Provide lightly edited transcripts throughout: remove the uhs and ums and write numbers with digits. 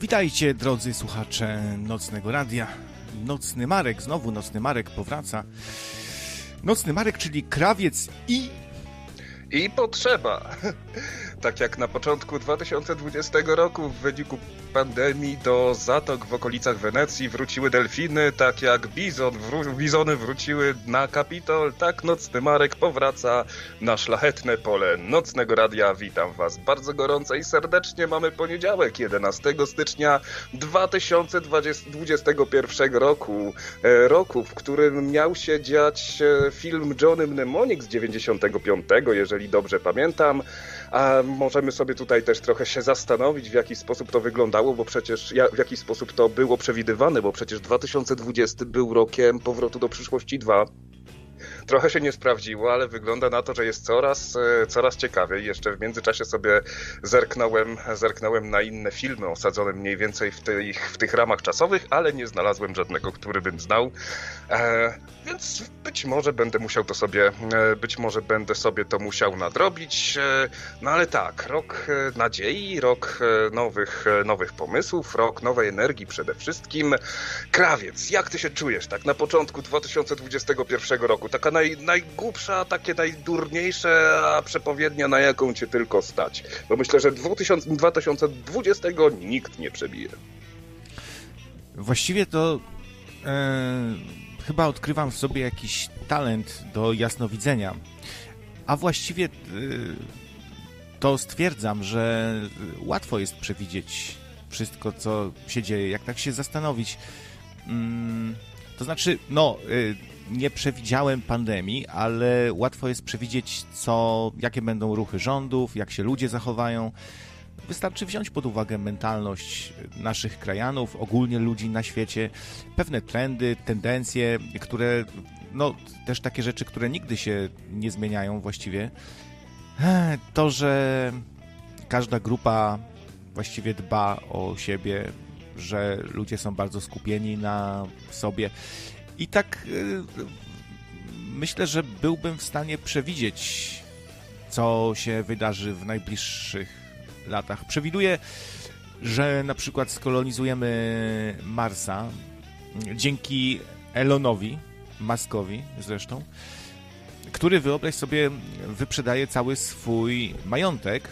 Witajcie, drodzy słuchacze Nocnego Radia. Nocny Marek, znowu Nocny Marek powraca. Nocny Marek, czyli krawiec i potrzeba. Tak jak na początku 2020 roku w wyniku pandemii do zatok w okolicach Wenecji wróciły delfiny, tak jak bizony wróciły na Kapitol, tak Nocny Marek powraca na szlachetne pole Nocnego Radia. Witam Was bardzo gorąco i serdecznie. Mamy poniedziałek, 11 stycznia 2021 roku. Roku, w którym miał się dziać film Johnny Mnemonic z 95, jeżeli dobrze pamiętam. A możemy sobie tutaj też trochę się zastanowić, w jaki sposób to wyglądało, bo przecież w jaki sposób to było przewidywane, bo przecież 2020 był rokiem Powrotu do przyszłości 2. Trochę się nie sprawdziło, ale wygląda na to, że jest coraz ciekawiej. Jeszcze w międzyczasie sobie zerknąłem na inne filmy osadzone mniej więcej w tych ramach czasowych, ale nie znalazłem żadnego, który bym znał. Więc być może będę sobie to musiał nadrobić. No ale tak, rok nadziei, rok nowych pomysłów, rok nowej energii przede wszystkim. Krawiec, jak ty się czujesz tak na początku 2021 roku? Taka najgłupsza, takie najdurniejsze przepowiednia, na jaką cię tylko stać. Bo myślę, że 2020 nikt nie przebije. Właściwie to chyba odkrywam w sobie jakiś talent do jasnowidzenia. A właściwie to stwierdzam, że łatwo jest przewidzieć wszystko, co się dzieje. Jak tak się zastanowić, to znaczy, nie przewidziałem pandemii, ale łatwo jest przewidzieć, jakie będą ruchy rządów, jak się ludzie zachowają. Wystarczy wziąć pod uwagę mentalność naszych krajanów, ogólnie ludzi na świecie, pewne trendy, tendencje, które, też takie rzeczy, które nigdy się nie zmieniają właściwie. To, że każda grupa właściwie dba o siebie, że ludzie są bardzo skupieni na sobie. I tak myślę, że byłbym w stanie przewidzieć, co się wydarzy w najbliższych latach. Przewiduję, że na przykład skolonizujemy Marsa dzięki Elonowi, Muskowi zresztą, który, wyobraź sobie, wyprzedaje cały swój majątek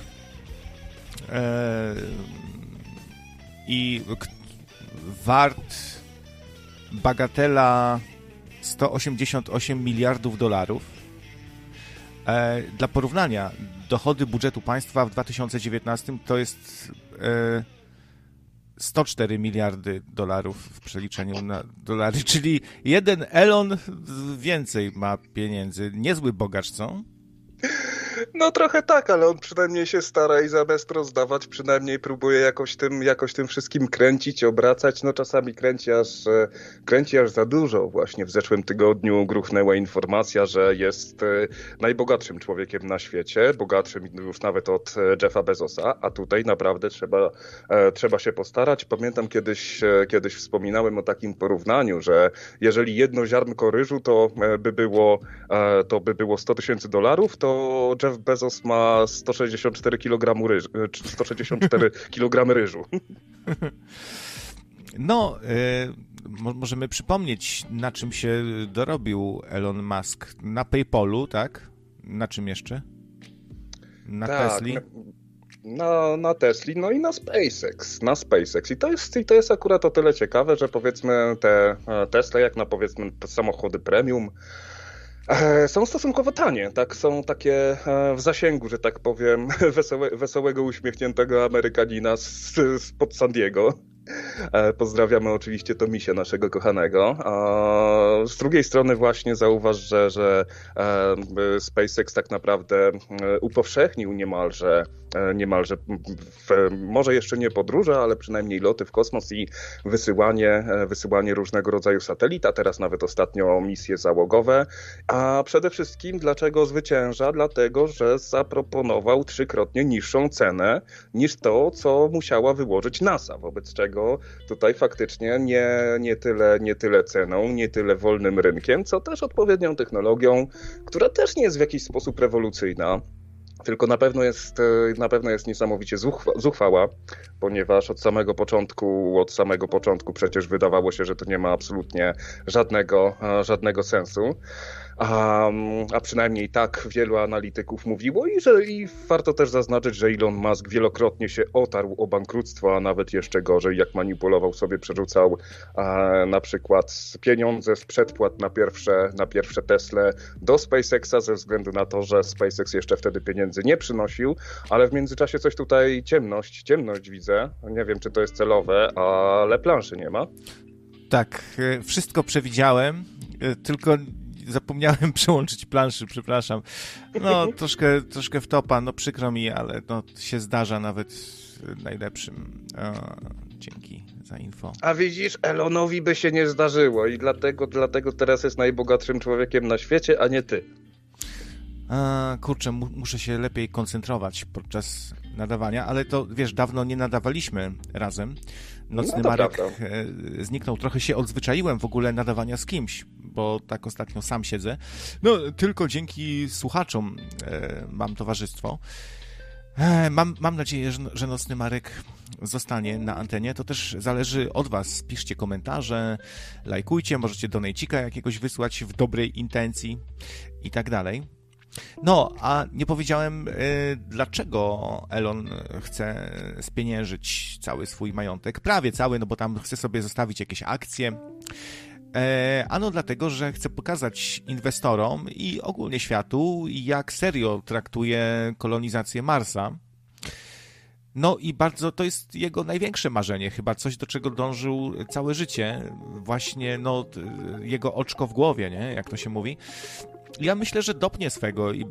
i wart bagatela $188 miliardów. Dla porównania, dochody budżetu państwa w 2019 to jest 104 miliardy dolarów w przeliczeniu na dolary, czyli jeden Elon więcej ma pieniędzy. Niezły bogacz, co? No trochę tak, ale on przynajmniej się stara i zamiast rozdawać, przynajmniej próbuje jakoś tym wszystkim kręcić, obracać. No czasami kręci aż za dużo. Właśnie w zeszłym tygodniu gruchnęła informacja, że jest najbogatszym człowiekiem na świecie, bogatszym już nawet od Jeffa Bezosa, a tutaj naprawdę trzeba się postarać. Pamiętam kiedyś wspominałem o takim porównaniu, że jeżeli jedno ziarnko ryżu to by było $100,000, to Jeff Bezos ma 164 kg ryżu. 164 kg ryżu. Możemy przypomnieć, na czym się dorobił Elon Musk. Na PayPalu, tak? Na czym jeszcze? Na Tesli? Na Tesli, no i na SpaceX. I to jest akurat o tyle ciekawe, że powiedzmy te Tesla, jak na powiedzmy samochody premium, są stosunkowo tanie, tak? Są takie w zasięgu, że tak powiem, wesołego, uśmiechniętego Amerykanina spod San Diego. Pozdrawiamy oczywiście Tomisia, naszego kochanego. Z drugiej strony właśnie zauważ, że SpaceX tak naprawdę upowszechnił niemalże może jeszcze nie podróże, ale przynajmniej loty w kosmos i wysyłanie różnego rodzaju satelit, a teraz nawet ostatnio misje załogowe. A przede wszystkim dlaczego zwycięża? Dlatego, że zaproponował 3-krotnie niższą cenę niż to, co musiała wyłożyć NASA, wobec czego tutaj faktycznie nie tyle ceną, nie tyle wolnym rynkiem, co też odpowiednią technologią, która też nie jest w jakiś sposób rewolucyjna. Tylko na pewno jest niesamowicie zuchwała, ponieważ od samego początku przecież wydawało się, że to nie ma absolutnie żadnego sensu. A przynajmniej tak wielu analityków mówiło i warto też zaznaczyć, że Elon Musk wielokrotnie się otarł o bankructwo, a nawet jeszcze gorzej, jak manipulował sobie, przerzucał na przykład pieniądze z przedpłat na pierwsze Tesle do SpaceXa ze względu na to, że SpaceX jeszcze wtedy pieniędzy nie przynosił, ale w międzyczasie coś tutaj ciemność widzę. Nie wiem, czy to jest celowe, ale planszy nie ma. Tak, wszystko przewidziałem, tylko zapomniałem przełączyć planszy, przepraszam. No, troszkę wtopa, no przykro mi, ale no, się zdarza nawet najlepszym. Dzięki za info. A widzisz, Elonowi by się nie zdarzyło i dlatego teraz jest najbogatszym człowiekiem na świecie, a nie ty. Kurczę, muszę się lepiej koncentrować podczas nadawania, ale to, wiesz, dawno nie nadawaliśmy razem. Nocny Marek zniknął. Trochę się odzwyczaiłem w ogóle nadawania z kimś, bo tak ostatnio sam siedzę. No, tylko dzięki słuchaczom mam towarzystwo. Mam nadzieję, że Nocny Marek zostanie na antenie. To też zależy od was. Piszcie komentarze, lajkujcie, możecie donejcika jakiegoś wysłać w dobrej intencji i tak dalej. No, a nie powiedziałem, dlaczego Elon chce spieniężyć cały swój majątek. Prawie cały, no bo tam chce sobie zostawić jakieś akcje. Ano dlatego, że chce pokazać inwestorom i ogólnie światu, jak serio traktuje kolonizację Marsa. No i bardzo to jest jego największe marzenie, chyba coś, do czego dążył całe życie. Właśnie, no, jego oczko w głowie, nie? Jak to się mówi. Ja myślę, że dopnie swego i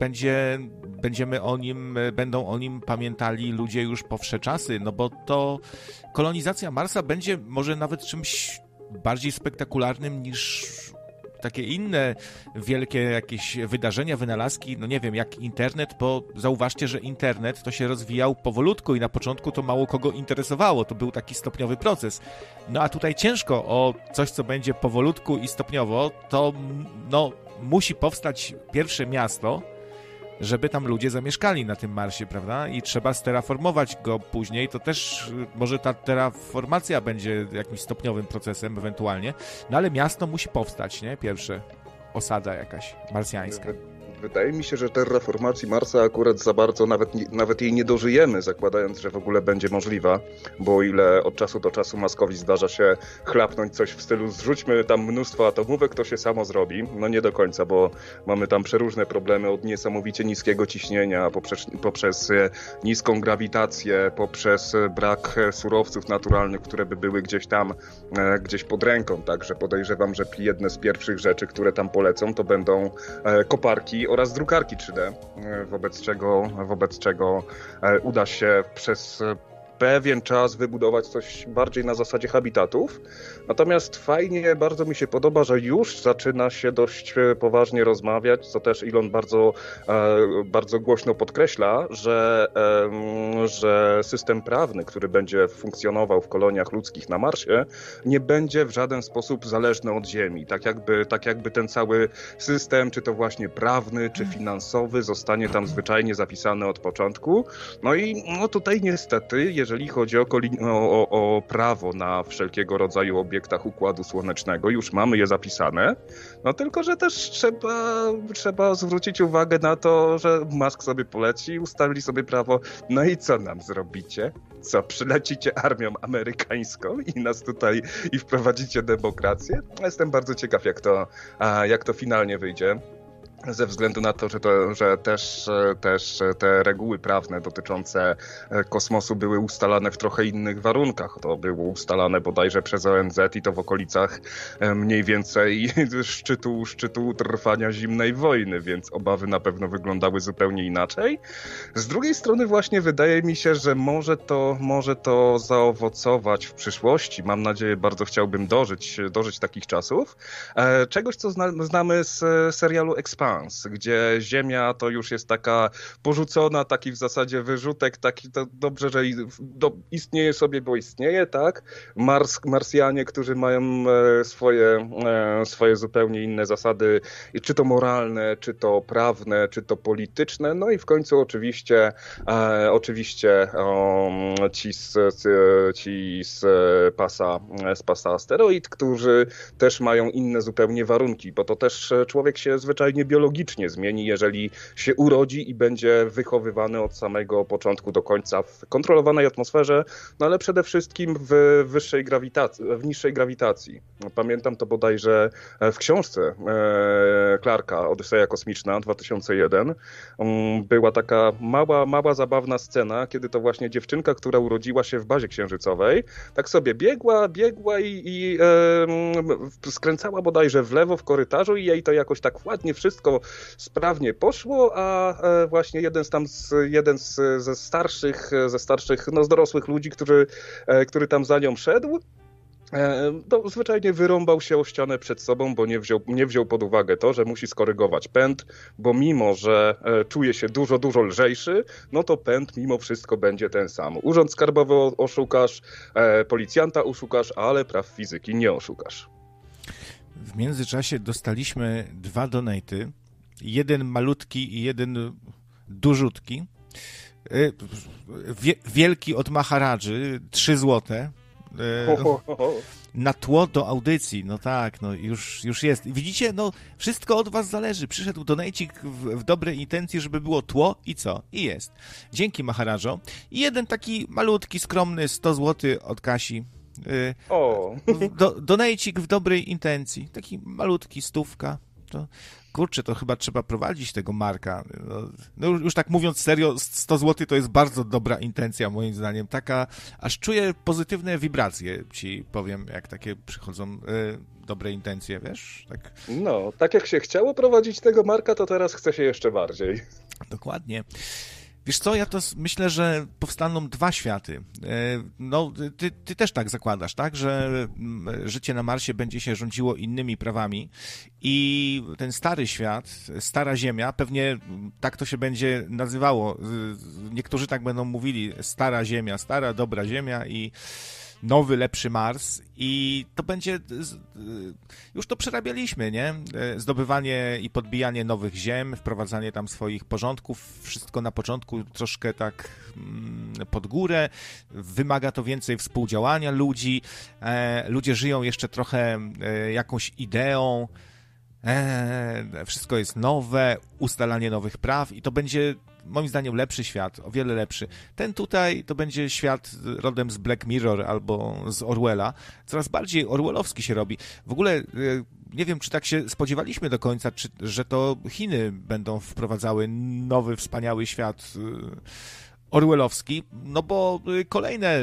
będą o nim pamiętali ludzie już po wsze czasy, no bo to kolonizacja Marsa będzie może nawet czymś bardziej spektakularnym niż takie inne wielkie jakieś wydarzenia, wynalazki, no nie wiem, jak internet, bo zauważcie, że internet to się rozwijał powolutku i na początku to mało kogo interesowało, to był taki stopniowy proces. No a tutaj ciężko o coś, co będzie powolutku i stopniowo, to no musi powstać pierwsze miasto, żeby tam ludzie zamieszkali na tym Marsie, prawda? I trzeba sterraformować go później, to też może ta terraformacja będzie jakimś stopniowym procesem ewentualnie, no ale miasto musi powstać, nie? Pierwsze, osada jakaś marsjańska. Wydaje mi się, że terraformacji Marsa akurat za bardzo nawet jej nie dożyjemy, zakładając, że w ogóle będzie możliwa, bo o ile od czasu do czasu Muskowi zdarza się chlapnąć coś w stylu zrzućmy tam mnóstwo atomówek, to się samo zrobi. No nie do końca, bo mamy tam przeróżne problemy od niesamowicie niskiego ciśnienia, poprzez niską grawitację, poprzez brak surowców naturalnych, które by były gdzieś pod ręką. Także podejrzewam, że jedne z pierwszych rzeczy, które tam polecą, to będą koparki oraz drukarki 3D, wobec czego uda się przez pewien czas wybudować coś bardziej na zasadzie habitatów. Natomiast fajnie, bardzo mi się podoba, że już zaczyna się dość poważnie rozmawiać, co też Elon bardzo głośno podkreśla, że system prawny, który będzie funkcjonował w koloniach ludzkich na Marsie, nie będzie w żaden sposób zależny od Ziemi. Tak jakby ten cały system, czy to właśnie prawny, czy finansowy, zostanie tam zwyczajnie zapisany od początku. No i tutaj niestety, jeżeli chodzi o prawo na wszelkiego rodzaju obiektach Układu Słonecznego, już mamy je zapisane, no tylko, że też trzeba zwrócić uwagę na to, że Musk sobie poleci, ustali sobie prawo, no i co nam zrobicie? Co, przylecicie armią amerykańską i nas tutaj i wprowadzicie demokrację? Jestem bardzo ciekaw, jak to finalnie wyjdzie. Ze względu na to, że też te reguły prawne dotyczące kosmosu były ustalane w trochę innych warunkach. To było ustalane bodajże przez ONZ i to w okolicach mniej więcej szczytu trwania zimnej wojny, więc obawy na pewno wyglądały zupełnie inaczej. Z drugiej strony właśnie wydaje mi się, że może to zaowocować w przyszłości. Mam nadzieję, bardzo chciałbym dożyć takich czasów. Czegoś, co znamy z serialu Expanse. awans, gdzie ziemia to już jest taka porzucona, taki w zasadzie wyrzutek, taki to dobrze, że istnieje sobie, bo istnieje, tak? Marsjanie, którzy mają swoje zupełnie inne zasady, czy to moralne, czy to prawne, czy to polityczne, no i w końcu oczywiście ci z pasa asteroid, którzy też mają inne zupełnie warunki, bo to też człowiek się zwyczajnie biologicznie zmieni, jeżeli się urodzi i będzie wychowywany od samego początku do końca w kontrolowanej atmosferze, no ale przede wszystkim w niższej grawitacji. Pamiętam to bodajże w książce Clarka Odyseja Kosmiczna 2001 była taka mała zabawna scena, kiedy to właśnie dziewczynka, która urodziła się w bazie księżycowej, tak sobie biegła i skręcała bodajże w lewo w korytarzu i jej to jakoś tak ładnie wszystko sprawnie poszło, a właśnie jeden ze starszych, no z dorosłych ludzi, który tam za nią szedł, to zwyczajnie wyrąbał się o ścianę przed sobą, bo nie wziął pod uwagę to, że musi skorygować pęd, bo mimo, że czuje się dużo lżejszy, no to pęd mimo wszystko będzie ten sam. Urząd Skarbowy oszukasz, policjanta oszukasz, ale praw fizyki nie oszukasz. W międzyczasie dostaliśmy 2 donaty, jeden malutki i jeden dużutki. Wielki od Maharadży, 3 złote. Na tło do audycji, no tak, no już jest. Widzicie, no wszystko od was zależy. Przyszedł donajcik w dobrej intencji, żeby było tło i co? I jest. Dzięki, Maharadżo. I jeden taki malutki, skromny 100 zł od Kasi. Donajcik w dobrej intencji. Taki malutki, 100. Kurczę, to chyba trzeba prowadzić tego Marka. No już tak mówiąc serio, 100 zł to jest bardzo dobra intencja, moim zdaniem. Taka, aż czuję pozytywne wibracje, ci powiem, jak takie przychodzą dobre intencje, wiesz? Tak. No, tak jak się chciało prowadzić tego Marka, to teraz chce się jeszcze bardziej. Dokładnie. Wiesz co, ja to myślę, że powstaną 2 światy. No, ty też tak zakładasz, tak? Że życie na Marsie będzie się rządziło innymi prawami i ten stary świat, stara Ziemia, pewnie tak to się będzie nazywało. Niektórzy tak będą mówili, stara Ziemia, stara, dobra Ziemia i nowy, lepszy Mars i to będzie, już to przerabialiśmy, nie? Zdobywanie i podbijanie nowych ziem, wprowadzanie tam swoich porządków, wszystko na początku troszkę tak pod górę, wymaga to więcej współdziałania ludzi, ludzie żyją jeszcze trochę jakąś ideą, wszystko jest nowe, ustalanie nowych praw i to będzie moim zdaniem lepszy świat, o wiele lepszy. Ten tutaj to będzie świat rodem z Black Mirror albo z Orwella. Coraz bardziej orwellowski się robi. W ogóle nie wiem, czy tak się spodziewaliśmy do końca, że to Chiny będą wprowadzały nowy, wspaniały świat orwellowski, no bo kolejne,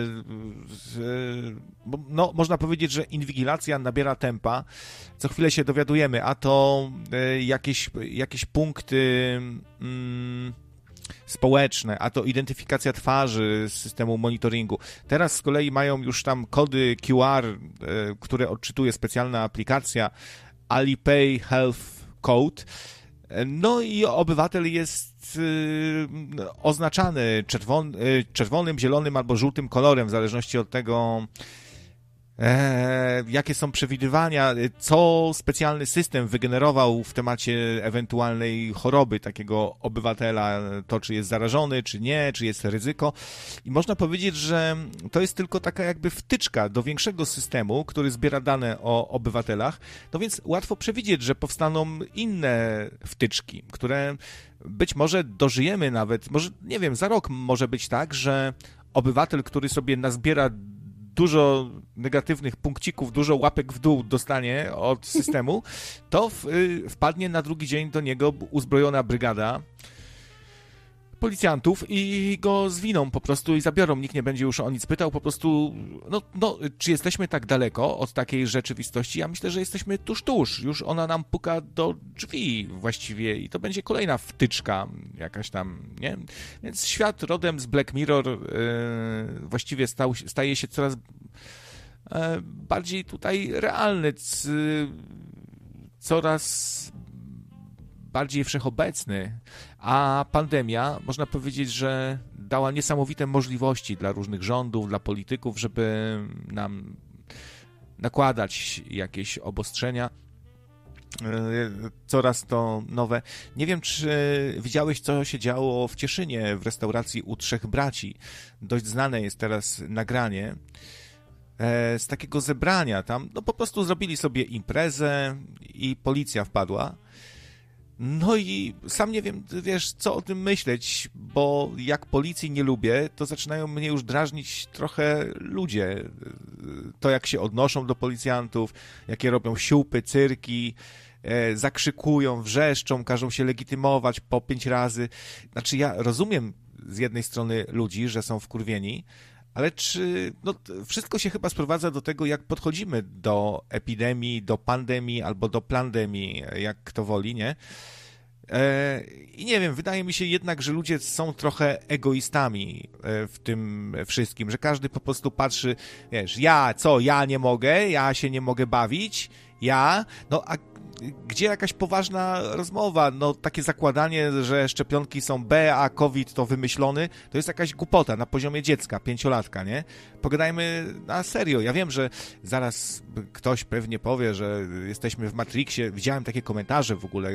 no można powiedzieć, że inwigilacja nabiera tempa. Co chwilę się dowiadujemy, a to jakieś punkty społeczne, a to identyfikacja twarzy z systemu monitoringu. Teraz z kolei mają już tam kody QR, które odczytuje specjalna aplikacja Alipay Health Code. No i obywatel jest oznaczany czerwonym, zielonym albo żółtym kolorem, w zależności od tego, jakie są przewidywania, co specjalny system wygenerował w temacie ewentualnej choroby takiego obywatela, to czy jest zarażony, czy nie, czy jest ryzyko. I można powiedzieć, że to jest tylko taka jakby wtyczka do większego systemu, który zbiera dane o obywatelach, no więc łatwo przewidzieć, że powstaną inne wtyczki, które być może dożyjemy nawet, może nie wiem, za rok może być tak, że obywatel, który sobie nazbiera dużo negatywnych punkcików, dużo łapek w dół dostanie od systemu, to wpadnie na drugi dzień do niego uzbrojona brygada policjantów i go zwiną po prostu i zabiorą. Nikt nie będzie już o nic pytał, po prostu no, czy jesteśmy tak daleko od takiej rzeczywistości? Ja myślę, że jesteśmy tuż. Już ona nam puka do drzwi właściwie i to będzie kolejna wtyczka jakaś tam, nie? Więc świat rodem z Black Mirror właściwie staje się coraz bardziej tutaj realny, coraz bardziej wszechobecny, a pandemia, można powiedzieć, że dała niesamowite możliwości dla różnych rządów, dla polityków, żeby nam nakładać jakieś obostrzenia, coraz to nowe. Nie wiem, czy widziałeś, co się działo w Cieszynie w restauracji u Trzech Braci. Dość znane jest teraz nagranie z takiego zebrania tam. No po prostu zrobili sobie imprezę i policja wpadła. No i sam nie wiem, wiesz, co o tym myśleć, bo jak policji nie lubię, to zaczynają mnie już drażnić trochę ludzie. To, jak się odnoszą do policjantów, jakie robią siłpy, cyrki, zakrzykują, wrzeszczą, każą się legitymować po 5 razy. Znaczy ja rozumiem z jednej strony ludzi, że są wkurwieni, ale wszystko się chyba sprowadza do tego, jak podchodzimy do epidemii, do pandemii albo do plandemii, jak kto woli, nie? I nie wiem, wydaje mi się jednak, że ludzie są trochę egoistami w tym wszystkim, że każdy po prostu patrzy, wiesz, ja nie mogę, ja się nie mogę bawić, no a gdzie jakaś poważna rozmowa, no takie zakładanie, że szczepionki są B, a COVID to wymyślony, to jest jakaś głupota na poziomie dziecka, 5-latka, nie? Pogadajmy na serio. Ja wiem, że zaraz ktoś pewnie powie, że jesteśmy w Matrixie. Widziałem takie komentarze w ogóle.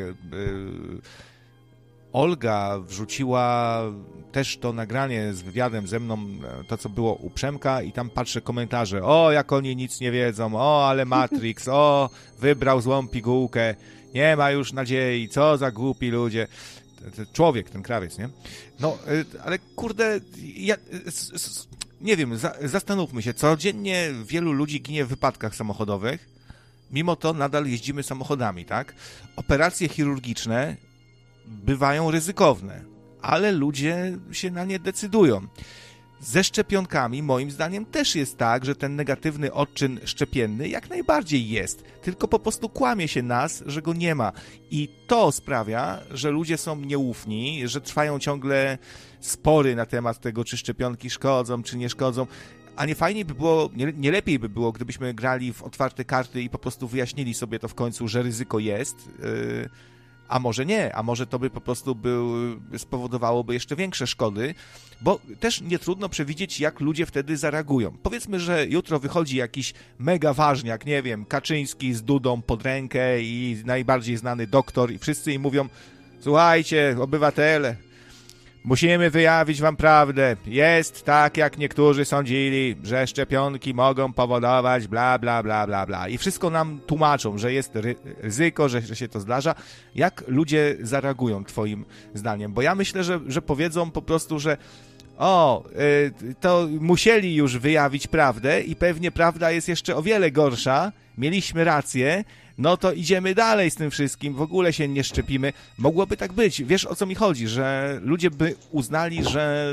Olga wrzuciła też to nagranie z wywiadem ze mną, to co było u Przemka i tam patrzę komentarze, o jak oni nic nie wiedzą, o ale Matrix, o wybrał złą pigułkę, nie ma już nadziei, co za głupi ludzie. Człowiek, ten krawiec, nie? No, ale kurde, nie wiem, zastanówmy się, codziennie wielu ludzi ginie w wypadkach samochodowych, mimo to nadal jeździmy samochodami, tak? Operacje chirurgiczne bywają ryzykowne, ale ludzie się na nie decydują. Ze szczepionkami moim zdaniem też jest tak, że ten negatywny odczyn szczepienny jak najbardziej jest, tylko po prostu kłamie się nas, że go nie ma. I to sprawia, że ludzie są nieufni, że trwają ciągle spory na temat tego, czy szczepionki szkodzą, czy nie szkodzą. A nie fajniej by było, nie lepiej by było, gdybyśmy grali w otwarte karty i po prostu wyjaśnili sobie to w końcu, że ryzyko jest, a może nie, a może to by po prostu spowodowałoby jeszcze większe szkody, bo też nie trudno przewidzieć, jak ludzie wtedy zareagują. Powiedzmy, że jutro wychodzi jakiś mega ważniak, nie wiem, Kaczyński z Dudą pod rękę i najbardziej znany doktor i wszyscy im mówią, słuchajcie, obywatele, musimy wyjawić wam prawdę. Jest tak, jak niektórzy sądzili, że szczepionki mogą powodować bla, bla, bla, bla, bla. I wszystko nam tłumaczą, że jest ryzyko, że się to zdarza. Jak ludzie zareagują twoim zdaniem? Bo ja myślę, że powiedzą po prostu, że to musieli już wyjawić prawdę i pewnie prawda jest jeszcze o wiele gorsza. Mieliśmy rację. No to idziemy dalej z tym wszystkim, w ogóle się nie szczepimy. Mogłoby tak być. Wiesz, o co mi chodzi, że ludzie by uznali, że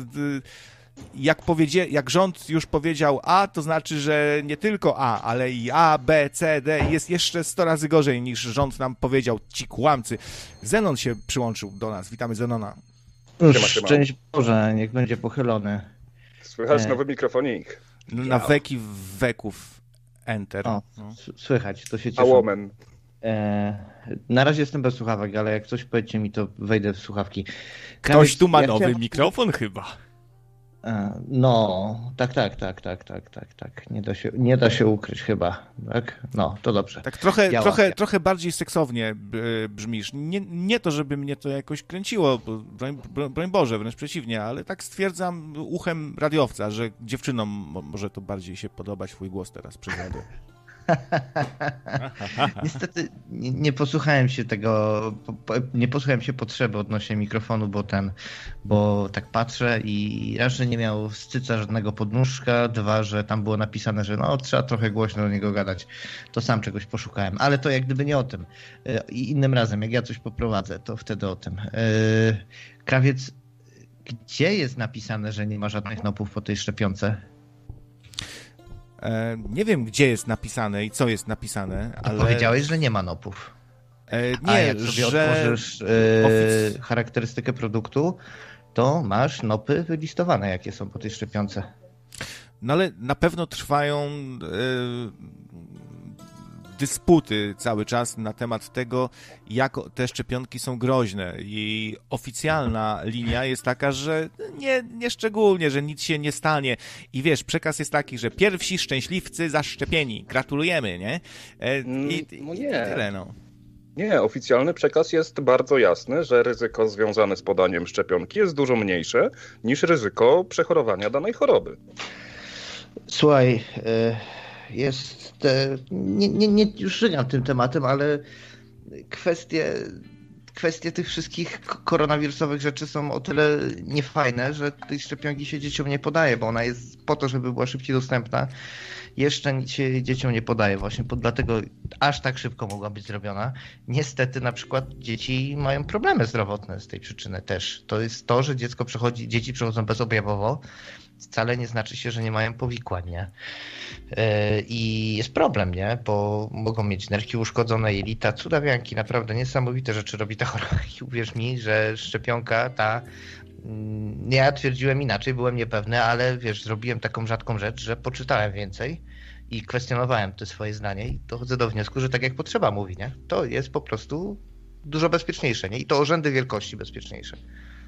jak rząd już powiedział A, to znaczy, że nie tylko A, ale i A, B, C, D jest jeszcze 100 razy gorzej niż rząd nam powiedział, ci kłamcy. Zenon się przyłączył do nas. Witamy Zenona. Szczęść Boże, niech będzie pochylony. Słychać nowy mikrofonik. Na weki weków. Enter. O, słychać, to się cieszę. Ałomen. Na razie jestem bez słuchawek, ale jak coś powiedzcie mi, to wejdę w słuchawki. Ktoś tu ma nowy mikrofon chyba. No, tak. Nie da się ukryć chyba, tak? No, to dobrze. Tak trochę bardziej seksownie brzmisz. Nie to, żeby mnie to jakoś kręciło, broń Boże, wręcz przeciwnie, ale tak stwierdzam uchem radiowca, że dziewczynom może to bardziej się podobać twój głos teraz przez radio. Niestety nie posłuchałem się tego, nie posłuchałem się potrzeby odnośnie mikrofonu, bo tak patrzę i raz, że nie miał scyca żadnego podnóżka, dwa, że tam było napisane, że no trzeba trochę głośno do niego gadać, to sam czegoś poszukałem, ale to jak gdyby nie o tym. I innym razem, jak ja coś poprowadzę, to wtedy o tym. Krawiec, gdzie jest napisane, że nie ma żadnych nopów po tej szczepionce? Nie wiem, gdzie jest napisane i co jest napisane, ale... Powiedziałeś, że nie ma nopów. Nie, a jak sobie otworzysz charakterystykę produktu, to masz nopy wylistowane, jakie są po tej szczepionce. No ale na pewno trwają dysputy cały czas na temat tego, jak te szczepionki są groźne i oficjalna linia jest taka, że nie szczególnie, że nic się nie stanie i wiesz, przekaz jest taki, że pierwsi szczęśliwcy zaszczepieni, gratulujemy, nie? No nie. I tyle, no. Nie, oficjalny przekaz jest bardzo jasny, że ryzyko związane z podaniem szczepionki jest dużo mniejsze niż ryzyko przechorowania danej choroby. Słuchaj, nie już żygam tym tematem, ale kwestie tych wszystkich koronawirusowych rzeczy są o tyle niefajne, że tej szczepionki się dzieciom nie podaje, bo ona jest po to, żeby była szybciej dostępna. Jeszcze nic się dzieciom nie podaje właśnie, dlatego aż tak szybko mogła być zrobiona. Niestety na przykład dzieci mają problemy zdrowotne z tej przyczyny też. To jest to, że dzieci przechodzą bezobjawowo, wcale nie znaczy się, że nie mają powikłań, nie? I jest problem, nie? Bo mogą mieć nerki uszkodzone, jelita, cudawianki, naprawdę niesamowite rzeczy robi ta choroba. I uwierz mi, że szczepionka ta, ja twierdziłem inaczej, byłem niepewny, ale wiesz, zrobiłem taką rzadką rzecz, że poczytałem więcej i kwestionowałem to swoje zdanie i dochodzę do wniosku, że tak jak potrzeba mówi, nie? To jest po prostu dużo bezpieczniejsze, nie? I to o rzędy wielkości bezpieczniejsze.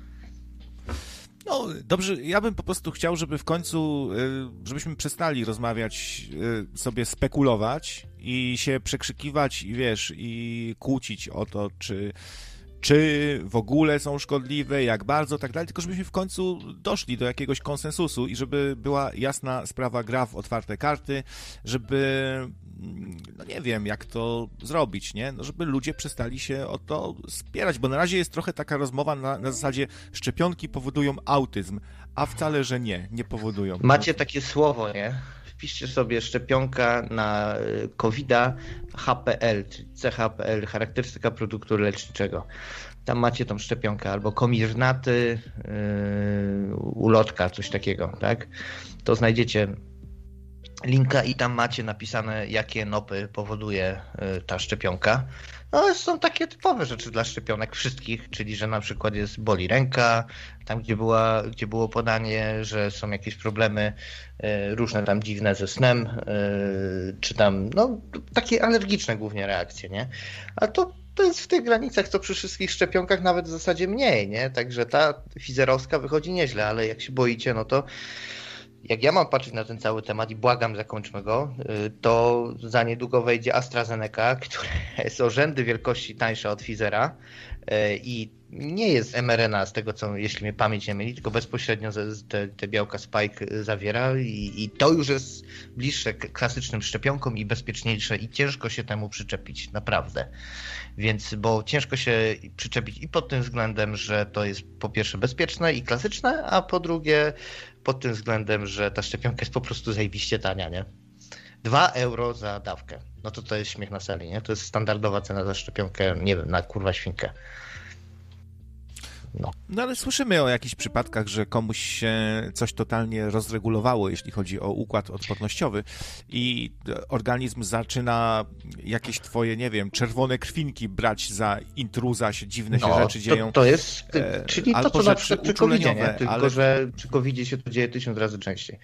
No dobrze, ja bym po prostu chciał, żeby w końcu, żebyśmy przestali rozmawiać, sobie spekulować i się przekrzykiwać i wiesz, i kłócić o to, czy w ogóle są szkodliwe, jak bardzo, tak dalej, tylko żebyśmy w końcu doszli do jakiegoś konsensusu i żeby była jasna sprawa, gra w otwarte karty, żeby, no nie wiem, jak to zrobić, nie? No żeby ludzie przestali się o to spierać, bo na razie jest trochę taka rozmowa na zasadzie szczepionki powodują autyzm, a wcale, że nie powodują. Macie takie słowo, nie? Wpiszcie sobie szczepionka na COVID-a HPL, czyli CHPL, charakterystyka produktu leczniczego. Tam macie tą szczepionkę albo Comirnaty, ulotka, coś takiego, tak? To znajdziecie linka i tam macie napisane, jakie nopy powoduje ta szczepionka. No, są takie typowe rzeczy dla szczepionek wszystkich, czyli że na przykład boli ręka, tam gdzie było podanie, że są jakieś problemy różne tam dziwne ze snem, czy tam no takie alergiczne głównie reakcje, nie? A to jest w tych granicach, co przy wszystkich szczepionkach nawet w zasadzie mniej, nie? Także ta Pfizerowska wychodzi nieźle, ale jak się boicie, no to jak ja mam patrzeć na ten cały temat i błagam, zakończmy go, to za niedługo wejdzie AstraZeneca, która jest o rzędy wielkości tańsza od Pfizera i nie jest mRNA z tego, co jeśli mnie pamięć nie myli, tylko bezpośrednio te białka spike zawiera i to już jest bliższe klasycznym szczepionkom i bezpieczniejsze i ciężko się temu przyczepić, naprawdę. Więc, bo ciężko się przyczepić i pod tym względem, że to jest po pierwsze bezpieczne i klasyczne, a po drugie pod tym względem, że ta szczepionka jest po prostu zajebiście tania, nie? 2 euro za dawkę. No to jest śmiech na sali, nie? To jest standardowa cena za szczepionkę, nie wiem, na kurwa świnkę. No ale słyszymy o jakichś przypadkach, że komuś się coś totalnie rozregulowało, jeśli chodzi o układ odpornościowy i organizm zaczyna jakieś twoje, nie wiem, czerwone krwinki brać za intruza, się dziwne się rzeczy dzieją. To jest, czyli to, co na przykład przy COVID-zie, nie? Tylko, ale... że przy COVID-zie się to dzieje 1000 razy częściej.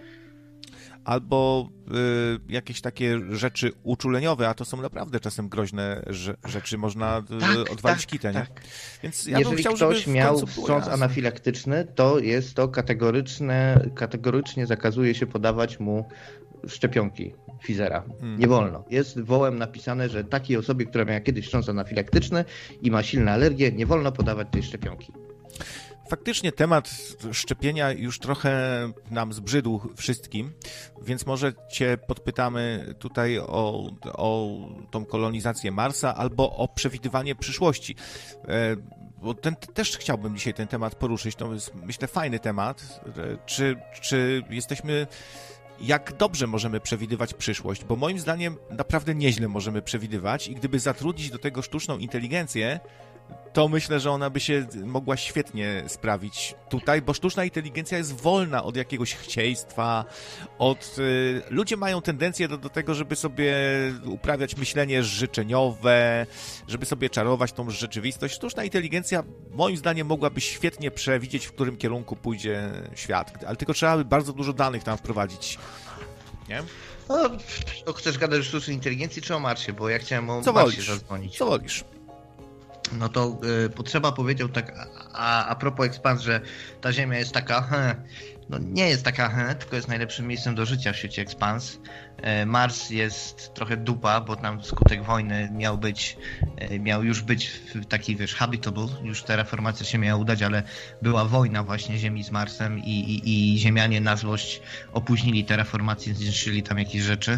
Albo jakieś takie rzeczy uczuleniowe, a to są naprawdę czasem groźne rzeczy, można odwalić kitę, nie? Więc ja jeżeli chciał, ktoś miał wstrząs anafilaktyczny, to jest to kategorycznie zakazuje się podawać mu szczepionki Pfizera. Nie wolno. Jest wołem napisane, że takiej osobie, która miała kiedyś wstrząs anafilaktyczny i ma silne alergie, nie wolno podawać tej szczepionki. Faktycznie temat szczepienia już trochę nam zbrzydł wszystkim, więc może cię podpytamy tutaj o tą kolonizację Marsa albo o przewidywanie przyszłości. Bo też chciałbym dzisiaj ten temat poruszyć. To jest, myślę, fajny temat. Czy jesteśmy... Jak dobrze możemy przewidywać przyszłość? Bo moim zdaniem naprawdę nieźle możemy przewidywać i gdyby zatrudnić do tego sztuczną inteligencję, to myślę, że ona by się mogła świetnie sprawić tutaj, bo sztuczna inteligencja jest wolna od jakiegoś chcieństwa, ludzie mają tendencję do tego, żeby sobie uprawiać myślenie życzeniowe, żeby sobie czarować tą rzeczywistość. Sztuczna inteligencja moim zdaniem mogłaby świetnie przewidzieć, w którym kierunku pójdzie świat, ale tylko trzeba by bardzo dużo danych tam wprowadzić. nie? No, to chcesz gadać o sztucznej inteligencji czy o Marsie? Bo ja chciałem o Co Marsie wolisz? zadzwonić. Co wolisz? No to Potrzeba powiedział tak a propos Expanse, że ta Ziemia jest taka no nie jest taka tylko jest najlepszym miejscem do życia w świecie Expanse. Mars jest trochę dupa, bo tam wskutek wojny miał już być taki, wiesz, habitable, już terraformacja się miała udać, ale była wojna właśnie Ziemi z Marsem i Ziemianie na złość opóźnili terraformację, zniszczyli tam jakieś rzeczy.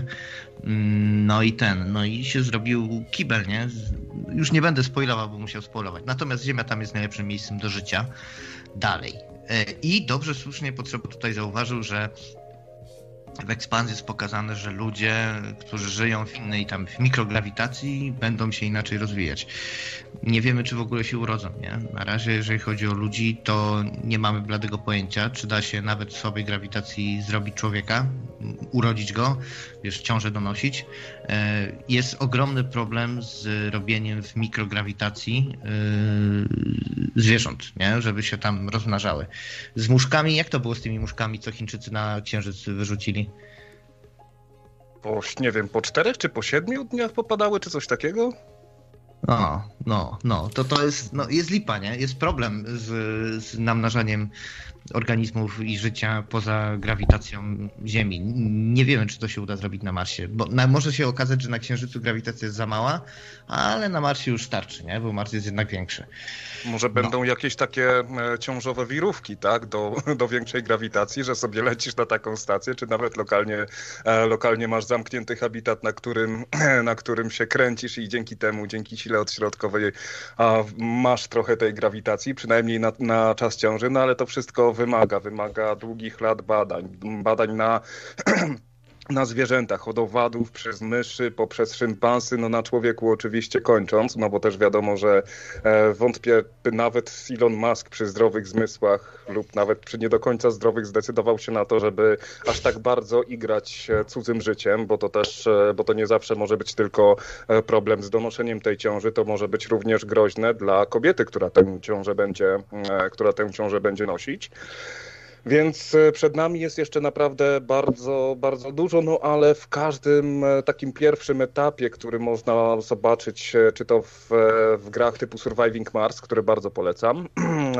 No i się zrobił kibel, nie? Już nie będę spoilował, bo musiał spoilować. Natomiast Ziemia tam jest najlepszym miejscem do życia. Dalej. I dobrze, słusznie Potrzeba tutaj zauważył, że w Expanse jest pokazane, że ludzie, którzy żyją w mikrograwitacji, będą się inaczej rozwijać. Nie wiemy, czy w ogóle się urodzą, nie? Na razie, jeżeli chodzi o ludzi, to nie mamy bladego pojęcia, czy da się nawet w słabej grawitacji zrobić człowieka, urodzić go, wiesz, ciążę donosić. Jest ogromny problem z robieniem w mikrograwitacji zwierząt, nie? Żeby się tam rozmnażały. Z muszkami, jak to było z tymi muszkami, co Chińczycy na Księżyc wyrzucili? Nie wiem, po 4 czy po 7 dniach popadały, czy coś takiego? To jest, jest lipa, nie? Jest problem z namnażaniem organizmów i życia poza grawitacją Ziemi. Nie wiemy, czy to się uda zrobić na Marsie, bo może się okazać, że na Księżycu grawitacja jest za mała, ale na Marsie już starczy, nie? Bo Mars jest jednak większy. Może będą jakieś takie ciążowe wirówki, tak? Do większej grawitacji, że sobie lecisz na taką stację, czy nawet lokalnie masz zamknięty habitat, na którym się kręcisz i dzięki sile odśrodkowej masz trochę tej grawitacji, przynajmniej na czas ciąży, no ale to wszystko wymaga długich lat badań na zwierzętach, od owadów, przez myszy, poprzez szympansy, no na człowieku oczywiście kończąc, no bo też wiadomo, że wątpię, by nawet Elon Musk przy zdrowych zmysłach lub nawet przy nie do końca zdrowych zdecydował się na to, żeby aż tak bardzo igrać cudzym życiem, bo to nie zawsze może być tylko problem z donoszeniem tej ciąży, to może być również groźne dla kobiety, która tę ciążę będzie nosić. Więc przed nami jest jeszcze naprawdę bardzo, bardzo dużo, no ale w każdym takim pierwszym etapie, który można zobaczyć, czy to w grach typu Surviving Mars, które bardzo polecam,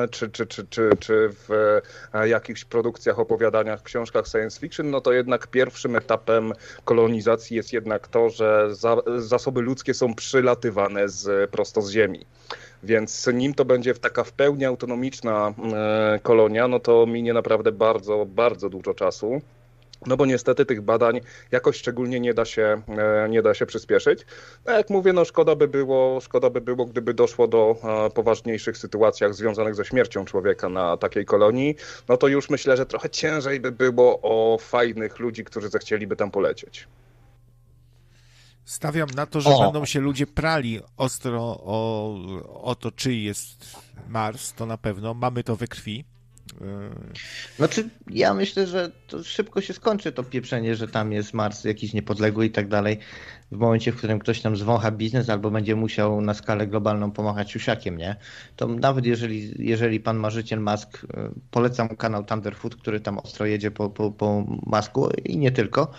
czy w jakichś produkcjach, opowiadaniach, książkach science fiction, no to jednak pierwszym etapem kolonizacji jest jednak to, że zasoby ludzkie są przylatywane prosto z Ziemi. Więc nim to będzie taka w pełni autonomiczna kolonia, no to minie naprawdę bardzo, bardzo dużo czasu. No bo niestety tych badań jakoś szczególnie nie da się przyspieszyć. No jak mówię, no szkoda by było, gdyby doszło do poważniejszych sytuacjach związanych ze śmiercią człowieka na takiej kolonii. No to już myślę, że trochę ciężej by było o fajnych ludzi, którzy zechcieliby tam polecieć. Stawiam na to, że będą się ludzie prali ostro o to, czyj jest Mars, to na pewno. Mamy to we krwi. Znaczy, ja myślę, że to szybko się skończy to pieprzenie, że tam jest Mars jakiś niepodległy i tak dalej. W momencie, w którym ktoś tam zwącha biznes albo będzie musiał na skalę globalną pomachać siusiakiem, nie? To nawet jeżeli pan marzyciel Musk, polecam kanał Thunderfoot, który tam ostro jedzie po Musku i nie tylko,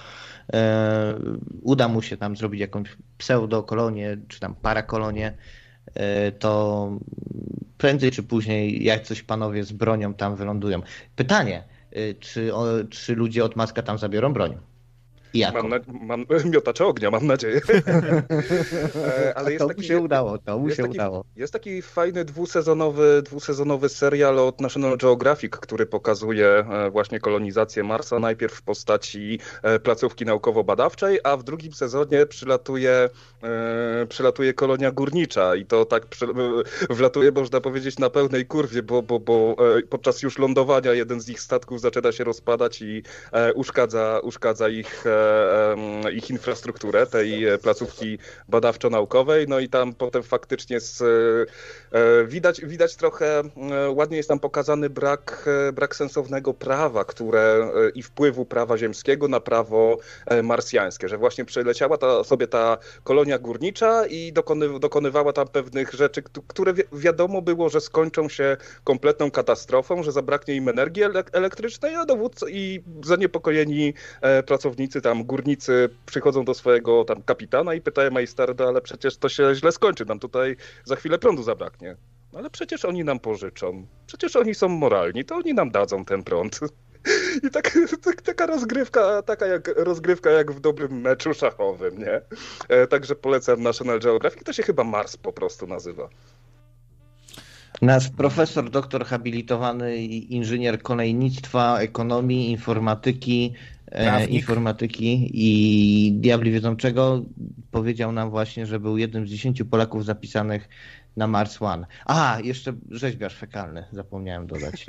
uda mu się tam zrobić jakąś pseudokolonię, czy tam parakolonię, to prędzej czy później jak coś panowie z bronią tam wylądują. Pytanie, czy ludzie od Muska tam zabiorą broń? Mam miotacze ognia, mam nadzieję. Ale to mu się udało. Jest taki fajny dwusezonowy serial od National Geographic, który pokazuje właśnie kolonizację Marsa, najpierw w postaci placówki naukowo-badawczej, a w drugim sezonie przylatuje kolonia górnicza i to tak wlatuje, można powiedzieć, na pełnej kurwie, bo podczas już lądowania jeden z ich statków zaczyna się rozpadać i uszkadza ich infrastrukturę, tej placówki badawczo-naukowej, no i tam potem faktycznie widać trochę, ładnie jest tam pokazany brak sensownego prawa, i wpływu prawa ziemskiego na prawo marsjańskie, że właśnie przeleciała sobie ta kolonia górnicza i dokonywała tam pewnych rzeczy, które wiadomo było, że skończą się kompletną katastrofą, że zabraknie im energii elektrycznej, a dowódcy i zaniepokojeni pracownicy tam górnicy przychodzą do swojego tam kapitana i pytają majsterda, ale przecież to się źle skończy, nam tutaj za chwilę prądu zabraknie. Ale przecież oni nam pożyczą, przecież oni są moralni, to oni nam dadzą ten prąd. I taka rozgrywka jak w dobrym meczu szachowym, nie? Także polecam National Geographic, to się chyba Mars po prostu nazywa. Nasz profesor, doktor habilitowany, inżynier kolejnictwa, ekonomii, informatyki i diabli wiedzą czego, powiedział nam właśnie, że był jednym z 10 Polaków zapisanych na Mars One. A, jeszcze rzeźbiarz fekalny, zapomniałem dodać.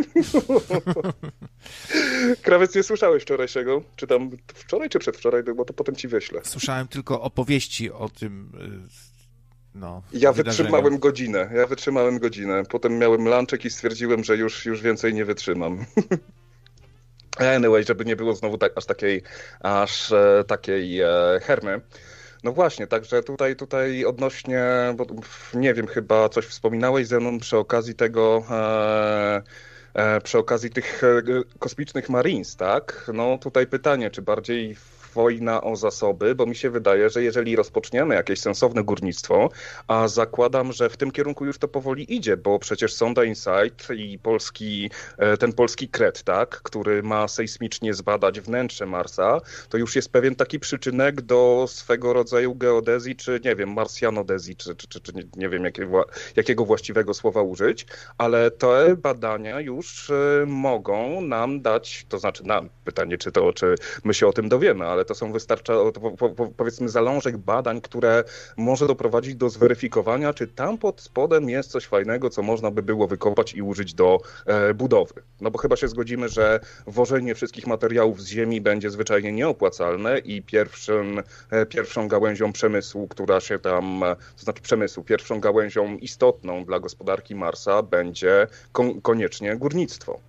Krawiec, nie słyszałeś wczorajszego? Czy tam wczoraj, czy przedwczoraj, bo to potem ci wyślę. Słyszałem tylko opowieści o tym... Ja wytrzymałem godzinę. Potem miałem lunchek i stwierdziłem, że już więcej nie wytrzymam. Anyway, żeby nie było znowu aż takiej hermy. No właśnie, także tutaj odnośnie, bo nie wiem, chyba coś wspominałeś ze mną przy okazji tego, przy okazji tych kosmicznych Marines, tak? No tutaj pytanie, czy bardziej wojna o zasoby, bo mi się wydaje, że jeżeli rozpoczniemy jakieś sensowne górnictwo, a zakładam, że w tym kierunku już to powoli idzie, bo przecież sonda InSight i ten polski kret, tak, który ma sejsmicznie zbadać wnętrze Marsa, to już jest pewien taki przyczynek do swego rodzaju geodezji, czy nie wiem, marsjanodezji, czy nie wiem jakiego właściwego słowa użyć, ale te badania już mogą nam dać, to znaczy pytanie, czy my się o tym dowiemy, ale to są powiedzmy zalążek badań, które może doprowadzić do zweryfikowania, czy tam pod spodem jest coś fajnego, co można by było wykopać i użyć do budowy. No bo chyba się zgodzimy, że wożenie wszystkich materiałów z Ziemi będzie zwyczajnie nieopłacalne i pierwszą gałęzią przemysłu, która się tam, to znaczy pierwszą gałęzią istotną dla gospodarki Marsa będzie koniecznie górnictwo.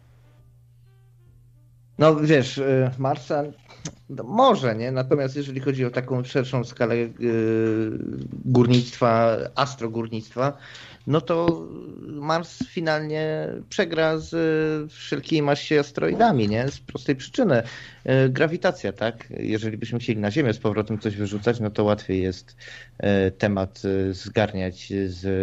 No wiesz, Marsa może, nie? Natomiast jeżeli chodzi o taką szerszą skalę górnictwa, astrogórnictwa, no to Mars finalnie przegra z wszelkimi maści asteroidami, nie? Z prostej przyczyny. Grawitacja, tak? Jeżeli byśmy chcieli na Ziemię z powrotem coś wyrzucać, no to łatwiej jest temat zgarniać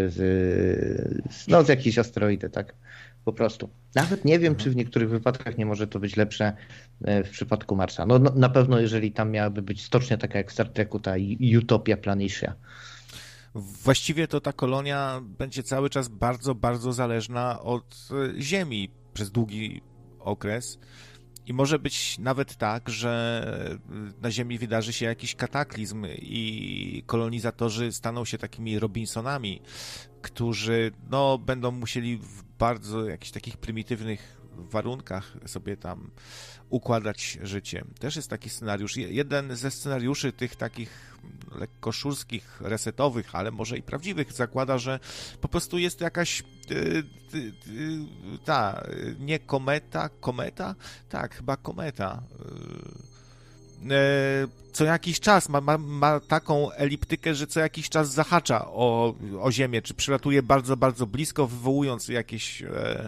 z jakiejś asteroidy, tak? Po prostu. Nawet nie wiem, czy w niektórych wypadkach nie może to być lepsze w przypadku Marsa. No na pewno, jeżeli tam miałaby być stocznia taka jak w Star Treku, ta Utopia Planitia. Właściwie to ta kolonia będzie cały czas bardzo, bardzo zależna od Ziemi przez długi okres. I może być nawet tak, że na Ziemi wydarzy się jakiś kataklizm i kolonizatorzy staną się takimi Robinsonami, którzy będą musieli w bardzo jakichś takich prymitywnych warunkach sobie tam układać życie. Też jest taki scenariusz. Jeden ze scenariuszy tych takich lekko szurskich, resetowych, ale może i prawdziwych, zakłada, że po prostu jest jakaś nie kometa? Tak, chyba kometa. Co jakiś czas ma taką eliptykę, że co jakiś czas zahacza o Ziemię, czy przylatuje bardzo, bardzo blisko, wywołując jakieś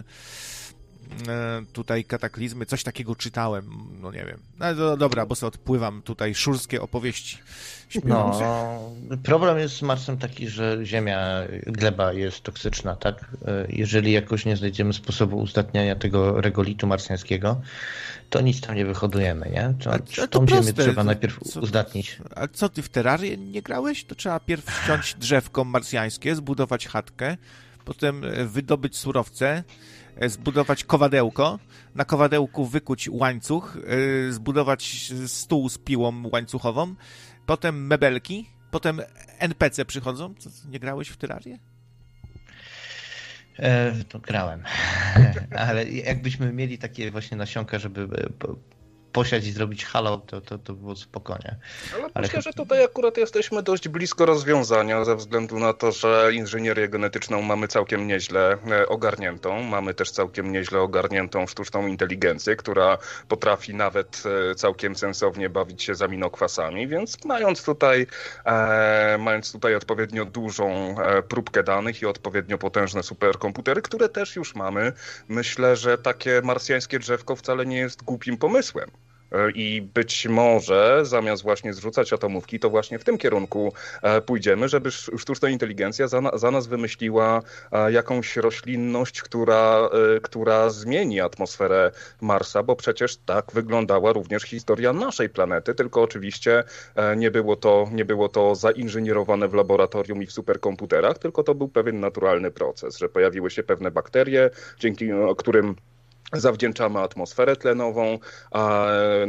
tutaj kataklizmy, coś takiego czytałem, no nie wiem. No dobra, bo sobie odpływam tutaj szurskie opowieści. No, problem jest z Marsem taki, że Ziemia, gleba jest toksyczna, tak? Jeżeli jakoś nie znajdziemy sposobu uzdatniania tego regolitu marsjańskiego, to nic tam nie wyhodujemy, nie? Tą Ziemię trzeba najpierw uzdatnić. A co, ty w Terrarię nie grałeś? To trzeba pierw ściąć drzewko marsjańskie, zbudować chatkę, potem wydobyć surowce, zbudować kowadełko, na kowadełku wykuć łańcuch, zbudować stół z piłą łańcuchową, potem mebelki, potem NPC przychodzą. Co, nie grałeś w Terrarię? To grałem, ale jakbyśmy mieli takie właśnie nasionka, żeby posiać i zrobić halo, to było spokojnie. Ale myślę, że tutaj akurat jesteśmy dość blisko rozwiązania ze względu na to, że inżynierię genetyczną mamy całkiem nieźle ogarniętą. Mamy też całkiem nieźle ogarniętą sztuczną inteligencję, która potrafi nawet całkiem sensownie bawić się z aminokwasami, więc mając tutaj odpowiednio dużą próbkę danych i odpowiednio potężne superkomputery, które też już mamy, myślę, że takie marsjańskie drzewko wcale nie jest głupim pomysłem. I być może zamiast właśnie zrzucać atomówki, to właśnie w tym kierunku pójdziemy, żeby sztuczna inteligencja za nas wymyśliła jakąś roślinność, która zmieni atmosferę Marsa, bo przecież tak wyglądała również historia naszej planety, tylko oczywiście nie było to zainżynierowane w laboratorium i w superkomputerach, tylko to był pewien naturalny proces, że pojawiły się pewne bakterie, dzięki którym zawdzięczamy atmosferę tlenową, a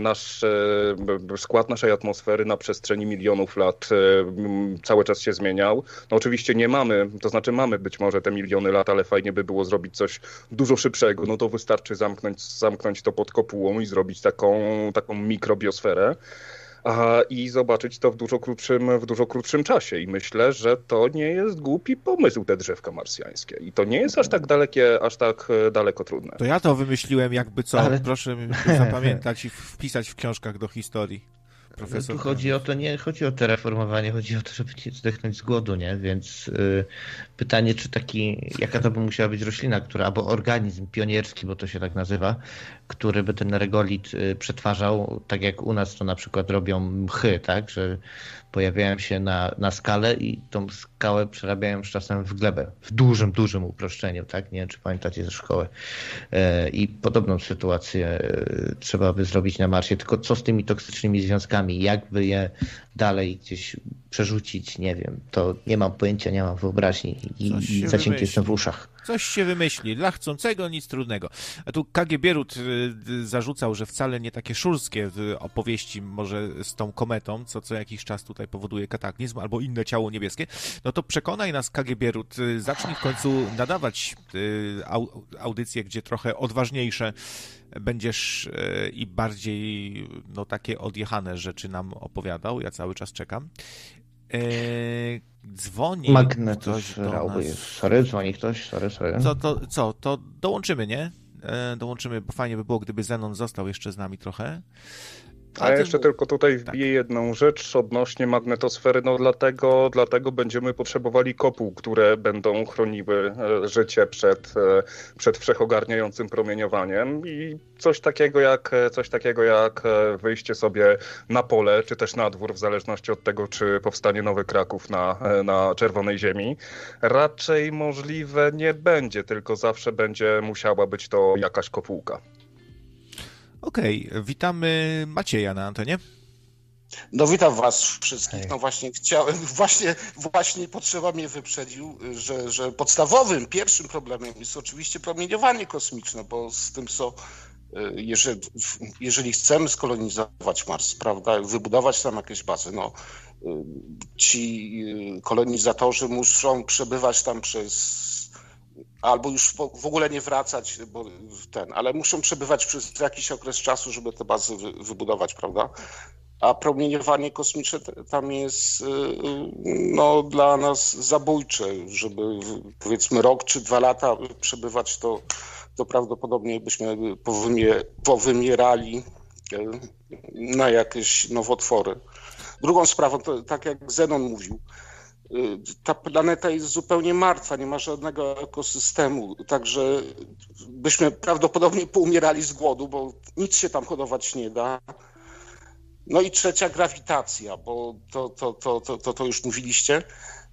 skład naszej atmosfery na przestrzeni milionów lat cały czas się zmieniał. No oczywiście nie mamy, to znaczy mamy być może te miliony lat, ale fajnie by było zrobić coś dużo szybszego. No to wystarczy zamknąć to pod kopułą i zrobić taką mikrobiosferę. I zobaczyć to w dużo krótszym czasie. I myślę, że to nie jest głupi pomysł, te drzewka marsjańskie. I to nie jest aż tak daleko trudne. To ja to wymyśliłem jakby co. Ale... Proszę zapamiętać i wpisać w książkach do historii. Profesor. Tu chodzi o to, nie chodzi o terraformowanie, chodzi o to, żeby nie zdechnąć z głodu, nie? Więc pytanie, czy jaka to by musiała być roślina, albo organizm pionierski, bo to się tak nazywa, który by ten regolit przetwarzał, tak jak u nas to na przykład robią mchy, tak? Że pojawiają się na skale i tą skałę przerabiają z czasem w glebę. W dużym uproszczeniu, tak? Nie wiem, czy pamiętacie ze szkoły. I podobną sytuację trzeba by zrobić na Marsie, tylko co z tymi toksycznymi związkami? Jak by je dalej gdzieś przerzucić? Nie wiem. To nie mam pojęcia, nie mam wyobraźni i zacięty jestem w uszach. Coś się wymyśli. Dla chcącego nic trudnego. A tu KG Bierut zarzucał, że wcale nie takie szurskie opowieści może z tą kometą, co jakiś czas tutaj powoduje kataklizm, albo inne ciało niebieskie. No to przekonaj nas, KG Bierut, zacznij w końcu nadawać audycje, gdzie trochę odważniejsze będziesz i bardziej takie odjechane rzeczy nam opowiadał. Ja cały czas czekam. Dzwoni ktoś do nas. Sorry, dzwoni ktoś. Sorry. To dołączymy, nie? Dołączymy, bo fajnie by było, gdyby Zenon został jeszcze z nami trochę. A ja jeszcze tylko tutaj wbiję jedną rzecz odnośnie magnetosfery. No dlatego będziemy potrzebowali kopuł, które będą chroniły życie przed wszechogarniającym promieniowaniem i coś takiego jak wyjście sobie na pole, czy też na dwór, w zależności od tego, czy powstanie nowy Kraków na czerwonej ziemi. Raczej możliwe nie będzie, tylko zawsze będzie musiała być to jakaś kopułka. Okej, witamy Macieja na antenie. No witam was wszystkich. No właśnie chciałem, właśnie potrzeba mnie wyprzedził, że podstawowym, pierwszym problemem jest oczywiście promieniowanie kosmiczne, bo z tym jeżeli chcemy skolonizować Mars, prawda, wybudować tam jakieś bazy, no ci kolonizatorzy muszą przebywać tam albo już w ogóle nie wracać, ale muszą przebywać przez jakiś okres czasu, żeby te bazy wybudować, prawda? A promieniowanie kosmiczne tam jest dla nas zabójcze, żeby powiedzmy rok czy 2 lata przebywać, to prawdopodobnie byśmy powymierali na jakieś nowotwory. Drugą sprawą, to tak jak Zenon mówił, ta planeta jest zupełnie martwa, nie ma żadnego ekosystemu, także byśmy prawdopodobnie poumierali z głodu, bo nic się tam hodować nie da. No i trzecia, grawitacja, bo to już mówiliście.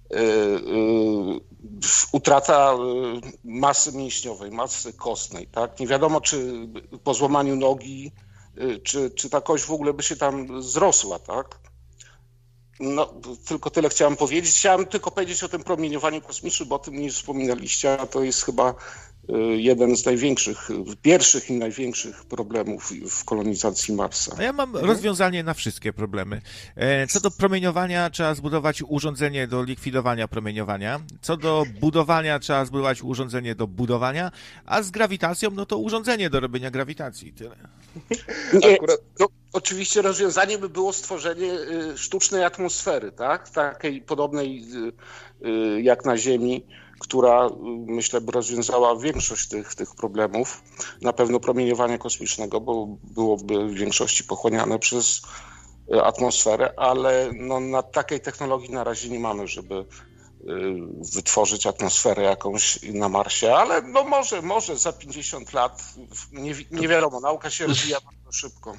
Utrata masy mięśniowej, masy kostnej, tak? Nie wiadomo, czy po złamaniu nogi, czy ta kość w ogóle by się tam zrosła, tak? No, tylko tyle chciałem powiedzieć. Chciałem tylko powiedzieć o tym promieniowaniu kosmicznym, bo o tym nie wspominaliście, a to jest chyba jeden z pierwszych i największych problemów w kolonizacji Marsa. A ja mam rozwiązanie na wszystkie problemy. Co do promieniowania, trzeba zbudować urządzenie do likwidowania promieniowania. Co do budowania, trzeba zbudować urządzenie do budowania, a z grawitacją, no to urządzenie do robienia grawitacji. Tyle. Nie, oczywiście rozwiązaniem by było stworzenie sztucznej atmosfery, tak? Takiej podobnej jak na Ziemi, która, myślę, by rozwiązała większość tych problemów. Na pewno promieniowania kosmicznego, bo byłoby w większości pochłaniane przez atmosferę, ale na takiej technologii na razie nie mamy, żeby wytworzyć atmosferę jakąś na Marsie, ale może za 50 lat, nie wiadomo, nauka się rozwija bardzo szybko.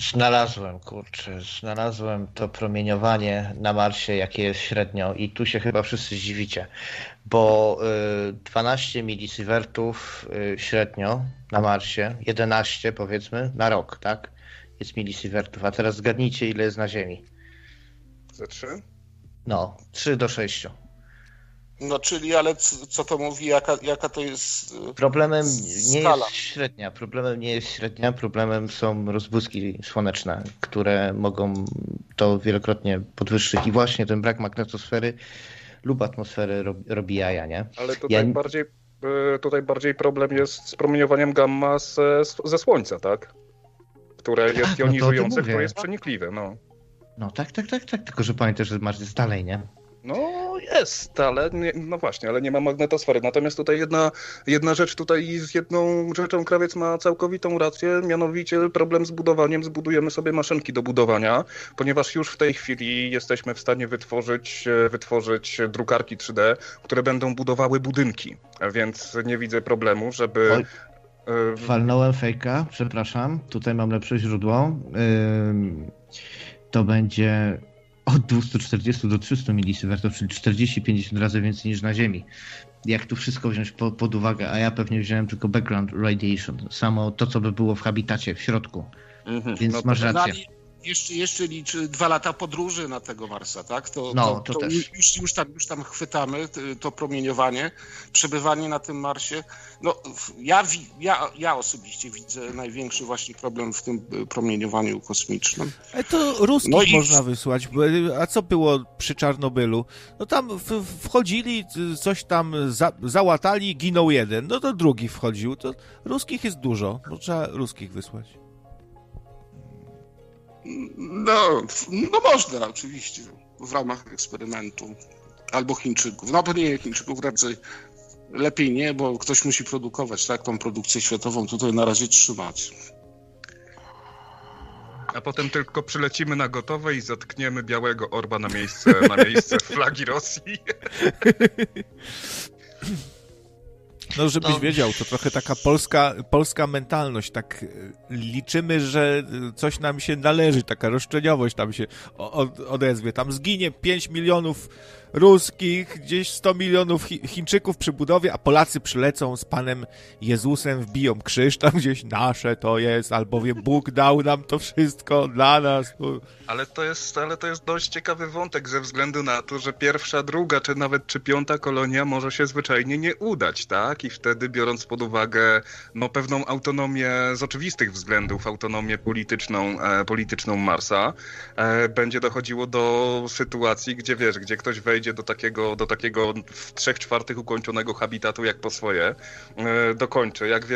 Znalazłem to promieniowanie na Marsie, jakie jest średnio i tu się chyba wszyscy zdziwicie, bo 12 milisievertów średnio na Marsie, 11 powiedzmy na rok, tak? Jest milisievertów, a teraz zgadnijcie, ile jest na Ziemi. Ze 3? No, 3 do 6. No czyli, ale co to mówi, jaka to jest Problemem nie skala? jest średnia, problemem są rozbłyski słoneczne, które mogą to wielokrotnie podwyższyć i właśnie ten brak magnetosfery lub atmosfery robi jaja, nie? Ale tutaj bardziej problem jest z promieniowaniem gamma ze Słońca, tak? Które jest jonizujące, które jest przenikliwe, no. No tak, tylko że pamiętaj, że Mars jest dalej, nie? No jest, ale nie, no właśnie, ale nie ma magnetosfery. Natomiast tutaj jedna rzecz, tutaj z jedną rzeczą Krawiec ma całkowitą rację, mianowicie problem z budowaniem. Zbudujemy sobie maszynki do budowania, ponieważ już w tej chwili jesteśmy w stanie wytworzyć drukarki 3D, które będą budowały budynki, więc nie widzę problemu, żeby... Oj. Walnąłem fejka, przepraszam, tutaj mam lepsze źródło. To będzie od 240 do 300 milisievertów, czyli 40-50 razy więcej niż na Ziemi. Jak tu wszystko wziąć pod uwagę, a ja pewnie wziąłem tylko background radiation, samo to, co by było w habitacie, w środku. Więc no masz rację. Jeszcze liczy 2 lata podróży na tego Marsa, tak? To też. Już tam chwytamy to promieniowanie, przebywanie na tym Marsie. No, ja osobiście widzę największy właśnie problem w tym promieniowaniu kosmicznym. To ruskich można wysłać. A co było przy Czarnobylu? No tam wchodzili, coś tam załatali, ginął jeden. No to drugi wchodził. To ruskich jest dużo. Bo trzeba ruskich wysłać. No można oczywiście w ramach eksperymentu. Albo Chińczyków. No bo nie Chińczyków, raczej lepiej nie, bo ktoś musi produkować, tak? Tą produkcję światową tutaj na razie trzymać. A potem tylko przylecimy na gotowe i zatkniemy białego orba na miejsce flagi Rosji. No, żebyś wiedział, to trochę taka polska mentalność, tak liczymy, że coś nam się należy, taka roszczeniowość tam się odezwie. Tam zginie 5 milionów ruskich, gdzieś 100 milionów Chińczyków przy budowie, a Polacy przylecą z Panem Jezusem, wbiją krzyż tam gdzieś, nasze to jest, albowiem Bóg dał nam to wszystko dla nas. Ale to jest dość ciekawy wątek ze względu na to, że pierwsza, druga, czy nawet piąta kolonia może się zwyczajnie nie udać, tak? I wtedy, biorąc pod uwagę pewną autonomię z oczywistych względów, autonomię polityczną Marsa, będzie dochodziło do sytuacji, gdzie ktoś wejdzie do takiego w 3/4 ukończonego habitatu jak po swoje, dokończy, jak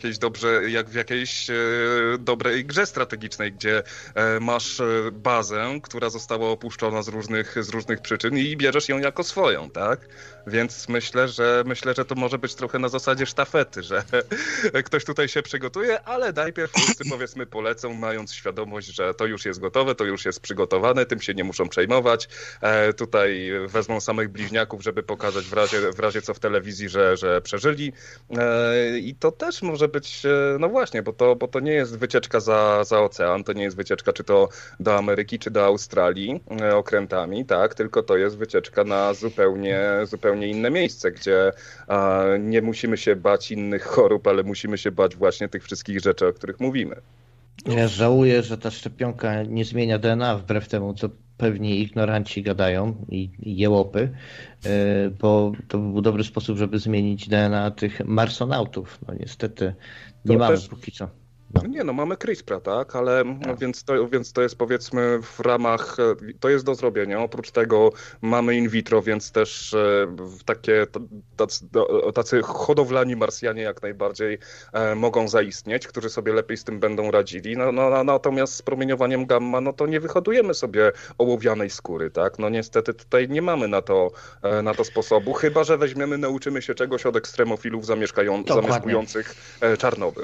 w jakiejś dobrej grze strategicznej, gdzie masz bazę, która została opuszczona z różnych przyczyn i bierzesz ją jako swoją, tak? Więc myślę, że to może być trochę na zasadzie sztafety, że ktoś tutaj się przygotuje, ale najpierw wszyscy powiedzmy polecą, mając świadomość, że to już jest gotowe, to już jest przygotowane, tym się nie muszą przejmować. Tutaj wezmą samych bliźniaków, żeby pokazać w razie co w telewizji, że przeżyli. I to też może być, no właśnie, bo to nie jest wycieczka za ocean, to nie jest wycieczka czy to do Ameryki, czy do Australii okrętami, tak, tylko to jest wycieczka na zupełnie inne miejsce, gdzie nie musimy się bać innych chorób, ale musimy się bać właśnie tych wszystkich rzeczy, o których mówimy. Ja żałuję, że ta szczepionka nie zmienia DNA, wbrew temu, co pewni ignoranci gadają i jełopy, bo to był dobry sposób, żeby zmienić DNA tych marsonautów. No niestety nie mamy póki co. No. Mamy CRISPR-a, tak, ale więc to jest powiedzmy w ramach, to jest do zrobienia. Oprócz tego mamy in vitro, więc też tacy hodowlani Marsjanie jak najbardziej mogą zaistnieć, którzy sobie lepiej z tym będą radzili. Natomiast z promieniowaniem gamma, no to nie wyhodujemy sobie ołowianej skóry, tak. No niestety tutaj nie mamy na to sposobu, chyba że nauczymy się czegoś od ekstremofilów zamieszkujących Czarnobyl.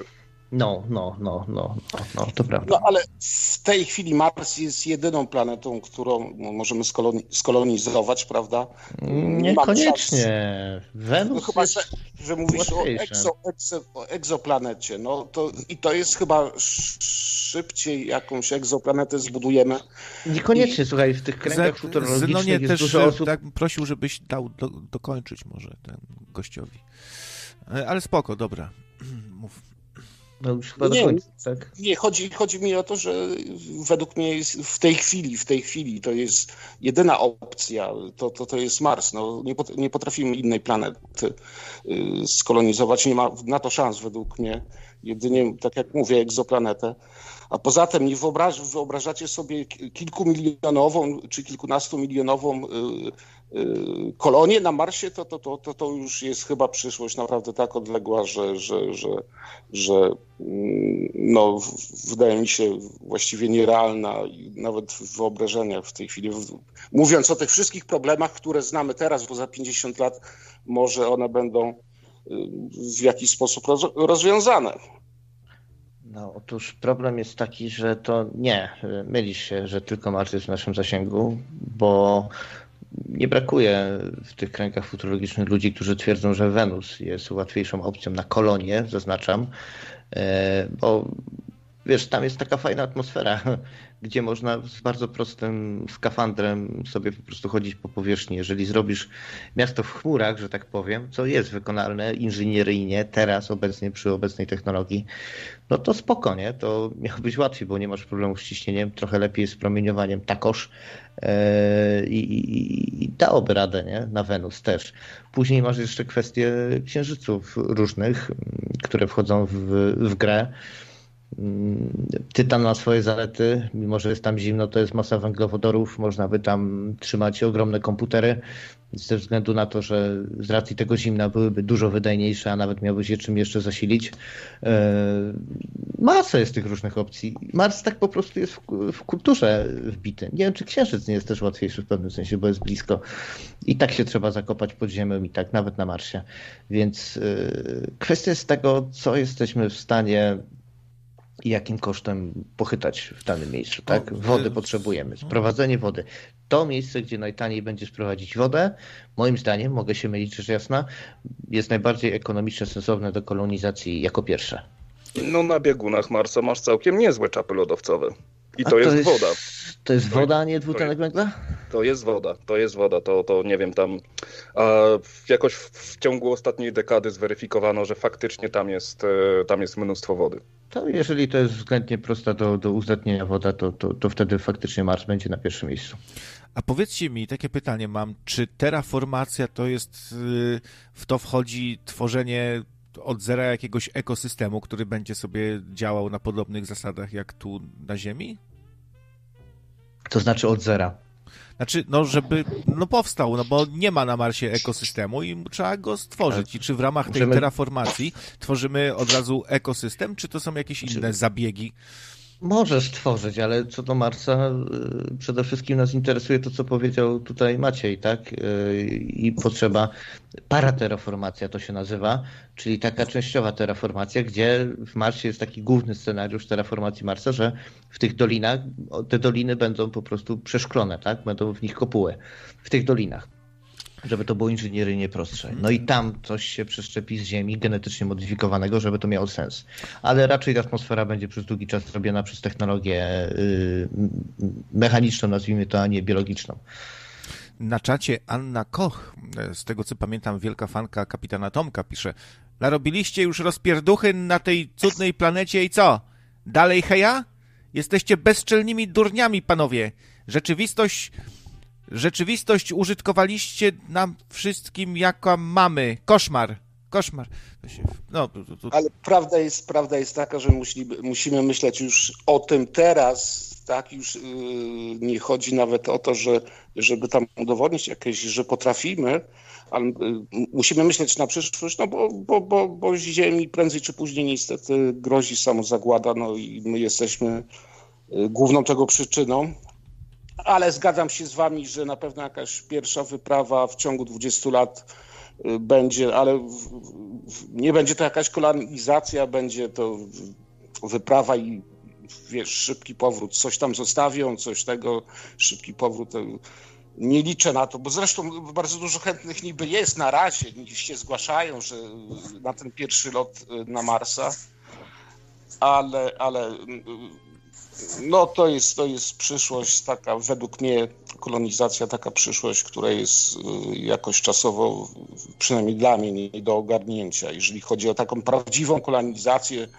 No, to prawda. No ale w tej chwili Mars jest jedyną planetą, którą możemy skolonizować, prawda? Niekoniecznie. Wenus no chyba, jest że mówisz o egzoplanecie. No to jest chyba szybciej jakąś egzoplanetę zbudujemy. Niekoniecznie, słuchaj, w tych kręgach futurologicznych jest też dużo osób... tak prosił, żebyś dał dokończyć może ten gościowi. Ale spoko, dobra. Mów. No już chyba do końca, tak? Nie, chodzi mi o to, że według mnie jest w tej chwili to jest jedyna opcja, to jest Mars. No, nie potrafimy innej planety skolonizować, nie ma na to szans według mnie. Jedynie, tak jak mówię, egzoplanetę. A poza tym nie wyobrażacie sobie kilkumilionową czy kilkunastomilionową kolonię na Marsie, to już jest chyba przyszłość naprawdę tak odległa, że no, wydaje mi się właściwie nierealna i nawet w wyobrażeniach w tej chwili. Mówiąc o tych wszystkich problemach, które znamy teraz, bo za 50 lat może one będą w jakiś sposób rozwiązane. No otóż problem jest taki, że to nie, mylisz się, że tylko Mars jest w naszym zasięgu, bo nie brakuje w tych kręgach futurologicznych ludzi, którzy twierdzą, że Wenus jest łatwiejszą opcją na kolonię, zaznaczam, bo wiesz, tam jest taka fajna atmosfera, gdzie można z bardzo prostym skafandrem sobie po prostu chodzić po powierzchni. Jeżeli zrobisz miasto w chmurach, że tak powiem, co jest wykonalne inżynieryjnie teraz, obecnie przy obecnej technologii, no to spoko, nie? To miało być łatwiej, bo nie masz problemu z ciśnieniem, trochę lepiej jest z promieniowaniem takoż i dałoby radę, nie? Na Wenus też. Później masz jeszcze kwestie księżyców różnych, które wchodzą w grę. Tytan ma swoje zalety, mimo że jest tam zimno, to jest masa węglowodorów, można by tam trzymać ogromne komputery ze względu na to, że z racji tego zimna byłyby dużo wydajniejsze, a nawet miałby się czym jeszcze zasilić. Masa jest tych różnych opcji. Mars tak po prostu jest w kulturze wbity. Nie wiem, czy Księżyc nie jest też łatwiejszy w pewnym sensie, bo jest blisko. I tak się trzeba zakopać pod ziemią i tak nawet na Marsie. Więc kwestia jest tego, co jesteśmy w stanie i jakim kosztem pochytać w danym miejscu, tak? Wody potrzebujemy, sprowadzenie wody. To miejsce, gdzie najtaniej będzie sprowadzić wodę, moim zdaniem, mogę się mylić rzecz jasna, jest najbardziej ekonomicznie sensowne do kolonizacji jako pierwsze. No na biegunach Marsa masz całkiem niezłe czapy lodowcowe. I to jest woda. To jest woda, a nie dwutlenek węgla? To jest woda. To nie wiem, tam jakoś w ciągu ostatniej dekady zweryfikowano, że faktycznie tam jest mnóstwo wody. To jeżeli to jest względnie prosta do uzdatnienia woda, to wtedy faktycznie Mars będzie na pierwszym miejscu. A powiedzcie mi, takie pytanie mam, czy terraformacja to jest, w to wchodzi tworzenie od zera jakiegoś ekosystemu, który będzie sobie działał na podobnych zasadach jak tu na Ziemi? To znaczy od zera. Znaczy, żeby powstał, bo nie ma na Marsie ekosystemu i trzeba go stworzyć. I czy w ramach tej terraformacji tworzymy od razu ekosystem, czy to są jakieś inne zabiegi? Możesz tworzyć, ale co do Marsa, przede wszystkim nas interesuje to, co powiedział tutaj Maciej, tak? I potrzeba paraterraformacja to się nazywa, czyli taka częściowa terraformacja, gdzie w Marsie jest taki główny scenariusz terraformacji Marsa, że w tych dolinach, te doliny będą po prostu przeszklone, tak? Będą w nich kopuły, w tych dolinach, żeby to było inżynieryjnie prostsze. No i tam coś się przeszczepi z ziemi genetycznie modyfikowanego, żeby to miało sens. Ale raczej atmosfera będzie przez długi czas robiona przez technologię mechaniczną, nazwijmy to, a nie biologiczną. Na czacie Anna Koch, z tego co pamiętam, wielka fanka kapitana Tomka, pisze: narobiliście już rozpierduchy na tej cudnej planecie i co? Dalej heja? Jesteście bezczelnymi durniami, panowie. Rzeczywistość użytkowaliście nam wszystkim jako mamy. Koszmar. Ale prawda jest taka, że musimy myśleć już o tym teraz, tak? Już nie chodzi nawet o to, żeby tam udowodnić jakieś, że potrafimy, ale musimy myśleć na przyszłość, no bo Ziemi prędzej czy później niestety grozi samozagłada, no i my jesteśmy główną tego przyczyną. Ale zgadzam się z wami, że na pewno jakaś pierwsza wyprawa w ciągu 20 lat będzie, ale nie będzie to jakaś kolonizacja, będzie to wyprawa i wiesz, szybki powrót. Coś tam zostawią, coś tego, szybki powrót. Nie liczę na to, bo zresztą bardzo dużo chętnych niby jest na razie, się zgłaszają, że na ten pierwszy lot na Marsa, ale no to jest przyszłość taka, według mnie kolonizacja, taka przyszłość, która jest jakoś czasowo, przynajmniej dla mnie, nie do ogarnięcia. Jeżeli chodzi o taką prawdziwą kolonizację,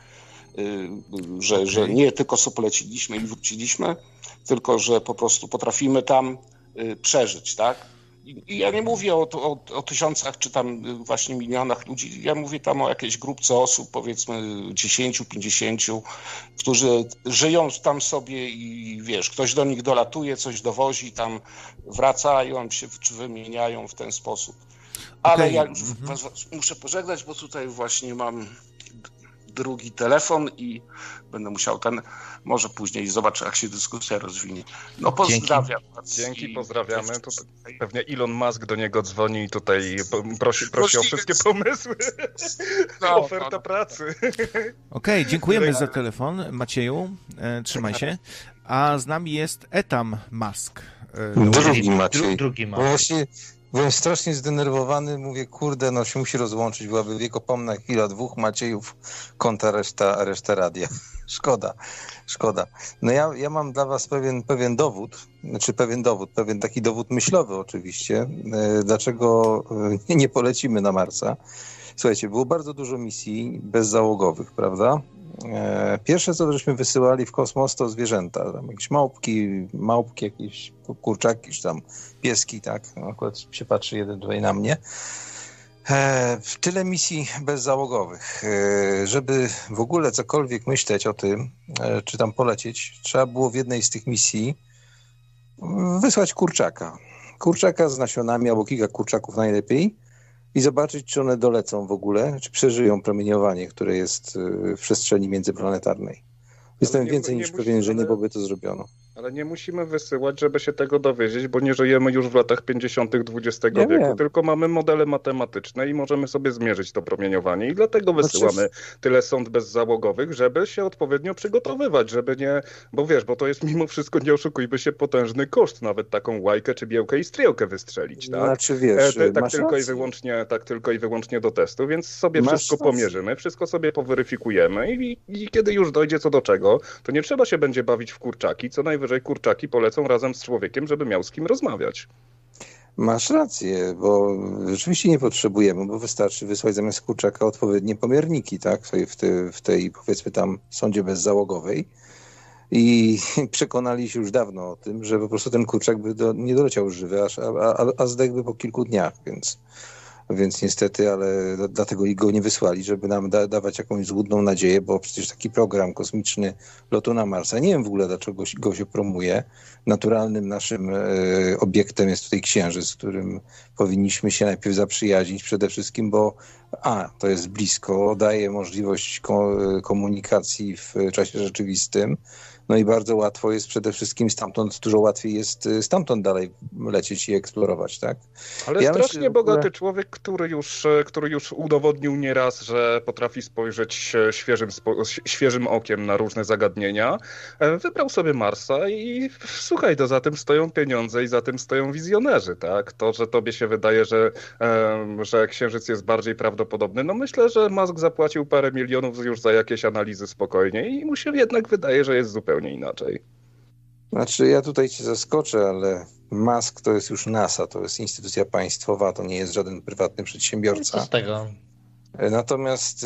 że nie tylko co poleciliśmy i wróciliśmy, tylko że po prostu potrafimy tam przeżyć, tak? I ja nie mówię o tysiącach czy tam właśnie milionach ludzi, ja mówię tam o jakiejś grupce osób, powiedzmy 10, 50, którzy żyją tam sobie i wiesz, ktoś do nich dolatuje, coś dowozi, tam wracają się czy wymieniają w ten sposób. Ale ja już muszę pożegnać, bo tutaj właśnie mam drugi telefon i będę musiał może później zobaczę, jak się dyskusja rozwinie. No pozdrawiam. Dzięki, pozdrawiamy. To pewnie Elon Musk do niego dzwoni i tutaj prosi o wszystkie pomysły. Oferta pracy. Okej, dziękujemy za telefon, Macieju. Trzymaj się. A z nami jest Etam Musk. Drugi Maciej. Drugi Maciej. Właśnie byłem strasznie zdenerwowany, mówię, kurde, no się musi rozłączyć, byłaby wiekopomna chwila, 2 Maciejów kontra reszta radia. Szkoda. No ja mam dla was pewien dowód, pewien taki dowód myślowy oczywiście, dlaczego nie polecimy na Marsa. Słuchajcie, było bardzo dużo misji bezzałogowych, prawda? Pierwsze, co żeśmy wysyłali w kosmos, to zwierzęta. Tam jakieś małpki, jakieś kurczaki, czy tam pieski, tak? Akurat się patrzy jeden tutaj na mnie. Tyle misji bezzałogowych. Żeby w ogóle cokolwiek myśleć o tym, czy tam polecieć, trzeba było w jednej z tych misji wysłać kurczaka. Kurczaka z nasionami, albo kilka kurczaków najlepiej, i zobaczyć, czy one dolecą w ogóle, czy przeżyją promieniowanie, które jest w przestrzeni międzyplanetarnej. Jestem więcej niż pewien, że nie byłoby to zrobiono. Ale nie musimy wysyłać, żeby się tego dowiedzieć, bo nie żyjemy już w latach 50. XX wieku, tylko mamy modele matematyczne i możemy sobie zmierzyć to promieniowanie i dlatego wysyłamy tyle sond bezzałogowych, żeby się odpowiednio przygotowywać, żeby nie, bo to jest mimo wszystko, nie oszukujmy się, potężny koszt, nawet taką łajkę czy białkę i striełkę wystrzelić, tak? Znaczy wiesz, tak tylko i wyłącznie do testu, więc sobie wszystko pomierzymy, wszystko sobie poweryfikujemy i kiedy już dojdzie co do czego, to nie trzeba się będzie bawić w kurczaki, co najwyżej kurczaki polecą razem z człowiekiem, żeby miał z kim rozmawiać. Masz rację, bo rzeczywiście nie potrzebujemy, bo wystarczy wysłać zamiast kurczaka odpowiednie pomierniki, tak? W tej powiedzmy tam sondzie bezzałogowej. I przekonali się już dawno o tym, że po prostu ten kurczak by nie doleciał żywy, a zdechłby po kilku dniach, więc niestety, ale dlatego i go nie wysłali, żeby nam dawać jakąś złudną nadzieję, bo przecież taki program kosmiczny lotu na Marsa, nie wiem w ogóle dlaczego go się promuje. Naturalnym naszym obiektem jest tutaj Księżyc, z którym powinniśmy się najpierw zaprzyjaźnić przede wszystkim, bo to jest blisko, daje możliwość komunikacji w czasie rzeczywistym, no i bardzo łatwo jest przede wszystkim stamtąd, dużo łatwiej jest stamtąd dalej lecieć i eksplorować, tak? Ale strasznie bogaty człowiek, który już udowodnił nieraz, że potrafi spojrzeć świeżym okiem na różne zagadnienia, wybrał sobie Marsa i słuchaj, to za tym stoją pieniądze i za tym stoją wizjonerzy, tak? To, że tobie się wydaje, że Księżyc jest bardziej prawdopodobny, no myślę, że Musk zapłacił parę milionów już za jakieś analizy spokojnie i mu się jednak wydaje, że jest zupełnie inaczej. Znaczy, ja tutaj cię zaskoczę, ale Musk to jest już NASA, to jest instytucja państwowa, to nie jest żaden prywatny przedsiębiorca. Co z tego? Natomiast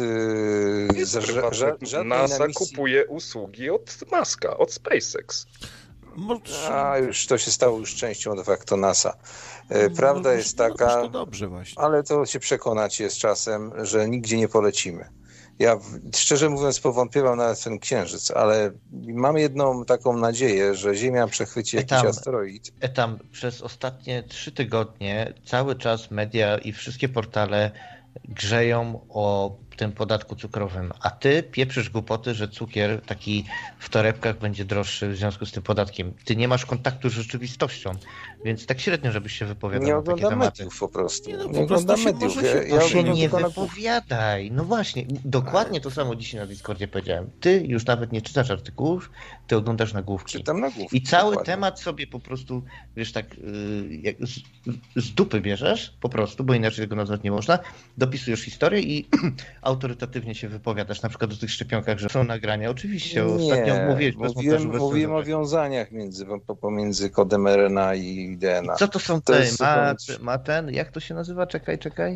NASA kupuje usługi od Muska, od SpaceX. Już to się stało już częścią de facto NASA. Prawda jest taka, to dobrze właśnie. Ale to się przekonacie z czasem, że nigdzie nie polecimy. Ja szczerze mówiąc powątpiewam nawet w ten Księżyc, ale mam jedną taką nadzieję, że Ziemia przechwyci jakiś asteroid. Przez ostatnie 3 tygodnie cały czas media i wszystkie portale grzeją o tym podatku cukrowym, a ty pieprzysz głupoty, że cukier taki w torebkach będzie droższy w związku z tym podatkiem. Ty nie masz kontaktu z rzeczywistością, więc tak średnio, żebyś się wypowiadał Nie na takie oglądam tematy. mediów po prostu. Nie, no, po Nie prostu oglądam się mediów. może się- Ja To się oglądam nie tylko na wypowiadaj. No właśnie, dokładnie to samo dzisiaj na Discordzie powiedziałem. Ty już nawet nie czytasz artykułów, ty oglądasz nagłówki. Czytam nagłówki. I cały dokładnie. temat sobie po prostu, wiesz, tak jak z dupy bierzesz, po prostu, bo inaczej tego nazwać nie można, dopisujesz historię i autorytatywnie się wypowiadasz, na przykład o tych szczepionkach, że są nagrania. Oczywiście, ostatnio mówiłeś bez montażu, bez mówiłem o cenzury. wiązaniach pomiędzy kodem RNA i DNA. Co to są To te, jest ma ten, jak to się nazywa? Czekaj.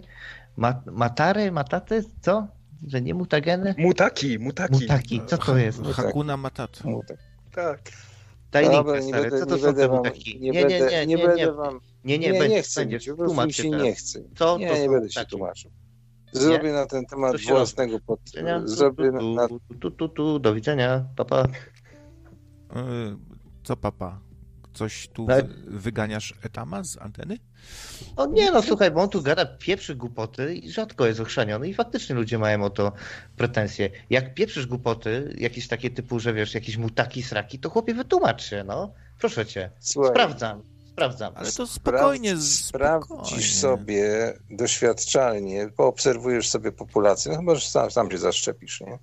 Mataty? Co? Że nie mutageny? Mutaki. Mutaki, co to jest? Hakuna Matata. Tak. Daj Dobra, linkę, nie stary, będę- co to nie są będę te wam- mutaki? nie będę wam... Nie, Nie będziesz, chcę będziesz, mieć, po prostu mi tłumacz się się nie teraz. chce. Co to Nie są będę się mutaki? tłumaczył. Zrobię na ten temat To się własnego zrobię na... Do widzenia, papa. Co, papa? Coś tu Ale- wyganiasz Etama z anteny? O nie no, słuchaj, bo on tu gada pieprzy głupoty i rzadko jest ochrzaniony i faktycznie ludzie mają o to pretensje. Jak pieprzysz głupoty, jakieś takie typu, że wiesz, jakieś mutaki, sraki, to chłopie wytłumacz się, no. Proszę cię. Słuchaj, Sprawdzam. Ale to spokojnie. Sprawdzisz sobie doświadczalnie, poobserwujesz sobie populację, no chyba, że sam się zaszczepisz, nie?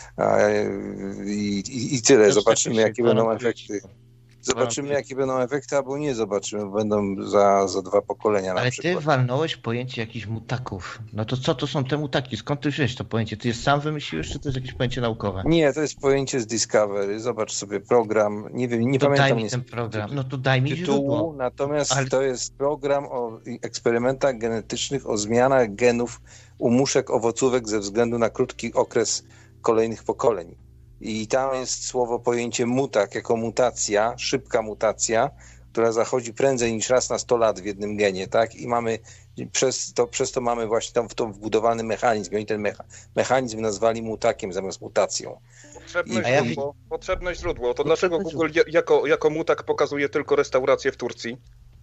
I tyle. Zobaczymy, jakie będą efekty. Zobaczymy, jakie będą efekty, albo nie zobaczymy, bo będą za 2 pokolenia na Ale przykład. ty walnąłeś pojęcie jakichś mutaków. No to co to są te mutaki? Skąd ty wziąłeś to pojęcie? Ty je sam wymyśliłeś, czy to jest jakieś pojęcie naukowe? Nie, to jest pojęcie z Discovery. Zobacz sobie program. Nie wiem, nie To pamiętam daj mi niestety ten program. No to daj mi tytułu, źródło. natomiast Ale- to jest program o eksperymentach genetycznych, o zmianach genów u muszek owocówek ze względu na krótki okres kolejnych pokoleń. I tam jest pojęcie mutak jako mutacja, szybka mutacja, która zachodzi prędzej niż raz na 100 lat w jednym genie, tak? I mamy przez to mamy właśnie tam w to wbudowany mechanizm. Oni ten mechanizm nazwali mutakiem zamiast mutacją. Potrzebne źródło. To Potrzebne dlaczego Google jako mutak pokazuje tylko restaurację w Turcji?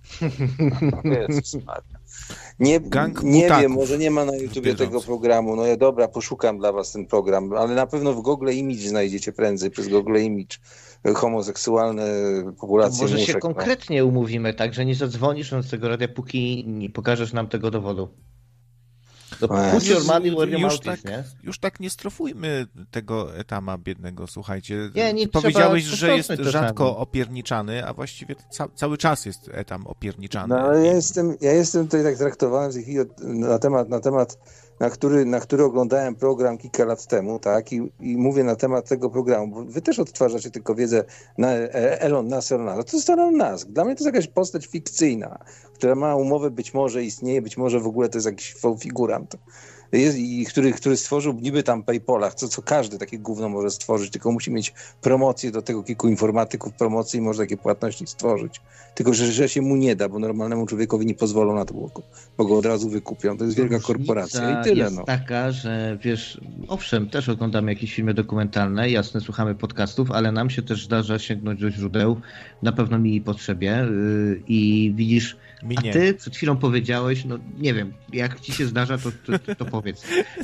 Jezus Maria. Nie mutaków. wiem, może nie ma na YouTubie tego programu. No ja dobra, poszukam dla was ten program, ale na pewno w Google Image znajdziecie prędzej przez Google Image homoseksualne populacje Może muszek. się konkretnie umówimy, tak, że nie zadzwonisz do tego radia, póki nie pokażesz nam tego dowodu. Put your money where your mouth is, nie? Już tak nie strofujmy tego Etama biednego, słuchajcie. Nie Powiedziałeś, trzeba że jest czasami. rzadko opierniczany, a właściwie cały czas jest Etam opierniczany. No ale ja jestem tutaj tak traktowany w tej chwili na temat na który oglądałem program kilka lat temu, tak? I mówię na temat tego programu, bo wy też odtwarzacie tylko wiedzę na Elon Musk. To jest Elon Musk. Dla mnie to jest jakaś postać fikcyjna, która ma umowę, być może istnieje, być może w ogóle to jest jakiś figurant. Który stworzył niby tam PayPala, co każdy takie gówno może stworzyć, tylko musi mieć promocję do tego, kilku informatyków promocji i może takie płatności stworzyć. Tylko, że się mu nie da, bo normalnemu człowiekowi nie pozwolą na to, bo go od razu wykupią. To jest wielka korporacja i tyle. Jest taka, że wiesz, owszem, też oglądamy jakieś filmy dokumentalne, jasne, słuchamy podcastów, ale nam się też zdarza sięgnąć do źródeł, na pewno mi potrzebie i widzisz, a ty przed chwilą powiedziałeś, no nie wiem, jak ci się zdarza, to powiedz.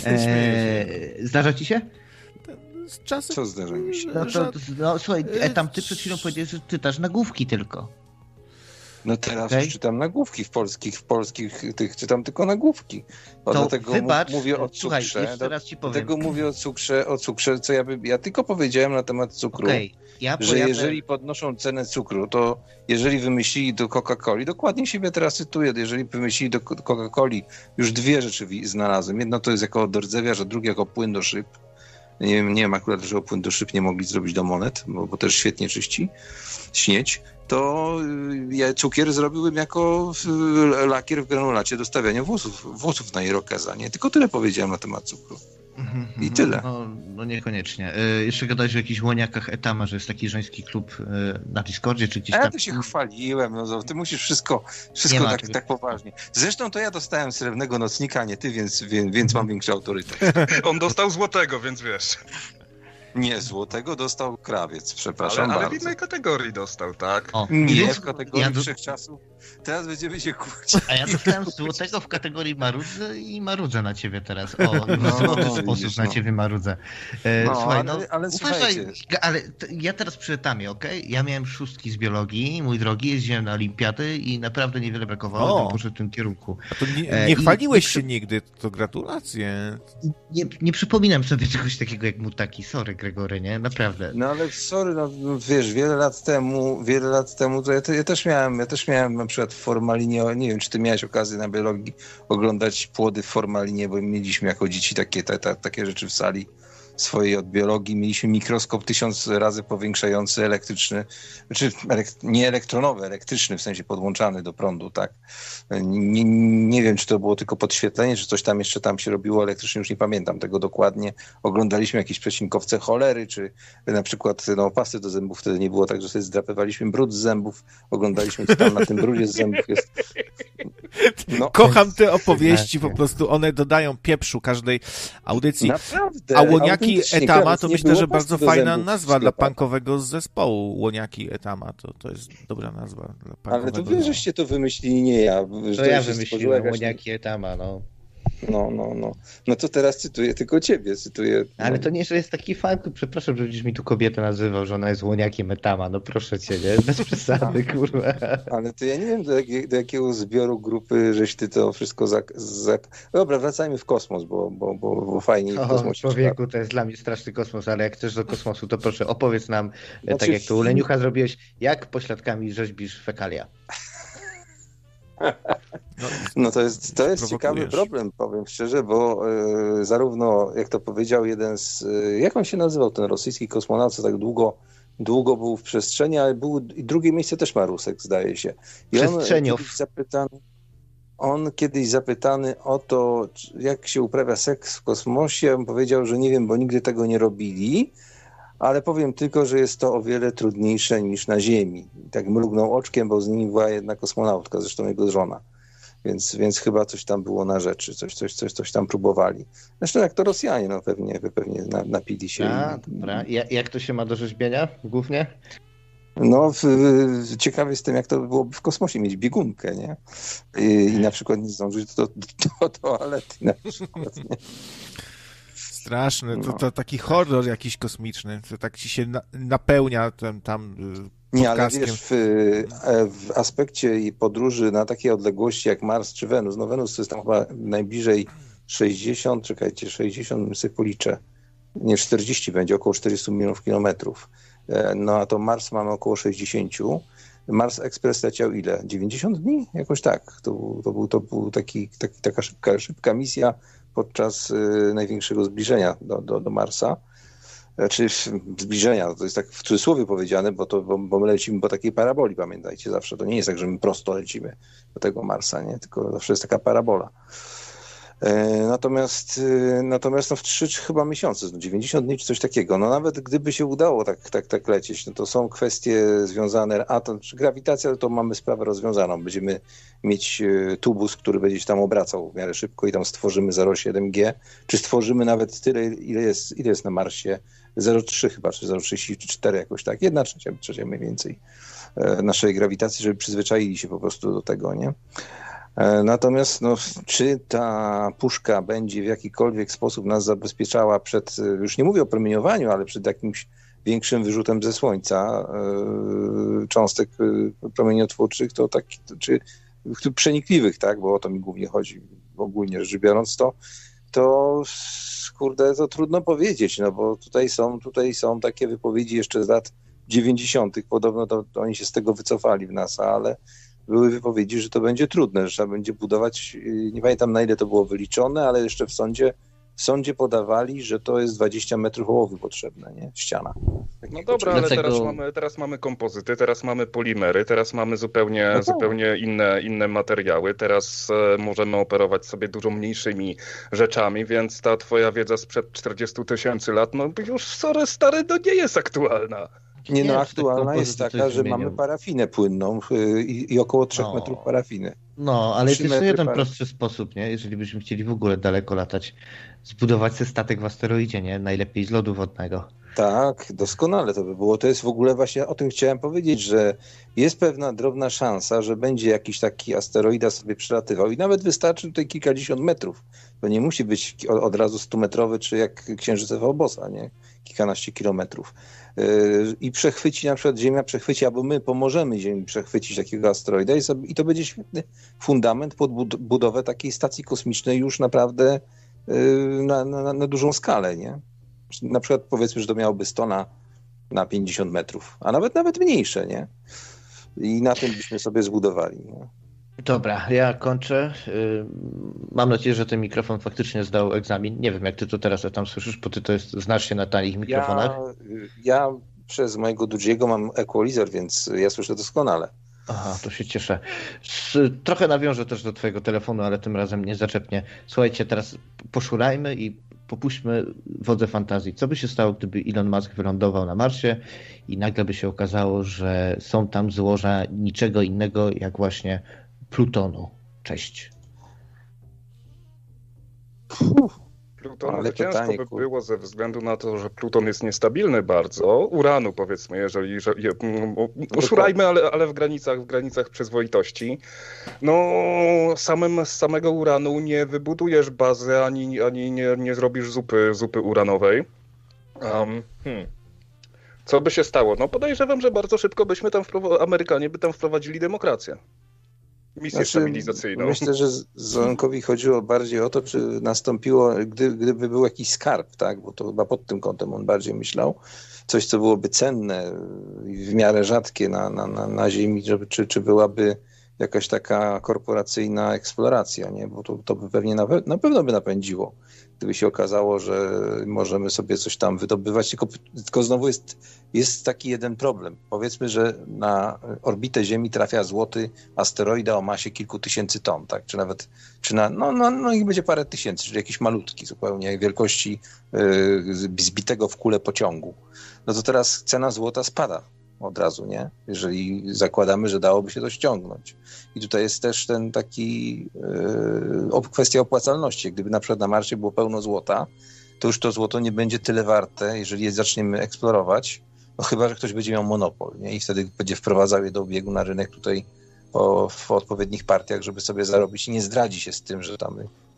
Zdarza ci się? Z czasem... Co zdarza mi się? No słuchaj, tam ty przed chwilą powiedziałeś, że czytasz nagłówki tylko. No teraz już czytam nagłówki w polskich tych czytam tylko nagłówki. Dlatego wybacz, mówię o cukrze. Słuchaj, jeszcze raz ci powiem. Dlatego mówię o cukrze, co ja tylko powiedziałem na temat cukru. Że jeżeli podnoszą cenę cukru, to jeżeli wymyślili do Coca-Coli, dokładnie siebie teraz cytuję, jeżeli wymyślili do Coca-Coli, już 2 rzeczy znalazłem. Jedno to jest jako odrdzewiarz, a drugie jako płyn do szyb. Nie wiem akurat, że płyn do szyb nie mogli zrobić do monet, bo też świetnie czyści śnieć. To ja cukier zrobiłbym jako lakier w granulacie do stawiania włosów na irokeza. Nie? Tylko tyle powiedziałem na temat cukru. I tyle. No niekoniecznie. Jeszcze gadałeś o jakichś łoniakach Etama, że jest taki żeński klub na Discordzie, czy gdzieś tam. Ja to się chwaliłem, no ty musisz wszystko tak poważnie. Zresztą to ja dostałem srebrnego nocnika, a nie ty, więc mam większy autorytet. On dostał złotego, więc wiesz. Nie, złotego dostał krawiec, przepraszam ale w bardzo. innej kategorii dostał, tak? O, Nie, w kategorii wszechczasów. Teraz będziemy się kłócić. A ja dostałem złotego w kategorii marudzę i marudzę na ciebie teraz. O, w złoty sposób na ciebie marudzę. Słuchaj, ale uważaj, słuchajcie. ale ja teraz przy etamie, okej? Ja miałem 6 z biologii, mój drogi, jeździłem na olimpiady i naprawdę niewiele brakowało, bym poszedł w tym kierunku. A to nie chwaliłeś się nigdy, to gratulacje. Nie przypominam sobie czegoś takiego jak mutaki, sorry Gregory, nie? Naprawdę. No ale sorry, no wiesz, wiele lat temu to ja też miałem na przykład w formalinie, nie wiem, czy ty miałeś okazję na biologii oglądać płody w formalinie, bo mieliśmy jako dzieci takie rzeczy w sali swojej od biologii. Mieliśmy mikroskop 1000 razy powiększający elektryczny, znaczy nie elektronowy, elektryczny, w sensie podłączany do prądu, tak. Nie wiem, czy to było tylko podświetlenie, czy coś tam jeszcze tam się robiło elektrycznie, już nie pamiętam tego dokładnie. Oglądaliśmy jakieś przecinkowce cholery, czy na przykład pasty do zębów wtedy nie było, tak, że sobie zdrapywaliśmy brud z zębów, oglądaliśmy, co tam na tym brudzie z zębów jest. No. Kocham te opowieści, po prostu one dodają pieprzu każdej audycji. Naprawdę. A Łoniaki Etama to myślę, że bardzo fajna zębów, nazwa dla punkowego zespołu. Łoniaki Etama to jest dobra nazwa dla punkowego. Ale to wy żeście to wymyślili, nie ja. To ja wymyśliłem Łoniaki Etama, no. No to teraz cytuję tylko ciebie, Ale to nie, że jest taki fan, przepraszam, że będziesz mi tu kobietę nazywał, że ona jest Łoniakiem Etama, no proszę cię, nie? Bez przesady, kurwa. Ale to ja nie wiem, do jakiego zbioru grupy żeś ty to wszystko Dobra, wracajmy w kosmos, bo fajnie w kosmosie. Człowieku, to jest dla mnie straszny kosmos, ale jak chcesz do kosmosu, to proszę opowiedz nam, tak jak to u Leniucha zrobiłeś, jak pośladkami rzeźbisz fekalia. No to jest ciekawy problem, powiem szczerze, bo zarówno, jak to powiedział jeden z... Jak on się nazywał, ten rosyjski kosmonaut, co tak długo był w przestrzeni, ale i drugie miejsce też ma Rusek, zdaje się. I on kiedyś zapytany o to, jak się uprawia seks w kosmosie, on powiedział, że nie wiem, bo nigdy tego nie robili, ale powiem tylko, że jest to o wiele trudniejsze niż na Ziemi. I tak mrugnął oczkiem, bo z nim była jedna kosmonautka, zresztą jego żona. Więc chyba coś tam było na rzeczy, coś tam próbowali. Zresztą jak to Rosjanie, no pewnie napili się. Dobra. Jak to się ma do rzeźbienia głównie? No, ciekawy jestem, jak to byłoby w kosmosie, mieć biegunkę, nie? I na przykład nie zdążyć do toalety na przykład, nie? Straszne, to taki horror jakiś kosmiczny, to tak ci się napełnia tam nie, ale wiesz, w aspekcie i podróży na takiej odległości jak Mars czy Wenus, no Wenus to jest tam chyba najbliżej 60, my sobie policzę, nie 40 będzie, około 400 milionów kilometrów. No a to Mars mamy około 60. Mars Express leciał ile? 90 dni? Jakoś tak. To był taka szybka misja podczas największego zbliżenia do Marsa. Czy zbliżenia, to jest tak w cudzysłowie powiedziane, bo my lecimy po takiej paraboli, pamiętajcie zawsze. To nie jest tak, że my prosto lecimy do tego Marsa, nie? Tylko zawsze jest taka parabola. Natomiast w 3 chyba miesiące, 90 dni czy coś takiego, no nawet gdyby się udało tak lecieć, no to są kwestie związane, grawitacja, to mamy sprawę rozwiązaną, będziemy mieć tubus, który będzie się tam obracał w miarę szybko i tam stworzymy 0,7G, czy stworzymy nawet tyle, ile jest na Marsie, 0,3 chyba, czy 0,34 jakoś tak, 1/3 mniej więcej naszej grawitacji, żeby przyzwyczaili się po prostu do tego, nie? Natomiast czy ta puszka będzie w jakikolwiek sposób nas zabezpieczała przed, już nie mówię o promieniowaniu, ale przed jakimś większym wyrzutem ze Słońca cząstek promieniotwórczych, czy przenikliwych, tak, bo o to mi głównie chodzi, ogólnie rzecz biorąc, to kurde, to trudno powiedzieć, no bo tutaj są takie wypowiedzi jeszcze z lat 90. Podobno to oni się z tego wycofali w NASA, ale były wypowiedzi, że to będzie trudne, że trzeba będzie budować, nie pamiętam na ile to było wyliczone, ale jeszcze w sądzie podawali, że to jest 20 metrów ołowy potrzebne, nie? Ściana. No dobra, ale teraz mamy kompozyty, teraz mamy polimery, teraz mamy zupełnie inne materiały, teraz możemy operować sobie dużo mniejszymi rzeczami, więc ta twoja wiedza sprzed 40 000 lat, no już stary, to nie jest aktualna. Aktualna jest taka, że mamy parafinę płynną i około 3 metrów parafiny. No, ale jest jeszcze jeden prostszy sposób, nie? Jeżeli byśmy chcieli w ogóle daleko latać, zbudować sobie statek w asteroidzie, nie? Najlepiej z lodu wodnego. Tak, doskonale to by było. To jest w ogóle właśnie o tym chciałem powiedzieć, że jest pewna drobna szansa, że będzie jakiś taki asteroida sobie przelatywał i nawet wystarczy tutaj kilkadziesiąt metrów. To nie musi być od razu 100-metrowy, czy jak księżyce Phœbosa, nie? Kilkanaście kilometrów. I przechwyci, na przykład Ziemia przechwyci, albo my pomożemy Ziemi przechwycić takiego asteroida i to będzie świetny fundament pod budowę takiej stacji kosmicznej już naprawdę na dużą skalę, nie? Na przykład powiedzmy, że to miałoby 100 na 50 metrów, a nawet mniejsze, nie? I na tym byśmy sobie zbudowali. Nie? Dobra, ja kończę. Mam nadzieję, że ten mikrofon faktycznie zdał egzamin. Nie wiem, jak ty to teraz tam słyszysz, bo ty znasz się na tanich mikrofonach. Ja przez mojego Dudziego mam equalizer, więc ja słyszę doskonale. Aha, to się cieszę. Trochę nawiążę też do twojego telefonu, ale tym razem nie zaczepnie. Słuchajcie, teraz poszurajmy i popuśćmy wodze fantazji. Co by się stało, gdyby Elon Musk wylądował na Marsie i nagle by się okazało, że są tam złoża niczego innego jak właśnie Plutonu. Cześć. Plutonu ale ciężko by było ze względu na to, że Pluton jest niestabilny bardzo. Uranu powiedzmy, jeżeli poszurajmy, ale w granicach przyzwoitości. No z samego uranu nie wybudujesz bazy, ani nie zrobisz zupy uranowej. Co by się stało? No podejrzewam, że bardzo szybko Amerykanie by tam wprowadzili demokrację. Misję stabilizacyjną. Myślę, że Zonkowi chodziło bardziej o to, czy nastąpiło, gdyby był jakiś skarb, tak? Bo to chyba pod tym kątem on bardziej myślał. Coś, co byłoby cenne i w miarę rzadkie na Ziemi, czy byłaby jakaś taka korporacyjna eksploracja, nie? Bo to by pewnie na pewno by napędziło, gdyby się okazało, że możemy sobie coś tam wydobywać, tylko znowu jest taki jeden problem. Powiedzmy, że na orbitę Ziemi trafia złoty asteroida o masie kilku tysięcy ton, tak? No ich będzie parę tysięcy, czyli jakiś malutki zupełnie, wielkości zbitego w kulę pociągu. No to teraz cena złota spada od razu, nie? Jeżeli zakładamy, że dałoby się to ściągnąć. I tutaj jest też ten taki kwestia opłacalności. Gdyby na przykład na Marsie było pełno złota, to już to złoto nie będzie tyle warte, jeżeli je zaczniemy eksplorować, no chyba, że ktoś będzie miał monopol, nie? I wtedy będzie wprowadzał je do obiegu na rynek tutaj w odpowiednich partiach, żeby sobie zarobić i nie zdradzi się z tym, że tam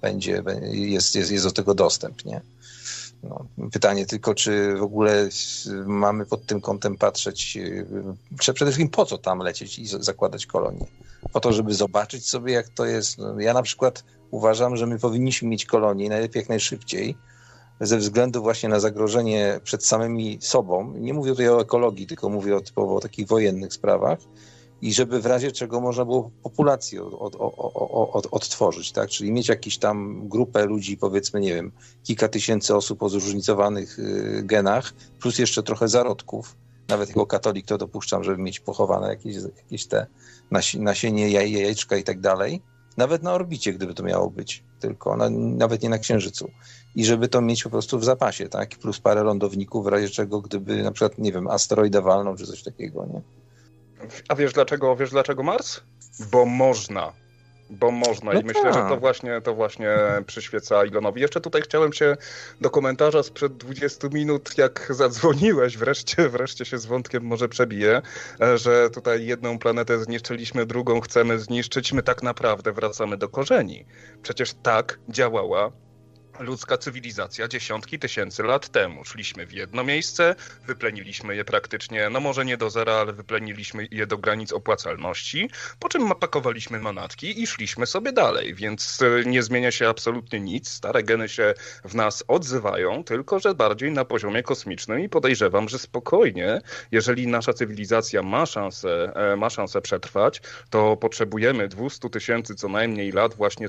jest do tego dostęp, nie? No, pytanie tylko, czy w ogóle mamy pod tym kątem patrzeć, przede wszystkim po co tam lecieć i zakładać kolonie? Po to, żeby zobaczyć sobie, jak to jest. No, ja na przykład uważam, że my powinniśmy mieć kolonie najlepiej jak najszybciej, ze względu właśnie na zagrożenie przed samymi sobą. Nie mówię tutaj o ekologii, tylko mówię typowo o takich wojennych sprawach. I żeby w razie czego można było populację odtworzyć, tak? Czyli mieć jakąś tam grupę ludzi, powiedzmy, nie wiem, kilka tysięcy osób o zróżnicowanych genach, plus jeszcze trochę zarodków. Nawet jako katolik to dopuszczam, żeby mieć pochowane jakieś te nasienie, jajeczka i tak dalej. Nawet na orbicie, gdyby to miało być, tylko nawet nie na Księżycu. I żeby to mieć po prostu w zapasie, tak? Plus parę lądowników, w razie czego, gdyby na przykład, nie wiem, asteroida walnął, czy coś takiego, nie? A wiesz dlaczego Mars? Bo można i myślę, że to właśnie przyświeca Elonowi. Jeszcze tutaj chciałem się do komentarza sprzed 20 minut, jak zadzwoniłeś, wreszcie się z wątkiem może przebiję, że tutaj jedną planetę zniszczyliśmy, drugą chcemy zniszczyć, my tak naprawdę wracamy do korzeni. Przecież tak działała ludzka cywilizacja dziesiątki tysięcy lat temu. Szliśmy w jedno miejsce, wypleniliśmy je praktycznie, no może nie do zera, ale wypleniliśmy je do granic opłacalności, po czym pakowaliśmy manatki i szliśmy sobie dalej, więc nie zmienia się absolutnie nic. Stare geny się w nas odzywają, tylko że bardziej na poziomie kosmicznym i podejrzewam, że spokojnie, jeżeli nasza cywilizacja ma szansę przetrwać, to potrzebujemy 200 tysięcy co najmniej lat właśnie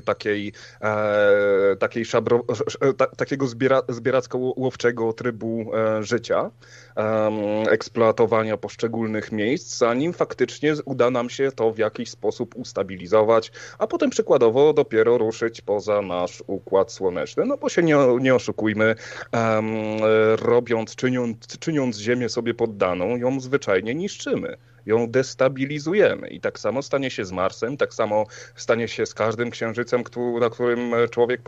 takiego zbieracko-łowczego trybu życia, eksploatowania poszczególnych miejsc, zanim faktycznie uda nam się to w jakiś sposób ustabilizować, a potem przykładowo dopiero ruszyć poza nasz Układ Słoneczny. No bo się nie oszukujmy, czyniąc Ziemię sobie poddaną, ją zwyczajnie niszczymy. ją destabilizujemy. I tak samo stanie się z Marsem, tak samo stanie się z każdym księżycem, na którym człowiek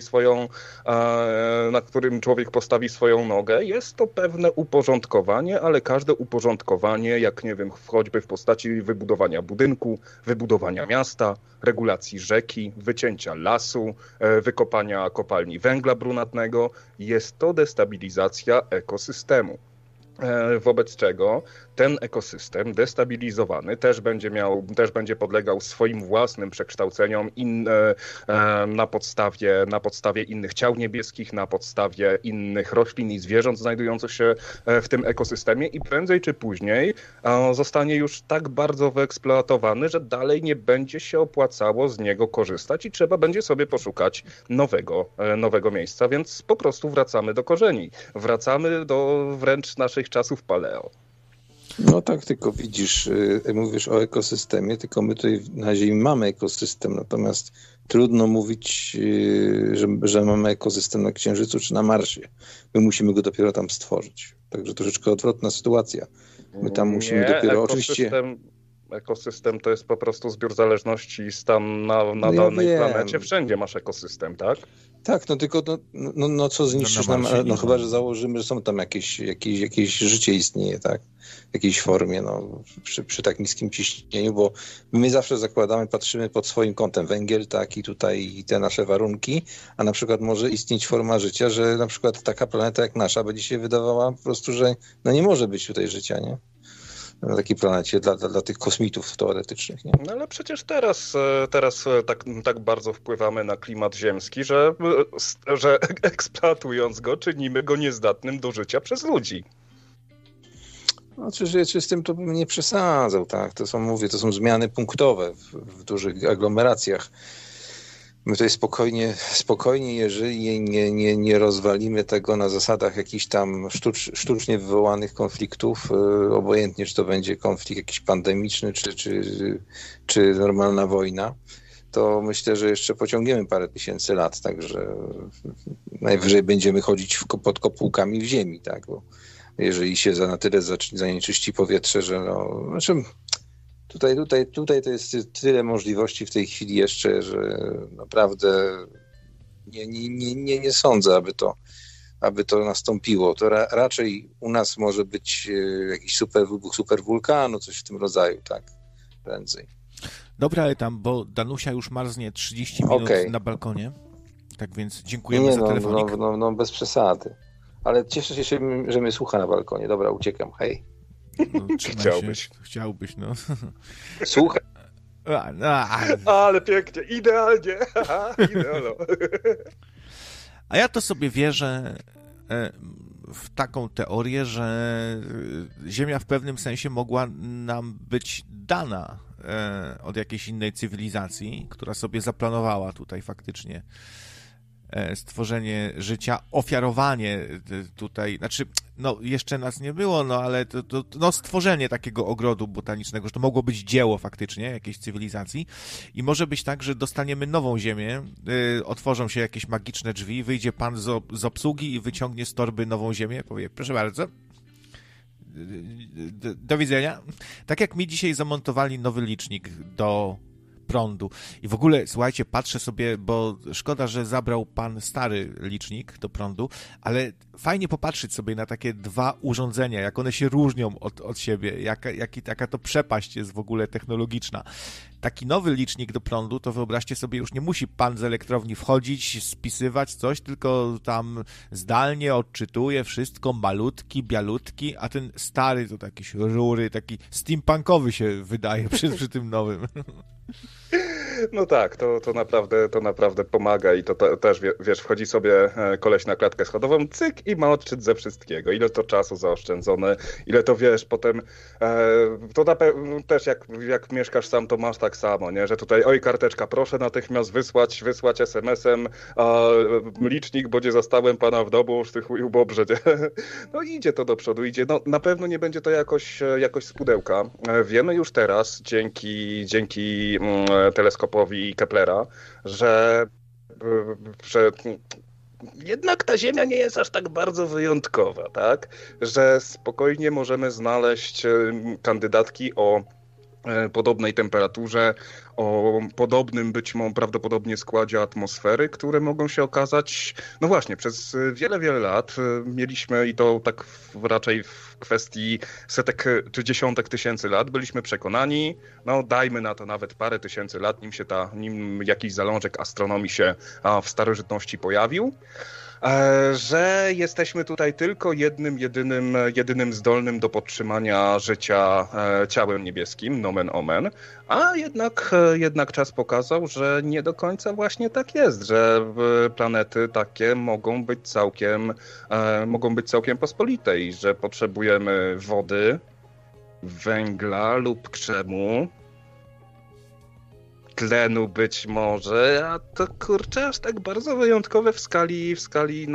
postawi swoją nogę. Jest to pewne uporządkowanie, ale każde uporządkowanie, jak nie wiem, choćby w postaci wybudowania budynku, wybudowania miasta, regulacji rzeki, wycięcia lasu, wykopania kopalni węgla brunatnego, jest to destabilizacja ekosystemu. Wobec czego ten ekosystem destabilizowany też będzie podlegał swoim własnym przekształceniom na podstawie innych ciał niebieskich, na podstawie innych roślin i zwierząt znajdujących się w tym ekosystemie i prędzej czy później zostanie już tak bardzo wyeksploatowany, że dalej nie będzie się opłacało z niego korzystać i trzeba będzie sobie poszukać nowego miejsca, więc po prostu wracamy do korzeni. Wracamy do wręcz naszych czasów paleo. No tak, tylko widzisz, mówisz o ekosystemie, tylko my tutaj na Ziemi mamy ekosystem, natomiast trudno mówić, że mamy ekosystem na Księżycu czy na Marsie. My musimy go dopiero tam stworzyć. Także troszeczkę odwrotna sytuacja. My tam musimy dopiero oczywiście... Ekosystem to jest po prostu zbiór zależności stan na danej planecie. Wszędzie masz ekosystem, tak? Tak, no tylko co zniszczysz nam, no chyba, że założymy, że są tam jakieś życie istnieje, tak? W jakiejś formie, no, przy tak niskim ciśnieniu, bo my zawsze zakładamy, patrzymy pod swoim kątem węgiel, tak, i tutaj te nasze warunki, a na przykład może istnieć forma życia, że na przykład taka planeta jak nasza będzie się wydawała po prostu, że no nie może być tutaj życia, nie? Na takiej planecie dla tych kosmitów teoretycznych. Nie? No ale przecież teraz tak bardzo wpływamy na klimat ziemski, że eksploatując go, czynimy go niezdatnym do życia przez ludzi. No, czy z tym to bym nie przesadzał, tak? To są zmiany punktowe w dużych aglomeracjach. My tutaj spokojnie, jeżeli nie rozwalimy tego na zasadach jakichś tam sztucznie wywołanych konfliktów, obojętnie czy to będzie konflikt jakiś pandemiczny, czy normalna wojna, to myślę, że jeszcze pociągniemy parę tysięcy lat, także najwyżej będziemy chodzić pod kopułkami w ziemi, tak? Bo jeżeli się na tyle zanieczyści powietrze, że Tutaj to jest tyle możliwości w tej chwili jeszcze, że naprawdę nie sądzę, aby to nastąpiło. To raczej u nas może być jakiś wybuch superwulkanu, coś w tym rodzaju, tak, prędzej. Dobra, ale bo Danusia już marznie 30 minut na balkonie, tak więc dziękujemy za telefonik. No bez przesady. Ale cieszę się, że mnie słucha na balkonie. Dobra, uciekam, hej. No, Chciałbyś, no. Słuchaj. Ale pięknie, idealnie. A ja to sobie wierzę w taką teorię, że Ziemia w pewnym sensie mogła nam być dana od jakiejś innej cywilizacji, która sobie zaplanowała tutaj faktycznie stworzenie życia, ofiarowanie tutaj, znaczy, no jeszcze nas nie było, no ale to stworzenie takiego ogrodu botanicznego, że to mogło być dzieło faktycznie jakiejś cywilizacji i może być tak, że dostaniemy nową ziemię, otworzą się jakieś magiczne drzwi, wyjdzie pan z obsługi i wyciągnie z torby nową ziemię, powie, proszę bardzo, do widzenia. Tak jak mi dzisiaj zamontowali nowy licznik do prądu. I w ogóle, słuchajcie, patrzę sobie, bo szkoda, że zabrał pan stary licznik do prądu, ale fajnie popatrzeć sobie na takie dwa urządzenia, jak one się różnią od siebie, jaka to przepaść jest w ogóle technologiczna. Taki nowy licznik do prądu, to wyobraźcie sobie, już nie musi pan z elektrowni wchodzić, spisywać coś, tylko tam zdalnie odczytuje wszystko, malutki, bialutki, a ten stary to jakieś rury, taki steampunkowy się wydaje przy tym nowym. No tak, to naprawdę pomaga i to też, wiesz, wchodzi sobie koleś na klatkę schodową, cyk i ma odczyt ze wszystkiego. Ile to czasu zaoszczędzone, ile to, wiesz, potem to też jak mieszkasz sam, to masz tak samo, nie, że tutaj oj karteczka, proszę natychmiast wysłać SMS-em licznik, bo nie zastałem pana w domu, w tych ubobrze, nie? No idzie to do przodu, idzie, no na pewno nie będzie to jakoś z pudełka. Wiemy już teraz, dzięki teleskopowi Keplera, że jednak ta Ziemia nie jest aż tak bardzo wyjątkowa, tak? Że spokojnie możemy znaleźć kandydatki o podobnej temperaturze, o podobnym być może prawdopodobnie składzie atmosfery, które mogą się okazać, no właśnie, przez wiele, wiele lat mieliśmy, i to tak raczej w kwestii setek czy dziesiątek tysięcy lat, byliśmy przekonani, no dajmy na to nawet parę tysięcy lat, nim jakiś zalążek astronomii się w starożytności pojawił, że jesteśmy tutaj tylko jedynym zdolnym do podtrzymania życia ciałem niebieskim, nomen omen, a jednak czas pokazał, że nie do końca właśnie tak jest, że planety takie mogą być całkiem pospolite i że potrzebujemy wody, węgla lub krzemu, tlenu być może, a to kurczę aż tak bardzo wyjątkowe w skali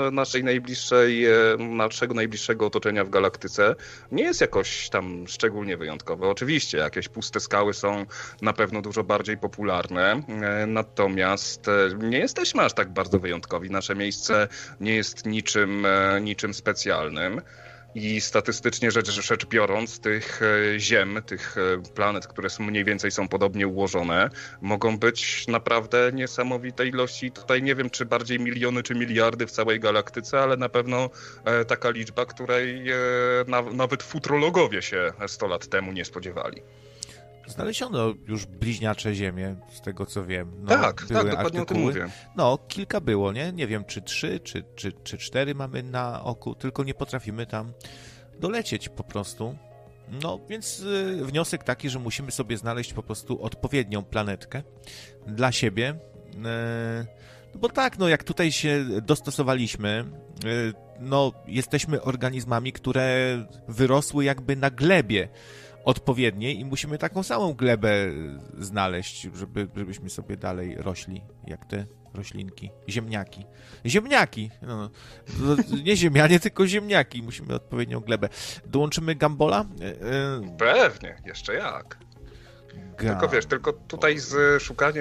naszego najbliższego otoczenia w galaktyce nie jest jakoś tam szczególnie wyjątkowe. Oczywiście jakieś puste skały są na pewno dużo bardziej popularne, natomiast nie jesteśmy aż tak bardzo wyjątkowi. Nasze miejsce nie jest niczym specjalnym. I statystycznie rzecz biorąc, tych planet, które mniej więcej są podobnie ułożone, mogą być naprawdę niesamowite ilości. Tutaj nie wiem, czy bardziej miliony, czy miliardy w całej galaktyce, ale na pewno taka liczba, której nawet futurologowie się 100 lat temu nie spodziewali. Znaleziono już bliźniacze Ziemie, z tego co wiem. No, tak, dokładnie o tym mówię. No, kilka było, nie? Nie wiem, czy 3, czy 4 mamy na oku, tylko nie potrafimy tam dolecieć po prostu. No, więc wniosek taki, że musimy sobie znaleźć po prostu odpowiednią planetkę dla siebie. No bo tak, no jak tutaj się dostosowaliśmy, no jesteśmy organizmami, które wyrosły jakby na glebie odpowiedniej i musimy taką samą glebę znaleźć, żebyśmy sobie dalej rośli, jak te roślinki. Ziemniaki! No, nie ziemianie, tylko ziemniaki. Musimy odpowiednią glebę. Dołączymy Gambola? Pewnie, jeszcze jak. Tylko tutaj z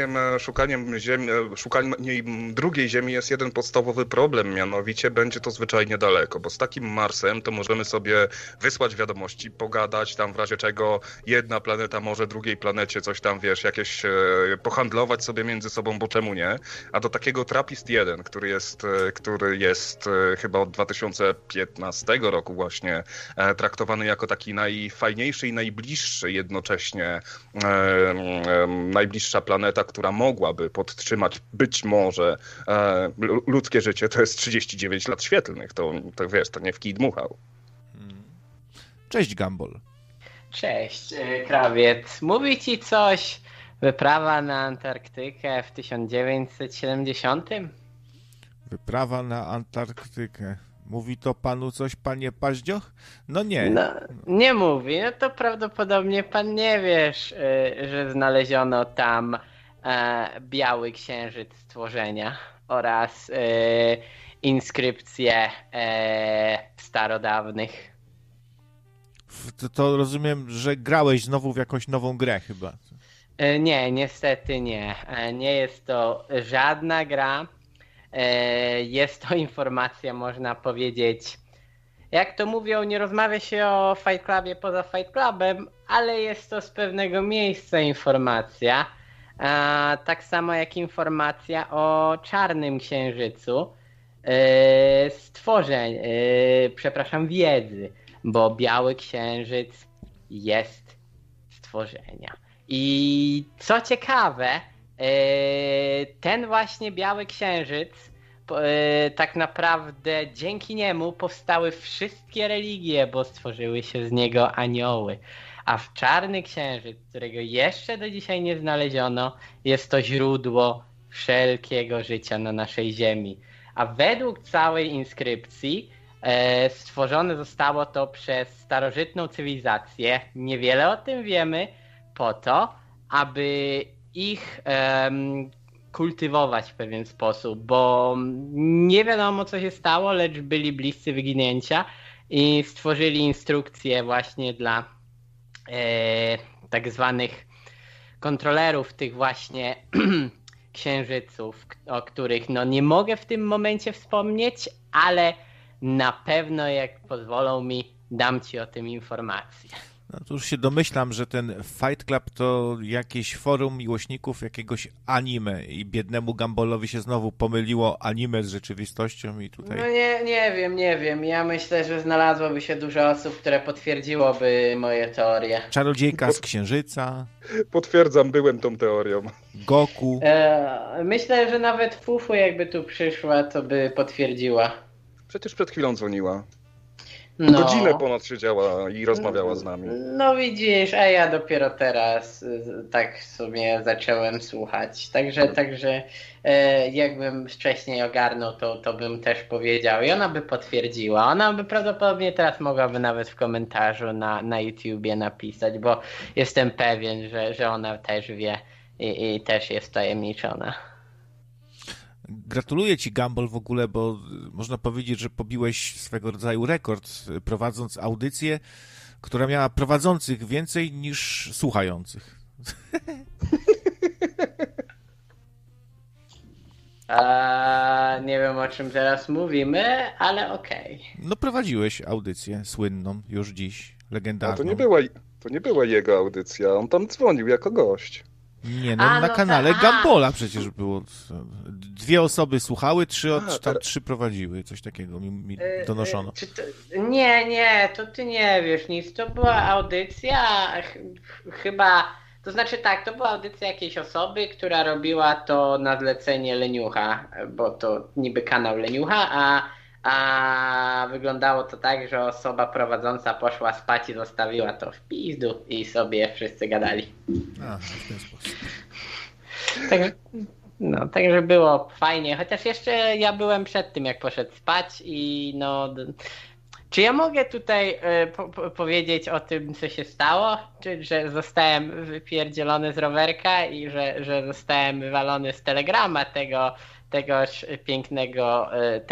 szukaniem drugiej Ziemi jest jeden podstawowy problem, mianowicie będzie to zwyczajnie daleko, bo z takim Marsem to możemy sobie wysłać wiadomości, pogadać tam w razie czego jedna planeta może drugiej planecie coś tam, wiesz, jakieś pohandlować sobie między sobą, bo czemu nie? A do takiego TRAPPIST-1, który jest chyba od 2015 roku właśnie traktowany jako taki najfajniejszy i najbliższy jednocześnie najbliższa planeta, która mogłaby podtrzymać być może ludzkie życie, to jest 39 lat świetlnych. To wiesz, to nie w kij dmuchał. Cześć, Gumball. Cześć, krawiec. Mówi ci coś wyprawa na Antarktykę w 1970? Wyprawa na Antarktykę. Mówi to panu coś, panie Paździoch? No nie. No, nie mówi. No to prawdopodobnie pan nie wiesz, że znaleziono tam biały księżyc stworzenia oraz inskrypcje starodawnych. To rozumiem, że grałeś znowu w jakąś nową grę chyba. Nie, niestety nie. Nie jest to żadna gra. Jest to informacja, można powiedzieć, jak to mówią, nie rozmawia się o Fight Clubie poza Fight Clubem, ale jest to z pewnego miejsca informacja, tak samo jak informacja o czarnym księżycu, wiedzy, bo biały księżyc jest stworzenia. I co ciekawe, ten właśnie biały księżyc, tak naprawdę dzięki niemu powstały wszystkie religie, bo stworzyły się z niego anioły. A w czarny księżyc, którego jeszcze do dzisiaj nie znaleziono, jest to źródło wszelkiego życia na naszej ziemi. A według całej inskrypcji stworzone zostało to przez starożytną cywilizację. Niewiele o tym wiemy, po to, aby ich kultywować w pewien sposób, bo nie wiadomo co się stało, lecz byli bliscy wyginięcia i stworzyli instrukcje właśnie dla tak zwanych kontrolerów tych właśnie księżyców, o których no nie mogę w tym momencie wspomnieć, ale na pewno jak pozwolą mi, dam ci o tym informację. No to już się domyślam, że ten Fight Club to jakieś forum miłośników jakiegoś anime i biednemu Gumbalowi się znowu pomyliło anime z rzeczywistością i tutaj... No nie wiem. Ja myślę, że znalazłoby się dużo osób, które potwierdziłoby moje teorie. Czarodziejka z Księżyca. Potwierdzam, byłem tą teorią. Goku. Myślę, że nawet Fufu jakby tu przyszła, to by potwierdziła. Przecież przed chwilą dzwoniła. No. Godzinę ponad siedziała i rozmawiała z nami. No widzisz, a ja dopiero teraz tak w sumie zacząłem słuchać. Także jakbym wcześniej ogarnął, to bym też powiedział i ona by potwierdziła. Ona by prawdopodobnie teraz mogłaby nawet w komentarzu na YouTubie napisać, bo jestem pewien, że ona też wie i też jest tajemniczona. Gratuluję ci, Gumball, w ogóle, bo można powiedzieć, że pobiłeś swego rodzaju rekord, prowadząc audycję, która miała prowadzących więcej niż słuchających. Nie wiem, o czym teraz mówimy, ale okej. No prowadziłeś audycję słynną już dziś, legendarną. A to nie była jego audycja, on tam dzwonił jako gość. Nie, no na kanale Gumballa przecież było. 2 osoby słuchały, 3 prowadziły. Coś takiego mi donoszono. Nie, to ty nie wiesz nic. To była audycja chyba... To znaczy tak, to była audycja jakiejś osoby, która robiła to na zlecenie Leniucha, bo to niby kanał Leniucha, a wyglądało to tak, że osoba prowadząca poszła spać i zostawiła to w pizdu i sobie wszyscy gadali. Aha, w ten sposób. Także było fajnie, chociaż jeszcze ja byłem przed tym, jak poszedł spać i no... Czy ja mogę tutaj powiedzieć o tym, co się stało? Czy że zostałem wypierdzielony z rowerka i że zostałem wywalony z Telegrama tegoż pięknego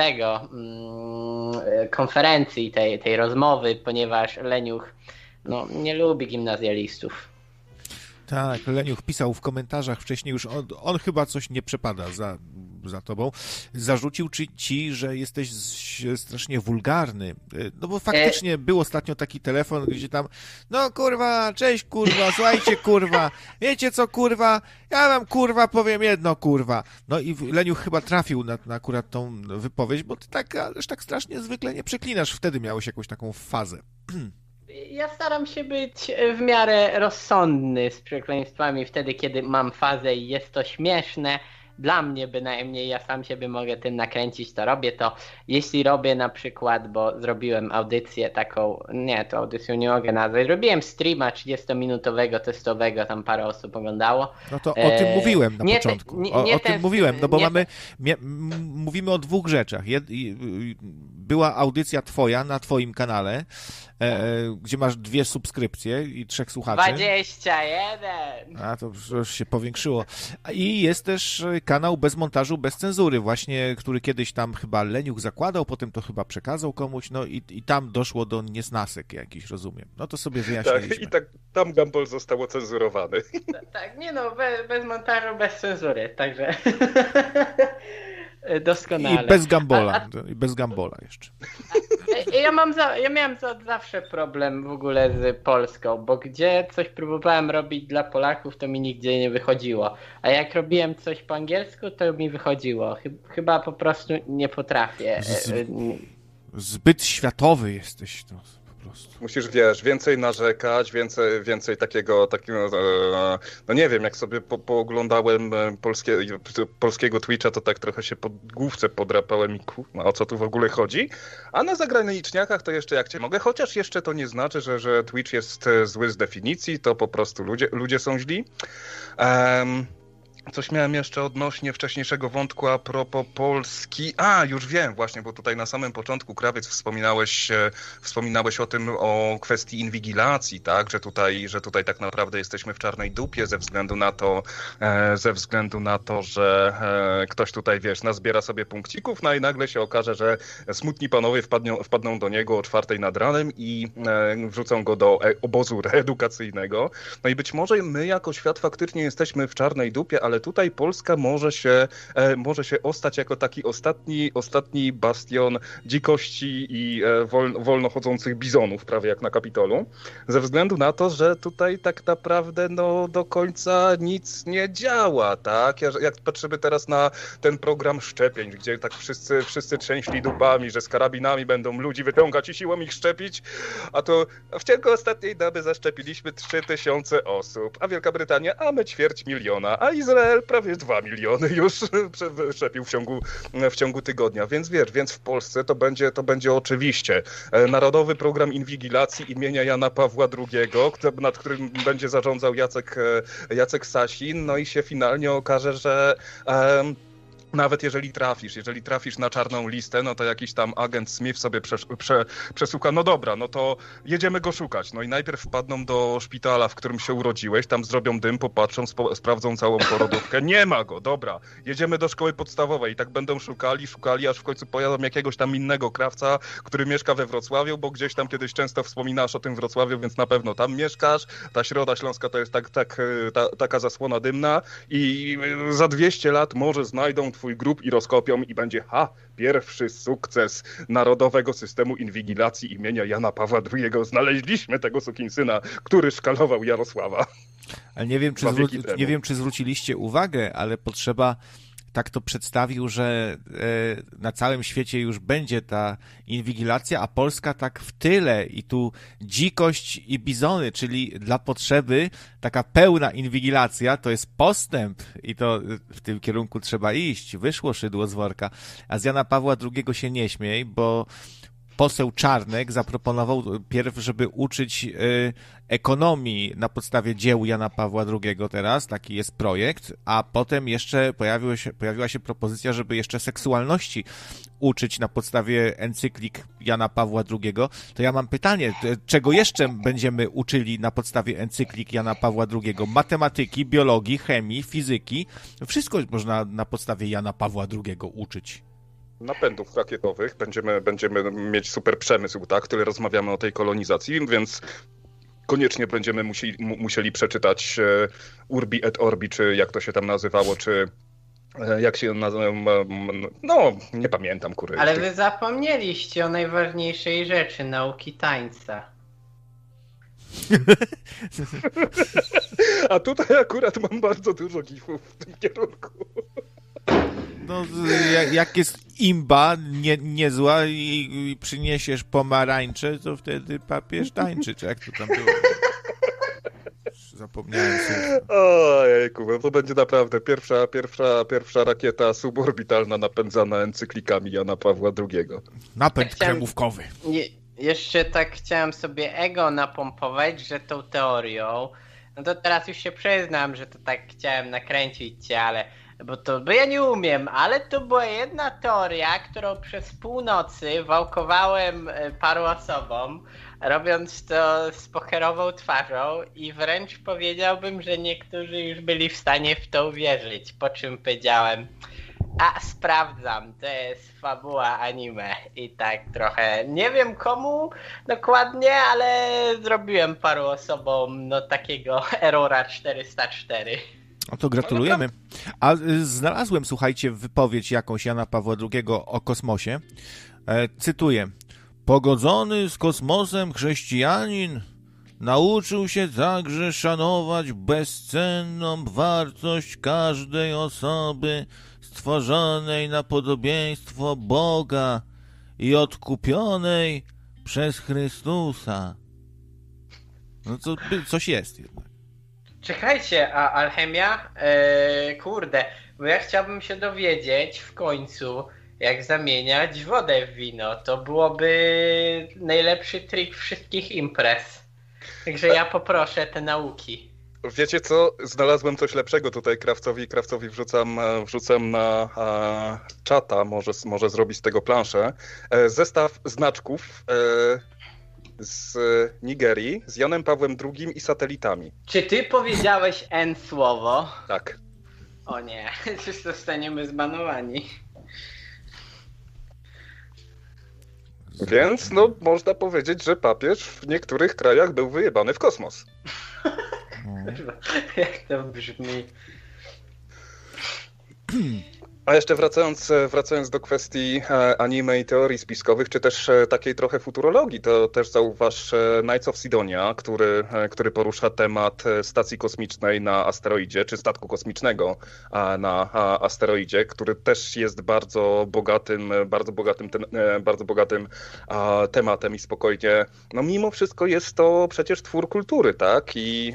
konferencji, tej rozmowy, ponieważ Leniuch nie lubi gimnazjalistów. Tak, Leniuch pisał w komentarzach wcześniej już, on chyba coś nie przepada za tobą. Zarzucił ci, że jesteś strasznie wulgarny. No bo faktycznie był ostatnio taki telefon, gdzie tam no kurwa, cześć kurwa, słuchajcie kurwa, wiecie co kurwa, ja wam kurwa powiem jedno kurwa. No i Leniuch chyba trafił na akurat tą wypowiedź, bo ty tak strasznie zwykle nie przeklinasz. Wtedy miałeś jakąś taką fazę. Ja staram się być w miarę rozsądny z przekleństwami wtedy, kiedy mam fazę i jest to śmieszne. Dla mnie bynajmniej, ja sam siebie mogę tym nakręcić, to robię to. Jeśli robię na przykład, bo zrobiłem audycję taką, nie, to audycją nie mogę nazwać, robiłem streama 30-minutowego testowego, tam parę osób oglądało. No to o tym mówiłem na początku. O tym mówiłem, no bo mówimy o 2 rzeczach. Była audycja twoja na twoim kanale, gdzie masz 2 subskrypcje i 3 słuchaczy. 21! A to już się powiększyło. I jest też kanał bez montażu, bez cenzury, właśnie, który kiedyś tam chyba Leniuch zakładał, potem to chyba przekazał komuś, no i tam doszło do niesnasek jakiś, rozumiem. No to sobie wyjaśniliśmy. Tak, i tak tam Gumball został ocenzurowany. Tak, nie no, bez montażu, bez cenzury, także doskonale. I bez Gumballa, i bez Gumballa jeszcze. Ja miałem zawsze problem w ogóle z Polską, bo gdzie coś próbowałem robić dla Polaków, to mi nigdzie nie wychodziło. A jak robiłem coś po angielsku, to mi wychodziło. Chyba po prostu nie potrafię. Zbyt światowy jesteś, to po prostu. Musisz, więcej narzekać, więcej takiego, no nie wiem, jak sobie pooglądałem polskiego Twitcha, to tak trochę się po główce podrapałem i kurwa, o co tu w ogóle chodzi. A na zagraniczniakach to jeszcze jak cię mogę, chociaż jeszcze to nie znaczy, że Twitch jest zły z definicji, to po prostu ludzie są źli. Coś miałem jeszcze odnośnie wcześniejszego wątku a propos Polski. Już wiem właśnie, bo tutaj na samym początku, Krawiec, wspominałeś o tym, o kwestii inwigilacji, tak? Że tutaj tak naprawdę jesteśmy w czarnej dupie ze względu na to, że ktoś tutaj, nazbiera sobie punkcików, no i nagle się okaże, że smutni panowie wpadną do niego o 4:00 nad ranem i wrzucą go do obozu reedukacyjnego. No i być może my jako świat faktycznie jesteśmy w czarnej dupie, ale ale tutaj Polska może się ostać jako taki ostatni bastion dzikości i wolno chodzących bizonów, prawie jak na Kapitolu, ze względu na to, że tutaj tak naprawdę do końca nic nie działa, tak? Jak patrzymy teraz na ten program szczepień, gdzie tak wszyscy trzęśli dupami, że z karabinami będą ludzi wyciągać i siłą ich szczepić, a to w ciągu ostatniej doby zaszczepiliśmy 3000 osób, a Wielka Brytania, a my 250 000, a Izrael prawie 2 miliony już szczepił w ciągu tygodnia, więc w Polsce to będzie oczywiście Narodowy Program Inwigilacji imienia Jana Pawła II, nad którym będzie zarządzał Jacek Sasin, no i się finalnie okaże, że nawet jeżeli trafisz na czarną listę, no to jakiś tam agent Smith sobie przesłucha, no dobra, no to jedziemy go szukać. No i najpierw wpadną do szpitala, w którym się urodziłeś, tam zrobią dym, popatrzą, sprawdzą całą porodówkę. Nie ma go, dobra, jedziemy do szkoły podstawowej i tak będą szukali, aż w końcu pojadą jakiegoś tam innego krawca, który mieszka we Wrocławiu, bo gdzieś tam kiedyś często wspominasz o tym Wrocławiu, więc na pewno tam mieszkasz. Ta Środa Śląska to jest taka zasłona dymna i za 200 lat może znajdą twój grób i rozkopią i będzie pierwszy sukces narodowego systemu inwigilacji imienia Jana Pawła II. Znaleźliśmy tego sukinsyna, który szkalował Jarosława. Ale nie wiem, czy zwróciliście uwagę, ale Potrzeba tak to przedstawił, że na całym świecie już będzie ta inwigilacja, a Polska tak w tyle i tu dzikość i bizony, czyli dla Potrzeby taka pełna inwigilacja to jest postęp i to w tym kierunku trzeba iść. Wyszło szydło z worka. A z Jana Pawła II się nie śmiej, bo poseł Czarnek zaproponował pierw, żeby uczyć ekonomii na podstawie dzieł Jana Pawła II teraz, taki jest projekt, a potem jeszcze pojawiła się propozycja, żeby jeszcze seksualności uczyć na podstawie encyklik Jana Pawła II. To ja mam pytanie, czego jeszcze będziemy uczyli na podstawie encyklik Jana Pawła II? Matematyki, biologii, chemii, fizyki, wszystko można na podstawie Jana Pawła II uczyć. Napędów rakietowych, będziemy mieć super przemysł, tak, tyle rozmawiamy o tej kolonizacji, więc koniecznie będziemy musieli przeczytać Urbi et Orbi, czy jak to się tam nazywało, czy jak się nazywa, no nie pamiętam, Ale wy zapomnieliście o najważniejszej rzeczy, nauki tańca. A tutaj akurat mam bardzo dużo gifów w tym kierunku. No, jak jest imba niezła i przyniesiesz pomarańcze, to wtedy papież tańczy, czy jak to tam było? Zapomniałem sobie. Ojejku, to będzie naprawdę pierwsza rakieta suborbitalna napędzana encyklikami Jana Pawła II. Napęd kremówkowy. Jeszcze tak chciałem sobie ego napompować, że tą teorią, no to teraz już się przyznam, że to tak chciałem nakręcić cię, ale bo ja nie umiem, ale to była jedna teoria, którą przez północy wałkowałem paru osobom, robiąc to z pokerową twarzą i wręcz powiedziałbym, że niektórzy już byli w stanie w to uwierzyć, po czym powiedziałem, sprawdzam, to jest fabuła anime i tak trochę, nie wiem komu dokładnie, ale zrobiłem paru osobom takiego errora 404. No to gratulujemy. A znalazłem, słuchajcie, wypowiedź jakąś Jana Pawła II o kosmosie. Cytuję. Pogodzony z kosmosem chrześcijanin nauczył się także szanować bezcenną wartość każdej osoby stworzonej na podobieństwo Boga i odkupionej przez Chrystusa. No to coś jest jednak. Czekajcie, a alchemia? Kurde, bo ja chciałbym się dowiedzieć w końcu, jak zamieniać wodę w wino. To byłoby najlepszy trik wszystkich imprez. Także ja poproszę te nauki. Wiecie co? Znalazłem coś lepszego tutaj Krawcowi wrzucam na czata, może zrobić z tego planszę. Zestaw znaczków z Nigerii, z Janem Pawłem II i satelitami. Czy ty powiedziałeś N słowo? Tak. O nie, już zostaniemy zbanowani. Więc można powiedzieć, że papież w niektórych krajach był wyjebany w kosmos. Jak to brzmi? A jeszcze wracając do kwestii anime i teorii spiskowych, czy też takiej trochę futurologii, to też zauważ Knights of Sidonia, który porusza temat stacji kosmicznej na asteroidzie, czy statku kosmicznego na asteroidzie, który też jest bardzo bogatym tematem i spokojnie, no mimo wszystko jest to przecież twór kultury, tak? I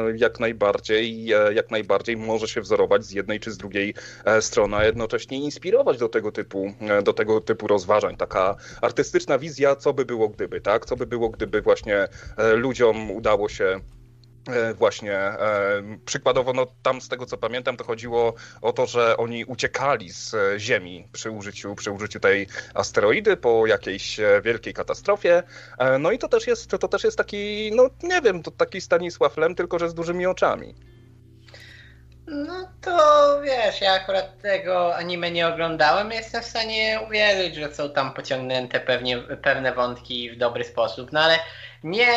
jak najbardziej może się wzorować z jednej czy z drugiej strony, jednocześnie inspirować do tego typu rozważań. Taka artystyczna wizja, co by było gdyby, tak? Co by było gdyby właśnie ludziom udało się właśnie przykładowo, no tam z tego co pamiętam, to chodziło o to, że oni uciekali z Ziemi przy użyciu tej asteroidy po jakiejś wielkiej katastrofie. No i to też jest taki, no nie wiem, to taki Stanisław Lem, tylko że z dużymi oczami. No to wiesz, ja akurat tego anime nie oglądałem, jestem w stanie uwierzyć, że są tam pociągnięte pewne wątki w dobry sposób, no ale nie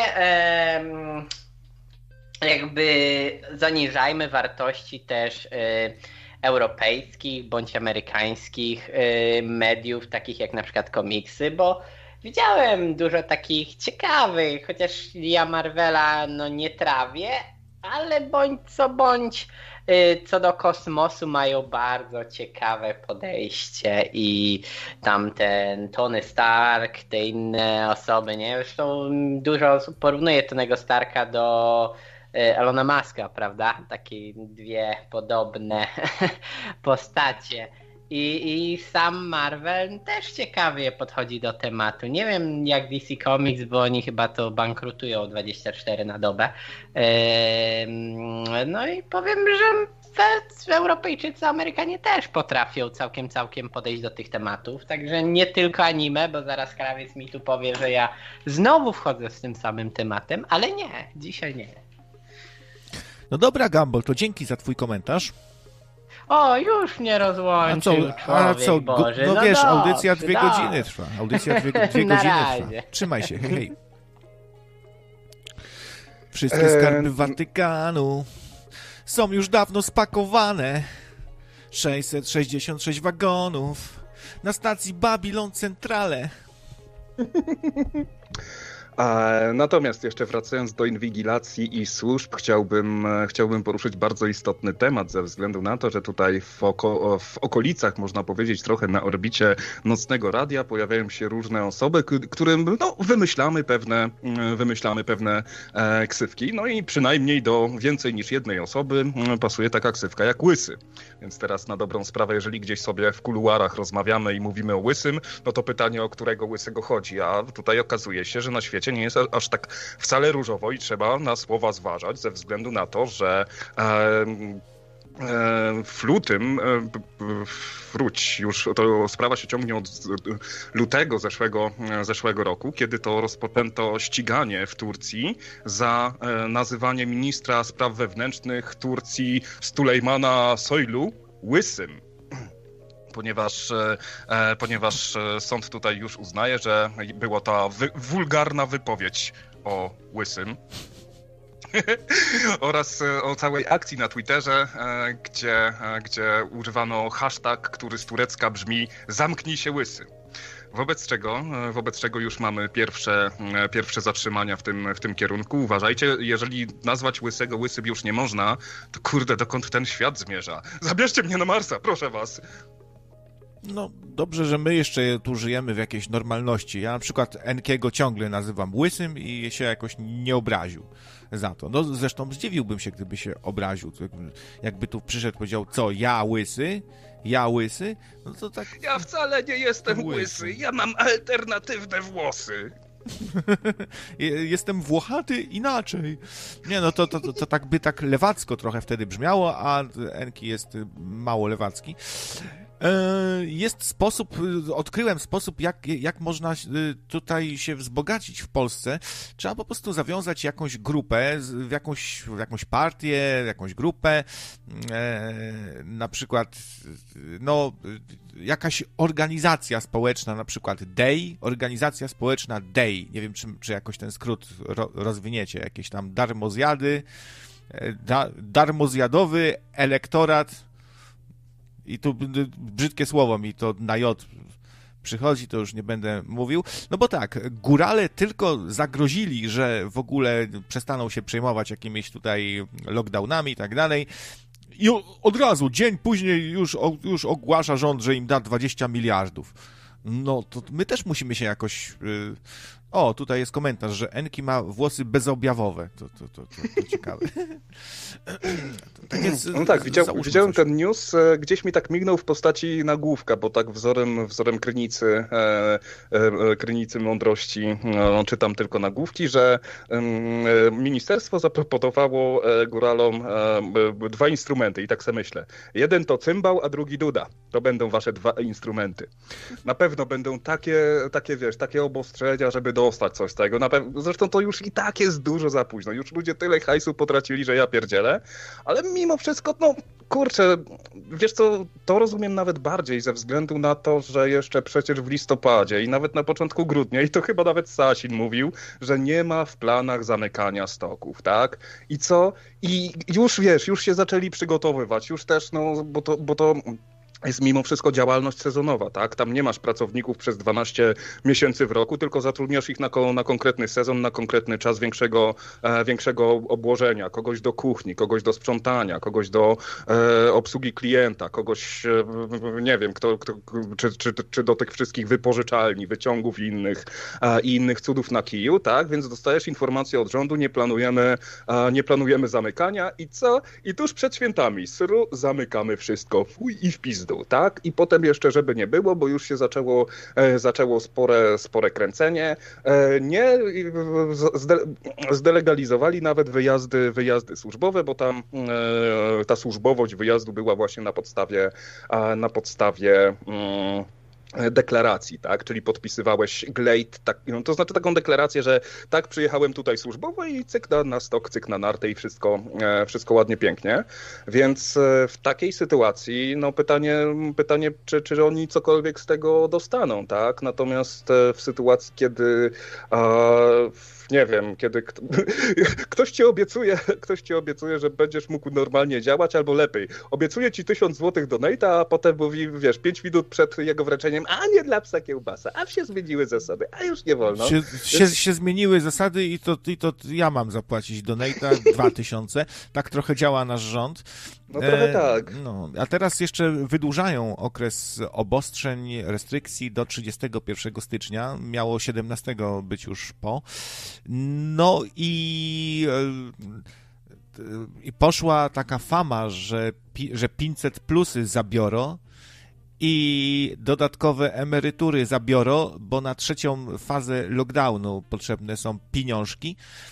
jakby zaniżajmy wartości też europejskich bądź amerykańskich mediów, takich jak na przykład komiksy, bo widziałem dużo takich ciekawych, chociaż ja Marvela no nie trawię, ale bądź co bądź co do kosmosu mają bardzo ciekawe podejście i tamten Tony Stark, te inne osoby, nie? Zresztą dużo osób porównuje Tonego Starka do Elona Muska, prawda? Takie dwie podobne postacie. I sam Marvel też ciekawie podchodzi do tematu. Nie wiem jak DC Comics, bo oni chyba to bankrutują 24 na dobę. No i powiem, że Europejczycy, Amerykanie też potrafią całkiem podejść do tych tematów. Także nie tylko anime, bo zaraz krawiec mi tu powie, że ja znowu wchodzę z tym samym tematem, ale nie, dzisiaj nie. No dobra, Gumball, to dzięki za twój komentarz. O, już mnie rozłączył człowiek Boży. No wiesz, dobrze, audycja 2 godziny trwa. Audycja 2 godziny trwa. razie. Trzymaj się, hej. Wszystkie skarby Watykanu są już dawno spakowane. 666 wagonów na stacji Babylon Centrale. Natomiast jeszcze wracając do inwigilacji i służb, chciałbym poruszyć bardzo istotny temat ze względu na to, że tutaj w okolicach, można powiedzieć, trochę na orbicie nocnego radia pojawiają się różne osoby, którym no, wymyślamy pewne ksywki. No i przynajmniej do więcej niż jednej osoby pasuje taka ksywka jak Łysy. Więc teraz na dobrą sprawę, jeżeli gdzieś sobie w kuluarach rozmawiamy i mówimy o Łysym, no to pytanie, o którego Łysego chodzi, a tutaj okazuje się, że na świecie nie jest aż tak wcale różowo i trzeba na słowa zważać ze względu na to, że w lutym, to sprawa się ciągnie od lutego zeszłego roku, kiedy to rozpoczęto ściganie w Turcji za nazywanie ministra spraw wewnętrznych Turcji Sulejmana Soylu Łysym. Ponieważ sąd tutaj już uznaje, że była ta wulgarna wypowiedź o Łysym. Oraz o całej akcji na Twitterze, gdzie używano hashtag, który z turecka brzmi "zamknij się Łysy". Wobec czego już mamy pierwsze zatrzymania w tym kierunku. Uważajcie, jeżeli nazwać Łysego Łysym już nie można, to kurde, dokąd ten świat zmierza? Zabierzcie mnie na Marsa, proszę was! No, dobrze, że my jeszcze tu żyjemy w jakiejś normalności. Ja na przykład Enkiego ciągle nazywam Łysym i się jakoś nie obraził za to. No, zresztą zdziwiłbym się, gdyby się obraził. Jakby tu przyszedł i powiedział, co, ja Łysy? Ja Łysy? No to tak... Ja wcale nie jestem łysy, ja mam alternatywne włosy. Jestem włochaty inaczej. Nie, no to tak lewacko trochę wtedy brzmiało, a Enki jest mało lewacki. Odkryłem sposób, jak można tutaj się wzbogacić w Polsce. Trzeba po prostu zawiązać jakąś grupę, jakąś partię, jakąś grupę, na przykład no, jakaś organizacja społeczna, na przykład organizacja społeczna DEI. Nie wiem, czy jakoś ten skrót rozwiniecie, jakieś tam darmozjady, darmozjadowy elektorat i tu brzydkie słowo mi to na J przychodzi, to już nie będę mówił. No bo tak, górale tylko zagrozili, że w ogóle przestaną się przejmować jakimiś tutaj lockdownami i tak dalej. I od razu, dzień później już ogłasza rząd, że im da 20 miliardów. No to my też musimy się jakoś... O, tutaj jest komentarz, że Enki ma włosy bezobjawowe. To ciekawe. Tak więc, no tak, widziałem ten news, gdzieś mi tak mignął w postaci nagłówka, bo tak wzorem krynicy mądrości czytam tylko nagłówki, że ministerstwo zaproponowało góralom 2 instrumenty i tak sobie myślę. Jeden to cymbał, a drugi duda. To będą wasze 2 instrumenty. Na pewno będą takie obostrzenia, żeby dostać coś z tego. Zresztą to już i tak jest dużo za późno. Już ludzie tyle hajsu potracili, że ja pierdzielę. Ale mimo wszystko, no kurczę, wiesz co, to rozumiem nawet bardziej ze względu na to, że jeszcze przecież w listopadzie i nawet na początku grudnia, i to chyba nawet Sasin mówił, że nie ma w planach zamykania stoków, tak? I co? I już się zaczęli przygotowywać, już też, no, bo to jest mimo wszystko działalność sezonowa, tak? Tam nie masz pracowników przez 12 miesięcy w roku, tylko zatrudniasz ich na konkretny sezon, na konkretny czas większego obłożenia, kogoś do kuchni, kogoś do sprzątania, kogoś do obsługi klienta, kogoś, nie wiem, czy do tych wszystkich wypożyczalni, wyciągów i innych cudów na kiju, tak? Więc dostajesz informację od rządu, nie planujemy zamykania i co? I tuż przed świętami zamykamy wszystko, fuj i w pizdu. Tak? I potem jeszcze, żeby nie było, bo już się zaczęło spore kręcenie, zdelegalizowali nawet wyjazdy służbowe, bo tam ta służbowość wyjazdu była właśnie na podstawie deklaracji, tak? Czyli podpisywałeś glejt, tak, no, to znaczy taką deklarację, że tak, przyjechałem tutaj służbowo i cyk na stok, cyk na nartę i wszystko ładnie, pięknie. Więc w takiej sytuacji, no pytanie czy oni cokolwiek z tego dostaną, tak? Natomiast w sytuacji, kiedy nie wiem, kiedy ktoś ci obiecuje, że będziesz mógł normalnie działać, albo lepiej, obiecuje ci 1000 złotych donate'a, a potem mówi, wiesz, 5 minut przed jego wręczeniem, a nie dla psa kiełbasa, a się zmieniły zasady, a już nie wolno. Się zmieniły zasady i to ja mam zapłacić donate'a 2000, tak trochę działa nasz rząd. No trochę tak. No, a teraz jeszcze wydłużają okres obostrzeń, restrykcji do 31 stycznia. Miało 17 być już po. No i poszła taka fama, że 500 plusy zabiorą i dodatkowe emerytury zabiorą, bo na 3. fazę lockdownu potrzebne są pieniążki.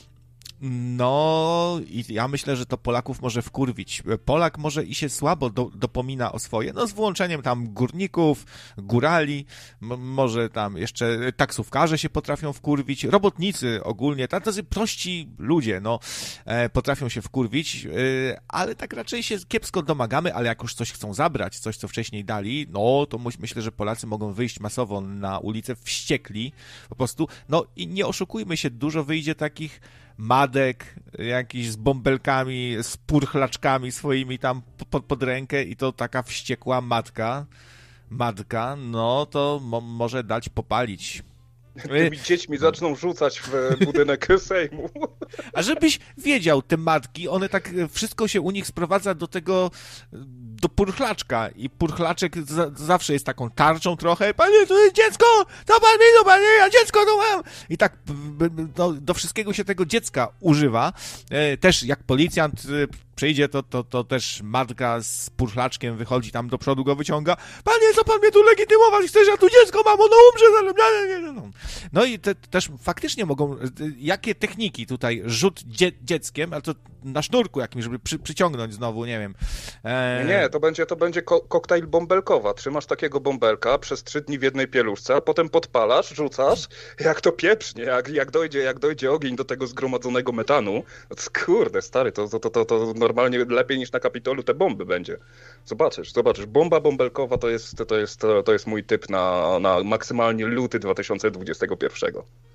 No i ja myślę, że to Polaków może wkurwić. Polak może i się słabo dopomina o swoje, no z wyłączeniem tam górników, górali, może tam jeszcze taksówkarze się potrafią wkurwić, robotnicy ogólnie, tacy prości ludzie, no, potrafią się wkurwić, ale tak raczej się kiepsko domagamy, ale jak już coś chcą zabrać, coś co wcześniej dali, no to myślę, że Polacy mogą wyjść masowo na ulicę wściekli, po prostu, no i nie oszukujmy się, dużo wyjdzie takich madek, jakiś z bąbelkami, z purchlaczkami swoimi tam pod rękę i to taka wściekła matka, no to może dać popalić. Tymi dziećmi zaczną rzucać w budynek Sejmu. A żebyś wiedział, te matki, one tak, wszystko się u nich sprowadza do purchlaczka i purchlaczek zawsze jest taką tarczą trochę. Panie, to jest dziecko! To pan mi, panie, ja dziecko tu mam! I tak do wszystkiego się tego dziecka używa. Też jak policjant przyjdzie, to też matka z purchlaczkiem wychodzi tam do przodu, go wyciąga. Panie, co pan mnie tu legitymować? Chcesz, ja tu dziecko mam, ono umrze. No i też faktycznie mogą, jakie techniki tutaj, rzut dzieckiem, ale to na sznurku jakimś, żeby przyciągnąć znowu, nie wiem. Nie, to będzie koktajl bąbelkowa. Trzymasz takiego bąbelka przez 3 dni w jednej pieluszce, a potem podpalasz, rzucasz, jak to pieprznie, jak dojdzie ogień do tego zgromadzonego metanu. Kurde, stary, to normalnie lepiej niż na Kapitolu te bomby będzie. Zobaczysz. Bomba bąbelkowa to jest mój typ na maksymalnie luty 2021.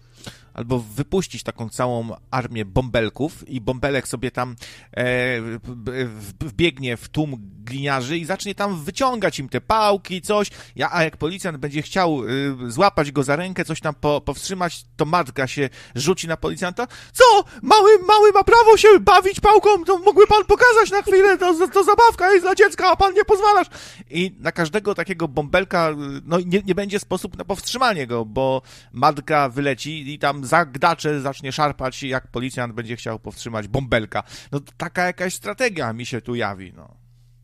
albo wypuścić taką całą armię bąbelków i bąbelek sobie tam wbiegnie w tłum gliniarzy i zacznie tam wyciągać im te pałki, coś, a jak policjant będzie chciał złapać go za rękę, coś tam powstrzymać, to matka się rzuci na policjanta. Co? Mały ma prawo się bawić pałką, to mógłby pan pokazać na chwilę, to zabawka jest dla dziecka, a pan nie pozwalasz. I na każdego takiego bąbelka, no nie będzie sposób na powstrzymanie go, bo matka wyleci i tam zagdacze zacznie szarpać, jak policjant będzie chciał powstrzymać bąbelka. No taka jakaś strategia mi się tu jawi, no.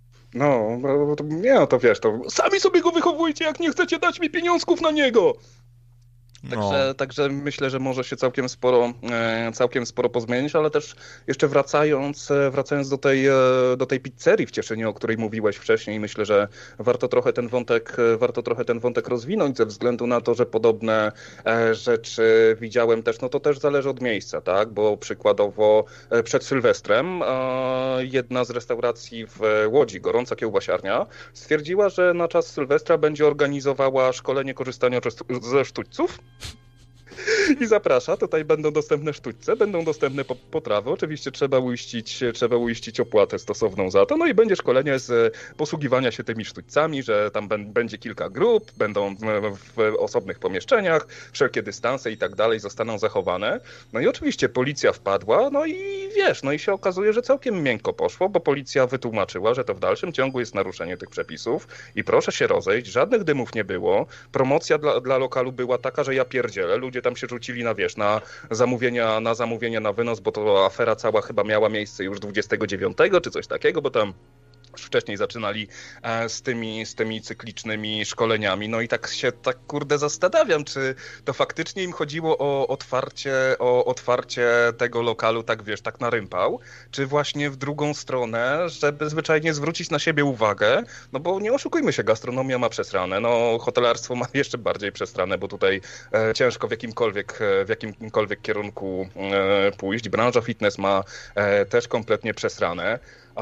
To wiesz, to sami sobie go wychowujcie, jak nie chcecie dać mi pieniążków na niego. Także myślę, że może się całkiem sporo pozmienić, ale też jeszcze wracając do tej pizzerii w Cieszynie, o której mówiłeś wcześniej, myślę, że warto trochę ten wątek rozwinąć ze względu na to, że podobne rzeczy widziałem też, no to też zależy od miejsca, tak, bo przykładowo przed Sylwestrem jedna z restauracji w Łodzi, Gorąca Kiełbasiarnia, stwierdziła, że na czas Sylwestra będzie organizowała szkolenie korzystania ze sztućców. I zaprasza, tutaj będą dostępne sztućce, będą dostępne potrawy, oczywiście trzeba uiścić opłatę stosowną za to, no i będzie szkolenie z posługiwania się tymi sztućcami, że tam będzie kilka grup, będą w osobnych pomieszczeniach, wszelkie dystanse i tak dalej zostaną zachowane. No i oczywiście policja wpadła, no i wiesz, no i się okazuje, że całkiem miękko poszło, bo policja wytłumaczyła, że to w dalszym ciągu jest naruszenie tych przepisów i proszę się rozejść, żadnych dymów nie było, promocja dla lokalu była taka, że ja pierdzielę, ludzie tam się rzucili na zamówienia na wynos, bo to afera cała chyba miała miejsce już 29 czy coś takiego, bo tam wcześniej zaczynali z tymi cyklicznymi szkoleniami. No i tak kurde zastanawiam, czy to faktycznie im chodziło o otwarcie tego lokalu, tak wiesz, tak na rympał, czy właśnie w drugą stronę, żeby zwyczajnie zwrócić na siebie uwagę, no bo nie oszukujmy się, gastronomia ma przesrane, no hotelarstwo ma jeszcze bardziej przesrane, bo tutaj ciężko w jakimkolwiek kierunku pójść. Branża fitness ma też kompletnie przesrane.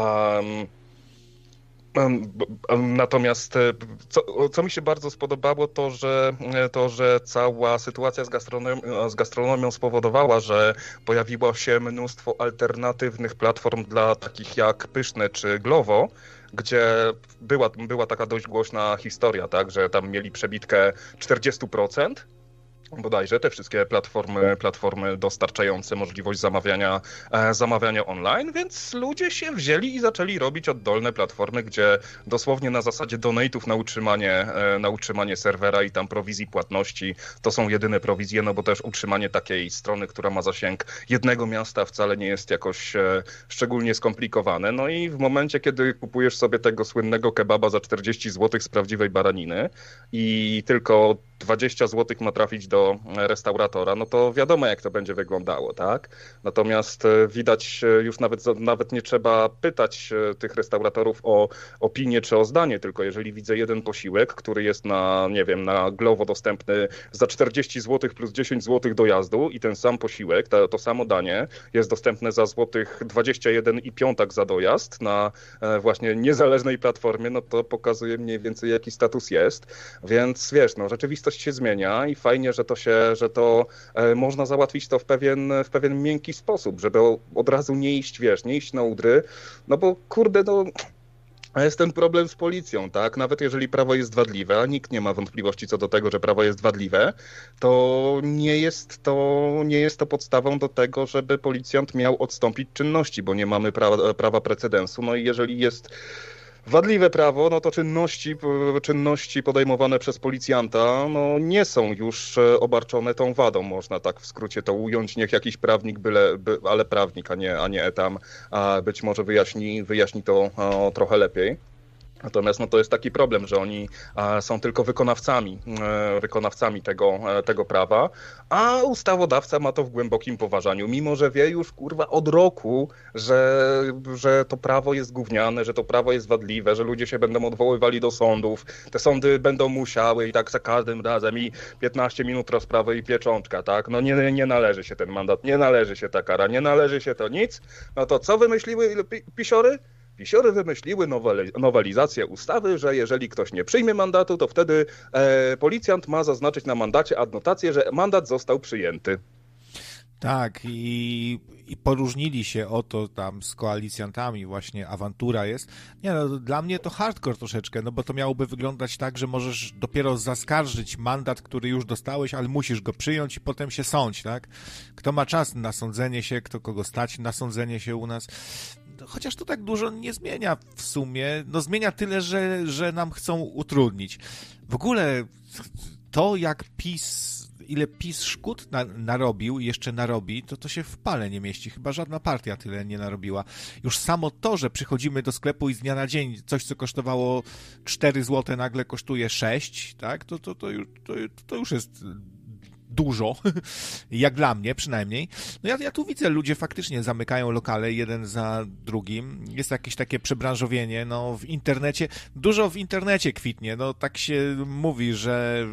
Natomiast co mi się bardzo spodobało, to, że cała sytuacja z gastronomią spowodowała, że pojawiło się mnóstwo alternatywnych platform dla takich jak Pyszne czy Glovo, gdzie była taka dość głośna historia, tak, że tam mieli przebitkę 40%. Bodajże te wszystkie platformy dostarczające możliwość zamawiania online, więc ludzie się wzięli i zaczęli robić oddolne platformy, gdzie dosłownie na zasadzie donate'ów na utrzymanie serwera i tam prowizji płatności to są jedyne prowizje, no bo też utrzymanie takiej strony, która ma zasięg jednego miasta wcale nie jest jakoś szczególnie skomplikowane. No i w momencie, kiedy kupujesz sobie tego słynnego kebaba za 40 zł z prawdziwej baraniny i tylko 20 zł ma trafić do restauratora, no to wiadomo, jak to będzie wyglądało, tak? Natomiast widać, już nawet nie trzeba pytać tych restauratorów o opinię czy o zdanie, tylko jeżeli widzę jeden posiłek, który jest na Glovo dostępny za 40 zł plus 10 zł dojazdu i ten sam posiłek, to samo danie jest dostępne za złotych 21,5 za dojazd na właśnie niezależnej platformie, no to pokazuje mniej więcej jaki status jest, więc wiesz, no rzeczywistość się zmienia i fajnie, że to można załatwić to w pewien miękki sposób, żeby od razu nie iść na udry, no bo kurde, no jest ten problem z policją, tak? Nawet jeżeli prawo jest wadliwe, a nikt nie ma wątpliwości co do tego, że prawo jest wadliwe, to nie jest to podstawą do tego, żeby policjant miał odstąpić czynności, bo nie mamy prawa precedensu. No i jeżeli jest wadliwe prawo, no to czynności podejmowane przez policjanta no nie są już obarczone tą wadą, można tak w skrócie to ująć. Niech jakiś prawnik, ale prawnik, a nie etam, być może wyjaśni to trochę lepiej. Natomiast no to jest taki problem, że oni są tylko wykonawcami tego prawa, a ustawodawca ma to w głębokim poważaniu, mimo że wie już kurwa od roku, że to prawo jest gówniane, że to prawo jest wadliwe, że ludzie się będą odwoływali do sądów, te sądy będą musiały i tak za każdym razem i 15 minut rozprawy i pieczątka, tak? No nie należy się ten mandat, nie należy się ta kara, nie należy się to nic. No to co wymyśliły pisiory? Pisiory wymyśliły nowelizację ustawy, że jeżeli ktoś nie przyjmie mandatu, to wtedy policjant ma zaznaczyć na mandacie adnotację, że mandat został przyjęty. Tak, i poróżnili się o to tam z koalicjantami, właśnie awantura jest. Nie no, dla mnie to hardcore troszeczkę, no bo to miałoby wyglądać tak, że możesz dopiero zaskarżyć mandat, który już dostałeś, ale musisz go przyjąć i potem się sądź, tak? Kto ma czas na sądzenie się, kto kogo stać na sądzenie się u nas. Chociaż to tak dużo nie zmienia w sumie. No zmienia tyle, że nam chcą utrudnić. W ogóle to, jak ile PiS szkód narobił i jeszcze narobi, to się w pale nie mieści. Chyba żadna partia tyle nie narobiła. Już samo to, że przychodzimy do sklepu i z dnia na dzień coś, co kosztowało 4 zł, nagle kosztuje 6, tak? To już jest dużo, jak dla mnie przynajmniej. No ja tu widzę, ludzie faktycznie zamykają lokale jeden za drugim. Jest jakieś takie przebranżowienie, no w internecie, dużo w internecie kwitnie, no tak się mówi, że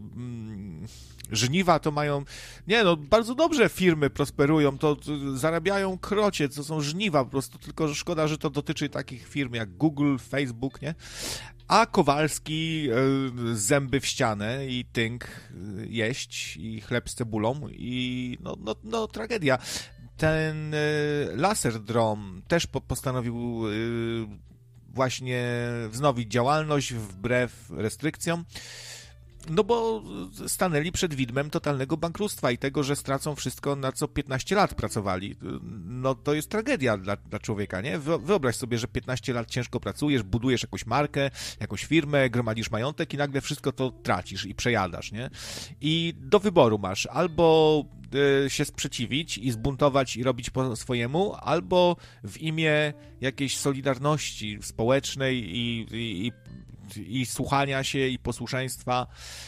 żniwa to mają, nie no, bardzo dobrze firmy prosperują, to zarabiają krocie, to są żniwa po prostu, tylko że szkoda, że to dotyczy takich firm jak Google, Facebook, nie? A Kowalski zęby w ścianę i tynk jeść i chleb z cebulą i no tragedia. Ten Laserdrome też postanowił właśnie wznowić działalność wbrew restrykcjom. No bo stanęli przed widmem totalnego bankructwa i tego, że stracą wszystko, na co 15 lat pracowali. No to jest tragedia dla człowieka, nie? Wyobraź sobie, że 15 lat ciężko pracujesz, budujesz jakąś markę, jakąś firmę, gromadzisz majątek i nagle wszystko to tracisz i przejadasz, nie? I do wyboru masz albo się sprzeciwić i zbuntować i robić po swojemu, albo w imię jakiejś solidarności społecznej i słuchania się i posłuszeństwa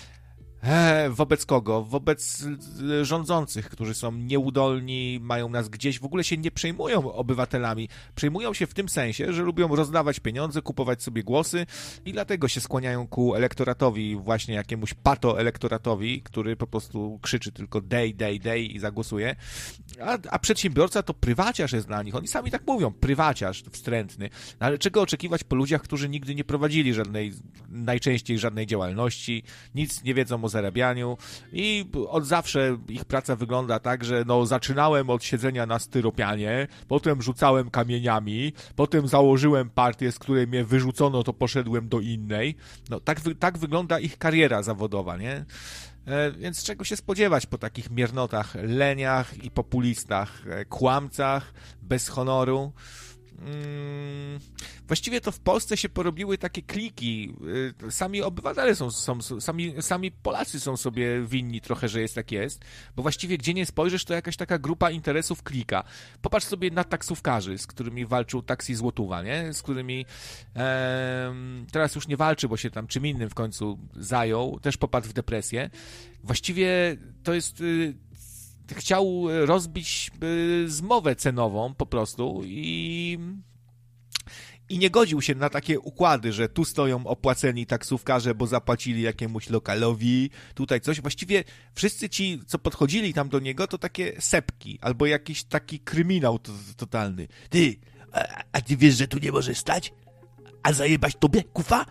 wobec kogo? Wobec rządzących, którzy są nieudolni, mają nas gdzieś, w ogóle się nie przejmują obywatelami. Przejmują się w tym sensie, że lubią rozdawać pieniądze, kupować sobie głosy i dlatego się skłaniają ku elektoratowi, właśnie jakiemuś pato-elektoratowi, który po prostu krzyczy tylko dej i zagłosuje. A przedsiębiorca to prywaciarz jest dla nich. Oni sami tak mówią, prywaciarz wstrętny. No ale czego oczekiwać po ludziach, którzy nigdy nie prowadzili najczęściej żadnej działalności, nic nie wiedzą o zarabianiu i od zawsze ich praca wygląda tak, że no zaczynałem od siedzenia na styropianie, potem rzucałem kamieniami, potem założyłem partię, z której mnie wyrzucono, to poszedłem do innej. No tak wygląda ich kariera zawodowa, nie? Więc czego się spodziewać po takich miernotach, leniach i populistach, kłamcach, bez honoru. Właściwie to w Polsce się porobiły takie kliki. Sami obywatele sami Polacy są sobie winni trochę, że jest tak jest, bo właściwie gdzie nie spojrzysz, to jakaś taka grupa interesów klika. Popatrz sobie na taksówkarzy, z którymi walczył Taksi Złotówa, nie? Z którymi teraz już nie walczy, bo się tam czym innym w końcu zajął, też popadł w depresję. Właściwie to jest chciał rozbić zmowę cenową po prostu i nie godził się na takie układy, że tu stoją opłaceni taksówkarze, bo zapłacili jakiemuś lokalowi, tutaj coś. Właściwie wszyscy ci, co podchodzili tam do niego, to takie sepki, albo jakiś taki kryminał totalny. Ty, a ty wiesz, że tu nie możesz stać? A zajebać tobie, kufa?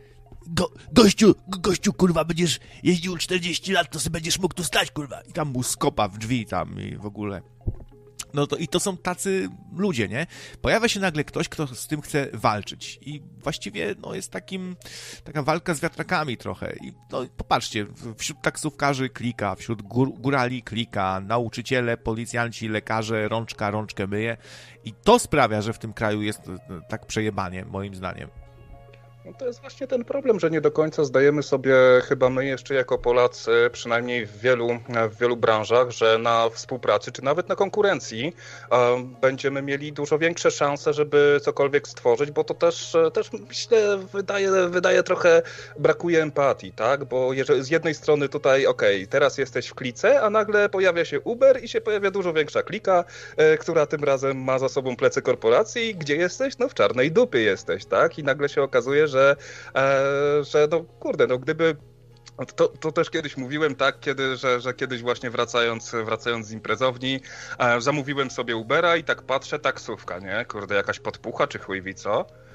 Gościu, kurwa, będziesz jeździł 40 lat, to sobie będziesz mógł tu stać, kurwa. I tam mu skopa w drzwi tam i w ogóle. No to i to są tacy ludzie, nie? Pojawia się nagle ktoś, kto z tym chce walczyć i właściwie no jest taka walka z wiatrakami trochę i no popatrzcie, wśród taksówkarzy klika, wśród górali klika, nauczyciele, policjanci, lekarze, rączkę myje i to sprawia, że w tym kraju jest tak przejebanie, moim zdaniem. No to jest właśnie ten problem, że nie do końca zdajemy sobie, chyba my jeszcze jako Polacy, przynajmniej w wielu branżach, że na współpracy, czy nawet na konkurencji będziemy mieli dużo większe szanse, żeby cokolwiek stworzyć, bo to też myślę, wydaje trochę, brakuje empatii, tak? Bo z jednej strony tutaj, teraz jesteś w klice, a nagle pojawia się Uber i się pojawia dużo większa klika, która tym razem ma za sobą plecy korporacji. Gdzie jesteś? No w czarnej dupie jesteś, tak? I nagle się okazuje, że no kurde, no gdyby to też kiedyś mówiłem, tak, że kiedyś właśnie wracając z imprezowni, zamówiłem sobie Ubera i tak patrzę, taksówka, nie? Kurde, jakaś podpucha czy chuj wie co?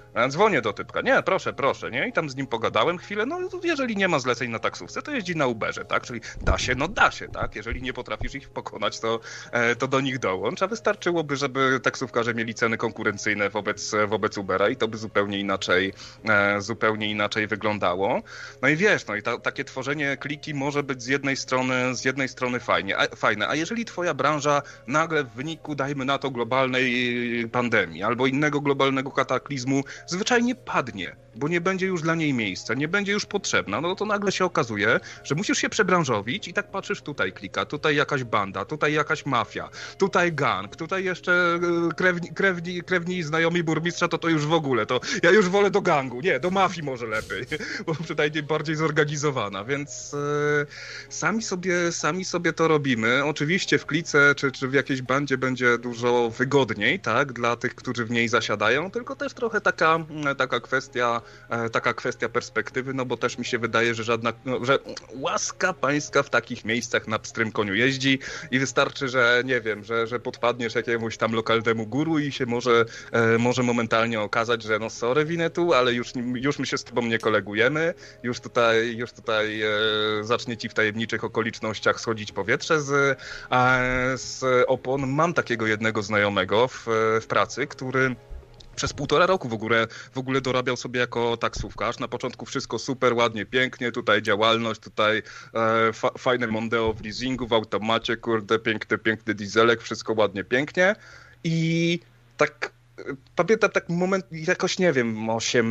Dzwonię do typka, nie, proszę, nie? I tam z nim pogadałem chwilę, no jeżeli nie ma zleceń na taksówce, to jeździ na Uberze, tak? Czyli da się, tak? Jeżeli nie potrafisz ich pokonać, to do nich dołącz, a wystarczyłoby, żeby taksówkarze mieli ceny konkurencyjne wobec Ubera i to by zupełnie inaczej wyglądało. No i wiesz, no i takie tworzenie kliki może być z jednej strony fajne, a jeżeli twoja branża nagle w wyniku, dajmy na to, globalnej pandemii albo innego globalnego kataklizmu zwyczajnie padnie, bo nie będzie już dla niej miejsca, nie będzie już potrzebna, no to nagle się okazuje, że musisz się przebranżowić i tak patrzysz, tutaj klika, tutaj jakaś banda, tutaj jakaś mafia, tutaj gang, tutaj jeszcze krewni znajomi burmistrza, to już w ogóle, to ja już wolę do gangu, nie, do mafii może lepiej, bo przynajmniej bardziej zorganizowana, więc sami sobie to robimy. Oczywiście w klice czy w jakiejś bandzie będzie dużo wygodniej, tak, dla tych, którzy w niej zasiadają, tylko też trochę taka kwestia perspektywy, no bo też mi się wydaje, że że łaska pańska w takich miejscach na pstrym koniu jeździ i wystarczy, że nie wiem, że podpadniesz jakiemuś tam lokalnemu guru i się może momentalnie okazać, że no sorry Winetu, ale już my się z tobą nie kolegujemy, już tutaj zacznie ci w tajemniczych okolicznościach schodzić powietrze z opon. Mam takiego jednego znajomego w pracy, który przez 1,5 roku w ogóle dorabiał sobie jako taksówkarz. Na początku wszystko super, ładnie, pięknie, tutaj działalność, tutaj fajne Mondeo w leasingu, w automacie, kurde, piękny dieselek, wszystko ładnie, pięknie. I tak pamiętam taki moment, jakoś nie wiem,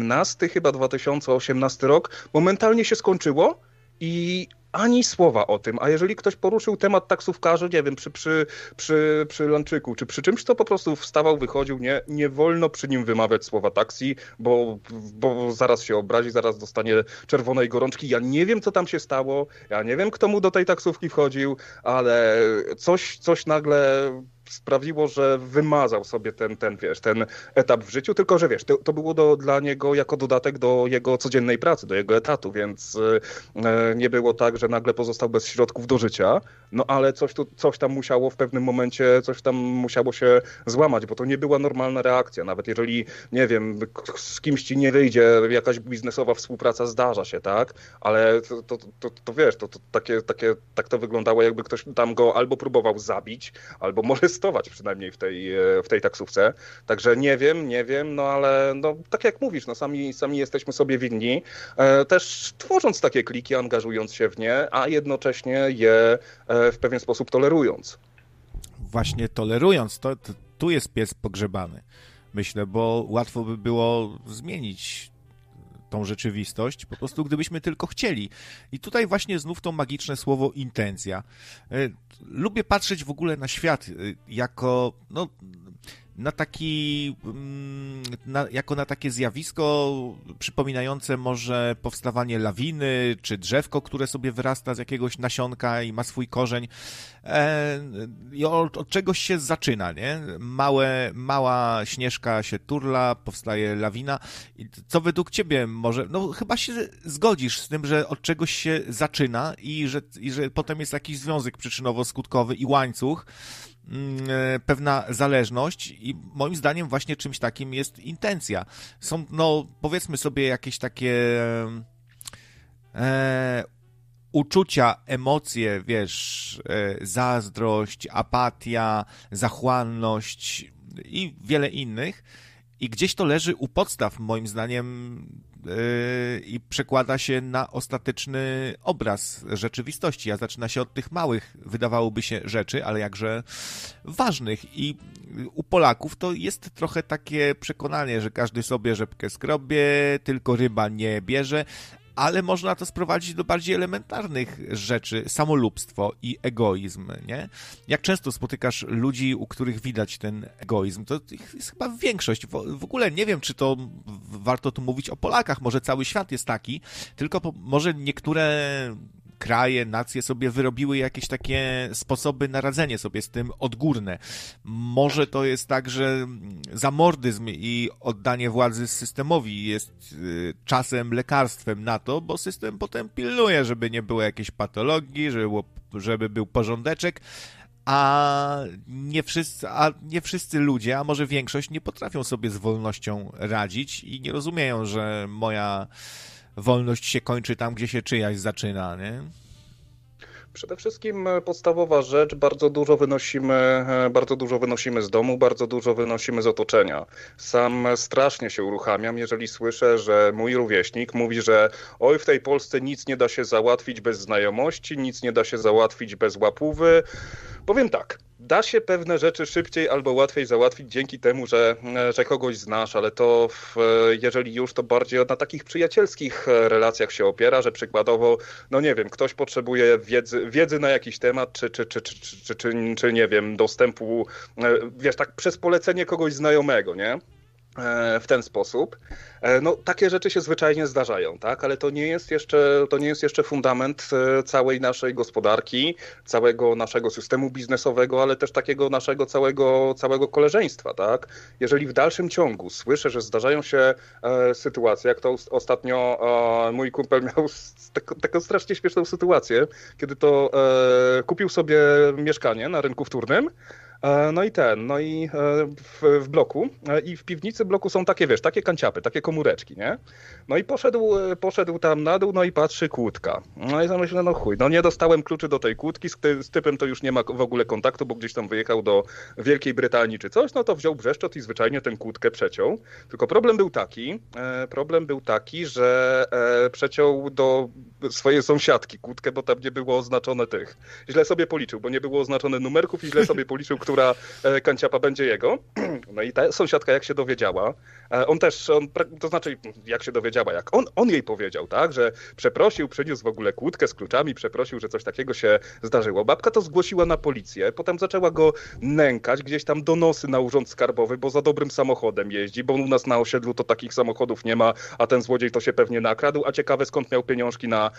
2018 rok, momentalnie się skończyło i ani słowa o tym, a jeżeli ktoś poruszył temat taksówkarzy, nie wiem, przy lunczyku, czy przy czymś, to po prostu wstawał, wychodził, nie wolno przy nim wymawiać słowa taksi, bo zaraz się obrazi, zaraz dostanie czerwonej gorączki. Ja nie wiem, co tam się stało, ja nie wiem, kto mu do tej taksówki wchodził, ale coś nagle sprawiło, że wymazał sobie ten etap w życiu, tylko że wiesz, to było dla niego jako dodatek do jego codziennej pracy, do jego etatu, więc nie było tak, że nagle pozostał bez środków do życia, no ale coś tam musiało w pewnym momencie, coś tam musiało się złamać, bo to nie była normalna reakcja, nawet jeżeli, nie wiem, z kimś ci nie wyjdzie, jakaś biznesowa współpraca zdarza się, tak, ale to wiesz, tak to wyglądało, jakby ktoś tam go albo próbował zabić, albo molestować przynajmniej w tej taksówce. Także nie wiem, no ale no, tak jak mówisz, no sami jesteśmy sobie winni, też tworząc takie kliki, angażując się w nie, a jednocześnie je w pewien sposób tolerując. Właśnie tolerując, tu jest pies pogrzebany, myślę, bo łatwo by było zmienić tą rzeczywistość, po prostu gdybyśmy tylko chcieli. I tutaj właśnie znów to magiczne słowo intencja. Lubię patrzeć w ogóle na świat jako na takie zjawisko przypominające może powstawanie lawiny, czy drzewko, które sobie wyrasta z jakiegoś nasionka i ma swój korzeń. I od czegoś się zaczyna, nie? Mała śnieżka się turla, powstaje lawina. I co według ciebie może, no chyba się zgodzisz z tym, że od czegoś się zaczyna i że potem jest jakiś związek przyczynowo-skutkowy i łańcuch, pewna zależność i moim zdaniem właśnie czymś takim jest intencja. Są, no powiedzmy sobie, jakieś takie uczucia, emocje, wiesz, zazdrość, apatia, zachłanność i wiele innych i gdzieś to leży u podstaw, moim zdaniem, i przekłada się na ostateczny obraz rzeczywistości. A zaczyna się od tych małych, wydawałoby się, rzeczy, ale jakże ważnych. I u Polaków to jest trochę takie przekonanie, że każdy sobie rzepkę skrobie, tylko ryba nie bierze, ale można to sprowadzić do bardziej elementarnych rzeczy, samolubstwo i egoizm, nie? Jak często spotykasz ludzi, u których widać ten egoizm, to jest chyba większość. W ogóle nie wiem, czy to warto tu mówić o Polakach, może cały świat jest taki, tylko może niektóre kraje, nacje sobie wyrobiły jakieś takie sposoby na radzenie sobie z tym odgórne. Może to jest tak, że zamordyzm i oddanie władzy systemowi jest czasem lekarstwem na to, bo system potem pilnuje, żeby nie było jakiejś patologii, żeby był porządeczek, a nie wszyscy ludzie, a może większość, nie potrafią sobie z wolnością radzić i nie rozumieją, że moja wolność się kończy tam, gdzie się czyjaś zaczyna, nie? Przede wszystkim podstawowa rzecz, bardzo dużo wynosimy z domu, bardzo dużo wynosimy z otoczenia. Sam strasznie się uruchamiam, jeżeli słyszę, że mój rówieśnik mówi, że oj, w tej Polsce nic nie da się załatwić bez znajomości, nic nie da się załatwić bez łapówy. Powiem tak, da się pewne rzeczy szybciej albo łatwiej załatwić dzięki temu, że kogoś znasz, ale to jeżeli już, to bardziej na takich przyjacielskich relacjach się opiera, że przykładowo, no nie wiem, ktoś potrzebuje wiedzy na jakiś temat, czy nie wiem, dostępu, wiesz, tak przez polecenie kogoś znajomego, nie? W ten sposób. No, takie rzeczy się zwyczajnie zdarzają, tak? Ale to nie jest jeszcze fundament całej naszej gospodarki, całego naszego systemu biznesowego, ale też takiego naszego całego koleżeństwa, tak? Jeżeli w dalszym ciągu słyszę, że zdarzają się sytuacje, jak to ostatnio mój kumpel miał taką strasznie śmieszną sytuację, kiedy to kupił sobie mieszkanie na rynku wtórnym. No i w bloku i w piwnicy bloku są takie, wiesz, takie kanciapy, takie komóreczki, nie? No i poszedł tam na dół, no i patrzy kłódka. No i zamyślę, no chuj, no nie dostałem kluczy do tej kłódki, z typem to już nie ma w ogóle kontaktu, bo gdzieś tam wyjechał do Wielkiej Brytanii czy coś, no to wziął brzeszczot i zwyczajnie tę kłódkę przeciął. Tylko problem był taki, że przeciął do swojej sąsiadki kłódkę, bo tam nie było oznaczone tych. Źle sobie policzył, bo nie było oznaczone numerków i źle sobie policzył, która kanciapa będzie jego. No i ta sąsiadka jak się dowiedziała, to znaczy jak się dowiedziała, jak on jej powiedział, tak, że przeprosił, przyniósł w ogóle kłódkę z kluczami, przeprosił, że coś takiego się zdarzyło. Babka to zgłosiła na policję, potem zaczęła go nękać, gdzieś tam donosy na urząd skarbowy, bo za dobrym samochodem jeździ, bo u nas na osiedlu to takich samochodów nie ma, a ten złodziej to się pewnie nakradł, a ciekawe skąd miał pieniążki na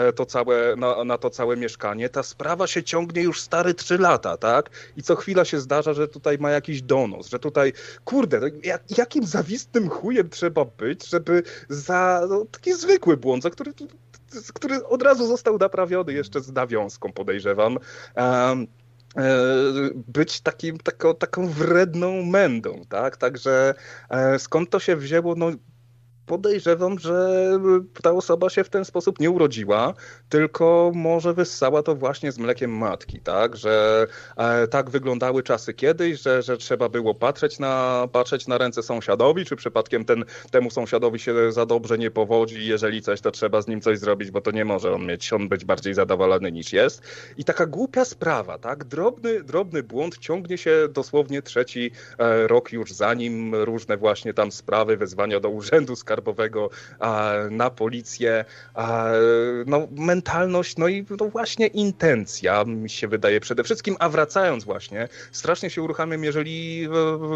to całe mieszkanie. Ta sprawa się ciągnie już stary 3 lata, tak? I co chwila się zdarza, że tutaj ma jakiś donos, że tutaj, kurde, no jakim zawistnym chujem trzeba być, żeby za taki zwykły błąd, za który od razu został naprawiony jeszcze z nawiązką, podejrzewam, być taką wredną mędą, tak? Także skąd to się wzięło, no podejrzewam, że ta osoba się w ten sposób nie urodziła, tylko może wyssała to właśnie z mlekiem matki, tak? Że tak wyglądały czasy kiedyś, że trzeba było patrzeć na ręce sąsiadowi, czy przypadkiem temu sąsiadowi się za dobrze nie powodzi, jeżeli coś, to trzeba z nim coś zrobić, bo to nie może on być bardziej zadowolony niż jest. I taka głupia sprawa, tak? Drobny błąd ciągnie się dosłownie 3. rok już, zanim różne właśnie tam sprawy, wezwania do urzędu skarbowego, na policję, no mentalność, no i no właśnie intencja mi się wydaje przede wszystkim, a wracając właśnie, strasznie się uruchamiam, jeżeli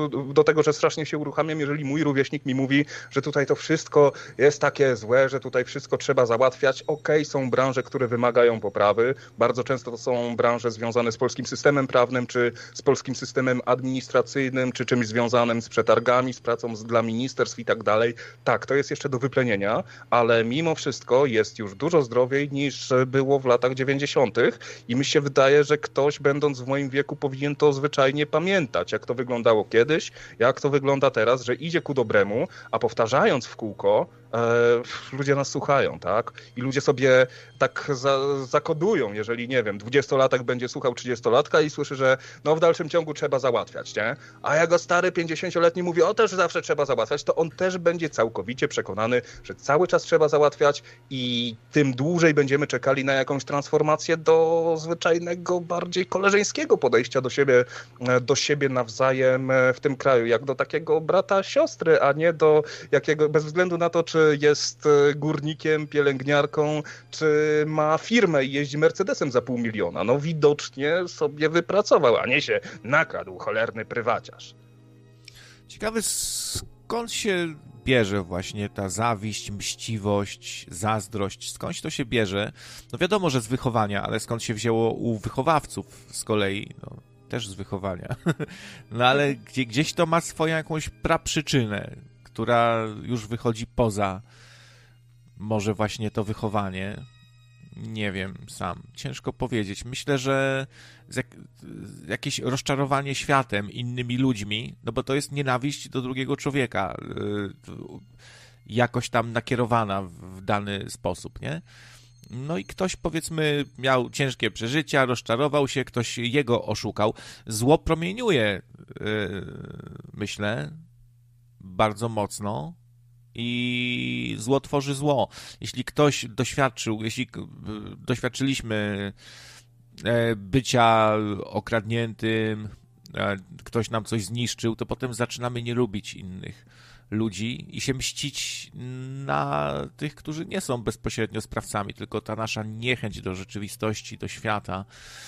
mój rówieśnik mi mówi, że tutaj to wszystko jest takie złe, że tutaj wszystko trzeba załatwiać. Okej, są branże, które wymagają poprawy, bardzo często to są branże związane z polskim systemem prawnym, czy z polskim systemem administracyjnym, czy czymś związanym z przetargami, z pracą dla ministerstw i tak dalej. Tak, to jest jeszcze do wyplenienia, ale mimo wszystko jest już dużo zdrowiej niż było w latach 90. i mi się wydaje, że ktoś będąc w moim wieku powinien to zwyczajnie pamiętać, jak to wyglądało kiedyś, jak to wygląda teraz, że idzie ku dobremu, a powtarzając w kółko, ludzie nas słuchają, tak? I ludzie sobie tak zakodują, jeżeli, nie wiem, 20-latek będzie słuchał 30-latka i słyszy, że no w dalszym ciągu trzeba załatwiać, nie? A jak go stary 50-letni mówi, też zawsze trzeba załatwiać, to on też będzie całkowicie przekonany, że cały czas trzeba załatwiać i tym dłużej będziemy czekali na jakąś transformację do zwyczajnego, bardziej koleżeńskiego podejścia do siebie nawzajem w tym kraju, jak do takiego brata, siostry, a nie do jakiego, bez względu na to, czy jest górnikiem, pielęgniarką, czy ma firmę i jeździ Mercedesem za 500 000. No widocznie sobie wypracował, a nie się nakradł, cholerny prywaciarz. Ciekawe, skąd się bierze właśnie ta zawiść, mściwość, zazdrość, skąd to się bierze? No wiadomo, że z wychowania, ale skąd się wzięło u wychowawców z kolei, no też z wychowania. No ale gdzieś to ma swoją jakąś praprzyczynę, która już wychodzi poza może właśnie to wychowanie. Nie wiem sam. Ciężko powiedzieć. Myślę, że jakieś rozczarowanie światem, innymi ludźmi, no bo to jest nienawiść do drugiego człowieka, jakoś tam nakierowana w dany sposób, nie? No i ktoś, powiedzmy, miał ciężkie przeżycia, rozczarował się, ktoś jego oszukał. Zło promieniuje, myślę, bardzo mocno i zło tworzy zło. Jeśli ktoś jeśli doświadczyliśmy bycia okradniętym, ktoś nam coś zniszczył, to potem zaczynamy nie lubić innych ludzi i się mścić na tych, którzy nie są bezpośrednio sprawcami, tylko ta nasza niechęć do rzeczywistości, do świata.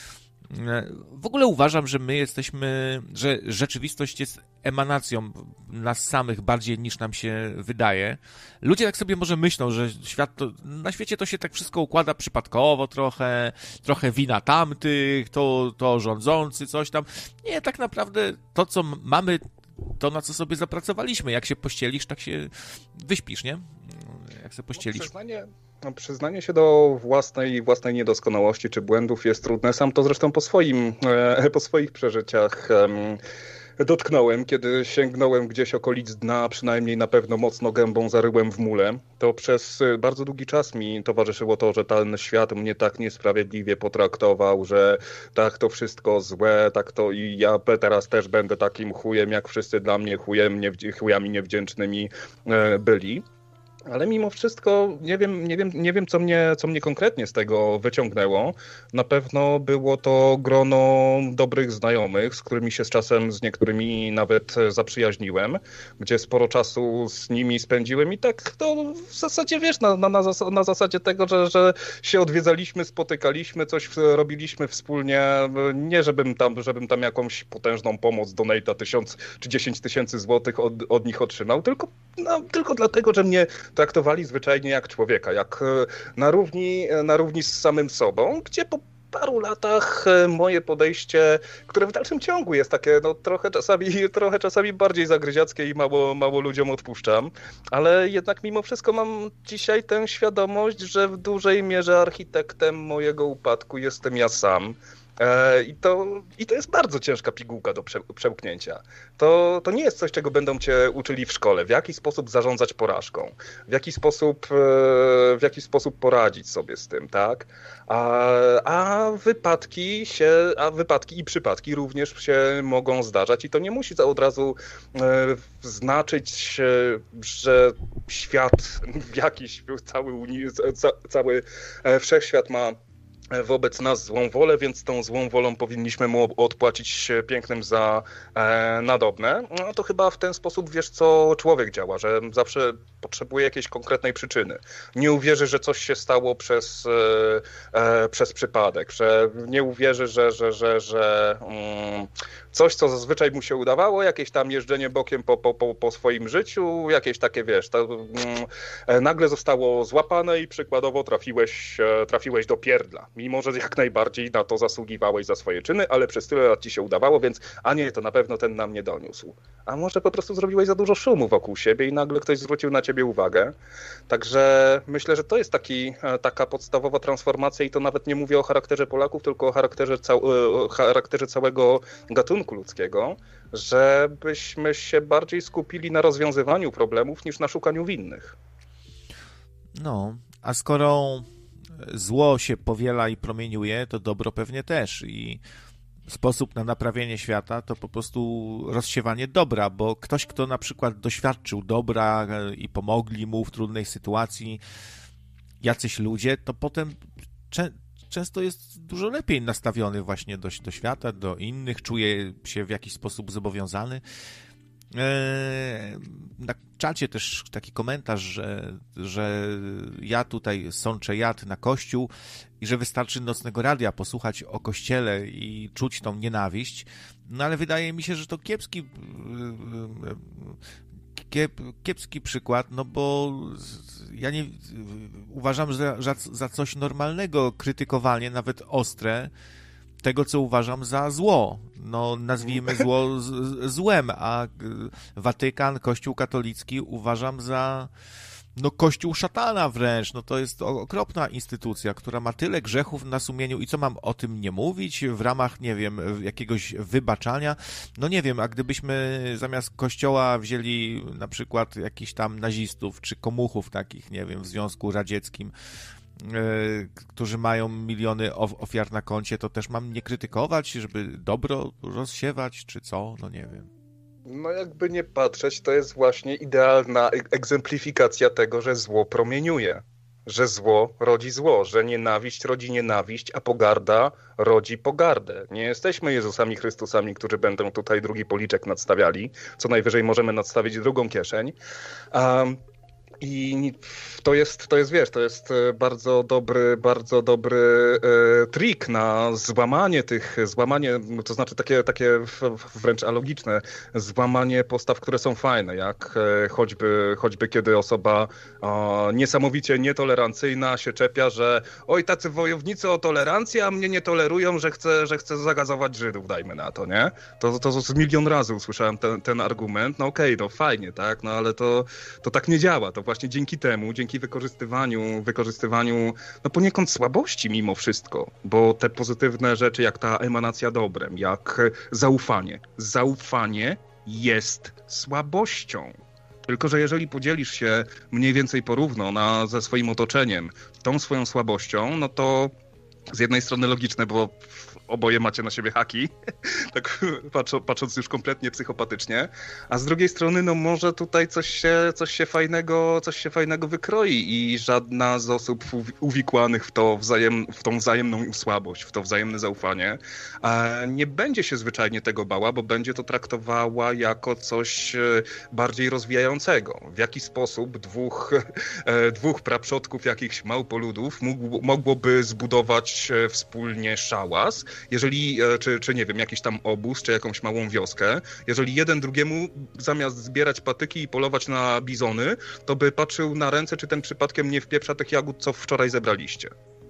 W ogóle uważam, że że rzeczywistość jest emanacją nas samych bardziej niż nam się wydaje. Ludzie tak sobie może myślą, że na świecie to się tak wszystko układa przypadkowo trochę wina tamtych, to rządzący, coś tam. Nie, tak naprawdę to, co mamy, to, na co sobie zapracowaliśmy. Jak się pościelisz, tak się wyśpisz, nie? Jak się pościelisz. Przyznanie się do własnej niedoskonałości czy błędów jest trudne. Sam to zresztą po swoich przeżyciach dotknąłem, kiedy sięgnąłem gdzieś okolic dna, przynajmniej na pewno mocno gębą zaryłem w mule. To przez bardzo długi czas mi towarzyszyło to, że ten świat mnie tak niesprawiedliwie potraktował, że tak to wszystko złe, tak to i ja teraz też będę takim chujem, jak wszyscy dla mnie chujami niewdzięcznymi byli. Ale mimo wszystko nie wiem co mnie konkretnie z tego wyciągnęło. Na pewno było to grono dobrych znajomych, z którymi się z niektórymi nawet zaprzyjaźniłem, gdzie sporo czasu z nimi spędziłem i tak to w zasadzie wiesz, na zasadzie tego, że się odwiedzaliśmy, spotykaliśmy, coś robiliśmy wspólnie. Nie żebym tam jakąś potężną pomoc, donate'a 1000 czy 10 000 złotych od nich otrzymał, tylko dlatego, że mnie traktowali zwyczajnie jak człowieka, jak na równi z samym sobą, gdzie po paru latach moje podejście, które w dalszym ciągu jest takie trochę czasami bardziej zagryziackie i mało ludziom odpuszczam, ale jednak mimo wszystko mam dzisiaj tę świadomość, że w dużej mierze architektem mojego upadku jestem ja sam. I to jest bardzo ciężka pigułka do przełknięcia. To nie jest coś, czego będą cię uczyli w szkole. W jaki sposób zarządzać porażką, w jaki sposób poradzić sobie z tym, tak? A wypadki i przypadki również się mogą zdarzać i to nie musi od razu znaczyć, że świat cały wszechświat ma wobec nas złą wolę, więc tą złą wolą powinniśmy mu odpłacić pięknym za nadobne. No to chyba w ten sposób wiesz, co człowiek działa, że zawsze potrzebuje jakiejś konkretnej przyczyny. Nie uwierzy, że coś się stało przez przypadek, że nie uwierzy, że coś, co zazwyczaj mu się udawało, jakieś tam jeżdżenie bokiem po swoim życiu, jakieś takie, wiesz, nagle zostało złapane i przykładowo trafiłeś do pierdla. Mimo że jak najbardziej na to zasługiwałeś za swoje czyny, ale przez tyle lat ci się udawało, więc to na pewno ten nam nie doniósł. A może po prostu zrobiłeś za dużo szumu wokół siebie i nagle ktoś zwrócił na ciebie uwagę. Także myślę, że to jest taka podstawowa transformacja i to nawet nie mówię o charakterze Polaków, tylko o charakterze całego gatunku ludzkiego, żebyśmy się bardziej skupili na rozwiązywaniu problemów niż na szukaniu winnych. No, a skoro zło się powiela i promieniuje, to dobro pewnie też i sposób na naprawienie świata to po prostu rozsiewanie dobra, bo ktoś, kto na przykład doświadczył dobra i pomogli mu w trudnej sytuacji jacyś ludzie, to potem często jest dużo lepiej nastawiony właśnie do świata, do innych, czuje się w jakiś sposób zobowiązany. Na czacie też taki komentarz, że ja tutaj sączę jad na kościół i że wystarczy Nocnego Radia posłuchać o kościele i czuć tą nienawiść, no ale wydaje mi się, że to kiepski przykład, no bo ja nie uważam, że za coś normalnego krytykowanie, nawet ostre, tego, co uważam za zło. No, nazwijmy zło złem, a Watykan, Kościół katolicki uważam za no kościół szatana wręcz, no to jest okropna instytucja, która ma tyle grzechów na sumieniu i co mam o tym nie mówić w ramach, nie wiem, jakiegoś wybaczania? No nie wiem, a gdybyśmy zamiast kościoła wzięli na przykład jakichś tam nazistów czy komuchów takich, nie wiem, w Związku Radzieckim, którzy mają miliony ofiar na koncie, to też mam nie krytykować, żeby dobro rozsiewać, czy co? No nie wiem. No jakby nie patrzeć, to jest właśnie idealna egzemplifikacja tego, że zło promieniuje. Że zło rodzi zło, że nienawiść rodzi nienawiść, a pogarda rodzi pogardę. Nie jesteśmy Jezusami Chrystusami, którzy będą tutaj drugi policzek nadstawiali. Co najwyżej możemy nadstawić drugą kieszeń. I to jest, wiesz, to jest bardzo dobry trik na złamanie, to znaczy takie wręcz alogiczne, złamanie postaw, które są fajne, jak choćby kiedy osoba niesamowicie nietolerancyjna się czepia, że oj, tacy wojownicy o tolerancję, a mnie nie tolerują, że chcę zagazować Żydów, dajmy na to, nie? To z milion razy usłyszałem ten argument, no okej, no fajnie, tak, no ale to tak nie działa, to właśnie dzięki wykorzystywaniu no poniekąd słabości mimo wszystko, bo te pozytywne rzeczy jak ta emanacja dobrem, jak zaufanie jest słabością. Tylko że jeżeli podzielisz się mniej więcej porówno ze swoim otoczeniem tą swoją słabością, no to z jednej strony logiczne, bo oboje macie na siebie haki, tak patrząc już kompletnie psychopatycznie, a z drugiej strony no może tutaj coś się fajnego wykroi i żadna z osób uwikłanych w tą wzajemną słabość, w to wzajemne zaufanie nie będzie się zwyczajnie tego bała, bo będzie to traktowała jako coś bardziej rozwijającego. W jaki sposób dwóch praprzodków jakichś małpoludów mogłoby zbudować wspólnie szałas, jeżeli, czy nie wiem, jakiś tam obóz, czy jakąś małą wioskę, jeżeli jeden drugiemu zamiast zbierać patyki i polować na bizony, to by patrzył na ręce, czy ten przypadkiem nie wpieprza tych jagód, co wczoraj zebraliście.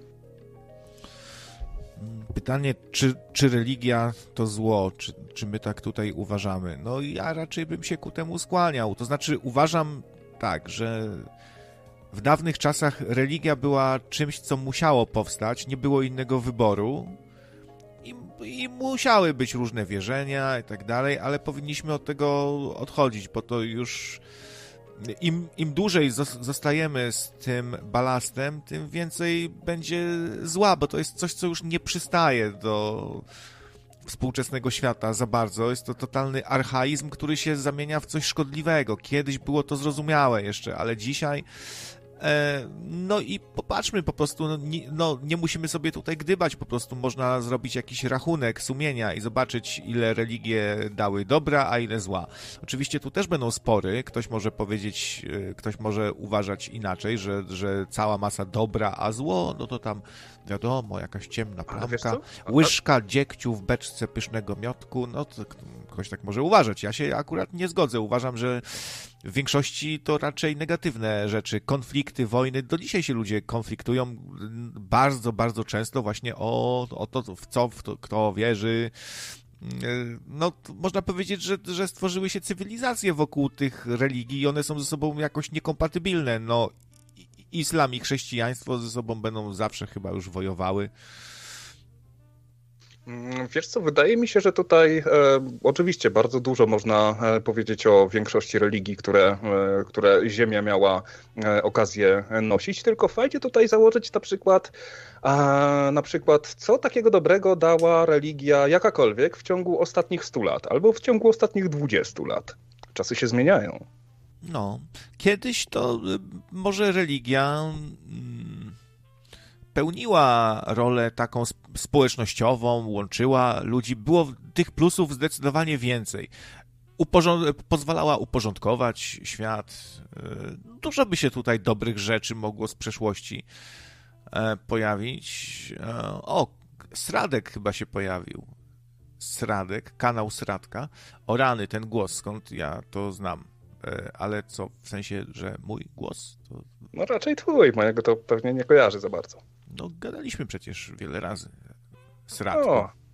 Pytanie, czy religia to zło, czy my tak tutaj uważamy? No ja raczej bym się ku temu skłaniał. To znaczy uważam tak, że w dawnych czasach religia była czymś, co musiało powstać, nie było innego wyboru i musiały być różne wierzenia i tak dalej, ale powinniśmy od tego odchodzić, bo to już im dłużej zostajemy z tym balastem, tym więcej będzie zła, bo to jest coś, co już nie przystaje do współczesnego świata za bardzo. Jest to totalny archaizm, który się zamienia w coś szkodliwego. Kiedyś było to zrozumiałe jeszcze, ale dzisiaj no i popatrzmy po prostu, nie musimy sobie tutaj gdybać, po prostu można zrobić jakiś rachunek sumienia i zobaczyć, ile religie dały dobra, a ile zła. Oczywiście tu też będą spory, ktoś może powiedzieć, ktoś może uważać inaczej, że cała masa dobra, a zło, no to tam wiadomo, jakaś ciemna plamka, łyżka dziegciu w beczce pysznego miotku, no to ktoś tak może uważać. Ja się akurat nie zgodzę, uważam, że w większości to raczej negatywne rzeczy, konflikty, wojny. Do dzisiaj się ludzie konfliktują bardzo, bardzo często właśnie o to, w to kto wierzy. No, można powiedzieć, że stworzyły się cywilizacje wokół tych religii i one są ze sobą jakoś niekompatybilne. No, islam i chrześcijaństwo ze sobą będą zawsze chyba już wojowały. Wiesz co, wydaje mi się, że tutaj oczywiście bardzo dużo można powiedzieć o większości religii, które Ziemia miała okazję nosić, tylko fajnie tutaj założyć na przykład co takiego dobrego dała religia jakakolwiek w ciągu ostatnich 100 lat albo w ciągu ostatnich 20 lat. Czasy się zmieniają. No, kiedyś to może religia pełniła rolę taką społecznościową, łączyła ludzi. Było tych plusów zdecydowanie więcej. Pozwalała uporządkować świat. Dużo by się tutaj dobrych rzeczy mogło z przeszłości pojawić. Sradek chyba się pojawił. Sradek, kanał Sradka. O rany, ten głos, skąd ja to znam. Ale co, w sensie, że mój głos? To... No raczej twój, mojego to pewnie nie kojarzy za bardzo. No gadaliśmy przecież wiele razy. Sradku.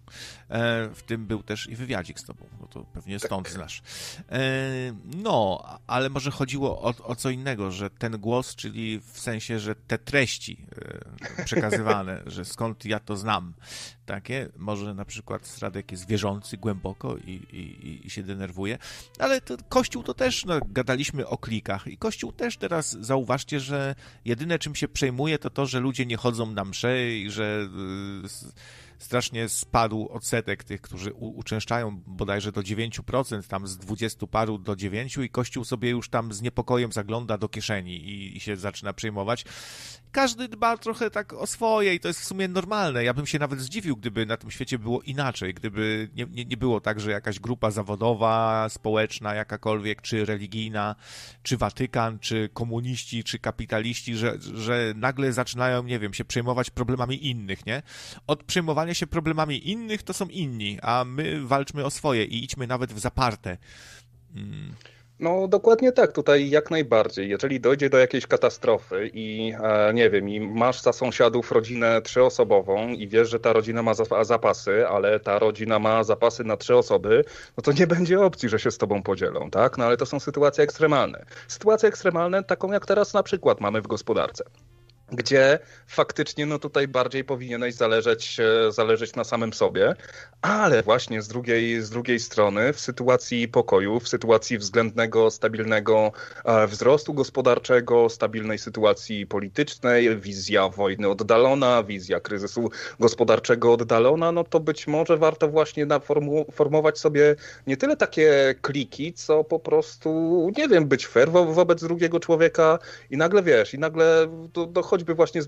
W tym był też i wywiadzik z tobą, no to pewnie stąd znasz. No, ale może chodziło o co innego, że ten głos, czyli w sensie, że te treści przekazywane, że skąd ja to znam, takie, może na przykład Radek jest wierzący głęboko i się denerwuje, ale Kościół to też, no, gadaliśmy o klikach i Kościół też teraz, zauważcie, że jedyne czym się przejmuje to, że ludzie nie chodzą na msze i że strasznie spadł odsetek tych, którzy uczęszczają bodajże do 9%, tam z 20 paru do 9 i Kościół sobie już tam z niepokojem zagląda do kieszeni i się zaczyna przejmować. Każdy dba trochę tak o swoje i to jest w sumie normalne. Ja bym się nawet zdziwił, gdyby na tym świecie było inaczej, gdyby nie było tak, że jakaś grupa zawodowa, społeczna, jakakolwiek, czy religijna, czy Watykan, czy komuniści, czy kapitaliści, że nagle zaczynają, nie wiem, się przejmować problemami innych, nie? Od przejmowania się problemami innych to są inni, a my walczmy o swoje i idźmy nawet w zaparte. No dokładnie tak, tutaj jak najbardziej. Jeżeli dojdzie do jakiejś katastrofy i nie wiem, i masz za sąsiadów rodzinę 3-osobową i wiesz, że ta rodzina ma zapasy, ale ta rodzina ma zapasy na 3 osoby, no to nie będzie opcji, że się z tobą podzielą, tak? No ale to są sytuacje ekstremalne. Sytuacje ekstremalne taką jak teraz na przykład mamy w gospodarce, gdzie faktycznie no tutaj bardziej powinieneś zależeć na samym sobie, ale właśnie z drugiej strony w sytuacji pokoju, w sytuacji względnego, stabilnego wzrostu gospodarczego, stabilnej sytuacji politycznej, wizja wojny oddalona, wizja kryzysu gospodarczego oddalona, no to być może warto właśnie formować sobie nie tyle takie kliki, co po prostu, nie wiem, być fair wobec drugiego człowieka i nagle wiesz, dochodzi choćby właśnie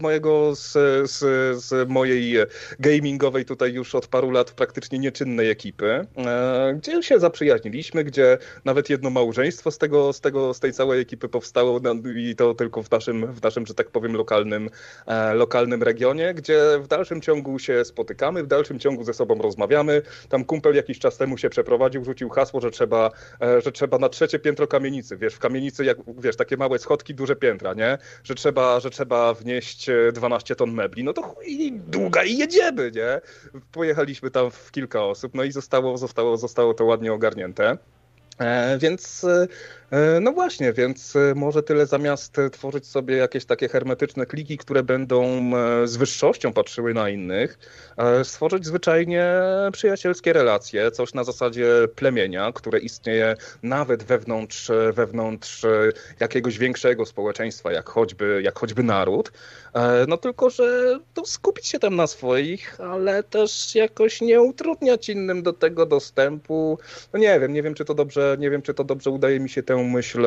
z mojej gamingowej tutaj już od paru lat praktycznie nieczynnej ekipy, gdzie się zaprzyjaźniliśmy, gdzie nawet jedno małżeństwo z tej całej ekipy powstało i to tylko w naszym, że tak powiem, lokalnym regionie, gdzie w dalszym ciągu się spotykamy, w dalszym ciągu ze sobą rozmawiamy. Tam kumpel jakiś czas temu się przeprowadził, rzucił hasło, że trzeba na 3. piętro kamienicy. Wiesz, w kamienicy, jak wiesz, takie małe schodki, duże piętra, nie? Że trzeba wnieść 12 ton mebli, no to chuj długa i jedziemy, nie? Pojechaliśmy tam w kilka osób, no i zostało to ładnie ogarnięte. No właśnie, więc może tyle zamiast tworzyć sobie jakieś takie hermetyczne kliki, które będą z wyższością patrzyły na innych, stworzyć zwyczajnie przyjacielskie relacje, coś na zasadzie plemienia, które istnieje nawet wewnątrz jakiegoś większego społeczeństwa, jak choćby naród. No tylko, że to skupić się tam na swoich, ale też jakoś nie utrudniać innym do tego dostępu. No nie wiem, czy to dobrze udaje mi się tę myśl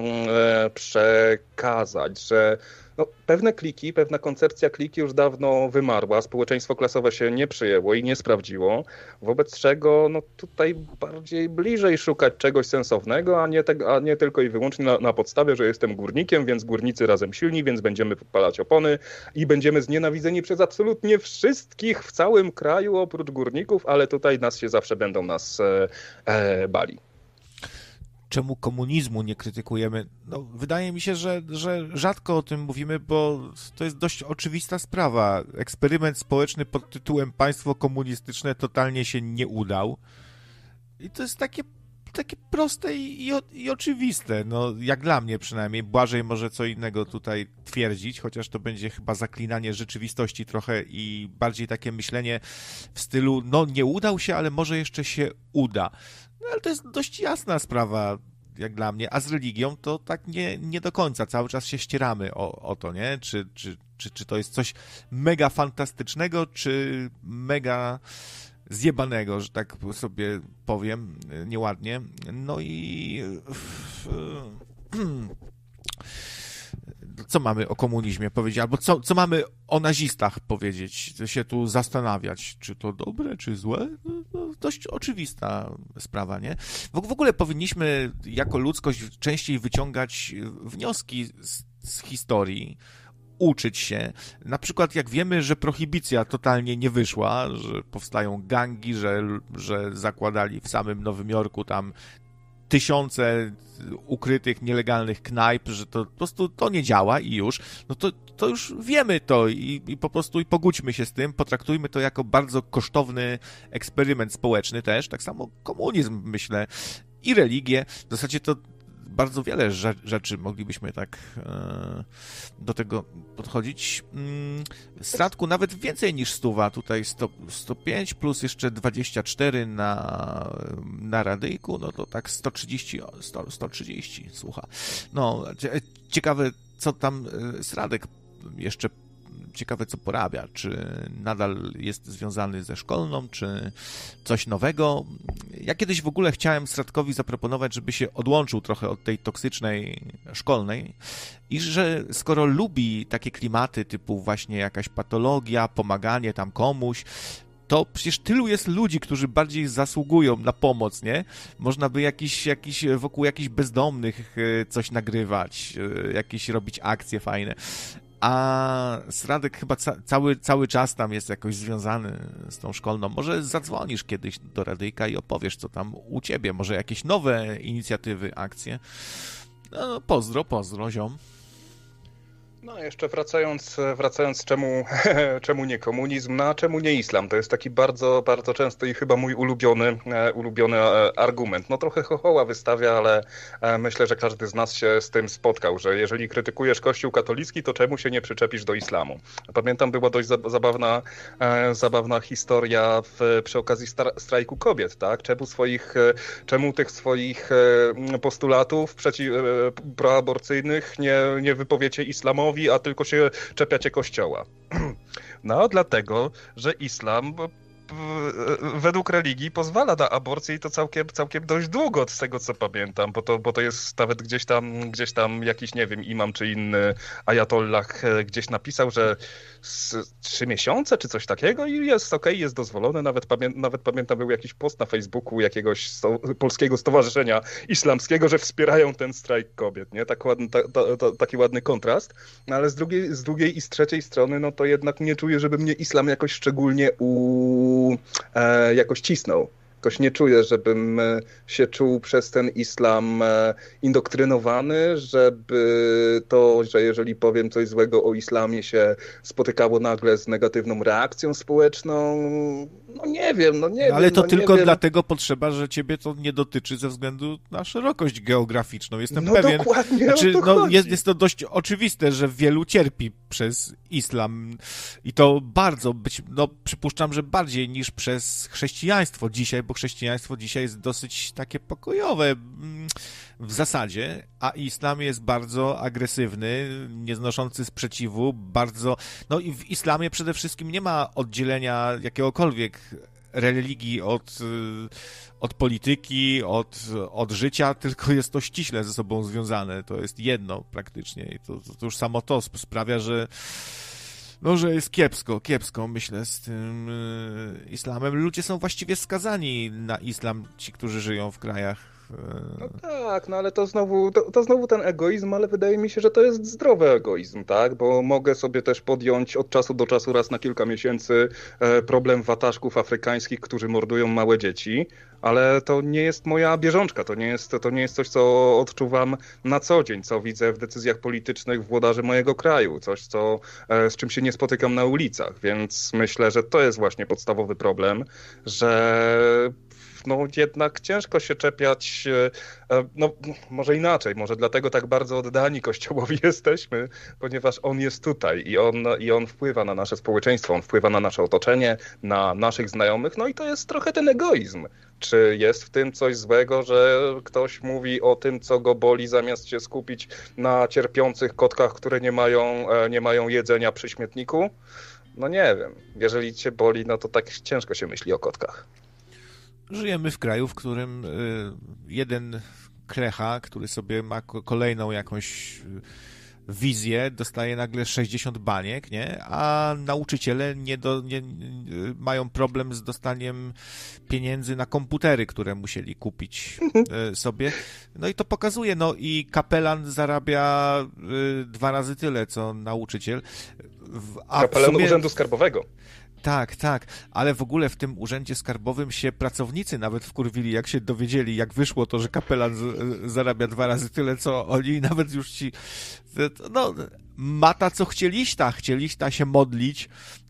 przekazać, że no, pewna koncepcja kliki już dawno wymarła, społeczeństwo klasowe się nie przyjęło i nie sprawdziło, wobec czego no, tutaj bardziej bliżej szukać czegoś sensownego, a nie tylko i wyłącznie na podstawie, że jestem górnikiem, więc górnicy razem silni, więc będziemy podpalać opony i będziemy znienawidzeni przez absolutnie wszystkich w całym kraju oprócz górników, ale tutaj zawsze będą nas bali. Czemu komunizmu nie krytykujemy? No, wydaje mi się, że rzadko o tym mówimy, bo to jest dość oczywista sprawa. Eksperyment społeczny pod tytułem państwo komunistyczne totalnie się nie udał. I to jest takie proste i oczywiste. No, jak dla mnie przynajmniej. Błażej może co innego tutaj twierdzić, chociaż to będzie chyba zaklinanie rzeczywistości trochę i bardziej takie myślenie w stylu, no nie udał się, ale może jeszcze się uda. No, ale to jest dość jasna sprawa, jak dla mnie, a z religią to tak nie do końca. Cały czas się ścieramy o to, nie? Czy to jest coś mega fantastycznego, czy mega zjebanego, że tak sobie powiem nieładnie. No i co mamy o komunizmie powiedzieć, albo co mamy o nazistach powiedzieć, się tu zastanawiać, czy to dobre, czy złe? No, dość oczywista sprawa, nie? W ogóle powinniśmy jako ludzkość częściej wyciągać wnioski z historii, uczyć się. Na przykład jak wiemy, że prohibicja totalnie nie wyszła, że powstają gangi, że zakładali w samym Nowym Jorku tam tysiące ukrytych, nielegalnych knajp, że to po prostu to nie działa i już, no to już wiemy to i po prostu pogódźmy się z tym, potraktujmy to jako bardzo kosztowny eksperyment społeczny też, tak samo komunizm, myślę, i religię. W zasadzie to bardzo wiele rzeczy moglibyśmy tak do tego podchodzić. Stratku nawet więcej niż 100, tutaj 105 plus jeszcze 24 na radyjku, no to tak 130 słucha. No, ciekawe, co tam Sradek jeszcze, ciekawe, co porabia, czy nadal jest związany ze szkolną, czy coś nowego. Ja kiedyś w ogóle chciałem Stratkowi zaproponować, żeby się odłączył trochę od tej toksycznej szkolnej i że skoro lubi takie klimaty typu właśnie jakaś patologia, pomaganie tam komuś, to przecież tylu jest ludzi, którzy bardziej zasługują na pomoc, nie? Można by wokół jakichś bezdomnych coś nagrywać, jakieś robić akcje fajne. A Sradek chyba cały czas tam jest jakoś związany z tą szkolną. Może zadzwonisz kiedyś do radyjka i opowiesz, co tam u ciebie. Może jakieś nowe inicjatywy, akcje. No, pozdro, ziom. No, jeszcze wracając czemu nie komunizm, no a czemu nie islam? To jest taki bardzo, bardzo częsty i chyba mój ulubiony argument. No trochę chochoła wystawia, ale myślę, że każdy z nas się z tym spotkał, że jeżeli krytykujesz Kościół katolicki, to czemu się nie przyczepisz do islamu? Pamiętam, była dość zabawna historia przy okazji strajku kobiet, tak? Czemu tych swoich postulatów proaborcyjnych nie wypowiecie islamowi, a tylko się czepiacie Kościoła. No, dlatego, że islam według religii pozwala na aborcję i to całkiem dość długo, z tego co pamiętam, bo to jest nawet gdzieś tam jakiś, nie wiem, imam czy inny ajatollah gdzieś napisał, że 3 miesiące czy coś takiego i jest okej, jest dozwolone. Nawet pamiętam, był jakiś post na Facebooku jakiegoś polskiego stowarzyszenia islamskiego, że wspierają ten strajk kobiet, nie? Taki ładny kontrast. No ale z drugiej i z trzeciej strony, no to jednak nie czuję, żeby mnie islam jakoś szczególnie jakoś cisnął. Jakoś nie czuję, żebym się czuł przez ten islam indoktrynowany, żeby to, że jeżeli powiem coś złego o islamie, się spotykało nagle z negatywną reakcją społeczną. No nie wiem. Ale to tylko dlatego potrzeba, że ciebie to nie dotyczy ze względu na szerokość geograficzną. Jestem pewien. Dokładnie, znaczy, jest to dość oczywiste, że wielu cierpi przez islam i to bardzo, przypuszczam, że bardziej niż przez chrześcijaństwo dzisiaj, bo chrześcijaństwo dzisiaj jest dosyć takie pokojowe w zasadzie, a islam jest bardzo agresywny, nieznoszący sprzeciwu, bardzo... No i w islamie przede wszystkim nie ma oddzielenia jakiegokolwiek religii od polityki, od życia, tylko jest to ściśle ze sobą związane. To jest jedno praktycznie i to już samo to sprawia, że jest kiepsko, myślę, z tym islamem. Ludzie są właściwie skazani na islam, ci, którzy żyją w krajach. No tak, ale to znowu ten egoizm, ale wydaje mi się, że to jest zdrowy egoizm, tak? Bo mogę sobie też podjąć od czasu do czasu raz na kilka miesięcy problem wataszków afrykańskich, którzy mordują małe dzieci, ale to nie jest moja bieżączka, to nie jest coś, co odczuwam na co dzień, co widzę w decyzjach politycznych włodarzy mojego kraju, coś, z czym się nie spotykam na ulicach, więc myślę, że to jest właśnie podstawowy problem, że jednak ciężko się czepiać, może inaczej, może dlatego tak bardzo oddani Kościołowi jesteśmy, ponieważ on jest tutaj i on wpływa na nasze społeczeństwo, on wpływa na nasze otoczenie, na naszych znajomych, no i to jest trochę ten egoizm. Czy jest w tym coś złego, że ktoś mówi o tym, co go boli, zamiast się skupić na cierpiących kotkach, które nie mają jedzenia przy śmietniku? No nie wiem, jeżeli cię boli, no to tak ciężko się myśli o kotkach. Żyjemy w kraju, w którym jeden klecha, który sobie ma kolejną jakąś wizję, dostaje nagle 60 baniek, nie? A nauczyciele mają problem z dostaniem pieniędzy na komputery, które musieli kupić sobie. No i to pokazuje, i kapelan zarabia 2 razy tyle, co nauczyciel. Kapelan Urzędu Skarbowego. Tak, ale w ogóle w tym urzędzie skarbowym się pracownicy nawet wkurwili, jak się dowiedzieli, jak wyszło to, że kapelan zarabia 2 razy tyle, co oni, nawet już ci, no, mata co chcieliśta się modlić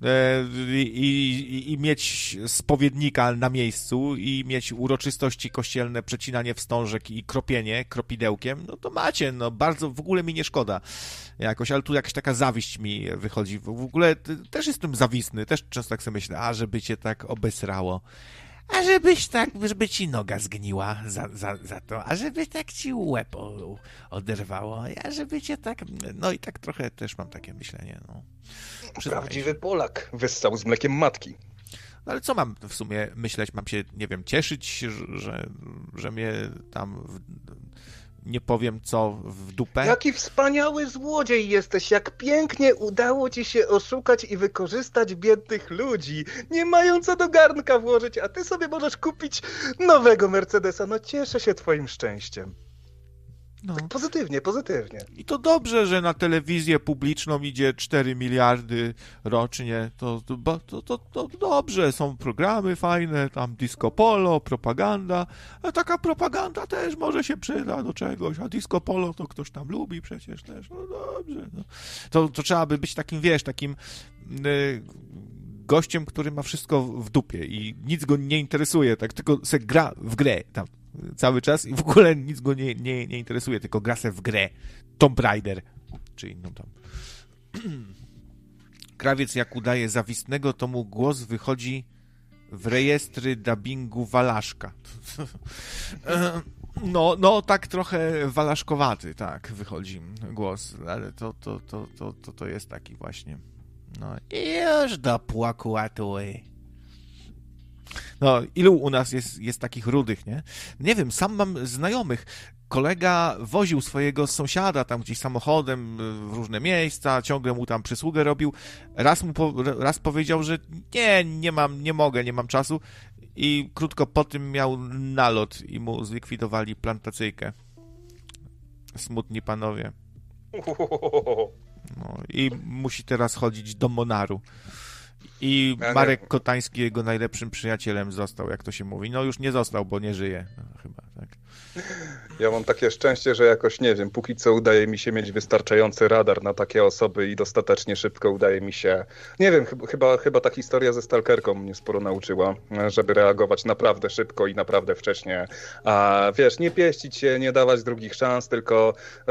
i mieć spowiednika na miejscu i mieć uroczystości kościelne, przecinanie wstążek i kropienie kropidełkiem, no to macie, no bardzo, w ogóle mi nie szkoda jakoś, ale tu jakaś taka zawiść mi wychodzi. W ogóle też jestem zawistny, też często tak sobie myślę, a żeby cię tak obesrało, a żebyś tak, żeby ci noga zgniła za to, a żeby tak ci łeb oderwało, a żeby cię tak, no i tak trochę też mam takie myślenie, no. Prawdziwy Polak wyssał z mlekiem matki. No ale co mam w sumie myśleć? Mam się, nie wiem, cieszyć, że mnie tam nie powiem co w dupę? Jaki wspaniały złodziej jesteś, jak pięknie udało ci się oszukać i wykorzystać biednych ludzi, nie mają co do garnka włożyć, a ty sobie możesz kupić nowego Mercedesa. No cieszę się twoim szczęściem. No. Tak pozytywnie. I to dobrze, że na telewizję publiczną idzie 4 miliardy rocznie, to dobrze, są programy fajne, tam disco polo, propaganda, a taka propaganda też może się przyda do czegoś, a disco polo to ktoś tam lubi przecież też, no dobrze. No. To trzeba by być takim, wiesz, takim gościem, który ma wszystko w dupie i nic go nie interesuje, tak tylko se gra w grę tam cały czas i w ogóle nic go nie interesuje, tylko gra se w grę. Tomb Raider, czy inną tam. Krawiec jak udaje zawistnego, to mu głos wychodzi w rejestry dubbingu Walaszka. No, tak trochę walaszkowaty, tak, wychodzi głos, ale to jest taki właśnie. No, już do płakuatuj. No, ilu u nas jest takich rudych, nie? Nie wiem, sam mam znajomych. Kolega woził swojego sąsiada tam gdzieś samochodem w różne miejsca, ciągle mu tam przysługę robił. Raz powiedział, że nie mogę, nie mam czasu i krótko po tym miał nalot i mu zlikwidowali plantacyjkę. Smutni panowie. No, i musi teraz chodzić do Monaru. I Marek Kotański jego najlepszym przyjacielem został, jak to się mówi. No już nie został, bo nie żyje. No, chyba, tak. Ja mam takie szczęście, że jakoś, nie wiem, póki co udaje mi się mieć wystarczający radar na takie osoby i dostatecznie szybko udaje mi się, nie wiem, chyba ta historia ze stalkerką mnie sporo nauczyła, żeby reagować naprawdę szybko i naprawdę wcześnie. A wiesz, nie pieścić się, nie dawać drugich szans, tylko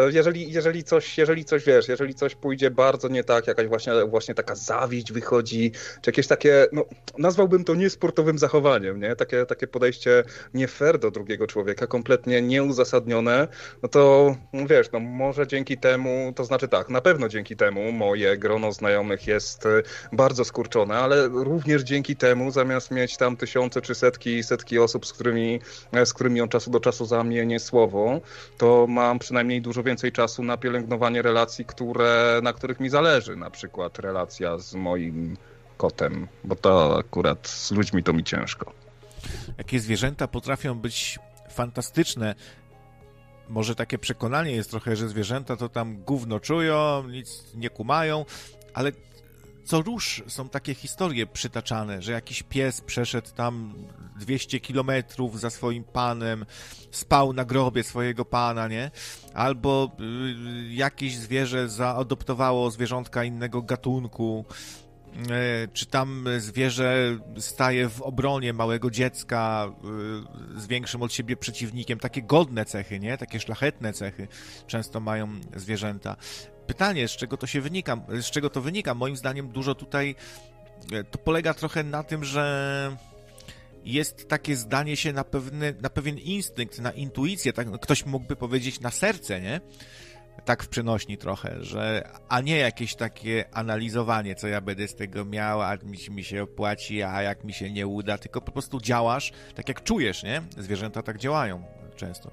jeżeli coś pójdzie bardzo nie tak, jakaś właśnie taka zawiść wychodzi, czy jakieś takie, no nazwałbym to niesportowym zachowaniem, nie? Takie podejście nie fair do drugiego człowieka, kompletnie nieuzasadnione, no to wiesz, no może dzięki temu, to znaczy tak, na pewno dzięki temu moje grono znajomych jest bardzo skurczone, ale również dzięki temu zamiast mieć tam tysiące czy setki osób, z którymi od czasu do czasu zamienię słowo, to mam przynajmniej dużo więcej czasu na pielęgnowanie relacji, na których mi zależy, na przykład relacja z moim kotem, bo to akurat z ludźmi to mi ciężko. Jakie zwierzęta potrafią być fantastyczne. Może takie przekonanie jest trochę, że zwierzęta to tam gówno czują, nic nie kumają, ale co rusz są takie historie przytaczane, że jakiś pies przeszedł tam 200 kilometrów za swoim panem, spał na grobie swojego pana, nie? Albo jakieś zwierzę zaadoptowało zwierzątka innego gatunku, czy tam zwierzę staje w obronie małego dziecka z większym od siebie przeciwnikiem. Takie godne cechy, nie? Takie szlachetne cechy często mają zwierzęta. Pytanie, z czego to wynika? Moim zdaniem dużo tutaj to polega trochę na tym, że jest takie zdanie się na pewien instynkt, na intuicję, tak? Ktoś mógłby powiedzieć na serce, nie? Tak w przenośni trochę, a nie jakieś takie analizowanie, co ja będę z tego miał, a mi się opłaci, a jak mi się nie uda, tylko po prostu działasz tak jak czujesz, nie? Zwierzęta tak działają często.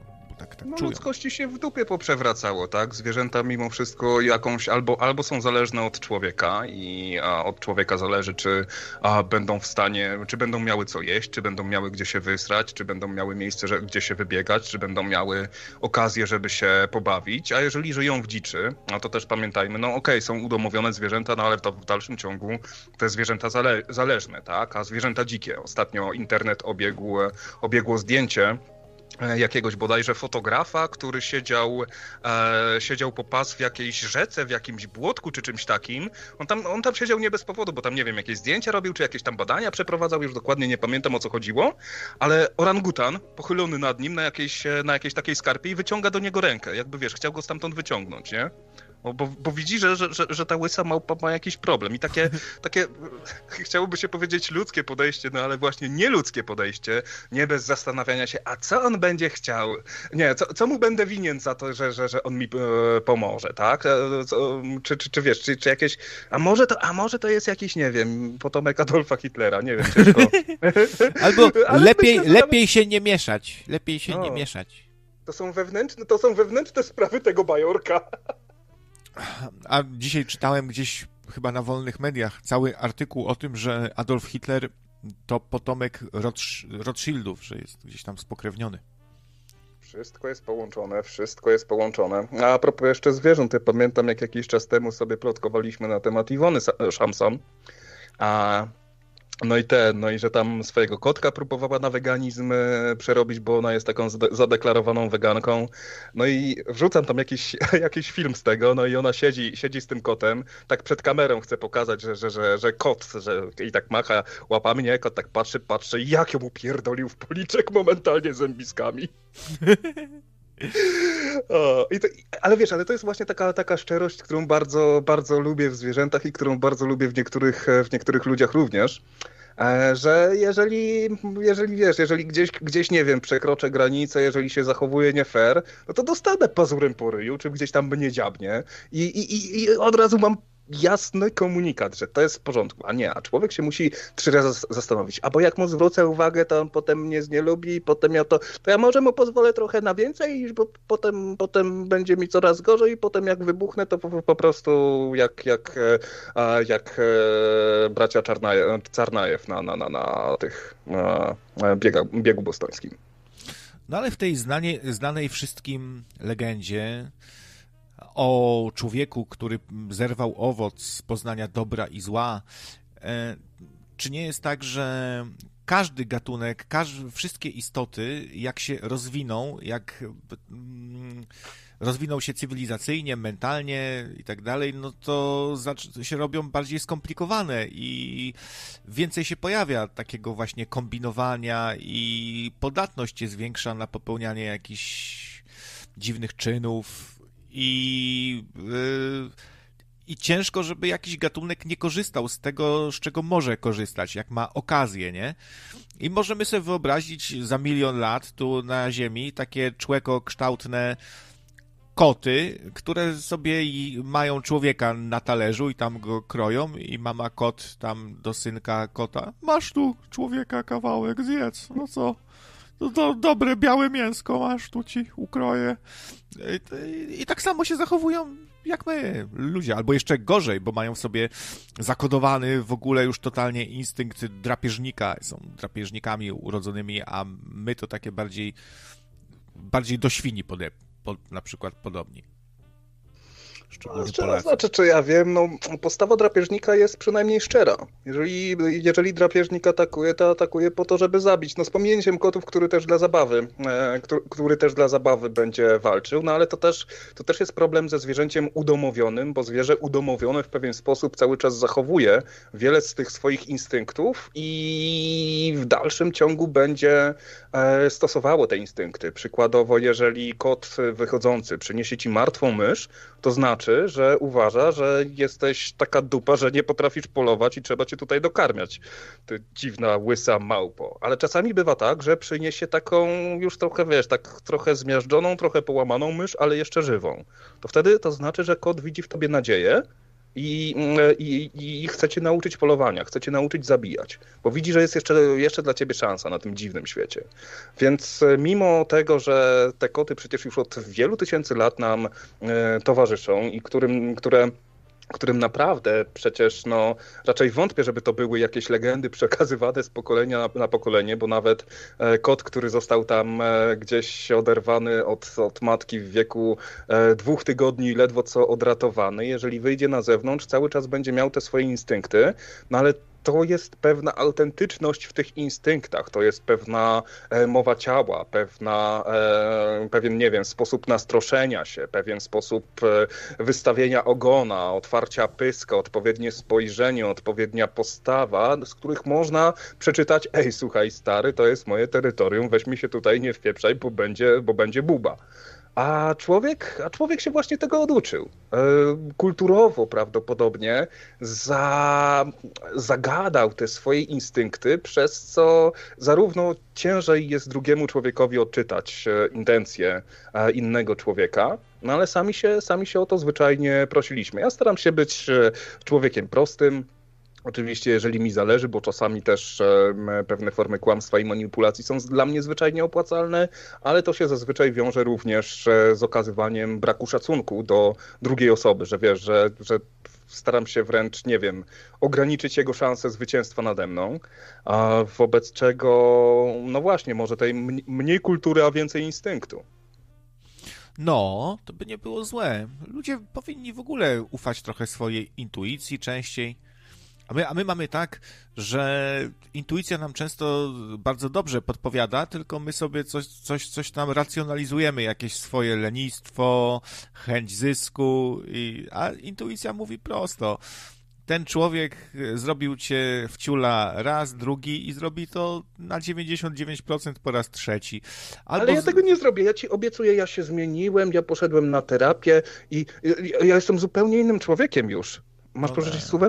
No czują. ludzkości się w dupie poprzewracało, tak? Zwierzęta mimo wszystko jakąś albo są zależne od człowieka i od człowieka zależy, czy będą w stanie, czy będą miały co jeść, czy będą miały gdzie się wysrać, czy będą miały miejsce, gdzie się wybiegać, czy będą miały okazję, żeby się pobawić, a jeżeli żyją w dziczy, no to też pamiętajmy, no okej, są udomowione zwierzęta, no ale to w dalszym ciągu te zwierzęta zależne, tak? A zwierzęta dzikie. Ostatnio internet obiegło zdjęcie jakiegoś bodajże fotografa, który siedział po pas w jakiejś rzece, w jakimś błotku czy czymś takim. On tam siedział nie bez powodu, bo tam nie wiem, jakieś zdjęcia robił, czy jakieś tam badania przeprowadzał, już dokładnie nie pamiętam, o co chodziło, ale orangutan pochylony nad nim na jakiejś takiej skarpie i wyciąga do niego rękę, jakby wiesz, chciał go stamtąd wyciągnąć, nie? Bo widzi, że ta łysa małpa ma jakiś problem i takie chciałoby się powiedzieć ludzkie podejście, no ale właśnie nieludzkie podejście, nie bez zastanawiania się, a co on będzie chciał? Nie, co mu będę winien za to, że on mi pomoże, tak? Czy wiesz, czy jakieś, a może to jest jakiś, nie wiem, potomek Adolfa Hitlera, nie wiem, ciężko. Albo lepiej się nie mieszać, nie mieszać. To są wewnętrzne sprawy tego bajorka. A dzisiaj czytałem gdzieś, chyba na wolnych mediach, cały artykuł o tym, że Adolf Hitler to potomek Rothschildów, że jest gdzieś tam spokrewniony. Wszystko jest połączone. A propos jeszcze zwierząt, ja pamiętam, jak jakiś czas temu sobie plotkowaliśmy na temat Iwony Szamson. No i że tam swojego kotka próbowała na weganizm przerobić, bo ona jest taką zadeklarowaną weganką. No i wrzucam tam jakiś film z tego, no i ona siedzi z tym kotem, tak przed kamerą chce pokazać, że kot, i tak macha łapami, nie? Kot tak patrzy i jak ją upierdolił w policzek momentalnie zębiskami. Ale wiesz, ale to jest właśnie taka szczerość, którą bardzo, bardzo lubię w zwierzętach i którą bardzo lubię w niektórych ludziach również. Że jeżeli gdzieś, nie wiem, przekroczę granicę, jeżeli się zachowuję nie fair, no to dostanę pazurem po ryju, czy gdzieś tam mnie dziabnie i od razu mam jasny komunikat, że to jest w porządku, a człowiek się musi 3 razy zastanowić, bo jak mu zwrócę uwagę, to on potem mnie nie lubi, potem to ja może mu pozwolę trochę na więcej, bo potem będzie mi coraz gorzej i potem jak wybuchnę, to po prostu jak bracia Czarnajew na biegu bostońskim. No ale w tej znanej wszystkim legendzie o człowieku, który zerwał owoc z poznania dobra i zła, czy nie jest tak, że każdy gatunek, wszystkie istoty, jak się rozwiną, jak rozwiną się cywilizacyjnie, mentalnie i tak dalej, no to się robią bardziej skomplikowane i więcej się pojawia takiego właśnie kombinowania i podatność się zwiększa na popełnianie jakichś dziwnych czynów i ciężko, żeby jakiś gatunek nie korzystał z tego, z czego może korzystać, jak ma okazję, nie? I możemy sobie wyobrazić za 1 000 000 lat tu na Ziemi takie człekokształtne koty, które sobie mają człowieka na talerzu i tam go kroją i mama kot tam do synka kota, masz tu człowieka kawałek, zjedz, no co? To dobre białe mięsko masz, tu ci ukroję. I tak samo się zachowują jak my, ludzie, albo jeszcze gorzej, bo mają w sobie zakodowany w ogóle już totalnie instynkt drapieżnika, są drapieżnikami urodzonymi, a my to takie bardziej do świni na przykład podobni. Znaczy, czy ja wiem, no postawa drapieżnika jest przynajmniej szczera. Jeżeli drapieżnik atakuje, to atakuje po to, żeby zabić. No z pominięciem kotów, który też dla zabawy będzie walczył, no ale to też jest problem ze zwierzęciem udomowionym, bo zwierzę udomowione w pewien sposób cały czas zachowuje wiele z tych swoich instynktów i w dalszym ciągu będzie stosowało te instynkty. Przykładowo, jeżeli kot wychodzący przyniesie ci martwą mysz, to znaczy, że uważa, że jesteś taka dupa, że nie potrafisz polować i trzeba cię tutaj dokarmiać. Ty dziwna, łysa małpo. Ale czasami bywa tak, że przyniesie taką już trochę, wiesz, tak trochę zmiażdżoną, trochę połamaną mysz, ale jeszcze żywą. To wtedy to znaczy, że kot widzi w tobie nadzieję i chce cię nauczyć polowania, chce cię nauczyć zabijać, bo widzi, że jest jeszcze dla ciebie szansa na tym dziwnym świecie. Więc mimo tego, że te koty przecież już od wielu tysięcy lat nam towarzyszą i którym naprawdę przecież raczej wątpię, żeby to były jakieś legendy przekazywane z pokolenia na pokolenie, bo nawet kot, który został tam gdzieś oderwany od matki w wieku 2 tygodni, ledwo co odratowany, jeżeli wyjdzie na zewnątrz, cały czas będzie miał te swoje instynkty, ale to jest pewna autentyczność w tych instynktach, to jest pewna mowa ciała, pewien, nie wiem, sposób nastroszenia się, pewien sposób wystawienia ogona, otwarcia pyska, odpowiednie spojrzenie, odpowiednia postawa, z których można przeczytać: ej, słuchaj stary, to jest moje terytorium, weź mi się tutaj nie wpieprzaj, bo będzie buba. A człowiek się właśnie tego oduczył. Kulturowo prawdopodobnie zagadał te swoje instynkty, przez co zarówno ciężej jest drugiemu człowiekowi odczytać intencje innego człowieka, no ale sami się o to zwyczajnie prosiliśmy. Ja staram się być człowiekiem prostym. Oczywiście, jeżeli mi zależy, bo czasami też pewne formy kłamstwa i manipulacji są dla mnie zwyczajnie opłacalne, ale to się zazwyczaj wiąże również z okazywaniem braku szacunku do drugiej osoby, że wiesz, że staram się wręcz, nie wiem, ograniczyć jego szansę zwycięstwa nade mną, a wobec czego, no właśnie, może tej mniej kultury, a więcej instynktu. No, to by nie było złe. Ludzie powinni w ogóle ufać trochę swojej intuicji częściej. A my mamy tak, że intuicja nam często bardzo dobrze podpowiada, tylko my sobie coś tam racjonalizujemy, jakieś swoje lenistwo, chęć zysku, a intuicja mówi prosto. Ten człowiek zrobił cię w ciula raz, drugi i zrobi to na 99% po raz trzeci. Ale ja tego nie zrobię, ja ci obiecuję, ja się zmieniłem, ja poszedłem na terapię i ja jestem zupełnie innym człowiekiem już. Masz pożyczyć słówę?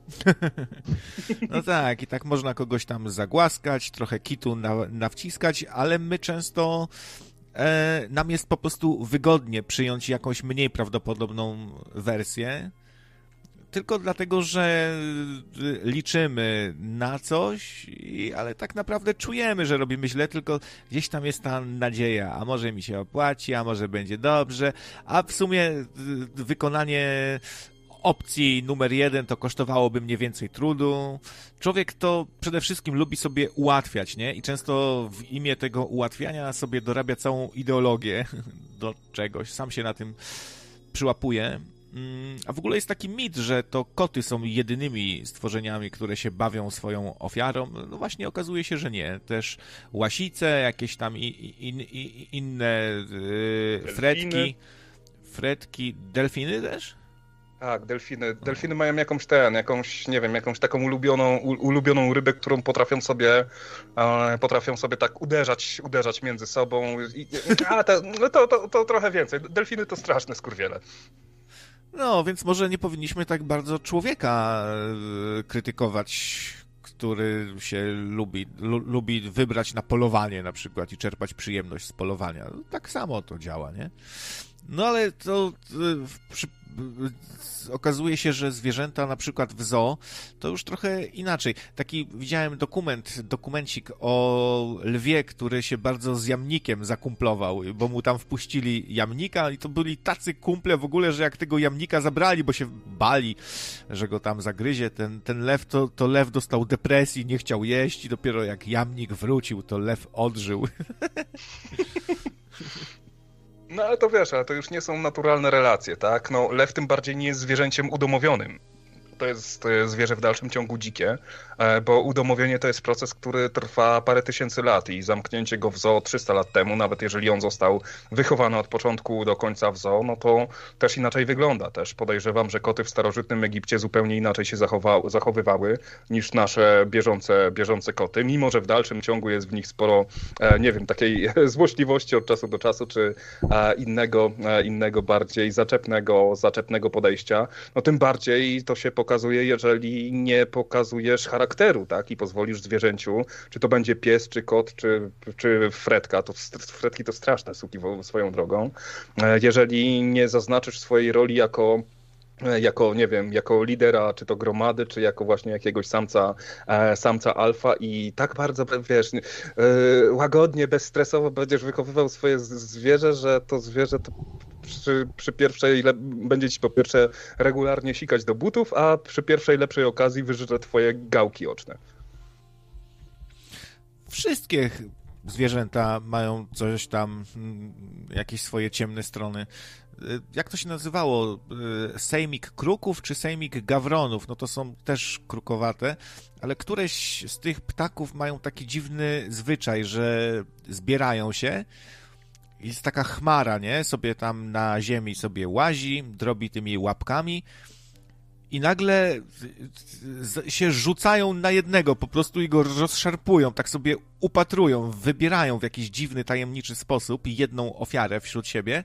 No tak, i tak można kogoś tam zagłaskać, trochę kitu nawciskać, ale my często nam jest po prostu wygodnie przyjąć jakąś mniej prawdopodobną wersję, tylko dlatego, że liczymy na coś, ale tak naprawdę czujemy, że robimy źle, tylko gdzieś tam jest ta nadzieja, a może mi się opłaci, a może będzie dobrze, a w sumie wykonanie opcji numer 1 to kosztowałoby mnie więcej trudu. Człowiek to przede wszystkim lubi sobie ułatwiać, nie? I często w imię tego ułatwiania sobie dorabia całą ideologię do czegoś. Sam się na tym przyłapuje. A w ogóle jest taki mit, że to koty są jedynymi stworzeniami, które się bawią swoją ofiarą. No właśnie okazuje się, że nie. Też łasice, jakieś tam inne fretki, delfiny też? Tak, delfiny. Delfiny mają jakąś taką ulubioną rybę, którą potrafią sobie tak uderzać między sobą. To trochę więcej. Delfiny to straszne skurwiele. No, więc może nie powinniśmy tak bardzo człowieka krytykować, który się lubi wybrać na polowanie na przykład i czerpać przyjemność z polowania. Tak samo to działa, nie? No ale to okazuje się, że zwierzęta na przykład w zoo to już trochę inaczej. Taki widziałem dokumencik o lwie, który się bardzo z jamnikiem zakumplował, bo mu tam wpuścili jamnika i to byli tacy kumple w ogóle, że jak tego jamnika zabrali, bo się bali, że go tam zagryzie, ten lew, to lew dostał depresji, nie chciał jeść i dopiero jak jamnik wrócił, to lew odżył. No ale to wiesz, ale to już nie są naturalne relacje, tak? No lew tym bardziej nie jest zwierzęciem udomowionym. To jest zwierzę w dalszym ciągu dzikie, bo udomowienie to jest proces, który trwa parę tysięcy lat i zamknięcie go w zoo 300 lat temu, nawet jeżeli on został wychowany od początku do końca w zoo, no to też inaczej wygląda. Też podejrzewam, że koty w starożytnym Egipcie zupełnie inaczej się zachowywały niż nasze bieżące koty, mimo że w dalszym ciągu jest w nich sporo, nie wiem, takiej złośliwości od czasu do czasu, czy innego bardziej zaczepnego podejścia. No tym bardziej to się pokazuje, jeżeli nie pokazujesz charakteru, tak? I pozwolisz zwierzęciu, czy to będzie pies, czy kot, czy fretka, to fretki to straszne suki swoją drogą. Jeżeli nie zaznaczysz swojej roli jako jako, nie wiem, jako lidera, czy to gromady, czy jako właśnie jakiegoś samca alfa i tak bardzo, wiesz, łagodnie, bezstresowo będziesz wychowywał swoje zwierzę, że to zwierzę to przy pierwszej będzie ci po pierwsze regularnie sikać do butów, a przy pierwszej lepszej okazji wyżycze twoje gałki oczne. Wszystkie zwierzęta mają coś tam, jakieś swoje ciemne strony. Jak to się nazywało? Sejmik kruków czy sejmik gawronów? No to są też krukowate, ale któreś z tych ptaków mają taki dziwny zwyczaj, że zbierają się. Jest taka chmara, nie? Sobie tam na ziemi sobie łazi, drobi tymi łapkami i nagle się rzucają na jednego po prostu i go rozszarpują, tak sobie upatrują, wybierają w jakiś dziwny, tajemniczy sposób jedną ofiarę wśród siebie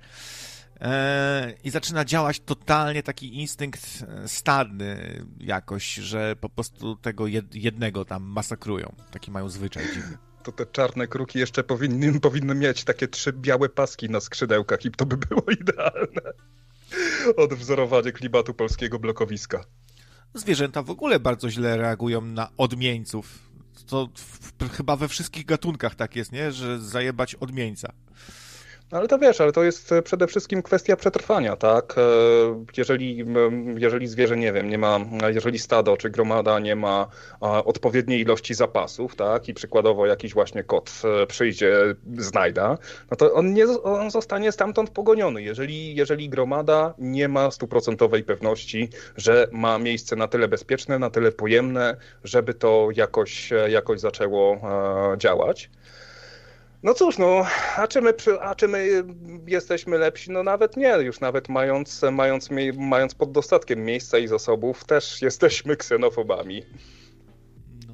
i zaczyna działać totalnie taki instynkt stadny jakoś, że po prostu tego jednego tam masakrują. Taki mają zwyczaj dziwny. To te czarne kruki jeszcze powinny mieć takie 3 białe paski na skrzydełkach i to by było idealne. Odwzorowanie klimatu polskiego blokowiska. Zwierzęta w ogóle bardzo źle reagują na odmieńców. To chyba we wszystkich gatunkach tak jest, nie? Że zajebać odmieńca. Ale to wiesz, ale to jest przede wszystkim kwestia przetrwania, tak? Jeżeli zwierzę, nie wiem, nie ma, jeżeli stado czy gromada nie ma odpowiedniej ilości zapasów, tak? I przykładowo jakiś właśnie kot przyjdzie, znajda, no to on zostanie stamtąd pogoniony. Jeżeli gromada nie ma 100% pewności, że ma miejsce na tyle bezpieczne, na tyle pojemne, żeby to jakoś zaczęło działać. No cóż, no, a czy my jesteśmy lepsi? No nawet nie, już nawet mając pod dostatkiem miejsca i zasobów, też jesteśmy ksenofobami. No.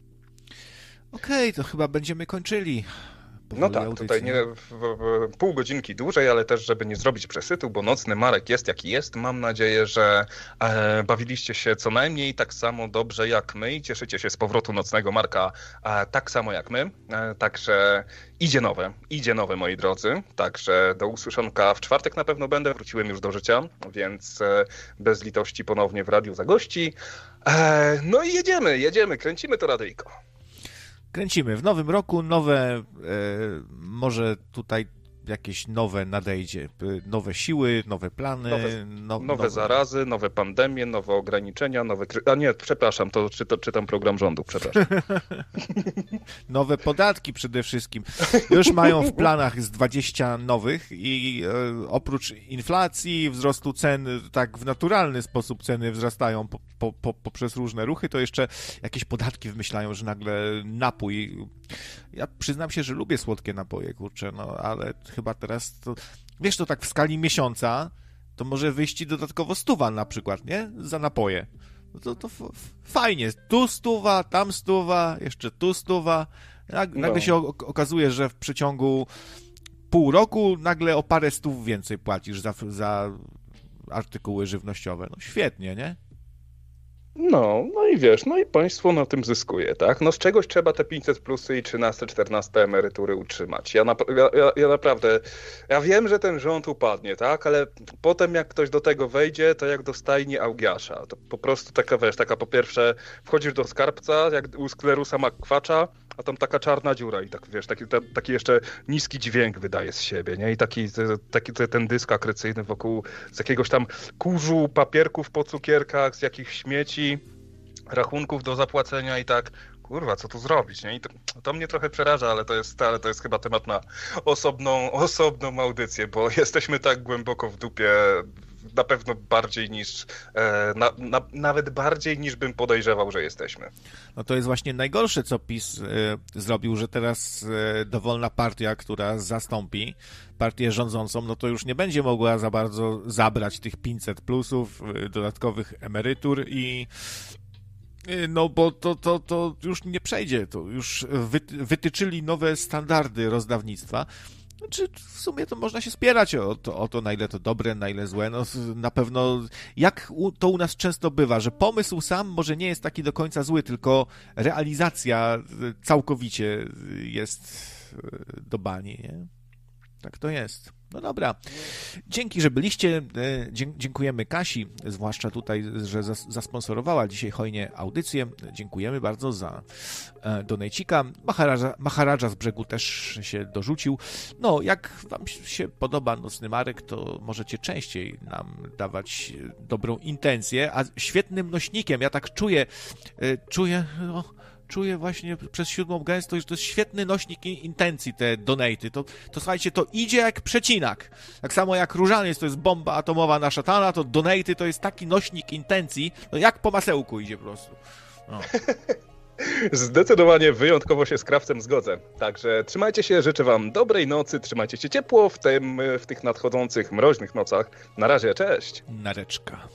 Okej, to chyba będziemy kończyli. No tak, tutaj nie pół godzinki dłużej, ale też, żeby nie zrobić przesytu, bo nocny Marek jest jaki jest. Mam nadzieję, że bawiliście się co najmniej tak samo dobrze jak my i cieszycie się z powrotu nocnego Marka tak samo jak my. Także idzie nowe, moi drodzy. Także do usłyszonka w czwartek na pewno będę. Wróciłem już do życia, więc bez litości ponownie w radiu zagości. No i jedziemy, kręcimy to radyjko. Kręcimy. W nowym roku nowe, może tutaj jakieś nowe nadejdzie. Nowe siły, nowe plany. Nowe zarazy, nowe pandemie, nowe ograniczenia, przepraszam, to czytam program rządu, przepraszam. Nowe podatki przede wszystkim. Już mają w planach z 20 nowych i oprócz inflacji, wzrostu cen, tak w naturalny sposób ceny wzrastają poprzez różne ruchy, to jeszcze jakieś podatki wymyślają, że nagle napój. Ja przyznam się, że lubię słodkie napoje, kurczę, no ale chyba teraz to, wiesz, to tak w skali miesiąca to może wyjść dodatkowo 100 na przykład, nie? Za napoje. No to fajnie. Tu 100, tam 100, jeszcze tu 100. Nagle się okazuje, że w przeciągu pół roku nagle o parę stów więcej płacisz za artykuły żywnościowe. No świetnie, nie? No i wiesz, no i państwo na tym zyskuje, tak? No z czegoś trzeba te 500 plusy i 13, 14 emerytury utrzymać. Ja naprawdę, ja wiem, że ten rząd upadnie, tak? Ale potem jak ktoś do tego wejdzie, to jak do stajni Augiasza. To po prostu taka, wiesz, taka po pierwsze wchodzisz do skarbca, jak u sklerusa Makwacza, a tam taka czarna dziura i tak, wiesz, taki jeszcze niski dźwięk wydaje z siebie, nie? I taki ten dysk akrecyjny wokół z jakiegoś tam kurzu, papierków po cukierkach, z jakichś śmieci, rachunków do zapłacenia i tak, kurwa, co tu zrobić, nie? I to mnie trochę przeraża, ale to jest chyba temat na osobną audycję, bo jesteśmy tak głęboko w dupie, na pewno bardziej niż, nawet bardziej niż bym podejrzewał, że jesteśmy. No to jest właśnie najgorsze, co PiS zrobił, że teraz dowolna partia, która zastąpi partię rządzącą, no to już nie będzie mogła za bardzo zabrać tych 500 plusów, dodatkowych emerytur i no bo to już nie przejdzie, to już wytyczyli nowe standardy rozdawnictwa. Znaczy, w sumie to można się spierać o to, na ile to dobre, na ile złe. No, na pewno, jak to u nas często bywa, że pomysł sam może nie jest taki do końca zły, tylko realizacja całkowicie jest do bani, nie? Tak to jest. No dobra. Dzięki, że byliście. Dziękujemy Kasi, zwłaszcza tutaj, że zasponsorowała dzisiaj hojnie audycję. Dziękujemy bardzo za donejcika. Maharadża z brzegu też się dorzucił. No, jak wam się podoba Nocny Marek, to możecie częściej nam dawać dobrą intencję, a świetnym nośnikiem, ja tak czuję właśnie przez 7 gęstość, że to jest świetny nośnik intencji, te donaty. To słuchajcie, to idzie jak przecinak. Tak samo jak różaniec to jest bomba atomowa na szatana, to donaty to jest taki nośnik intencji, no jak po masełku idzie po prostu. No. Zdecydowanie wyjątkowo się z Krawcem zgodzę. Także trzymajcie się, życzę wam dobrej nocy, trzymajcie się ciepło w tych nadchodzących mroźnych nocach. Na razie, cześć! Nareczka.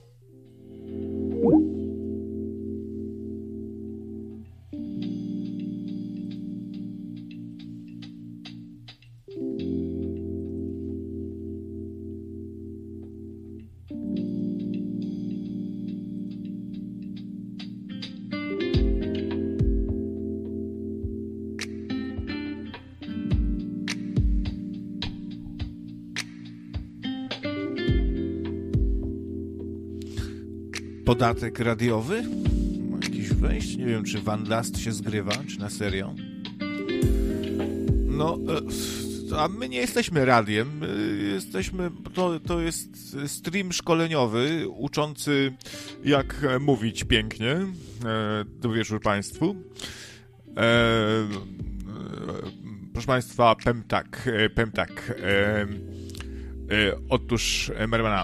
Podatek radiowy? Ma jakiś wejść? Nie wiem, czy Van Last się zgrywa, czy na serio. No, a my nie jesteśmy radiem. To jest stream szkoleniowy, uczący jak mówić pięknie. Dobry wieczór Państwu. Proszę Państwa, powiem tak. Otóż, Merwana,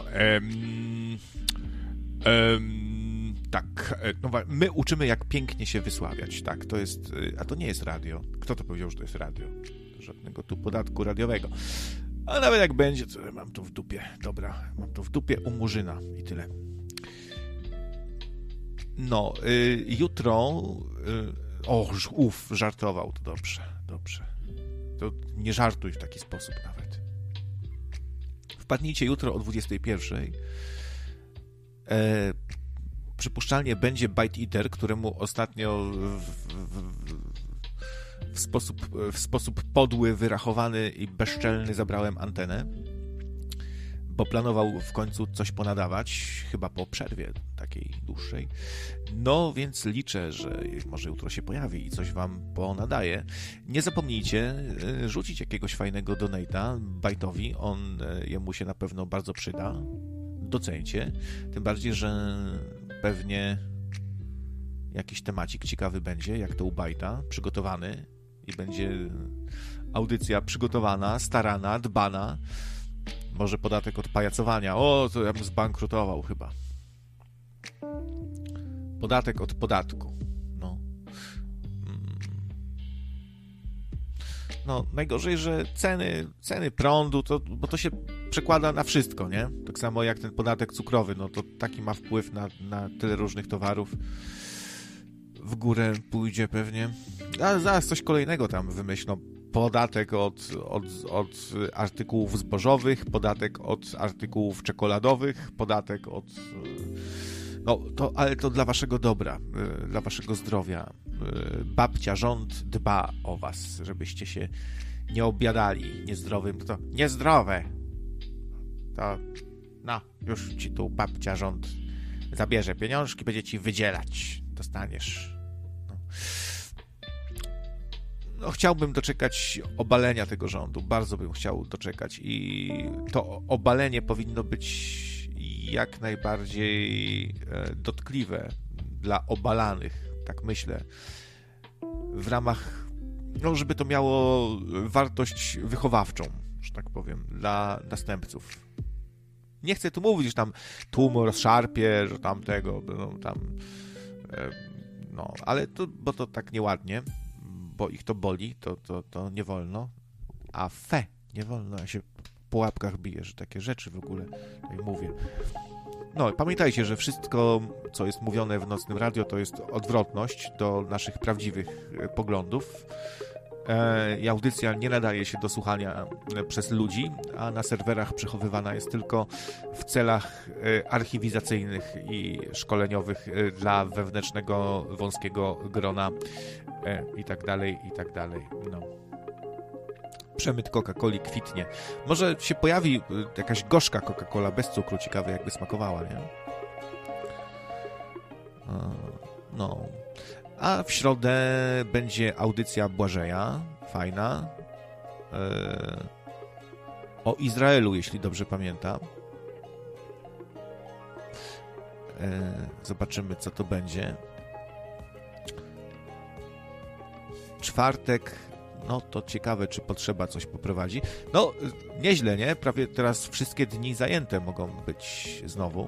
tak, no, my uczymy jak pięknie się wysławiać, tak, to jest, a to nie jest radio. Kto to powiedział, że to jest radio? Żadnego tu podatku radiowego. A nawet jak będzie, to mam to w dupie. Dobra, mam to w dupie u Murzyna i tyle. No, jutro, żartował, to dobrze. To nie żartuj w taki sposób nawet. Wpadnijcie jutro o 21:00. Przypuszczalnie będzie Bite Eater, któremu ostatnio w sposób podły, wyrachowany i bezczelny zabrałem antenę, bo planował w końcu coś ponadawać, chyba po przerwie takiej dłuższej. No więc liczę, że może jutro się pojawi i coś wam ponadaje. Nie zapomnijcie rzucić jakiegoś fajnego donate'a Bite'owi, jemu się na pewno bardzo przyda. Docencie, tym bardziej, że pewnie jakiś temacik ciekawy będzie, jak to u Bajta, przygotowany i będzie audycja przygotowana, starana, dbana. Może podatek od pajacowania. O, to ja bym zbankrutował chyba. Podatek od podatku. No, najgorzej, że ceny prądu, bo to się przekłada na wszystko, nie? Tak samo jak ten podatek cukrowy, no to taki ma wpływ na tyle różnych towarów. W górę pójdzie pewnie. A zaraz coś kolejnego tam wymyślą. Podatek od artykułów zbożowych, podatek od artykułów czekoladowych, podatek od... No, ale to dla waszego dobra, dla waszego zdrowia. Babcia, rząd dba o was, żebyście się nie obiadali niezdrowym. To niezdrowe. To, no, już ci tu babcia, rząd zabierze pieniążki, będzie ci wydzielać. Dostaniesz. No, chciałbym doczekać obalenia tego rządu. Bardzo bym chciał doczekać. I to obalenie powinno być jak najbardziej dotkliwe dla obalanych, tak myślę, w ramach, no, żeby to miało wartość wychowawczą, że tak powiem, dla następców. Nie chcę tu mówić, że tam tłum rozszarpie, że tamtego, no, tam, no, ale to, bo to tak nieładnie, bo ich to boli, to nie wolno, a nie wolno, ja się po łapkach biję, że takie rzeczy w ogóle, tak mówię. No, pamiętajcie, że wszystko, co jest mówione w Nocnym Radio, to jest odwrotność do naszych prawdziwych poglądów. I audycja nie nadaje się do słuchania przez ludzi, a na serwerach przechowywana jest tylko w celach archiwizacyjnych i szkoleniowych dla wewnętrznego, wąskiego grona i tak dalej, i tak dalej. No. Przemyt Coca-Coli kwitnie. Może się pojawi jakaś gorzka Coca-Cola bez cukru, ciekawe jakby smakowała, nie? No. A w środę będzie audycja Błażeja, fajna. O Izraelu, jeśli dobrze pamiętam. Zobaczymy, co to będzie. Czwartek, no to ciekawe, czy potrzeba coś poprowadzi. No, nieźle, nie? Prawie teraz wszystkie dni zajęte mogą być znowu.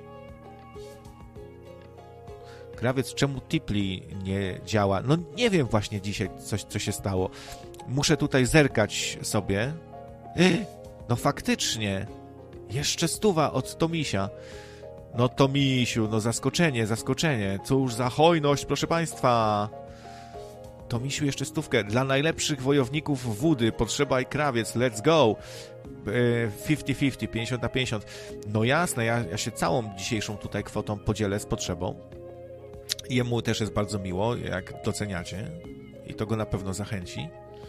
Krawiec, czemu Tipli nie działa? No nie wiem właśnie dzisiaj, co się stało. Muszę tutaj zerkać sobie. No faktycznie. Jeszcze 100 od Tomisia. No Tomisiu, no zaskoczenie. Cóż za hojność, proszę państwa. Tomisiu, jeszcze 100. Dla najlepszych wojowników wody potrzeba i krawiec. Let's go. 50-50, 50/50. No jasne, ja się całą dzisiejszą tutaj kwotą podzielę z potrzebą. Jemu też jest bardzo miło, jak doceniacie. I to go na pewno zachęci.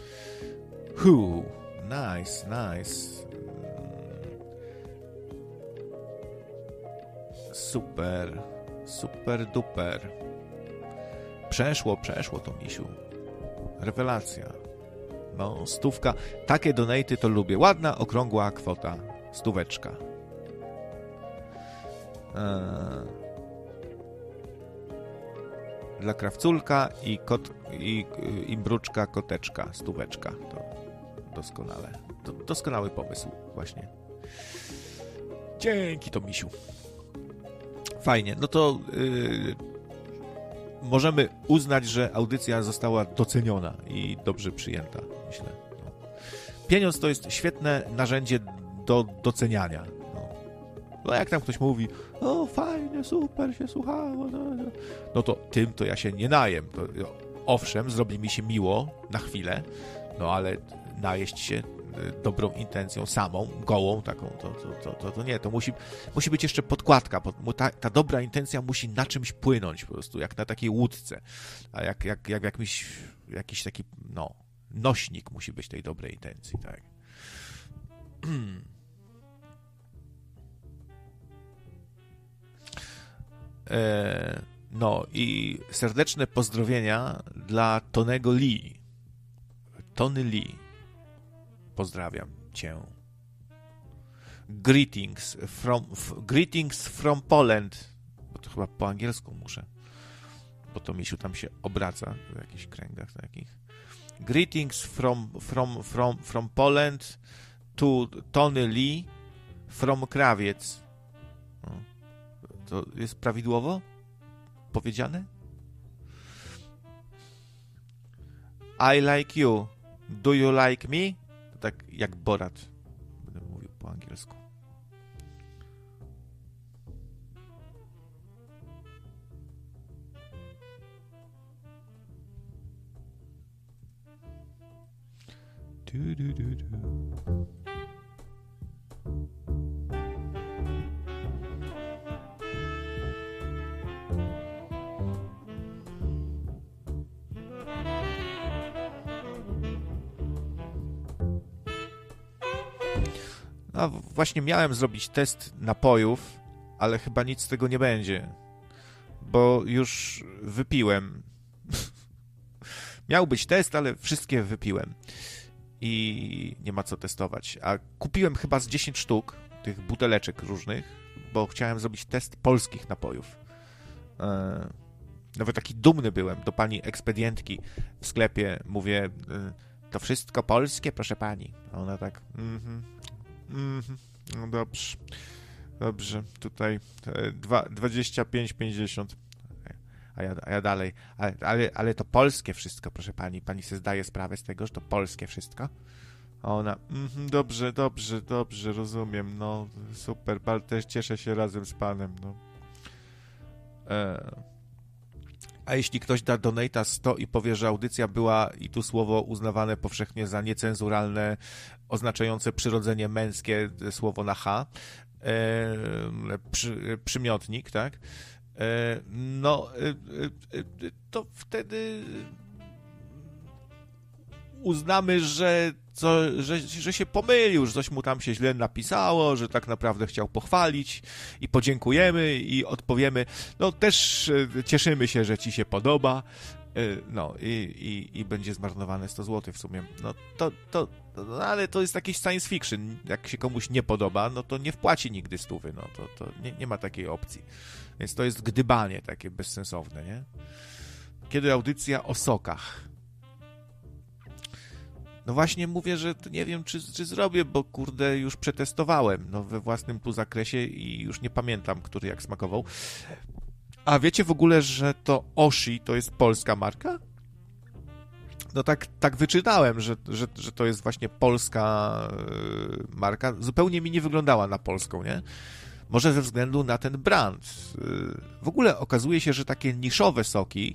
Nice. Super duper. Przeszło to, misiu. Rewelacja. No, 100. Takie donaty to lubię. Ładna, okrągła kwota. 100. Dla krawculka i mruczka koteczka. 100. To doskonale. To doskonały pomysł właśnie. Dzięki, to misiu. Fajnie. No to możemy uznać, że audycja została doceniona i dobrze przyjęta, myślę. No. Pieniądz to jest świetne narzędzie do doceniania. No jak tam ktoś mówi, o fajnie, super się słuchało, no to tym to ja się nie najem. To, owszem, zrobi mi się miło na chwilę, no ale najeść się dobrą intencją samą, gołą taką, to nie, to musi być jeszcze podkładka, ta dobra intencja musi na czymś płynąć po prostu, jak na takiej łódce, a jak jakiś taki, no, nośnik musi być tej dobrej intencji, tak. No i serdeczne pozdrowienia dla Tonego Lee. Tony Lee. Pozdrawiam cię. Greetings from Poland. Bo to chyba po angielsku muszę. Bo to misiu tam się obraca w jakichś kręgach takich. Greetings from Poland to Tony Lee from Krawiec. To jest prawidłowo powiedziane? I like you. Do you like me? To tak jak Borat. Będę mówił po angielsku. No, właśnie miałem zrobić test napojów, ale chyba nic z tego nie będzie, bo już wypiłem. Miał być test, ale wszystkie wypiłem i nie ma co testować. A kupiłem chyba z 10 sztuk tych buteleczek różnych, bo chciałem zrobić test polskich napojów. Nawet taki dumny byłem do pani ekspedientki w sklepie. Mówię, to wszystko polskie, proszę pani. A ona tak, no dobrze, tutaj 25,50. A ja dalej, ale to polskie wszystko, proszę pani. Pani sobie zdaje sprawę z tego, że to polskie wszystko? A ona, dobrze, rozumiem, no super, też cieszę się razem z panem, no. A jeśli ktoś da donata 100 i powie, że audycja była, i tu słowo uznawane powszechnie za niecenzuralne, oznaczające przyrodzenie męskie, słowo na H, przymiotnik, tak? No, to wtedy uznamy, że się pomylił, że coś mu tam się źle napisało, że tak naprawdę chciał pochwalić i podziękujemy i odpowiemy, no też cieszymy się, że ci się podoba, no i będzie zmarnowane 100 zł w sumie. No no, ale to jest jakiś science fiction. Jak się komuś nie podoba, no to nie wpłaci nigdy 100, no to nie ma takiej opcji. Więc to jest gdybanie takie bezsensowne, nie? Kiedy audycja o sokach? No właśnie mówię, że nie wiem, czy zrobię, bo kurde, już przetestowałem we własnym tu zakresie i już nie pamiętam, który jak smakował. A wiecie w ogóle, że to Oshi to jest polska marka? No tak wyczytałem, że to jest właśnie polska marka. Zupełnie mi nie wyglądała na polską, nie? Może ze względu na ten brand. W ogóle okazuje się, że takie niszowe soki,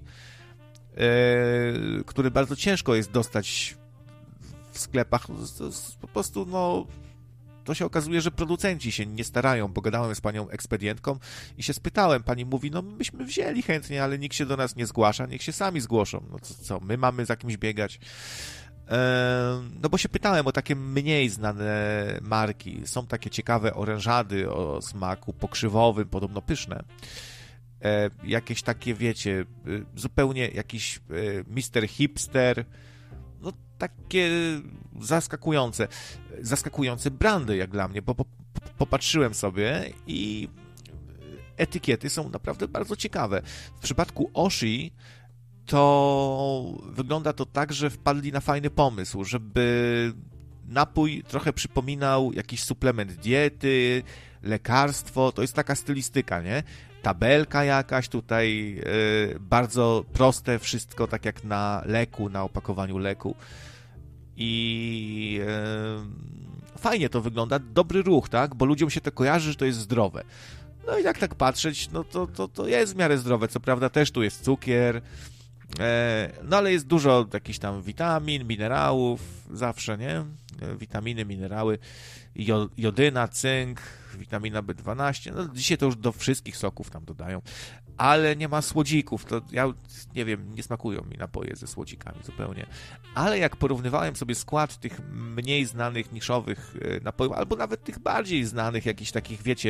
które bardzo ciężko jest dostać w sklepach, po prostu, no, to się okazuje, że producenci się nie starają, bo gadałem z panią ekspedientką i się spytałem, pani mówi, no myśmy wzięli chętnie, ale nikt się do nas nie zgłasza, niech się sami zgłoszą, no co my mamy za kimś biegać? No bo się pytałem o takie mniej znane marki, są takie ciekawe orężady o smaku pokrzywowym, podobno pyszne. Jakieś takie, wiecie, zupełnie jakiś Mr. Hipster, no takie zaskakujące brandy jak dla mnie, bo popatrzyłem sobie i etykiety są naprawdę bardzo ciekawe. W przypadku Oshi to wygląda to tak, że wpadli na fajny pomysł, żeby napój trochę przypominał jakiś suplement diety, lekarstwo, to jest taka stylistyka, nie? Tabelka jakaś tutaj, bardzo proste wszystko, tak jak na leku, na opakowaniu leku. I fajnie to wygląda, dobry ruch, tak? Bo ludziom się to kojarzy, że to jest zdrowe. No i jak tak patrzeć, no to jest w miarę zdrowe. Co prawda też tu jest cukier, no ale jest dużo jakichś tam witamin, minerałów, zawsze, nie? Witaminy, minerały, jodyna, cynk, witamina B12, no dzisiaj to już do wszystkich soków tam dodają, ale nie ma słodzików, to ja nie wiem, nie smakują mi napoje ze słodzikami zupełnie, ale jak porównywałem sobie skład tych mniej znanych, niszowych napojów, albo nawet tych bardziej znanych, jakichś takich, wiecie,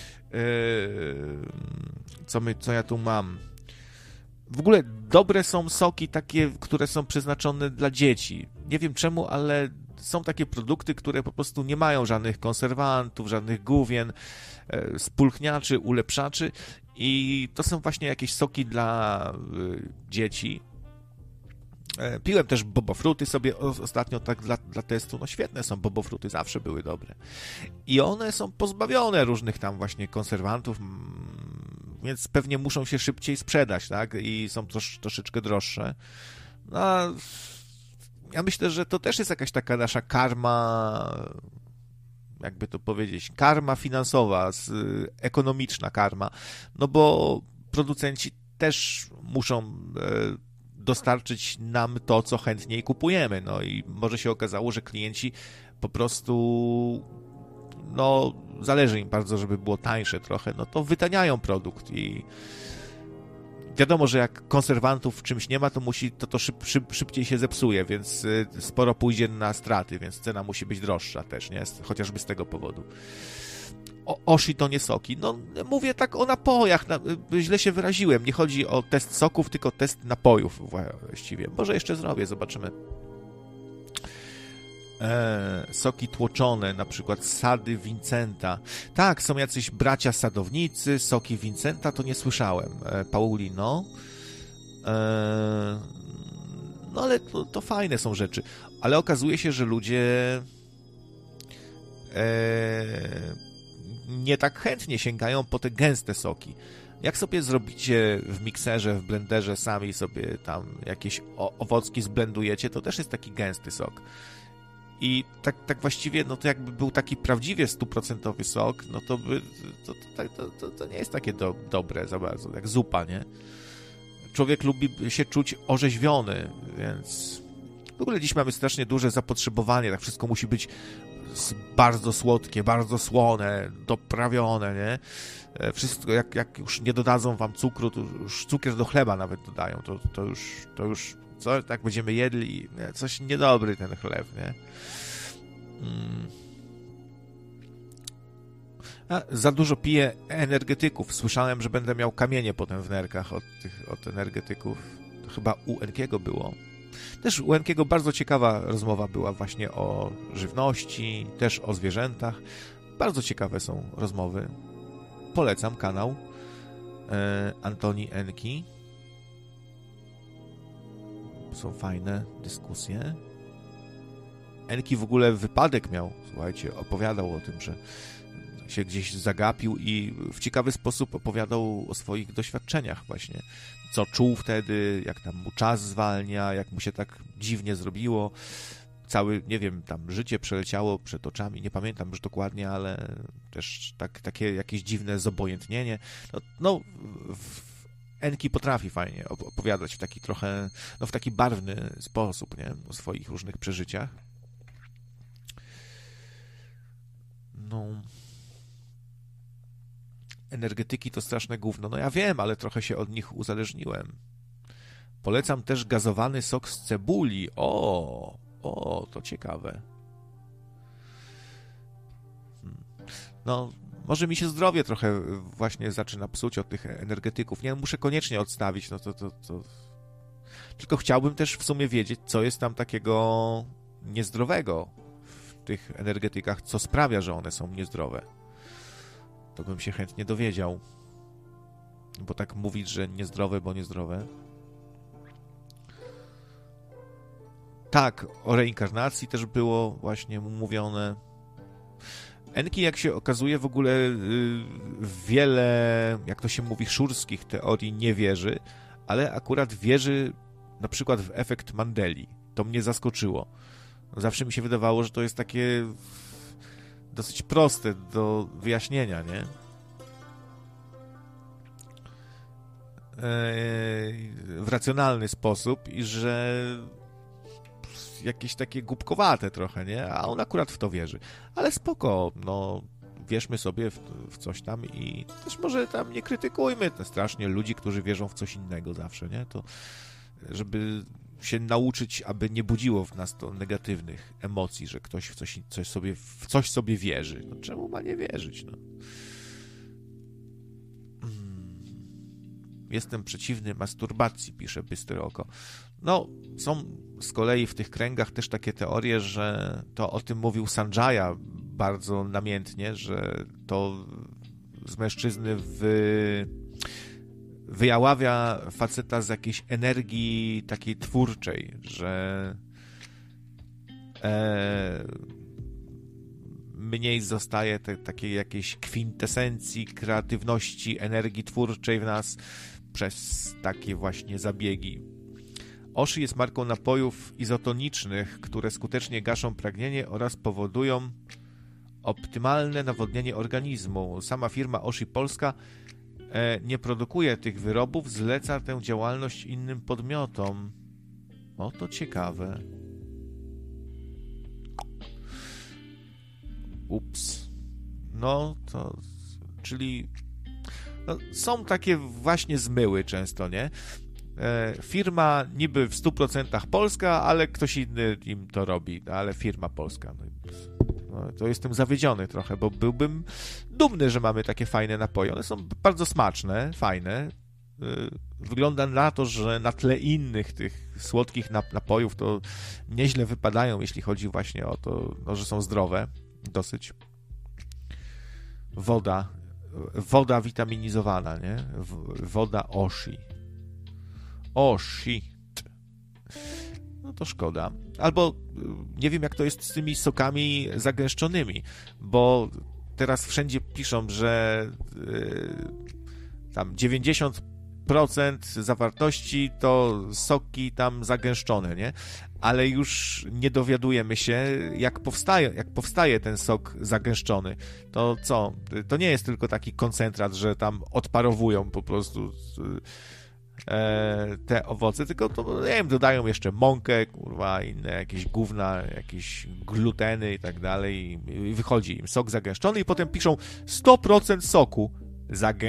co ja tu mam, w ogóle dobre są soki takie, które są przeznaczone dla dzieci. Nie wiem czemu, ale są takie produkty, które po prostu nie mają żadnych konserwantów, żadnych główien, spulchniaczy, ulepszaczy i to są właśnie jakieś soki dla dzieci. Piłem też bobofruty sobie ostatnio tak dla testu. No świetne są bobofruty, zawsze były dobre. I one są pozbawione różnych tam właśnie konserwantów, więc pewnie muszą się szybciej sprzedać, tak? I są troszeczkę droższe. No, ja myślę, że to też jest jakaś taka nasza karma, jakby to powiedzieć, karma finansowa, ekonomiczna karma, no bo producenci też muszą dostarczyć nam to, co chętniej kupujemy, no i może się okazało, że klienci po prostu, no zależy im bardzo, żeby było tańsze trochę, no to wytaniają produkt i wiadomo, że jak konserwantów w czymś nie ma, to szybciej się zepsuje, więc sporo pójdzie na straty, więc cena musi być droższa też, nie? Chociażby z tego powodu. Oshi to nie soki. No, mówię tak o napojach, źle się wyraziłem. Nie chodzi o test soków, tylko test napojów właściwie. Może jeszcze zrobię, zobaczymy. Soki tłoczone, na przykład sady Vincenta. Tak, są jacyś bracia sadownicy, soki Vincenta, to nie słyszałem. Paulino. No ale to fajne są rzeczy. Ale okazuje się, że ludzie nie tak chętnie sięgają po te gęste soki. Jak sobie zrobicie w mikserze, w blenderze, sami sobie tam jakieś owocki zblendujecie, to też jest taki gęsty sok. I tak właściwie, no to jakby był taki prawdziwie 100% sok, no to nie jest takie dobre za bardzo, jak zupa, nie? Człowiek lubi się czuć orzeźwiony, więc w ogóle dziś mamy strasznie duże zapotrzebowanie, tak wszystko musi być bardzo słodkie, bardzo słone, doprawione, nie? Wszystko, jak już nie dodadzą wam cukru, to już cukier do chleba nawet dodają, to już co tak będziemy jedli, nie? Coś niedobry ten chleb, nie? Za dużo piję energetyków. Słyszałem, że będę miał kamienie potem w nerkach od energetyków. To chyba u Enkiego było. Też u Enkiego bardzo ciekawa rozmowa była właśnie o żywności, też o zwierzętach. Bardzo ciekawe są rozmowy. Polecam kanał Antoni Enki. Są fajne dyskusje. Enki w ogóle wypadek miał, słuchajcie, opowiadał o tym, że się gdzieś zagapił i w ciekawy sposób opowiadał o swoich doświadczeniach właśnie. Co czuł wtedy, jak tam mu czas zwalnia, jak mu się tak dziwnie zrobiło. Całe, nie wiem, tam życie przeleciało przed oczami, nie pamiętam już dokładnie, ale też takie jakieś dziwne zobojętnienie. Enki potrafi fajnie opowiadać w taki trochę, w taki barwny sposób, nie? O swoich różnych przeżyciach. Energetyki to straszne gówno. Ja wiem, ale trochę się od nich uzależniłem. Polecam też gazowany sok z cebuli. To ciekawe. Może mi się zdrowie trochę właśnie zaczyna psuć od tych energetyków. Nie muszę koniecznie odstawić, Tylko chciałbym też w sumie wiedzieć, co jest tam takiego niezdrowego w tych energetykach, co sprawia, że one są niezdrowe. To bym się chętnie dowiedział. Bo tak mówić, że niezdrowe, bo niezdrowe. Tak, o reinkarnacji też było właśnie mówione. Enki, jak się okazuje, w ogóle wiele, jak to się mówi, szurskich teorii nie wierzy, ale akurat wierzy na przykład w efekt Mandeli. To mnie zaskoczyło. Zawsze mi się wydawało, że to jest takie dosyć proste do wyjaśnienia, nie? W racjonalny sposób i że jakieś takie głupkowate trochę, nie? A on akurat w to wierzy. Ale spoko, wierzmy sobie w coś tam i też może tam nie krytykujmy strasznie ludzi, którzy wierzą w coś innego zawsze, nie? To żeby się nauczyć, aby nie budziło w nas to negatywnych emocji, że ktoś w coś sobie wierzy. Czemu ma nie wierzyć, Jestem przeciwny masturbacji, pisze Bystre Oko. Są z kolei w tych kręgach też takie teorie, że to o tym mówił Sanjaya bardzo namiętnie, że to z mężczyzny wyjaławia faceta z jakiejś energii takiej twórczej, że mniej zostaje takiej jakiejś kwintesencji, kreatywności, energii twórczej w nas przez takie właśnie zabiegi. Oshi jest marką napojów izotonicznych, które skutecznie gaszą pragnienie oraz powodują optymalne nawodnienie organizmu. Sama firma Oshi Polska nie produkuje tych wyrobów, zleca tę działalność innym podmiotom. To ciekawe. Ups. Czyli są takie właśnie zmyły często, nie? Firma niby w 100% polska, ale ktoś inny im to robi, ale firma polska. To jestem zawiedziony trochę, bo byłbym dumny, że mamy takie fajne napoje. One są bardzo smaczne, fajne. Wygląda na to, że na tle innych tych słodkich napojów to nieźle wypadają, jeśli chodzi właśnie o to, że są zdrowe. Dosyć. Woda witaminizowana, nie? Woda Oshi. To szkoda. Albo nie wiem, jak to jest z tymi sokami zagęszczonymi, bo teraz wszędzie piszą, że tam 90% zawartości to soki tam zagęszczone, nie? Ale już nie dowiadujemy się, jak powstaje ten sok zagęszczony. To co? To nie jest tylko taki koncentrat, że tam odparowują po prostu te owoce, tylko to, nie wiem, dodają jeszcze mąkę, inne jakieś gówna, jakieś gluteny i tak dalej i wychodzi im sok zagęszczony i potem piszą 100% soku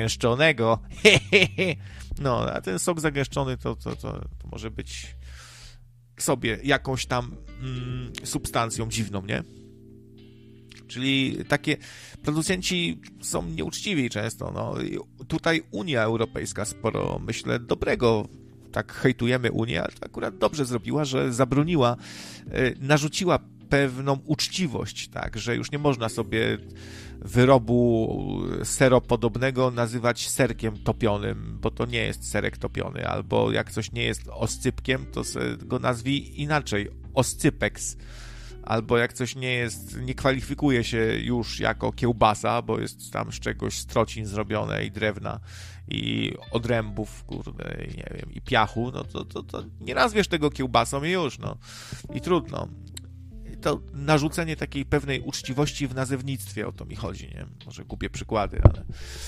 zagęszczonego. A ten sok zagęszczony to może być sobie jakąś tam substancją dziwną, nie? Czyli takie producenci są nieuczciwi często. No. Tutaj Unia Europejska sporo, myślę, dobrego. Tak hejtujemy Unię, ale to akurat dobrze zrobiła, że zabroniła, narzuciła pewną uczciwość, tak, że już nie można sobie wyrobu seropodobnego nazywać serkiem topionym, bo to nie jest serek topiony, albo jak coś nie jest oscypkiem, to go nazwij inaczej, oscypeks. Albo jak coś nie kwalifikuje się już jako kiełbasa, bo jest tam z czegoś z trocin zrobione i drewna i odrębów, kurde, nie wiem, i piachu, no to nie nazwiesz tego kiełbasą i już, no. I trudno. I to narzucenie takiej pewnej uczciwości w nazewnictwie, o to mi chodzi, nie? Może kupię przykłady, ale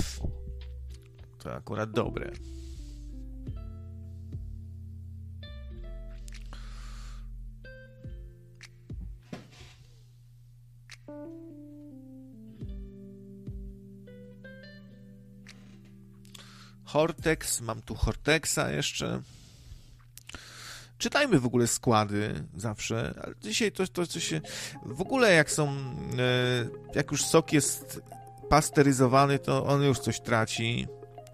to akurat dobre. Hortex, mam tu Hortexa jeszcze. Czytajmy w ogóle składy zawsze, ale dzisiaj to się... W ogóle jak już sok jest pasteryzowany, to on już coś traci.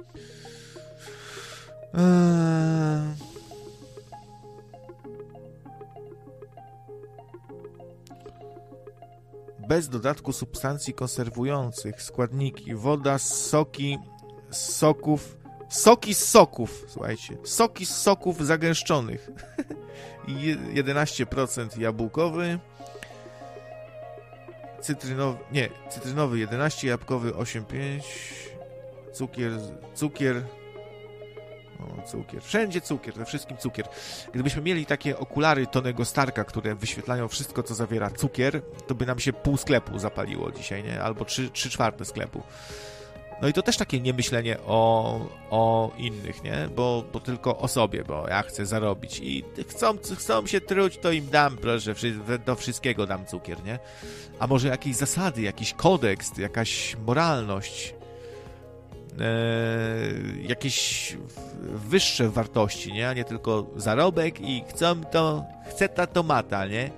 Bez dodatku substancji konserwujących, składniki, woda, soki z soków, słuchajcie, soki z soków zagęszczonych. 11% jabłkowy, cytrynowy 11, jabłkowy 8,5, cukier, wszędzie cukier, we wszystkim cukier. Gdybyśmy mieli takie okulary Tonego Starka, które wyświetlają wszystko, co zawiera cukier, to by nam się pół sklepu zapaliło dzisiaj, nie? Albo 3/4 sklepu. No i to też takie niemyślenie o innych, nie? Bo tylko o sobie, bo ja chcę zarobić i chcą się truć, to im dam, proszę, do wszystkiego dam cukier, nie? A może jakieś zasady, jakiś kodeks, jakaś moralność, jakieś wyższe wartości, nie? A nie tylko zarobek i chce ta tomata, nie?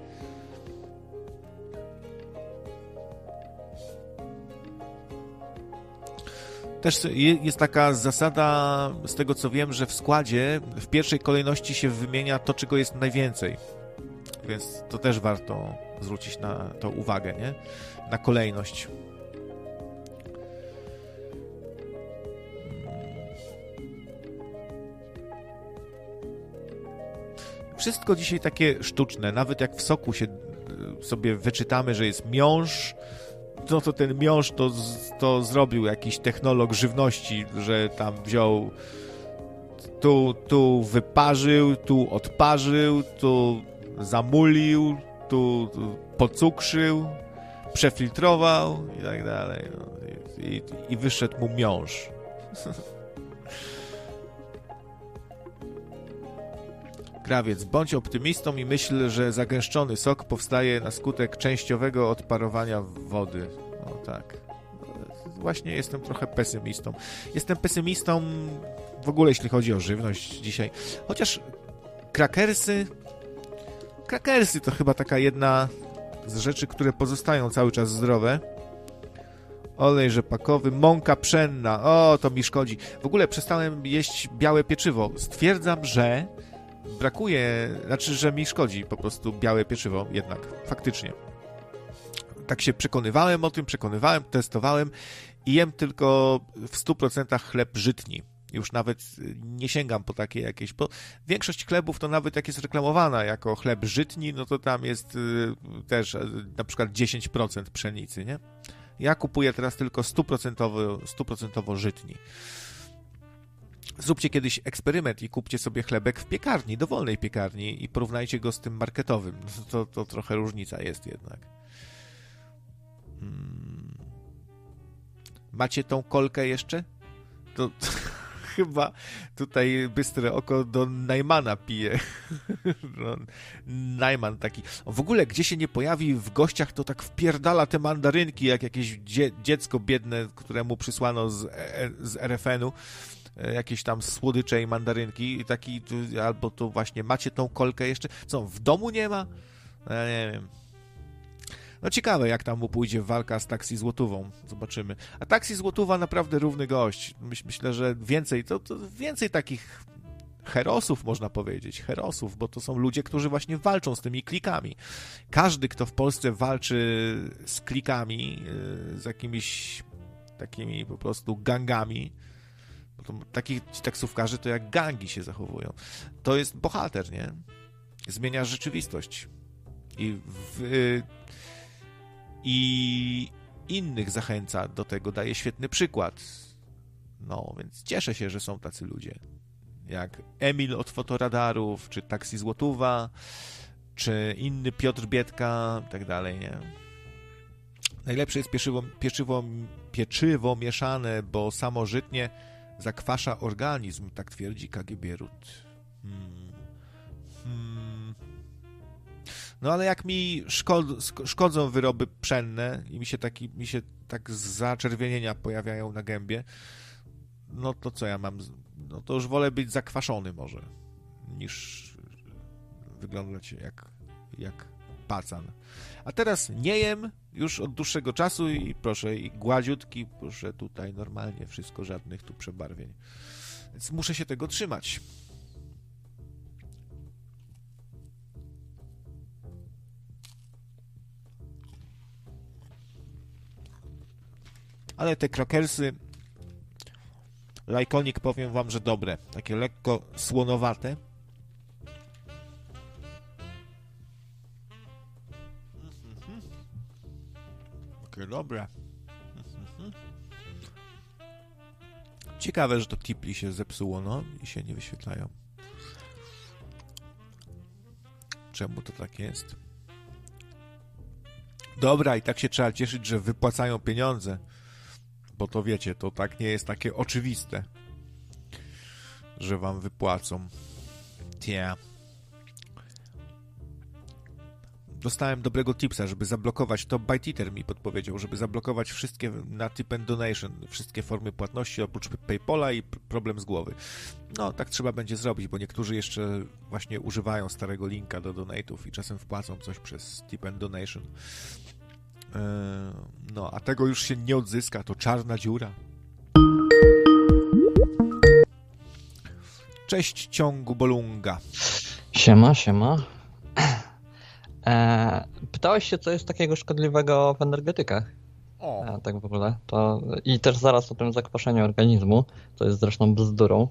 Też jest taka zasada, z tego co wiem, że w składzie w pierwszej kolejności się wymienia to, czego jest najwięcej. Więc to też warto zwrócić na to uwagę, nie? Na kolejność. Wszystko dzisiaj takie sztuczne. Nawet jak w soku się sobie wyczytamy, że jest miąższ, no to ten miąższ to zrobił jakiś technolog żywności, że tam wziął, tu wyparzył, tu odparzył, tu zamulił, tu pocukrzył, przefiltrował i tak dalej. No. I wyszedł mu miąższ. Krawiec, bądź optymistą i myśl, że zagęszczony sok powstaje na skutek częściowego odparowania wody. O tak. Właśnie jestem trochę pesymistą. Jestem pesymistą w ogóle, jeśli chodzi o żywność dzisiaj. Chociaż krakersy to chyba taka jedna z rzeczy, które pozostają cały czas zdrowe. Olej rzepakowy, mąka pszenna. O, to mi szkodzi. W ogóle przestałem jeść białe pieczywo. Stwierdzam, że że mi szkodzi po prostu białe pieczywo jednak, faktycznie. Tak się przekonywałem o tym, testowałem i jem tylko w 100% chleb żytni. Już nawet nie sięgam po takie jakieś, bo większość chlebów to nawet jak jest reklamowana jako chleb żytni, no to tam jest też na przykład 10% pszenicy, nie? Ja kupuję teraz tylko 100% żytni. Zróbcie kiedyś eksperyment i kupcie sobie chlebek w piekarni, dowolnej piekarni i porównajcie go z tym marketowym. To trochę różnica jest jednak. Macie tą kolkę jeszcze? To chyba tutaj bystre oko do Najmana pije. No, Najman taki. W ogóle, gdzie się nie pojawi w gościach, to tak wpierdala te mandarynki, jak jakieś dziecko biedne, któremu przysłano z RFN-u. jakieś tam słodycze i mandarynki i taki, albo to właśnie macie tą kolkę jeszcze, co, w domu nie ma? No, ja nie wiem. No ciekawe, jak tam mu pójdzie walka z Taksi Złotówą. Zobaczymy. A Taksi Złotówa naprawdę równy gość. Myślę, że więcej, to więcej takich herosów, można powiedzieć. Herosów, bo to są ludzie, którzy właśnie walczą z tymi klikami. Każdy, kto w Polsce walczy z klikami, z jakimiś takimi po prostu gangami, bo to, ci taksówkarze to jak gangi się zachowują. To jest bohater, nie? Zmienia rzeczywistość. I innych zachęca do tego, daje świetny przykład. No, więc cieszę się, że są tacy ludzie. Jak Emil od Fotoradarów, czy Taksi Złotówa, czy inny Piotr Biedka, i tak dalej, nie? Najlepsze jest pieczywo mieszane, bo samo żytnie zakwasza organizm, tak twierdzi KGB Rut. No ale jak mi szkodzą wyroby pszenne i mi się tak zaczerwienienia pojawiają na gębie, no to co ja mam? No to już wolę być zakwaszony może, niż wyglądać jak pacan. A teraz nie jem już od dłuższego czasu i proszę, i gładziutki, proszę tutaj normalnie, wszystko, żadnych tu przebarwień. Więc muszę się tego trzymać. Ale te krakersy Lajkonik, powiem wam, że dobre. Takie lekko słonowate. Takie dobre. Ciekawe, że to tipli się zepsuło, no i się nie wyświetlają. Czemu to tak jest? Dobra, i tak się trzeba cieszyć, że wypłacają pieniądze. Bo to wiecie, to tak nie jest takie oczywiste, że wam wypłacą. Tia. Dostałem dobrego tipsa, żeby zablokować, to ByteEther mi podpowiedział, żeby zablokować wszystkie na Tip and Donation, wszystkie formy płatności oprócz PayPala i problem z głowy. No, tak trzeba będzie zrobić, bo niektórzy jeszcze właśnie używają starego linka do donate'ów i czasem wpłacą coś przez Tip and Donation. No, a tego już się nie odzyska, to czarna dziura. Cześć, ciągu Bolunga. Siema, siema. Pytałeś się, co jest takiego szkodliwego w energetykach? Tak w ogóle. To, i też zaraz o tym zakwaszeniu organizmu, co jest zresztą bzdurą.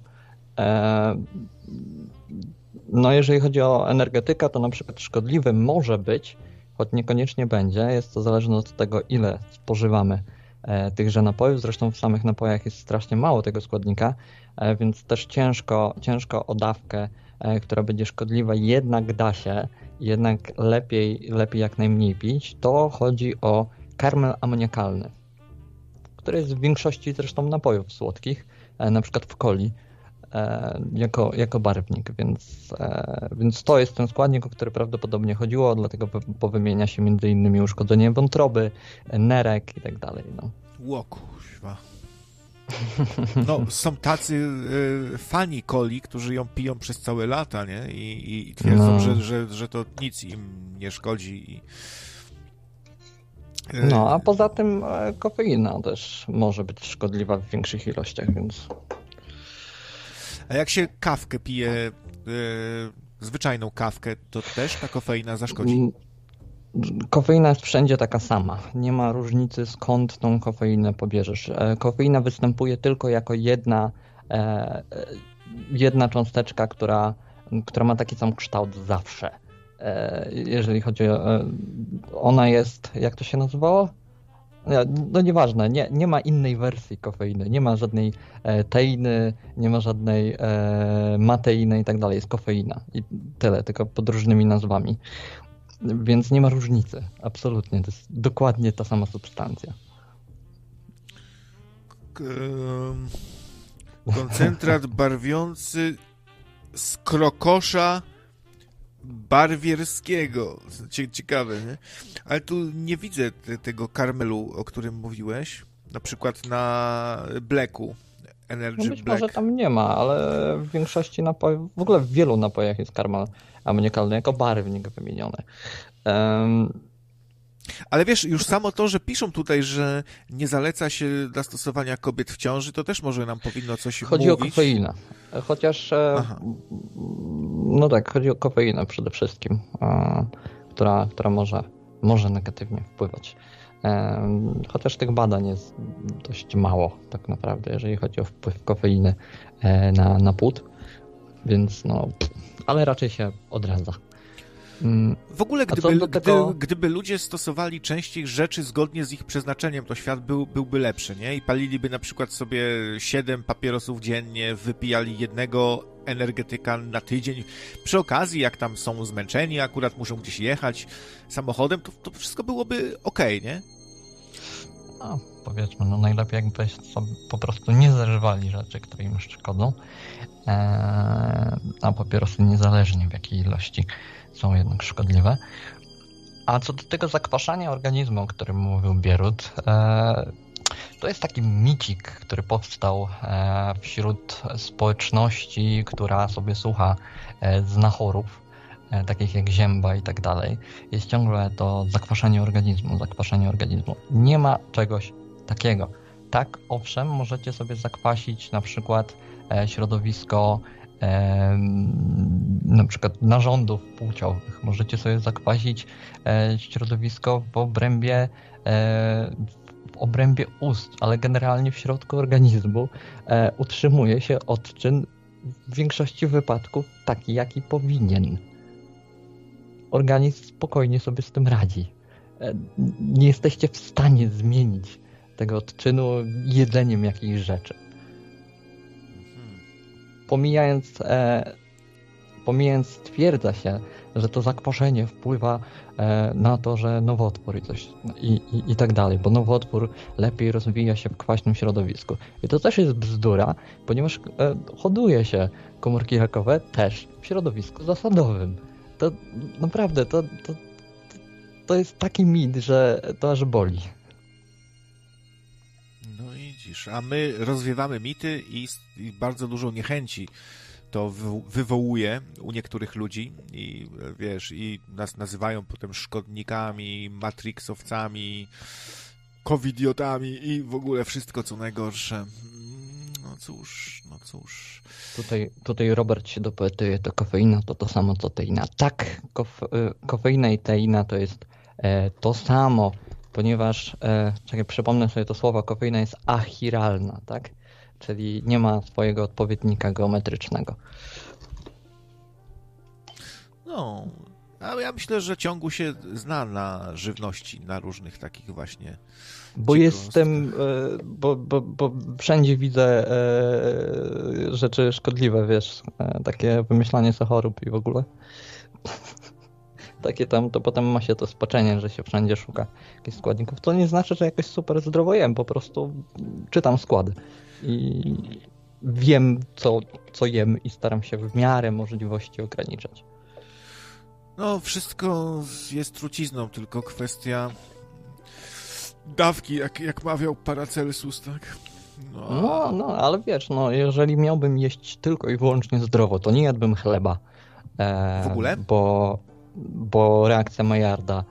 No jeżeli chodzi o energetykę, to na przykład szkodliwy może być, choć niekoniecznie będzie. Jest to zależne od tego, ile spożywamy tychże napojów. Zresztą w samych napojach jest strasznie mało tego składnika, więc też ciężko o dawkę, która będzie szkodliwa, jednak da się, jednak lepiej jak najmniej pić. To chodzi o karmel amoniakalny, który jest w większości zresztą napojów słodkich, na przykład w coli, jako barwnik, więc to jest ten składnik, o który prawdopodobnie chodziło, dlatego powymienia się m.in. uszkodzenie wątroby, nerek i tak dalej. No. Ło kuźwa. No, są tacy fani coli, którzy ją piją przez całe lata, nie? I twierdzą, że to nic im nie szkodzi. No, a poza tym kofeina też może być szkodliwa w większych ilościach, więc... A jak się kawkę pije, zwyczajną kawkę, to też ta kofeina zaszkodzi? Kofeina jest wszędzie taka sama. Nie ma różnicy, skąd tą kofeinę pobierzesz. Kofeina występuje tylko jako jedna cząsteczka, która ma taki sam kształt zawsze. Jeżeli chodzi o... Ona jest... Jak to się nazywało? No nieważne, nie ma innej wersji kofeiny, nie ma żadnej teiny, nie ma żadnej mateiny i tak dalej, jest kofeina i tyle, tylko pod różnymi nazwami, więc nie ma różnicy, absolutnie, to jest dokładnie ta sama substancja. Koncentrat barwiący z krokosza barwierskiego. Ciekawe, nie? Ale tu nie widzę tego karmelu, o którym mówiłeś. Na przykład na Blacku. Energy No być Black. może tam nie ma, ale w większości napojów, w ogóle w wielu napojach jest karmel amoniakalny jako barwnik wymieniony. Ale wiesz, już samo to, że piszą tutaj, że nie zaleca się dla stosowania kobiet w ciąży, to też może nam powinno coś Chodzi mówić. o kofeinę. Chociaż, no tak, chodzi o kofeinę przede wszystkim, która może negatywnie wpływać. Chociaż tych badań jest dość mało tak naprawdę, jeżeli chodzi o wpływ kofeiny na płód, więc no, ale raczej się odradza. W ogóle, gdyby ludzie stosowali częściej rzeczy zgodnie z ich przeznaczeniem, to świat byłby lepszy, nie? I paliliby na przykład sobie 7 papierosów dziennie, wypijali jednego energetyka na tydzień. Przy okazji, jak tam są zmęczeni, akurat muszą gdzieś jechać samochodem, to wszystko byłoby okej, nie? No, powiedzmy, no najlepiej jakby sobie po prostu nie zażywali rzeczy, które im szkodzą, a papierosy niezależnie w jakiej ilości są jednak szkodliwe. A co do tego zakwaszania organizmu, o którym mówił Bierut, to jest taki micik, który powstał wśród społeczności, która sobie słucha znachorów, takich jak Zięba i tak dalej. Jest ciągle to zakwaszanie organizmu. Nie ma czegoś takiego. Tak, owszem, możecie sobie zakwasić na przykład środowisko na przykład narządów płciowych. Możecie sobie zakwasić środowisko w obrębie ust, ale generalnie w środku organizmu utrzymuje się odczyn w większości wypadków taki, jaki powinien. Organizm spokojnie sobie z tym radzi. Nie jesteście w stanie zmienić tego odczynu jedzeniem jakiejś rzeczy. Pomijając stwierdza się, że to zakwaszenie wpływa na to, że nowotwór i coś i tak dalej, bo nowotwór lepiej rozwija się w kwaśnym środowisku. I to też jest bzdura, ponieważ hoduje się komórki rakowe też w środowisku zasadowym. To naprawdę, to jest taki mit, że to aż boli. No widzisz, a my rozwiewamy mity i bardzo dużo niechęci to wywołuje u niektórych ludzi i wiesz, i nas nazywają potem szkodnikami, matrixowcami, covidiotami i w ogóle wszystko co najgorsze. No cóż. Tutaj Robert się dopytuje, to kofeina to samo co teina. Tak, kofeina i teina to jest to samo, ponieważ, przypomnę sobie to słowo, kofeina jest achiralna, tak? Czyli nie ma swojego odpowiednika geometrycznego. No, ale ja myślę, że ciągu się zna na żywności, na różnych takich właśnie. Bo jestem, bo wszędzie widzę rzeczy szkodliwe, wiesz, takie wymyślanie sobie chorób i w ogóle. Takie tam, to potem ma się to spaczenie, że się wszędzie szuka jakichś składników. To nie znaczy, że jakoś super zdrowo jem, po prostu czytam składy. I wiem, co jem i staram się w miarę możliwości ograniczać. No, wszystko jest trucizną, tylko kwestia dawki, jak mawiał Paracelsus, tak? No, ale wiesz, no, jeżeli miałbym jeść tylko i wyłącznie zdrowo, to nie jadłbym chleba. W ogóle? Bo reakcja Maillarda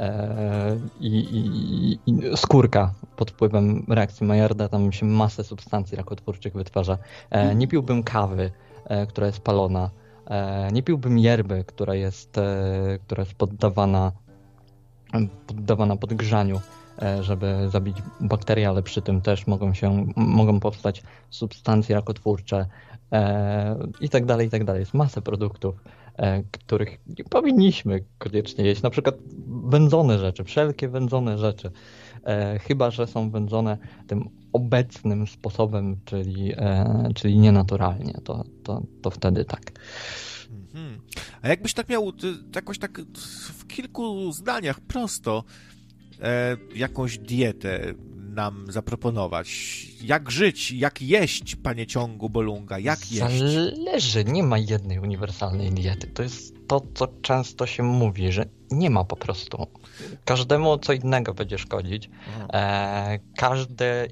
i skórka pod wpływem reakcji Maillarda, tam się masę substancji rakotwórczych wytwarza. Nie piłbym kawy, która jest palona. Nie piłbym yerby, która jest poddawana podgrzaniu, żeby zabić bakterie, ale przy tym też mogą powstać substancje rakotwórcze i tak dalej, i tak dalej. Jest masę produktów, których nie powinniśmy koniecznie jeść. Na przykład wędzone rzeczy, wszelkie wędzone rzeczy. Chyba że są wędzone tym obecnym sposobem, czyli nienaturalnie, to wtedy tak. A jakbyś tak miał jakoś tak w kilku zdaniach prosto jakąś dietę nam zaproponować. Jak żyć, jak jeść, panie Ciągu Bolunga, jak jeść? Zależy, nie ma jednej uniwersalnej diety. To jest to, co często się mówi, że nie ma po prostu. Każdemu co innego będzie szkodzić.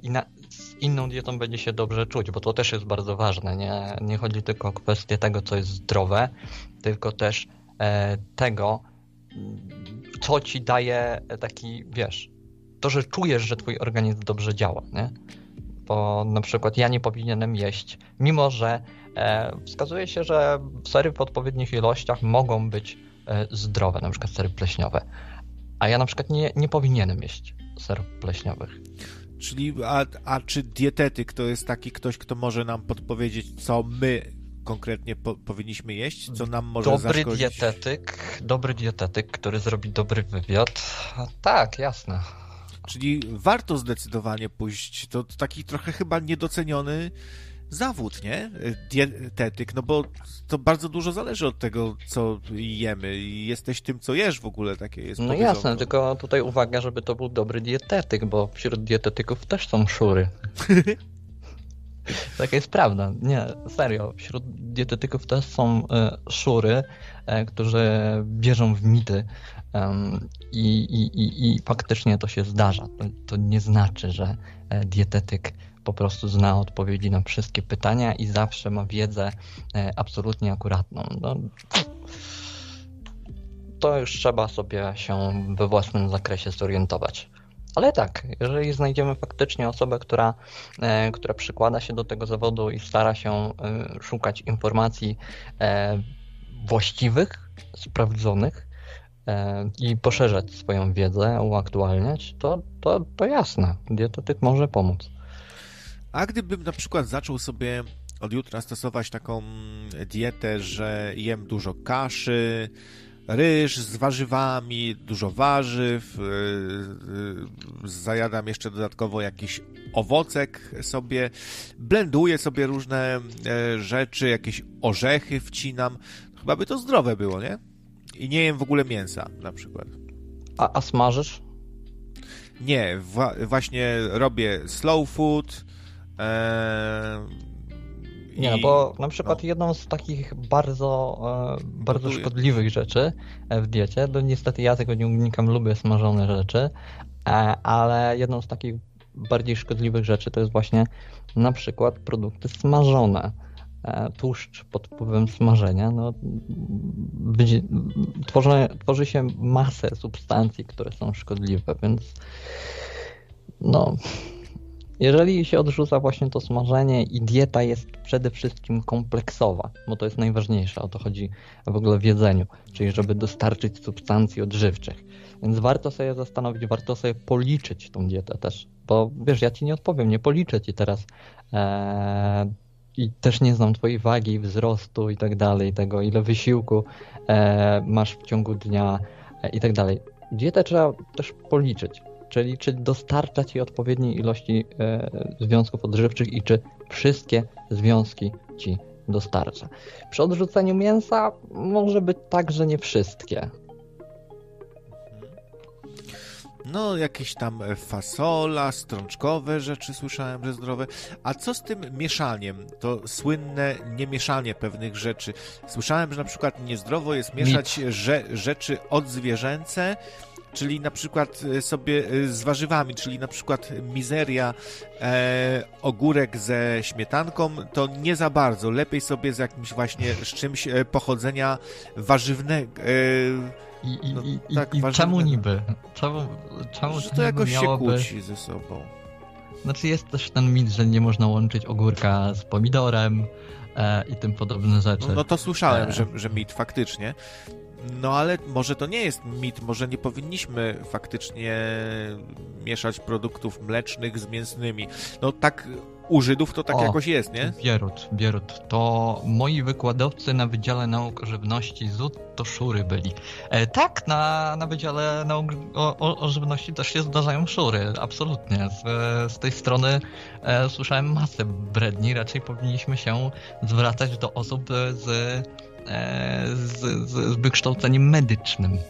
z inną dietą będzie się dobrze czuć, bo to też jest bardzo ważne. Nie chodzi tylko o kwestię tego, co jest zdrowe, tylko też tego, co ci daje taki, wiesz, to, że czujesz, że twój organizm dobrze działa, nie? Bo na przykład ja nie powinienem jeść, mimo że wskazuje się, że sery w odpowiednich ilościach mogą być zdrowe, na przykład sery pleśniowe. A ja na przykład nie powinienem jeść serów pleśniowych. Czyli, a czy dietetyk to jest taki ktoś, kto może nam podpowiedzieć, co my konkretnie powinniśmy jeść? Co nam może zaszkodzić? Dobry dietetyk, który zrobi dobry wywiad. Tak, jasne. Czyli warto zdecydowanie pójść. To taki trochę chyba niedoceniony zawód, nie? Dietetyk, no bo to bardzo dużo zależy od tego, co jemy i jesteś tym, co jesz w ogóle, takie jest No jasne, tylko tutaj uwaga, żeby to był dobry dietetyk, bo wśród dietetyków też są szury. Taka jest prawda. Nie, serio. Wśród dietetyków też są szury, którzy wierzą w mity i faktycznie to się zdarza. To nie znaczy, że dietetyk po prostu zna odpowiedzi na wszystkie pytania i zawsze ma wiedzę absolutnie akuratną. No, to już trzeba sobie się we własnym zakresie zorientować. Ale tak, jeżeli znajdziemy faktycznie osobę, która przykłada się do tego zawodu i stara się szukać informacji właściwych, sprawdzonych i poszerzać swoją wiedzę, uaktualniać, to jasne, dietetyk może pomóc. A gdybym na przykład zaczął sobie od jutra stosować taką dietę, że jem dużo kaszy, ryż z warzywami, dużo warzyw, zajadam jeszcze dodatkowo jakiś owocek sobie, blenduję sobie różne rzeczy, jakieś orzechy wcinam. Chyba by to zdrowe było, nie? I nie jem w ogóle mięsa na przykład. A smażysz? Nie, właśnie robię slow food. Nie, no bo na przykład jedną z takich bardzo szkodliwych rzeczy w diecie, to niestety ja tego nie unikam, lubię smażone rzeczy, ale jedną z takich bardziej szkodliwych rzeczy to jest właśnie na przykład produkty smażone. Tłuszcz pod wpływem smażenia, no, tworzy się masę substancji, które są szkodliwe, więc no... Jeżeli się odrzuca właśnie to smażenie i dieta jest przede wszystkim kompleksowa, bo to jest najważniejsze, o to chodzi w ogóle w jedzeniu, czyli żeby dostarczyć substancji odżywczych. Więc warto sobie zastanowić, warto sobie policzyć tą dietę też, bo wiesz, ja ci nie odpowiem, nie policzę ci teraz i też nie znam twojej wagi, wzrostu i tak dalej, tego ile wysiłku masz w ciągu dnia i tak dalej. Dietę trzeba też policzyć. Czyli czy dostarcza ci odpowiedniej ilości związków odżywczych i czy wszystkie związki ci dostarcza. Przy odrzuceniu mięsa może być tak, że nie wszystkie. No, jakieś tam fasola, strączkowe rzeczy słyszałem, że zdrowe. A co z tym mieszaniem? To słynne niemieszanie pewnych rzeczy. Słyszałem, że na przykład niezdrowo jest mieszać rzeczy odzwierzęce, czyli na przykład sobie z warzywami, czyli na przykład mizeria, ogórek ze śmietanką, to nie za bardzo. Lepiej sobie z jakimś właśnie, z czymś pochodzenia warzywnego. Czemu niby? Czemu że to jakoś miałoby... się kłóci ze sobą. Znaczy jest też ten mit, że nie można łączyć ogórka z pomidorem i tym podobne rzeczy. No to słyszałem, że mit faktycznie. No ale może to nie jest mit, może nie powinniśmy faktycznie mieszać produktów mlecznych z mięsnymi. No tak u Żydów to tak jakoś jest, nie? Bierut. To moi wykładowcy na Wydziale Nauk o Żywności ZUT to szury byli. Tak, na Wydziale Nauk o Żywności też się zdarzają szury, absolutnie. Z tej strony słyszałem masę bredni, raczej powinniśmy się zwracać do osób z wykształceniem medycznym.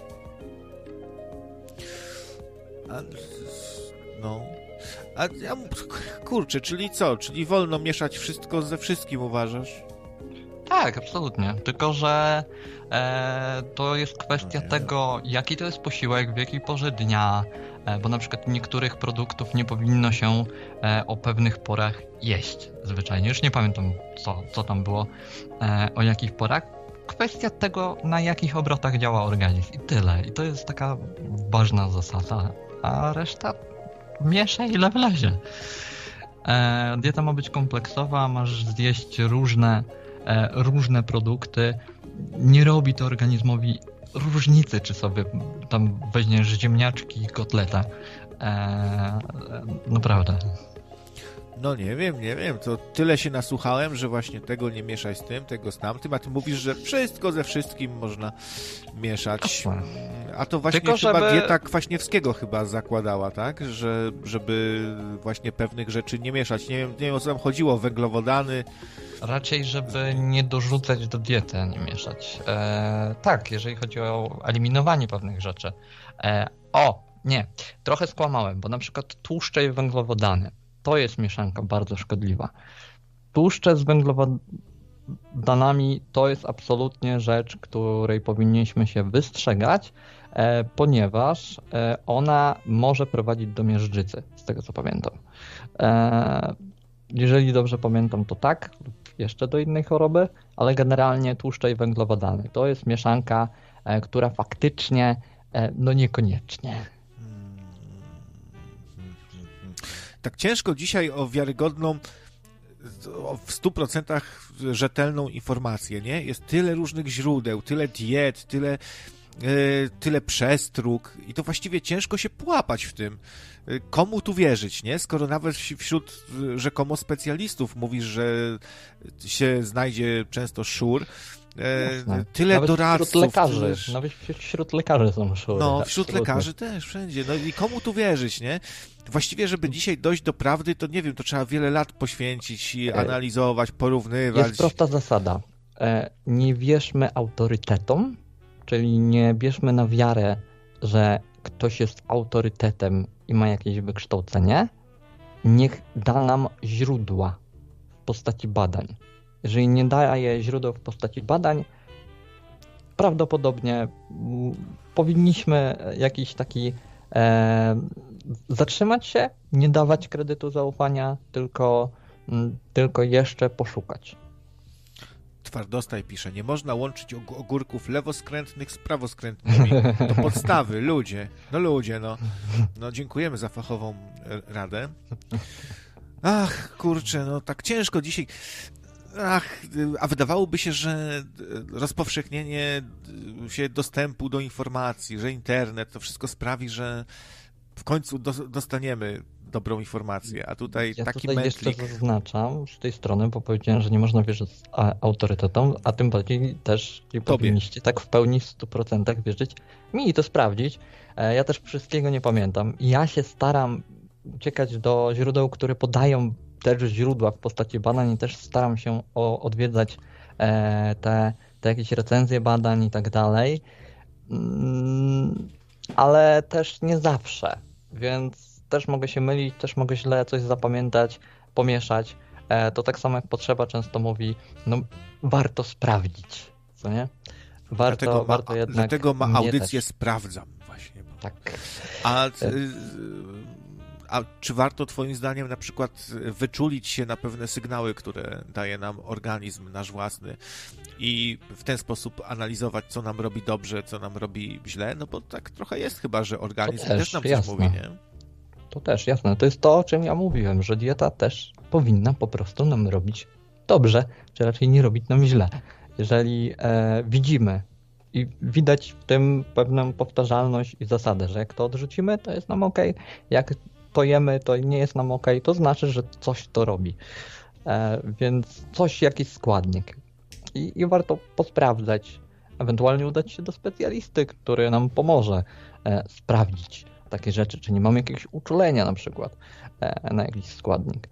A ja, kurczę, czyli co? Czyli wolno mieszać wszystko ze wszystkim, uważasz? Tak, absolutnie. Tylko, że to jest kwestia tego, jaki to jest posiłek, w jakiej porze dnia, bo na przykład niektórych produktów nie powinno się o pewnych porach jeść zwyczajnie. Już nie pamiętam, co tam było, o jakich porach. Kwestia tego, na jakich obrotach działa organizm i tyle. I to jest taka ważna zasada, a reszta miesza ile wlezie. Dieta ma być kompleksowa, masz zjeść różne produkty. Nie robi to organizmowi różnicy, czy sobie tam weźmiesz ziemniaczki i kotleta. Naprawdę. No nie wiem, to tyle się nasłuchałem, że właśnie tego nie mieszaj z tym, tego z tamtym, a ty mówisz, że wszystko ze wszystkim można mieszać. A to właśnie tylko, chyba dieta Kwaśniewskiego chyba zakładała, tak? Żeby właśnie pewnych rzeczy nie mieszać. Nie wiem o co tam chodziło, węglowodany. Raczej, żeby nie dorzucać do diety, a nie mieszać. Tak, jeżeli chodzi o eliminowanie pewnych rzeczy. Nie, trochę skłamałem, bo na przykład tłuszcze i węglowodany. To jest mieszanka bardzo szkodliwa. Tłuszcze z węglowodanami to jest absolutnie rzecz, której powinniśmy się wystrzegać, ponieważ ona może prowadzić do miażdżycy, z tego co pamiętam. Jeżeli dobrze pamiętam, to tak, lub jeszcze do innej choroby, ale generalnie tłuszcze i węglowodany. To jest mieszanka, która faktycznie, no niekoniecznie. Tak ciężko dzisiaj o wiarygodną, w 100% rzetelną informację, nie? Jest tyle różnych źródeł, tyle diet, tyle przestróg i to właściwie ciężko się połapać w tym. Komu tu wierzyć, nie? Skoro nawet wśród rzekomo specjalistów mówisz, że się znajdzie często szur, tyle nawet doradców. Nawet wśród lekarzy są szury. No, wśród lekarzy też, wszędzie. No i komu tu wierzyć, nie? Właściwie, żeby dzisiaj dojść do prawdy, to nie wiem, to trzeba wiele lat poświęcić i analizować, porównywać. Jest prosta zasada. Nie wierzmy autorytetom, czyli nie bierzmy na wiarę, że ktoś jest autorytetem i ma jakieś wykształcenie. Niech da nam źródła w postaci badań. Jeżeli nie daje źródeł w postaci badań, prawdopodobnie powinniśmy jakiś taki zatrzymać się, nie dawać kredytu zaufania, tylko jeszcze poszukać. Twardostaj pisze, nie można łączyć ogórków lewoskrętnych z prawoskrętnymi. To podstawy, ludzie. No dziękujemy za fachową radę. Ach, kurczę, no tak ciężko dzisiaj. A wydawałoby się, że rozpowszechnienie się dostępu do informacji, że internet, to wszystko sprawi, że w końcu dostaniemy dobrą informację, a tutaj taki mętlik... Ja jeszcze zaznaczam z tej strony, bo powiedziałem, że nie można wierzyć autorytetom, a tym bardziej też nie powinniście tak w pełni w 100% wierzyć mi i to sprawdzić. Ja też wszystkiego nie pamiętam. Ja się staram uciekać do źródeł, które podają też źródła w postaci badań i też staram się odwiedzać te jakieś recenzje badań i tak dalej, ale też nie zawsze, więc też mogę się mylić, też mogę źle coś zapamiętać, pomieszać. To tak samo jak Potrzeba często mówi, no warto sprawdzić, co nie? Warto jednak... Dlatego ma audycję Sprawdzam właśnie. Tak. A czy warto twoim zdaniem na przykład wyczulić się na pewne sygnały, które daje nam organizm nasz własny i w ten sposób analizować, co nam robi dobrze, co nam robi źle? No bo tak trochę jest chyba, że organizm też nam coś mówi, nie? To też, jasne. To jest to, o czym ja mówiłem, że dieta też powinna po prostu nam robić dobrze, czy raczej nie robić nam źle. Jeżeli widzimy i widać w tym pewną powtarzalność i zasadę, że jak to odrzucimy, to jest nam okej. Jak to jemy, to nie jest nam okej, to znaczy, że coś to robi. Więc jakiś składnik. I warto posprawdzać, ewentualnie udać się do specjalisty, który nam pomoże sprawdzić takie rzeczy, czy nie mamy jakiegoś uczulenia na przykład na jakiś składnik.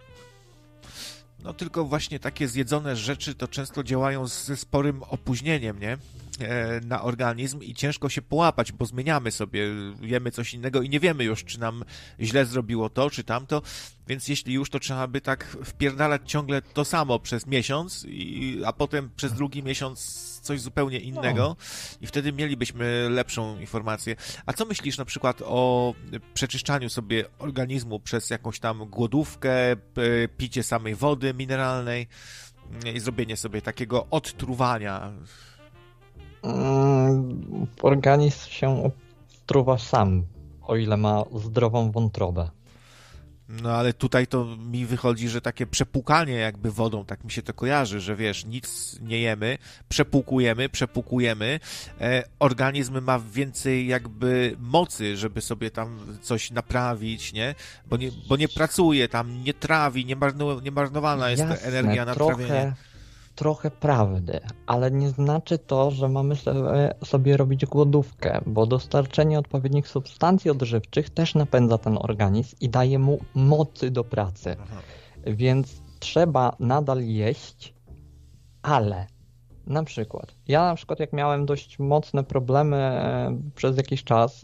No tylko właśnie takie zjedzone rzeczy to często działają ze sporym opóźnieniem, nie? na organizm i ciężko się połapać, bo zmieniamy sobie, jemy coś innego i nie wiemy już, czy nam źle zrobiło to, czy tamto, więc jeśli już, to trzeba by tak wpierdalać ciągle to samo przez miesiąc, a potem przez drugi miesiąc coś zupełnie innego i wtedy mielibyśmy lepszą informację. A co myślisz na przykład o przeczyszczaniu sobie organizmu przez jakąś tam głodówkę, picie samej wody mineralnej i zrobienie sobie takiego odtruwania? Organizm się odtruwa sam, o ile ma zdrową wątrobę. No ale tutaj to mi wychodzi, że takie przepłukanie jakby wodą, tak mi się to kojarzy, że wiesz, nic nie jemy, przepłukujemy, organizm ma więcej jakby mocy, żeby sobie tam coś naprawić, nie? Bo nie pracuje tam, nie trawi, niemarnowana jest Jasne, energia na trawienie. Trochę prawdy, ale nie znaczy to, że mamy sobie robić głodówkę, bo dostarczenie odpowiednich substancji odżywczych też napędza ten organizm i daje mu mocy do pracy. Aha. Więc trzeba nadal jeść, ale na przykład, jak miałem dość mocne problemy przez jakiś czas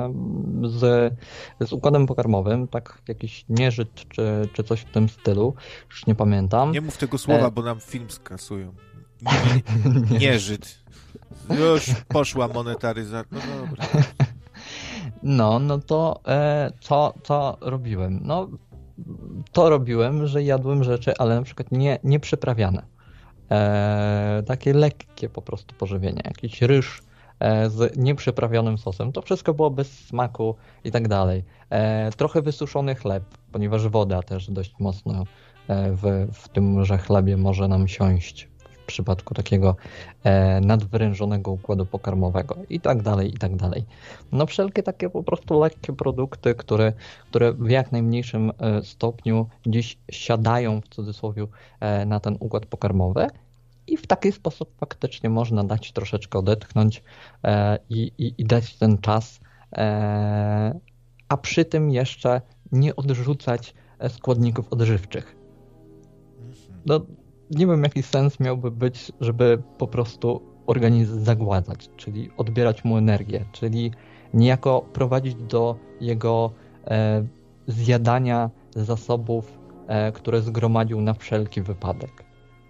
z układem pokarmowym, tak jakiś nieżyt czy coś w tym stylu, już nie pamiętam. Nie mów tego słowa, bo nam film skasują. Nieżyt. Już poszła monetaryzacja. No dobra. No to co robiłem? No to robiłem, że jadłem rzeczy, ale na przykład nie przyprawiane. Takie lekkie po prostu pożywienie, jakiś ryż z nieprzyprawionym sosem, to wszystko było bez smaku i tak dalej. Trochę wysuszony chleb, ponieważ woda też dość mocno w tymże chlebie może nam siąść w przypadku takiego nadwyrężonego układu pokarmowego i tak dalej, i tak dalej. No wszelkie takie po prostu lekkie produkty, które w jak najmniejszym stopniu gdzieś siadają w cudzysłowie na ten układ pokarmowy i w taki sposób faktycznie można dać troszeczkę odetchnąć i dać ten czas, a przy tym jeszcze nie odrzucać składników odżywczych. No, nie wiem, jaki sens miałby być, żeby po prostu organizm zagładzać, czyli odbierać mu energię, czyli niejako prowadzić do jego zjadania zasobów, które zgromadził na wszelki wypadek.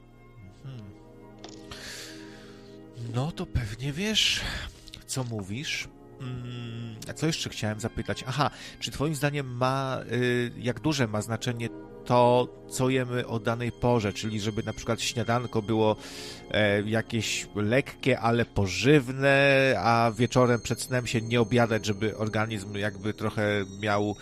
No to pewnie wiesz, co mówisz. A co jeszcze chciałem zapytać? Aha, czy twoim zdaniem jak duże ma znaczenie to, co jemy o danej porze, czyli żeby na przykład śniadanko było jakieś lekkie, ale pożywne, a wieczorem przed snem się nie obiadać, żeby organizm jakby trochę miał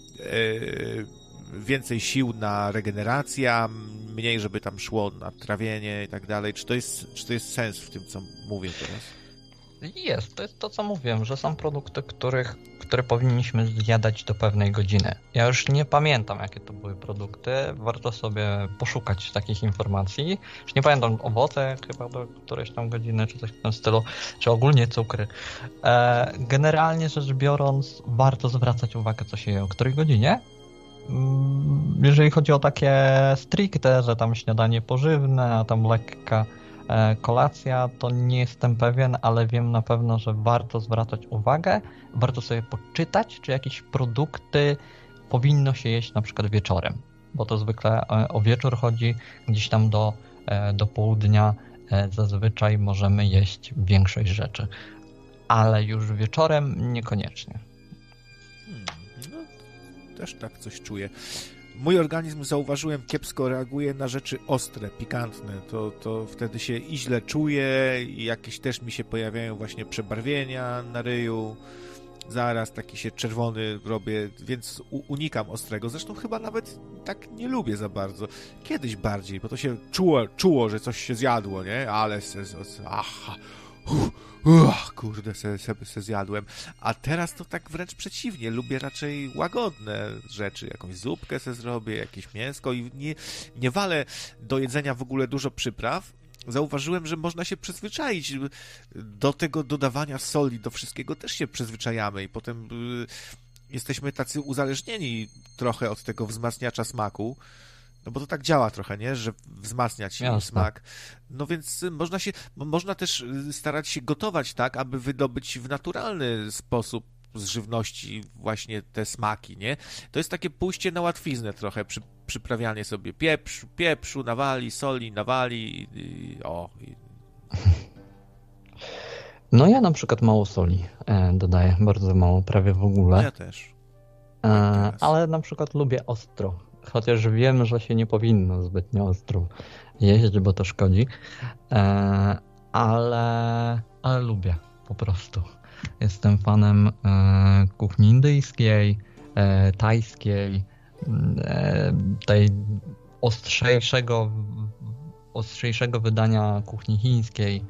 więcej sił na regenerację, a mniej, żeby tam szło na trawienie i tak dalej. Czy to jest sens w tym, co mówię teraz? To jest to, co mówiłem, że są produkty, które powinniśmy zjadać do pewnej godziny. Ja już nie pamiętam, jakie to były produkty, warto sobie poszukać takich informacji. Już nie pamiętam, owoce chyba do którejś tam godziny, czy coś w tym stylu, czy ogólnie cukry. Generalnie rzecz biorąc, warto zwracać uwagę, co się je o której godzinie. Jeżeli chodzi o takie stricte, że tam śniadanie pożywne, a tam lekka kolacja, to nie jestem pewien, ale wiem na pewno, że warto zwracać uwagę, warto sobie poczytać, czy jakieś produkty powinno się jeść na przykład wieczorem, bo to zwykle o wieczór chodzi, gdzieś tam do południa zazwyczaj możemy jeść większość rzeczy, ale już wieczorem niekoniecznie. No, też tak coś czuję. Mój organizm, zauważyłem, kiepsko reaguje na rzeczy ostre, pikantne. To wtedy się i źle czuję i jakieś też mi się pojawiają właśnie przebarwienia na ryju. Zaraz taki się czerwony robię, więc unikam ostrego. Zresztą chyba nawet tak nie lubię za bardzo. Kiedyś bardziej, bo to się czuło, że coś się zjadło, nie? Ale kurde, se zjadłem. A teraz to tak wręcz przeciwnie. Lubię raczej łagodne rzeczy. Jakąś zupkę se zrobię, jakieś mięsko i nie walę do jedzenia w ogóle dużo przypraw. Zauważyłem, że można się przyzwyczaić do tego dodawania soli, do wszystkiego też się przyzwyczajamy i potem jesteśmy tacy uzależnieni trochę od tego wzmacniacza smaku, No bo to tak działa trochę, nie? Że wzmacnia ci smak. No więc można też starać się gotować tak, aby wydobyć w naturalny sposób z żywności właśnie te smaki, nie? To jest takie pójście na łatwiznę trochę, przyprawianie sobie pieprzu nawali, soli nawali No ja na przykład mało soli dodaję, bardzo mało, prawie w ogóle. Ja też. Ale na przykład lubię ostro, chociaż wiem, że się nie powinno zbytnio ostro jeść, bo to szkodzi, ale lubię po prostu. Jestem fanem kuchni indyjskiej, tajskiej, tej ostrzejszego wydania kuchni chińskiej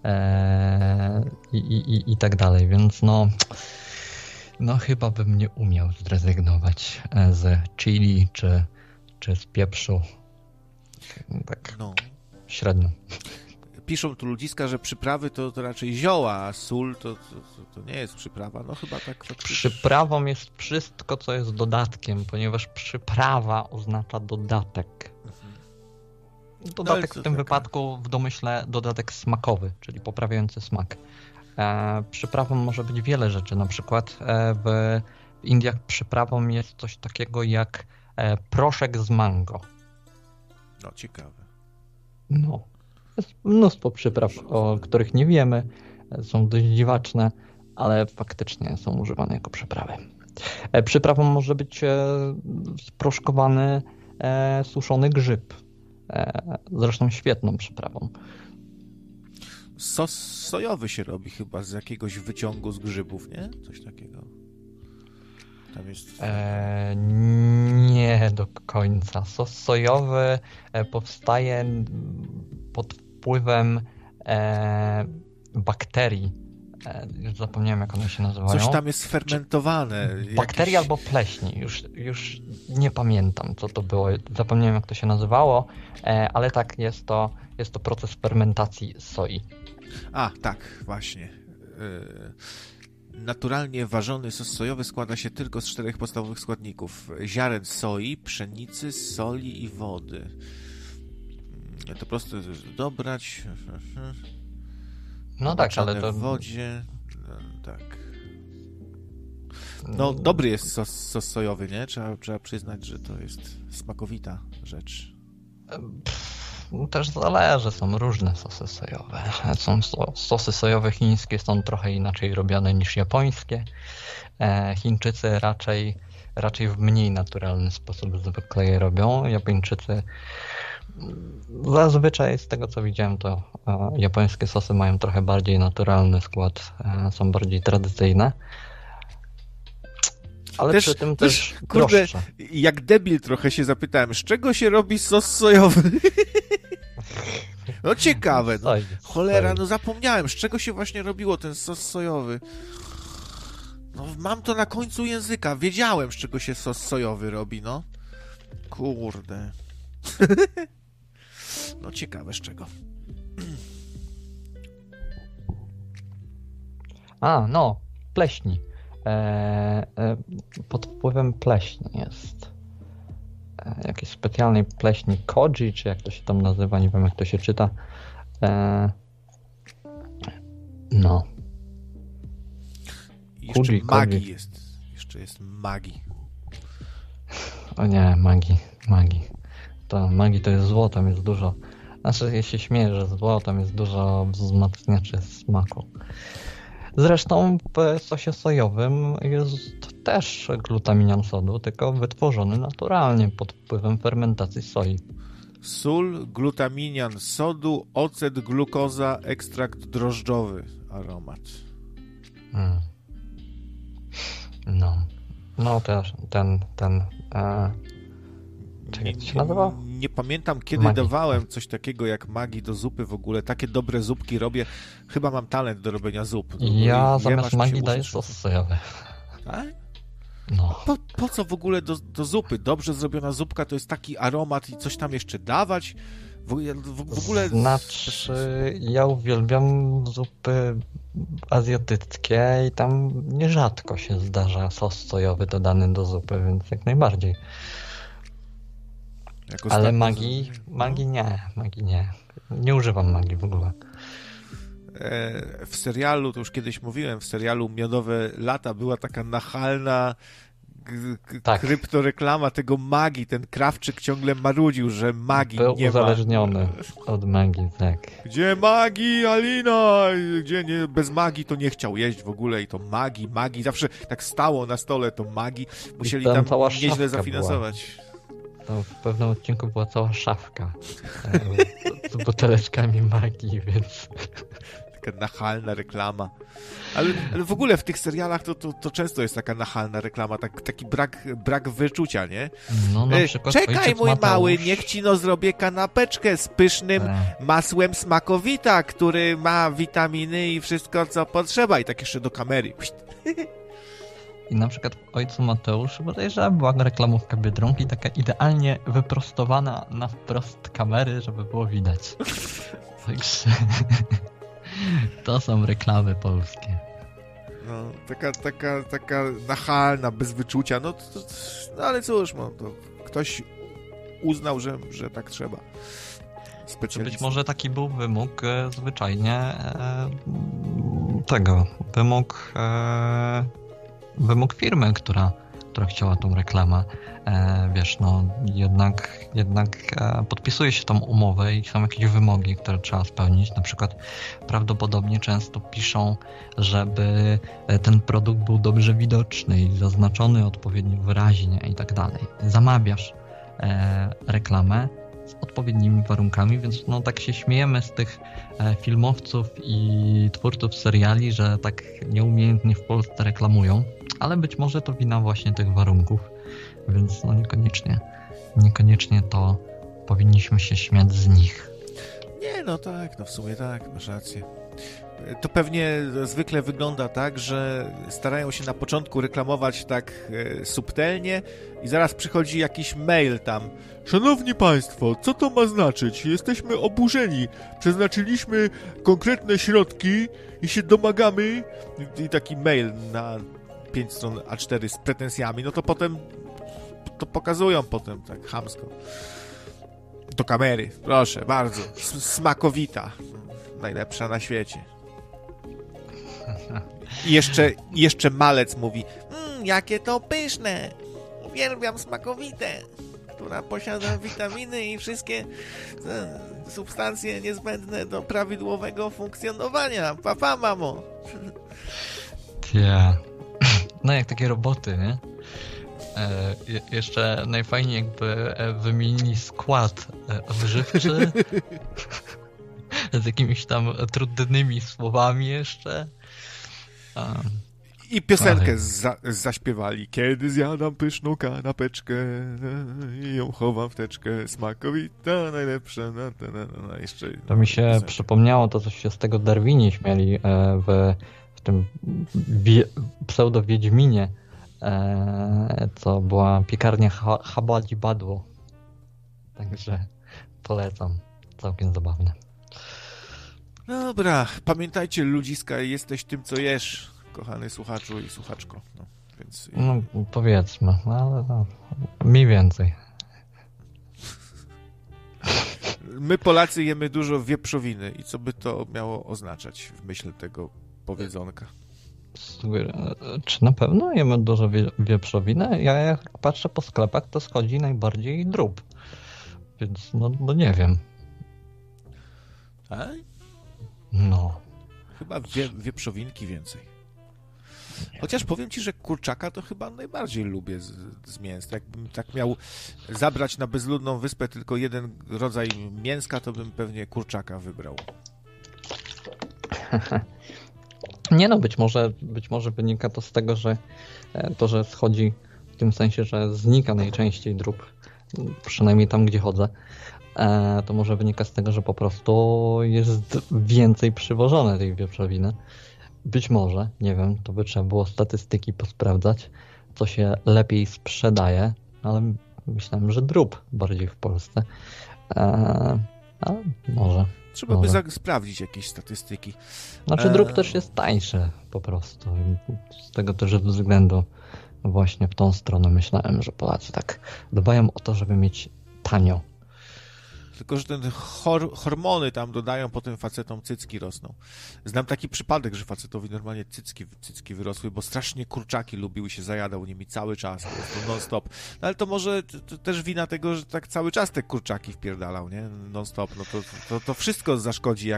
i tak dalej, więc no chyba bym nie umiał zrezygnować z chili czy z pieprzu. Tak średnio. Piszą tu ludziska, że przyprawy to raczej zioła, a sól to nie jest przyprawa. No chyba tak faktycznie. Przyprawą jest wszystko, co jest dodatkiem, ponieważ przyprawa oznacza dodatek. Dodatek w tym wypadku w domyśle dodatek smakowy, czyli poprawiający smak. Przyprawą może być wiele rzeczy. Na przykład w Indiach przyprawą jest coś takiego jak proszek z mango. No, ciekawe. No. Jest mnóstwo przypraw, o których nie wiemy. Są dość dziwaczne, ale faktycznie są używane jako przyprawy. Przyprawą może być sproszkowany, suszony grzyb. Zresztą świetną przyprawą. Sos sojowy się robi chyba z jakiegoś wyciągu z grzybów, nie? Coś takiego. Tam jest... Nie do końca. Sos sojowy powstaje pod wpływem bakterii. Już zapomniałem, jak one się nazywają. Coś tam jest fermentowane. Bakterii albo pleśni. Już nie pamiętam, co to było. Zapomniałem, jak to się nazywało, ale tak, jest to proces fermentacji soi. A, tak, właśnie. Naturalnie ważony sos sojowy składa się tylko z 4 podstawowych składników. Ziaren soi, pszenicy, soli i wody. To prosto dobrać. No tak, ale to... w wodzie. Tak. No, dobry jest sos sojowy, nie? Trzeba przyznać, że to jest smakowita rzecz. Też zależy, są różne sosy sojowe. Są sosy sojowe chińskie, są trochę inaczej robione niż japońskie. Chińczycy raczej w mniej naturalny sposób zwykle je robią. Japończycy zazwyczaj, z tego co widziałem, to japońskie sosy mają trochę bardziej naturalny skład, są bardziej tradycyjne. Ale przy tym też droższe. Jak debil trochę się zapytałem, z czego się robi sos sojowy? No ciekawe. No. Cholera, no zapomniałem, z czego się właśnie robiło ten sos sojowy. No mam to na końcu języka. Wiedziałem, z czego się sos sojowy robi, no. Kurde. No ciekawe, z czego. Pleśni. Pod wpływem pleśni jest. Jakiejś specjalnej pleśni koji, czy jak to się tam nazywa, nie wiem jak to się czyta. Jeszcze magii jest. Jeszcze jest magii. O nie, magii. To magii to jest zło, tam jest dużo. Znaczy, ja się śmieję, że zło, tam jest dużo wzmacniaczy smaku. Zresztą w sosie sojowym jest też glutaminian sodu, tylko wytworzony naturalnie pod wpływem fermentacji soi. Sól, glutaminian sodu, ocet, glukoza, ekstrakt drożdżowy, aromat. No też ten jak to się nazywa? Nie pamiętam, kiedy dawałem coś takiego jak magii do zupy w ogóle. Takie dobre zupki robię. Chyba mam talent do robienia zup. Ja zamiast magii daję sos sojowy. Tak? No. Po co w ogóle do zupy? Dobrze zrobiona zupka to jest taki aromat i coś tam jeszcze dawać? W ogóle... Znaczy, ja uwielbiam zupy azjatyckie i tam nierzadko się zdarza sos sojowy dodany do zupy, więc jak najbardziej. Ale magii nie. Nie używam magii w ogóle. W serialu, to już kiedyś mówiłem, w serialu Miodowe Lata była taka nachalna kryptoreklama tego magii. Ten Krawczyk ciągle marudził, że magii był nie uzależniony od magii, tak. Gdzie magii, Alina? Gdzie nie, bez magii to nie chciał jeść w ogóle i to magii. Zawsze tak stało na stole to magii. Musieli tam nieźle zafinansować. To w pewnym odcinku była cała szafka z buteleczkami magii, więc... Taka nachalna reklama. Ale w ogóle w tych serialach to często jest taka nachalna reklama, taki brak wyczucia, nie? No, na przykład czekaj, mój Mateusz. mały, niech ci zrobię kanapeczkę z pysznym masłem smakowita, który ma witaminy i wszystko, co potrzeba. I tak jeszcze do kamery. I na przykład w Ojcu Mateuszu bodajże była reklamówka Biedronki, taka idealnie wyprostowana na wprost kamery, żeby było widać. Także to są reklamy polskie. No, taka nachalna, bez wyczucia. No ale cóż, to ktoś uznał, że tak trzeba. Być może taki był wymóg zwyczajnie wymóg firmy, która chciała tą reklamę. Wiesz, no jednak podpisuje się tą umowę i są jakieś wymogi, które trzeba spełnić. Na przykład prawdopodobnie często piszą, żeby ten produkt był dobrze widoczny i zaznaczony odpowiednio wyraźnie i tak dalej. Zamawiasz reklamę z odpowiednimi warunkami, więc no tak się śmiejemy z tych filmowców i twórców seriali, że tak nieumiejętnie w Polsce reklamują, ale być może to wina właśnie tych warunków, więc no niekoniecznie to powinniśmy się śmiać z nich. Nie, no tak, no w sumie tak, masz rację. To pewnie zwykle wygląda tak, że starają się na początku reklamować tak subtelnie i zaraz przychodzi jakiś mail tam. Szanowni Państwo, co to ma znaczyć? Jesteśmy oburzeni. Przeznaczyliśmy konkretne środki i się domagamy. I taki mail na 5 stron A4 z pretensjami. No to potem to pokazują potem tak chamsko. Do kamery. Proszę, bardzo. Smakowita. Najlepsza na świecie. I jeszcze malec mówi, jakie to pyszne, uwielbiam smakowite, która posiada witaminy i wszystkie substancje niezbędne do prawidłowego funkcjonowania. Pa, mamo. Yeah. No jak takie roboty, nie? Jeszcze najfajniej jakby wymienili skład odżywczy z jakimiś tam trudnymi słowami jeszcze. I piosenkę zaśpiewali. Kiedy zjadam pyszną kanapeczkę i ją chowam w teczkę, smakowita, najlepsza. Jeszcze to mi się piosenkę przypomniało to, co się z tego Darwinie śmiali w tym pseudo-Wiedźminie, co była piekarnia Habadzi-Badło. Także polecam. Całkiem zabawne. Dobra, pamiętajcie, ludziska, jesteś tym, co jesz, kochany słuchaczu i słuchaczko. No, więc... no powiedzmy, ale no, mniej więcej. My Polacy jemy dużo wieprzowiny i co by to miało oznaczać w myśl tego powiedzonka? Czy na pewno jemy dużo wieprzowiny? Ja jak patrzę po sklepach, to schodzi najbardziej drób. Więc no nie wiem. A? No. Chyba wieprzowinki więcej. Chociaż powiem ci, że kurczaka to chyba najbardziej lubię z mięs. Jakbym tak miał zabrać na bezludną wyspę tylko jeden rodzaj mięska, to bym pewnie kurczaka wybrał. Nie no, być może wynika to z tego, że że schodzi w tym sensie, że znika najczęściej drób, przynajmniej tam, gdzie chodzę. To może wynika z tego, że po prostu jest więcej przywożone tej wieprzowiny. Być może, nie wiem, to by trzeba było statystyki posprawdzać, co się lepiej sprzedaje, ale myślałem, że drób bardziej w Polsce. Ale może. Trzeba by sprawdzić jakieś statystyki. Znaczy drób też jest tańszy po prostu. Z tego też względu właśnie w tą stronę myślałem, że Polacy tak dbają o to, żeby mieć tanio. Tylko, że ten hormony tam dodają, potem facetom cycki rosną. Znam taki przypadek, że facetowi normalnie cycki wyrosły, bo strasznie kurczaki lubiły się, zajadał nimi cały czas, po prostu non-stop. No ale to może to też wina tego, że tak cały czas te kurczaki wpierdalał, nie? Non-stop. No to wszystko zaszkodzi,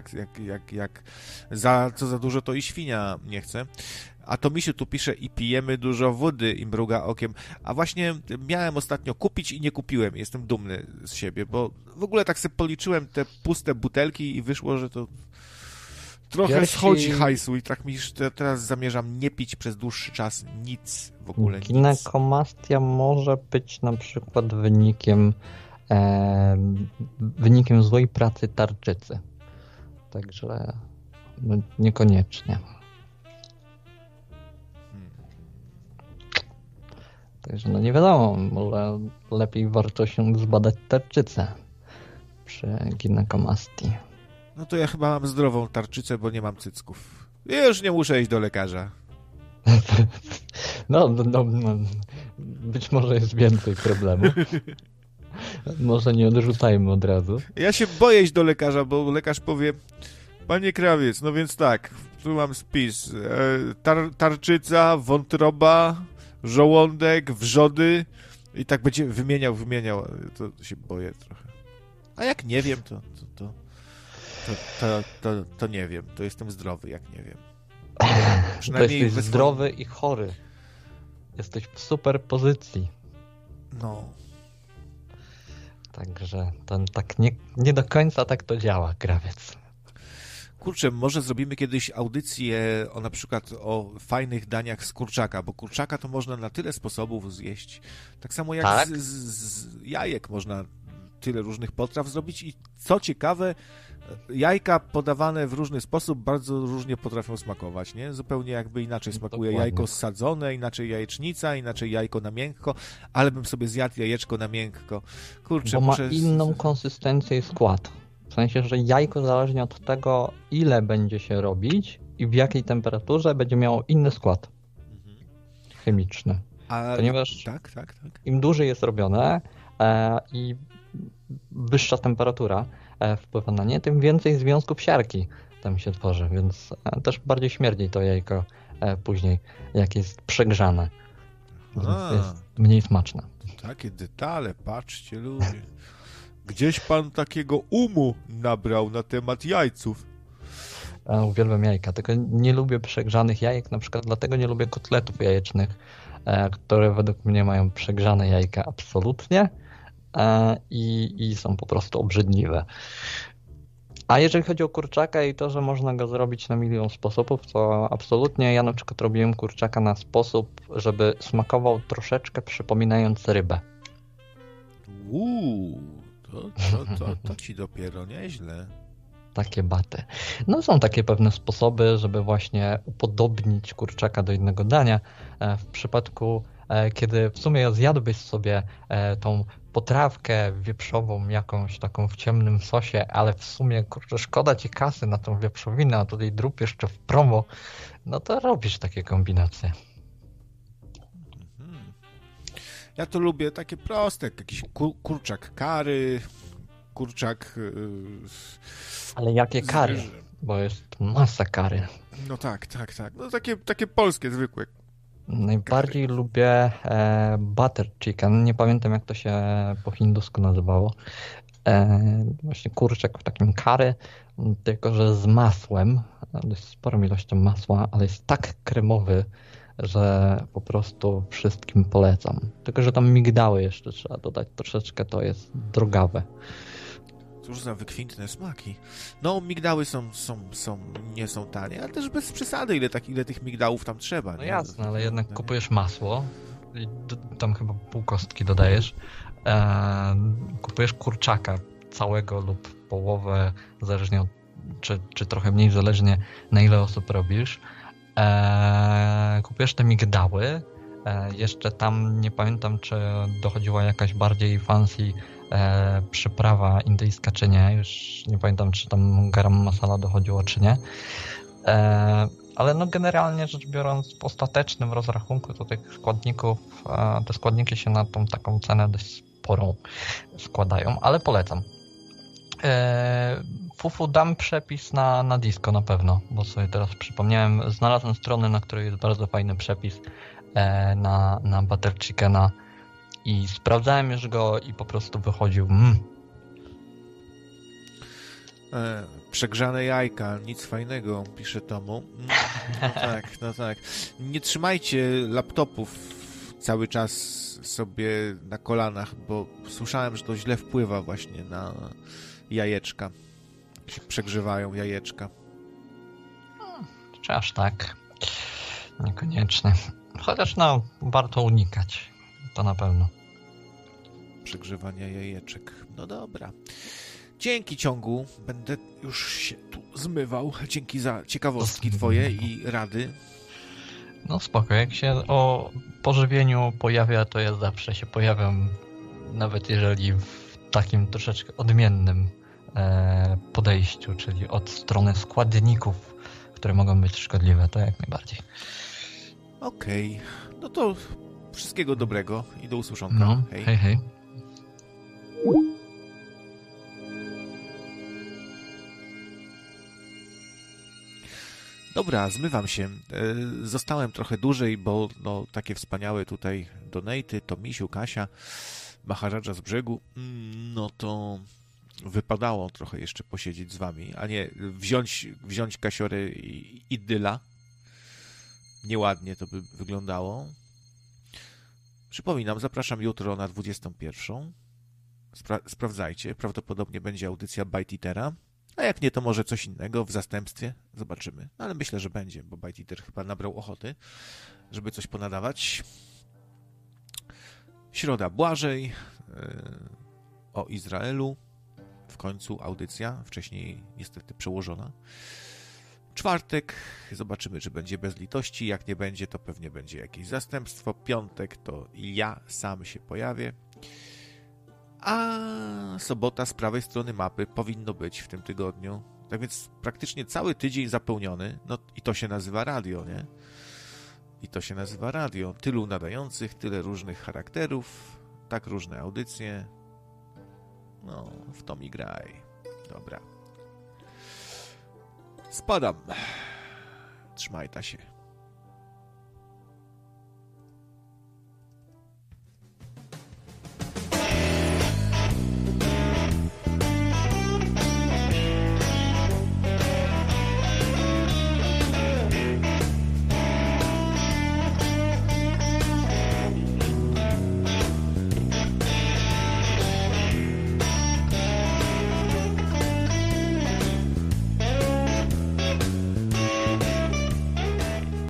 co za dużo, to i świnia nie chce. A to Misiu tu pisze i pijemy dużo wody i mruga okiem. A właśnie miałem ostatnio kupić i nie kupiłem. Jestem dumny z siebie, bo w ogóle tak sobie policzyłem te puste butelki i wyszło, że to trochę schodzi hajsu i tak mi teraz zamierzam nie pić przez dłuższy czas nic w ogóle. Ginekomastia może być na przykład wynikiem złej pracy tarczycy. Także no, niekoniecznie. Także no nie wiadomo, może lepiej warto się zbadać tarczycę przy ginekomastii. No to ja chyba mam zdrową tarczycę, bo nie mam cycków. Już nie muszę iść do lekarza. No, być może jest więcej problemów. Może nie odrzucajmy od razu. Ja się boję iść do lekarza, bo lekarz powie: panie krawiec, no więc tak, tu mam spis. Tarczyca, wątroba, żołądek, wrzody i tak będzie wymieniał, to się boję trochę. A jak nie wiem, to nie wiem, to jestem zdrowy, jak nie wiem. Przynajmniej to jesteś zdrowy i chory. Jesteś w super pozycji. No. Także to tak nie do końca tak to działa, krawiec. Kurczę, może zrobimy kiedyś audycję na przykład o fajnych daniach z kurczaka, bo kurczaka to można na tyle sposobów zjeść. Tak samo jak tak? z jajek można tyle różnych potraw zrobić i co ciekawe, jajka podawane w różny sposób bardzo różnie potrafią smakować, nie? Zupełnie jakby inaczej smakuje jajko ssadzone, inaczej jajecznica, inaczej jajko na miękko, ale bym sobie zjadł jajeczko na miękko. Kurczę, bo ma inną konsystencję i skład. W sensie, że jajko zależnie od tego, ile będzie się robić i w jakiej temperaturze będzie miało inny skład chemiczny. Ponieważ tak. im dłużej jest robione i wyższa temperatura wpływa na nie, tym więcej związków siarki tam się tworzy, więc też bardziej śmierdzi to jajko później, jak jest przegrzane. Więc jest mniej smaczne. Takie detale, patrzcie ludzie. Gdzieś pan takiego nabrał na temat jajców. Uwielbiam jajka, tylko nie lubię przegrzanych jajek, na przykład dlatego nie lubię kotletów jajecznych, które według mnie mają przegrzane jajka absolutnie i są po prostu obrzydliwe. A jeżeli chodzi o kurczaka i to, że można go zrobić na milion sposobów, to absolutnie ja na przykład robiłem kurczaka na sposób, żeby smakował troszeczkę przypominając rybę. To ci dopiero nieźle. Takie baty. No są takie pewne sposoby, żeby właśnie upodobnić kurczaka do innego dania. W przypadku, kiedy w sumie zjadłbyś sobie tą potrawkę wieprzową jakąś taką w ciemnym sosie, ale w sumie kurczę, szkoda ci kasy na tą wieprzowinę, a tutaj drób jeszcze w promo, no to robisz takie kombinacje. Ja to lubię takie proste, jak jakiś kurczak curry, kurczak... Ale jakie curry? Bo jest masa curry. No tak. No takie polskie, zwykłe. Najbardziej lubię butter chicken. Nie pamiętam, jak to się po hindusku nazywało. Właśnie kurczak w takim curry, tylko że z masłem. Dość sporą ilością masła, ale jest tak kremowy, że po prostu wszystkim polecam. Tylko że tam migdały jeszcze trzeba dodać. Troszeczkę to jest drogawe. Cóż za wykwintne smaki. No, migdały nie są tanie, ale też bez przesady, ile tych migdałów tam trzeba. No jasne, ale jednak kupujesz masło i tam chyba pół kostki dodajesz. Kupujesz kurczaka całego lub połowę, zależnie od, czy trochę mniej, zależnie na ile osób robisz. Kupujesz te migdały. Jeszcze tam nie pamiętam, czy dochodziła jakaś bardziej fancy przyprawa indyjska, czy nie. Już nie pamiętam, czy tam garam masala dochodziło, czy nie. Ale no generalnie rzecz biorąc, w ostatecznym rozrachunku to tych składników, te składniki się na tą taką cenę dość porą składają, ale polecam. Fufu, dam przepis na disco na pewno, bo sobie teraz przypomniałem, znalazłem stronę, na której jest bardzo fajny przepis na butter chickena i sprawdzałem już go i po prostu wychodził Przegrzane jajka, nic fajnego, pisze Tomu. No tak. Nie trzymajcie laptopów cały czas sobie na kolanach, bo słyszałem, że to źle wpływa właśnie na jajeczka. Się przegrzewają jajeczka. Czy aż tak? Niekoniecznie. Chociaż warto unikać. To na pewno. Przegrzewania jajeczek. No dobra. Dzięki, Ciągu. Będę już się tu zmywał. Dzięki za ciekawostki twoje i rady. No spoko. Jak się o pożywieniu pojawia, to ja zawsze się pojawiam, nawet jeżeli w takim troszeczkę odmiennym podejściu, czyli od strony składników, które mogą być szkodliwe, to jak najbardziej. Okej. No to wszystkiego dobrego i do usłyszonka. No, hej. Dobra, zmywam się. Zostałem trochę dłużej, bo takie wspaniałe tutaj donaty, to Misiu, Kasia, Maharadża z brzegu, no to wypadało trochę jeszcze posiedzieć z wami, a nie wziąć Kasiorę i Dyla. Nieładnie to by wyglądało. Przypominam, zapraszam jutro na 21. Sprawdzajcie, prawdopodobnie będzie audycja Byte Eatera. A jak nie, to może coś innego w zastępstwie. Zobaczymy. Ale myślę, że będzie, bo Byte Eater chyba nabrał ochoty, żeby coś ponadawać. Środa Błażej. O Izraelu. W końcu audycja. Wcześniej niestety przełożona. Czwartek. Zobaczymy, czy będzie bez litości. Jak nie będzie, to pewnie będzie jakieś zastępstwo. Piątek to ja sam się pojawię. A sobota z prawej strony mapy powinno być w tym tygodniu. Tak więc praktycznie cały tydzień zapełniony. No i to się nazywa radio, nie? I to się nazywa radio. Tylu nadających, tyle różnych charakterów, tak różne audycje. No, w to mi graj. Dobra. Spadam. Trzymaj ta się.